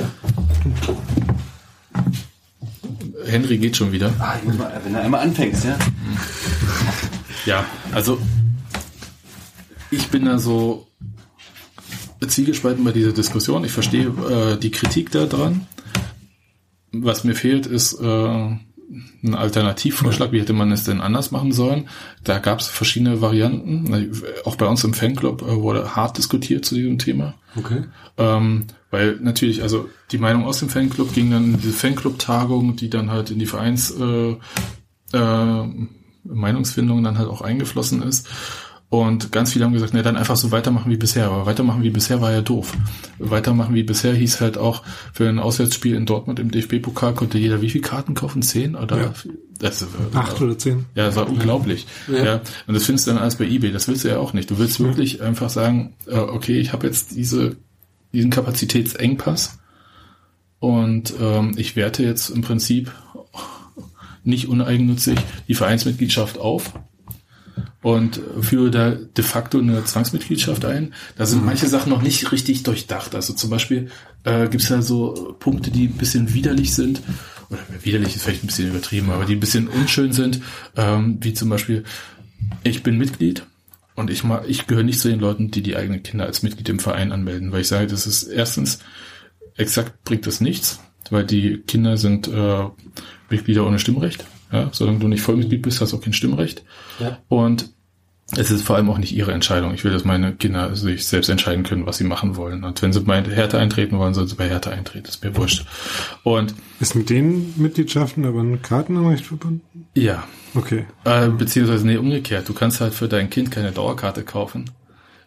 Henry geht schon wieder. Ah, ich muss mal, wenn du einmal anfängst, ja. Ja, also ich bin da so zwiegespalten bei dieser Diskussion. Ich verstehe äh, die Kritik da dran. Was mir fehlt, ist äh, ein Alternativvorschlag. Wie hätte man es denn anders machen sollen? Da gab es verschiedene Varianten. Auch bei uns im Fanclub äh, wurde hart diskutiert zu diesem Thema. Okay. Ähm, weil natürlich, also die Meinung aus dem Fanclub ging dann in diese Fanclub-Tagung, die dann halt in die Vereins äh, äh, Meinungsfindung dann halt auch eingeflossen ist. Und ganz viele haben gesagt, na dann einfach so weitermachen wie bisher. Aber weitermachen wie bisher war ja doof. Weitermachen wie bisher hieß halt auch, für ein Auswärtsspiel in Dortmund im D F B-Pokal konnte jeder wie viele Karten kaufen? Zehn? Oder? Ja. Das, Acht oder zehn. Ja, das war unglaublich. Ja. Ja. Und das findest du dann alles bei eBay. Das willst du ja auch nicht. Du willst wirklich einfach sagen, äh, okay, ich habe jetzt diese diesen Kapazitätsengpass und ähm, ich werte jetzt im Prinzip nicht uneigennützig die Vereinsmitgliedschaft auf und führe da de facto eine Zwangsmitgliedschaft ein. Da sind manche Sachen noch nicht richtig durchdacht. Also zum Beispiel äh, gibt es da so Punkte, die ein bisschen widerlich sind, oder widerlich ist vielleicht ein bisschen übertrieben, aber die ein bisschen unschön sind, ähm, wie zum Beispiel, ich bin Mitglied und ich ma- ich gehöre nicht zu den Leuten, die die eigenen Kinder als Mitglied im Verein anmelden, weil ich sage, das ist erstens, exakt bringt das nichts, weil die Kinder sind äh, Mitglieder ohne Stimmrecht. Ja, solange du nicht Vollmitglied bist, hast du auch kein Stimmrecht. Ja. Und es ist vor allem auch nicht ihre Entscheidung. Ich will, dass meine Kinder sich selbst entscheiden können, was sie machen wollen. Und wenn sie bei Hertha eintreten wollen, sollen sie bei Hertha eintreten. Das ist mir wurscht. Und Ist mit den Mitgliedschaften aber ein Kartenrecht verbunden? ja, Okay. äh, beziehungsweise nee, umgekehrt. Du kannst halt für dein Kind keine Dauerkarte kaufen.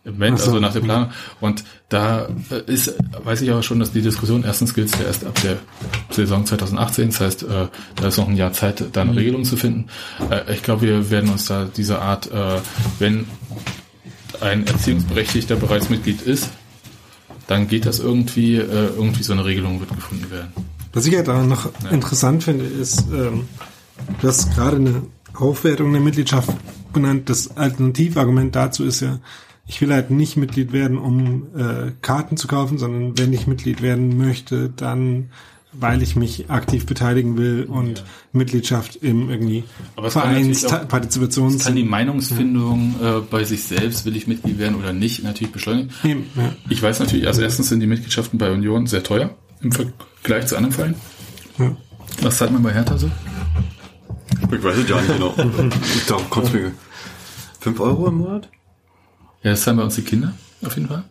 Im Moment, so. also nach der Planung. Und da ist, weiß ich aber schon, dass die Diskussion, erstens gilt es ja erst ab der Saison zwanzig achtzehn, das heißt, äh, da ist noch ein Jahr Zeit, da eine Regelung zu finden. Äh, ich glaube, wir werden uns da dieser Art, äh, wenn ein Erziehungsberechtigter bereits Mitglied ist, dann geht das irgendwie, äh, irgendwie so eine Regelung wird gefunden werden. Was ich ja daran noch ja. interessant finde, ist, ähm, du hast gerade eine Aufwertung der Mitgliedschaft benannt. Das Alternativargument dazu ist ja, ich will halt nicht Mitglied werden, um äh, Karten zu kaufen, sondern wenn ich Mitglied werden möchte, dann weil ich mich aktiv beteiligen will und ja. Mitgliedschaft im irgendwie Vereinspartizipations... Es kann die Meinungsfindung ja. äh, bei sich selbst, will ich Mitglied werden oder nicht, natürlich beschleunigen. Ja. Ich weiß natürlich, also erstens sind die Mitgliedschaften bei Union sehr teuer im Vergleich zu anderen Vereinen. Ja. Was zahlt man bei Hertha so? Ich weiß es ja nicht genau. Ich glaube, kommt mir fünf Euro im Monat? Ja, das zahlen bei uns die Kinder, auf jeden Fall.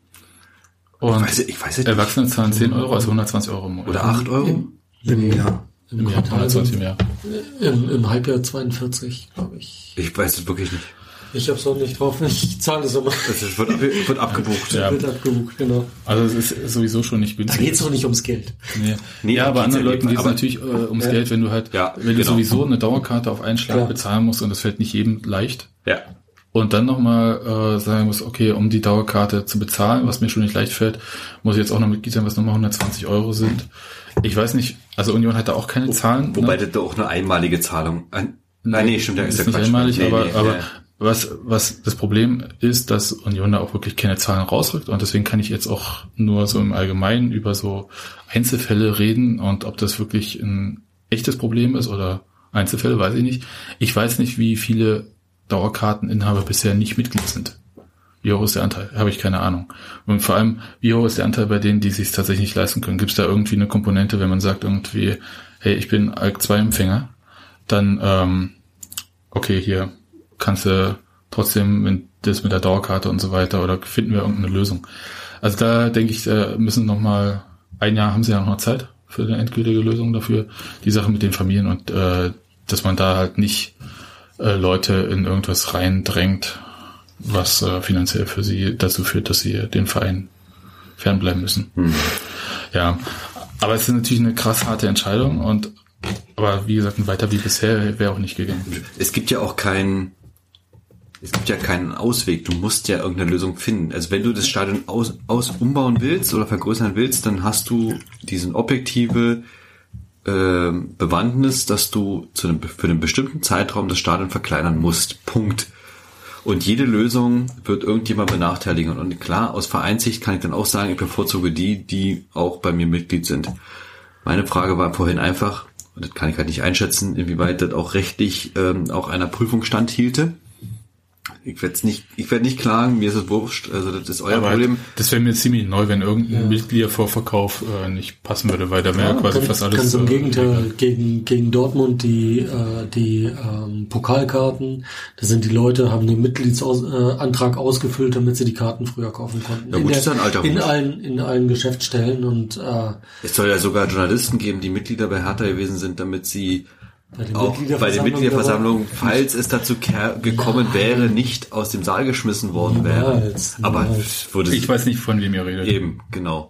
Und ich weiß, ich weiß nicht. Erwachsene zahlen zehn Euro, also hundertzwanzig Euro im Monat. Oder acht Euro? Im, im Jahr. Im, Im Jahr hundertzwanzig im Jahr. Im, Im Halbjahr zweiundvierzig, glaube ich. Ich weiß es wirklich nicht. Ich hab's auch nicht drauf, ich zahle es immer. Es wird, wird abgebucht. Ja. Wird abgebucht, genau. Also es ist sowieso schon nicht günstig. Da geht's doch nicht ums Geld. Nee. Nee, ja, aber anderen Leuten geht es natürlich äh, ums ja. Geld, wenn du halt, ja, wenn genau. du sowieso eine Dauerkarte auf einen Schlag ja. bezahlen musst und das fällt nicht jedem leicht. Ja. Und dann nochmal äh, sagen muss, okay, um die Dauerkarte zu bezahlen, was mir schon nicht leicht fällt, muss ich jetzt auch noch Mitglied sein, was nochmal hundertzwanzig Euro sind. Ich weiß nicht, also Union hat da auch keine Zahlen. Wobei ne? das auch eine einmalige Zahlung. Ein, nein, nee, stimmt, da ist ja nicht einmalig, nee, aber, nee, aber nee. was was das Problem ist, dass Union da auch wirklich keine Zahlen rausrückt und deswegen kann ich jetzt auch nur so im Allgemeinen über so Einzelfälle reden und ob das wirklich ein echtes Problem ist oder Einzelfälle, weiß ich nicht. Ich weiß nicht, wie viele Dauerkarteninhaber bisher nicht Mitglied sind. Wie hoch ist der Anteil? Habe ich keine Ahnung. Und vor allem, wie hoch ist der Anteil bei denen, die es sich tatsächlich nicht leisten können? Gibt es da irgendwie eine Komponente, wenn man sagt irgendwie, hey, ich bin A L K zwei Empfänger, dann, ähm, okay, hier kannst du trotzdem wenn das mit der Dauerkarte und so weiter oder finden wir irgendeine Lösung. Also da denke ich, da müssen noch mal, ein Jahr haben sie ja noch mal Zeit für eine endgültige Lösung dafür, die Sache mit den Familien und äh, dass man da halt nicht äh, Leute in irgendwas reindrängt, was äh, finanziell für sie dazu führt, dass sie den Verein fernbleiben müssen. Hm. Ja, aber es ist natürlich eine krass harte Entscheidung und aber wie gesagt, weiter wie bisher wäre auch nicht gegangen. Es gibt ja auch keinen es gibt ja keinen Ausweg. Du musst ja irgendeine Lösung finden. Also wenn du das Stadion aus, aus umbauen willst oder vergrößern willst, dann hast du diesen objektive äh, Bewandtnis, dass du zu einem, für einen bestimmten Zeitraum das Stadion verkleinern musst. Punkt. Und jede Lösung wird irgendjemand benachteiligen. Und klar, aus Vereinssicht kann ich dann auch sagen, ich bevorzuge die, die auch bei mir Mitglied sind. Meine Frage war vorhin einfach, und das kann ich halt nicht einschätzen, inwieweit das auch rechtlich ähm, auch einer Prüfung standhielte. Ich werde nicht, ich werde nicht klagen, mir ist es wurscht, also das ist euer aber Problem. Das wäre mir ziemlich neu, wenn irgendein ja. Mitgliedervorverkauf äh, nicht passen würde, weil da wäre ja, quasi kann, fast alles. Ganz im äh, Gegenteil, gegen, gegen Dortmund die, äh, die ähm, Pokalkarten, da sind die Leute, haben den Mitgliedsantrag äh, ausgefüllt, damit sie die Karten früher kaufen konnten. Ja, gut, in, ist ein alter der, in allen, in allen Geschäftsstellen und äh, es soll ja sogar Journalisten geben, die Mitglieder bei Hertha gewesen sind, damit sie Bei den auch bei den Mitgliederversammlungen, falls es dazu gekommen Nein. wäre, nicht aus dem Saal geschmissen worden Niemals, wäre. Aber wurde ich weiß nicht, von wem ihr redet. Eben, genau.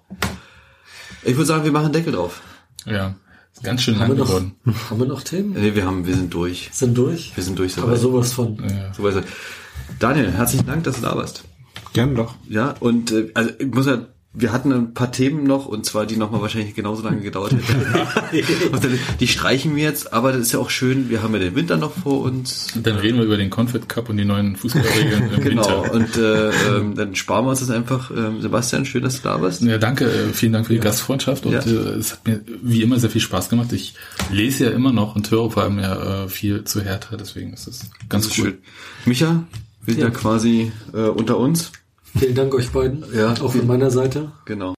Ich würde sagen, wir machen Deckel drauf. Ja, ist ganz schön lang geworden. Haben wir noch Themen? Nee, wir haben, wir sind durch. Sind durch? Wir sind durch. So Aber weit. sowas von. Ja. So weit. Daniel, herzlichen Dank, dass du da warst. Gern doch. Ja, und äh, also ich muss ja wir hatten ein paar Themen noch, und zwar die nochmal wahrscheinlich genauso lange gedauert hätten. Die streichen wir jetzt, aber das ist ja auch schön, wir haben ja den Winter noch vor uns. Und dann reden wir über den Confed Cup und die neuen Fußballregeln im genau, Winter. Und äh, ähm, dann sparen wir uns das einfach. Ähm, Sebastian, schön, dass du da warst. Ja, danke, vielen Dank für die ja. Gastfreundschaft und ja. äh, es hat mir wie immer sehr viel Spaß gemacht. Ich lese ja immer noch und höre vor allem ja äh, viel zu Hertha, deswegen ist es ganz das cool. Schön. Micha, wir sind ja, ja quasi äh, unter uns. Vielen Dank euch beiden, ja, auch von meiner Seite. Genau.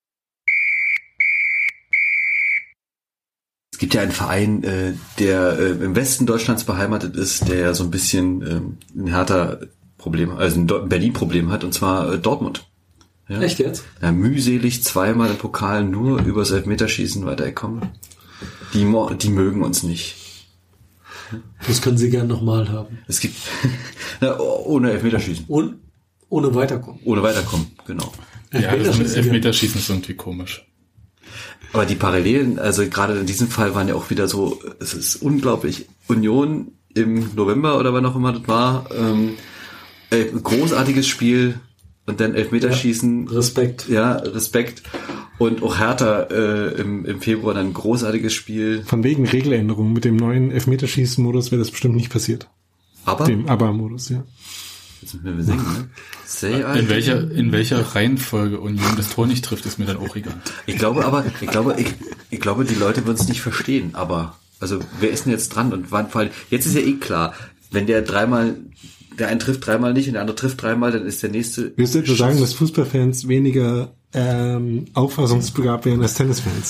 Es gibt ja einen Verein, äh, der äh, im Westen Deutschlands beheimatet ist, der so ein bisschen äh, ein Hertha-Problem, also ein Berlin-Problem hat, und zwar äh, Dortmund. Ja. Echt jetzt? Ja, mühselig zweimal im Pokal nur übers Elfmeterschießen weitergekommen. Die, die mögen uns nicht. Das können sie gern nochmal haben. Es gibt, na, ohne Elfmeterschießen. Und? Ohne weiterkommen. Ohne weiterkommen, genau. Ja, das mit Elfmeterschießen ist irgendwie komisch. Aber die Parallelen, also gerade in diesem Fall waren ja auch wieder so, es ist unglaublich, Union im November oder wann auch immer das war, ähm, äh, großartiges Spiel und dann Elfmeterschießen. Ja, Respekt. Ja, Respekt. Und auch Hertha äh, im, im Februar dann ein großartiges Spiel. Von wegen Regeländerung mit dem neuen Elfmeterschießen-Modus wäre das bestimmt nicht passiert. Aber? Dem Aber-Modus, ja. Jetzt müssen wir singen, ne? Say In welcher, in welcher Reihenfolge Union das Tor nicht trifft, ist mir dann auch egal. Ich glaube aber, ich glaube, ich, ich glaube, die Leute würden es nicht verstehen, aber, also, wer ist denn jetzt dran und wann, vor allem, jetzt ist ja eh klar, wenn der dreimal, der einen trifft dreimal nicht und der andere trifft dreimal, dann ist der nächste. Willst du etwa sagen, dass Fußballfans weniger, ähm, auffassungsbegabt wären als Tennisfans?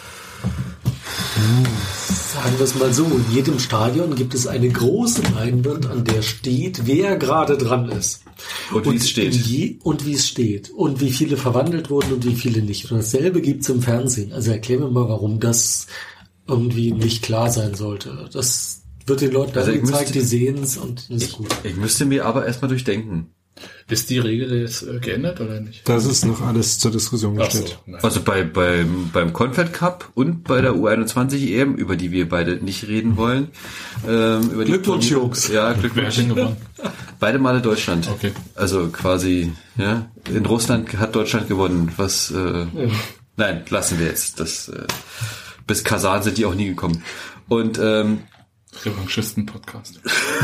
Sagen wir es mal so, in jedem Stadion gibt es eine große Leinwand, an der steht, wer gerade dran ist. Und wie es steht. Je, und wie es steht. Und wie viele verwandelt wurden und wie viele nicht. Und dasselbe gibt es im Fernsehen. Also erklär mir mal, warum das irgendwie nicht klar sein sollte. Das wird den Leuten also gezeigt, die sehen es und ist ich, gut. Ich müsste mir aber erstmal durchdenken. Ist die Regel jetzt äh, geändert oder nicht? Das ist noch alles zur Diskussion gestellt. So, Also bei, beim, beim Confed Cup und bei der U einundzwanzig E M, über die wir beide nicht reden wollen. Ähm, über Glückwunsch, die Jungs. Ja, Wer hat Glückwunsch. denn gewonnen? Beide Male Deutschland. Okay. Also quasi, ja. In Russland hat Deutschland gewonnen. Was, äh, Ja. nein, lassen wir jetzt. Das, äh, bis Kasan sind die auch nie gekommen. Und, ähm, Revanchisten-Podcast.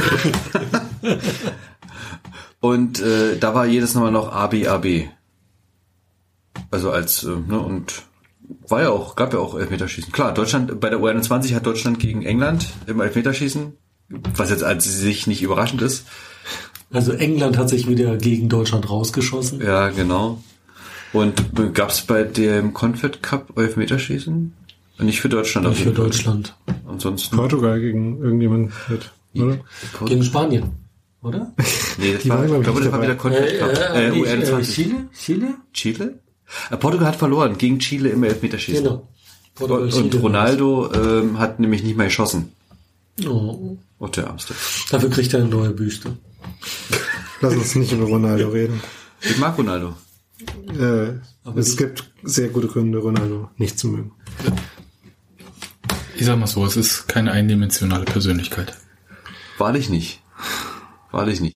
Und äh, da war jedes Mal noch A B A B. Also als, äh, ne, und war ja auch, gab ja auch Elfmeterschießen. Klar, Deutschland, bei der U einundzwanzig hat Deutschland gegen England im Elfmeterschießen, was jetzt als sich nicht überraschend ist. Also England hat sich wieder gegen Deutschland rausgeschossen. Ja, genau. Und gab es bei dem Confed Cup Elfmeterschießen? Nicht für Deutschland. Nicht auf für jeden Fall. Deutschland. Ansonsten. Portugal gegen irgendjemand mit, oder? Gegen Spanien, oder? Nee, das Die war, waren, ich glaub glaube, ich, das war nicht wieder Confed Cup. Äh, nicht, U einundzwanzig. Chile? Chile? Chile? Äh, Portugal hat verloren gegen Chile im Elfmeterschießen. Genau. Portugal, Und, Chile und Ronaldo ähm, hat nämlich nicht mehr geschossen. Oh. Oh, der Ärmste. Dafür kriegt er eine neue Büste. Lass uns nicht über Ronaldo reden. Ich mag Ronaldo. Äh, Aber es die- gibt sehr gute Gründe, Ronaldo nicht zu mögen. Ich sag mal so, es ist keine eindimensionale Persönlichkeit. Wahrlich nicht. Wahrlich nicht.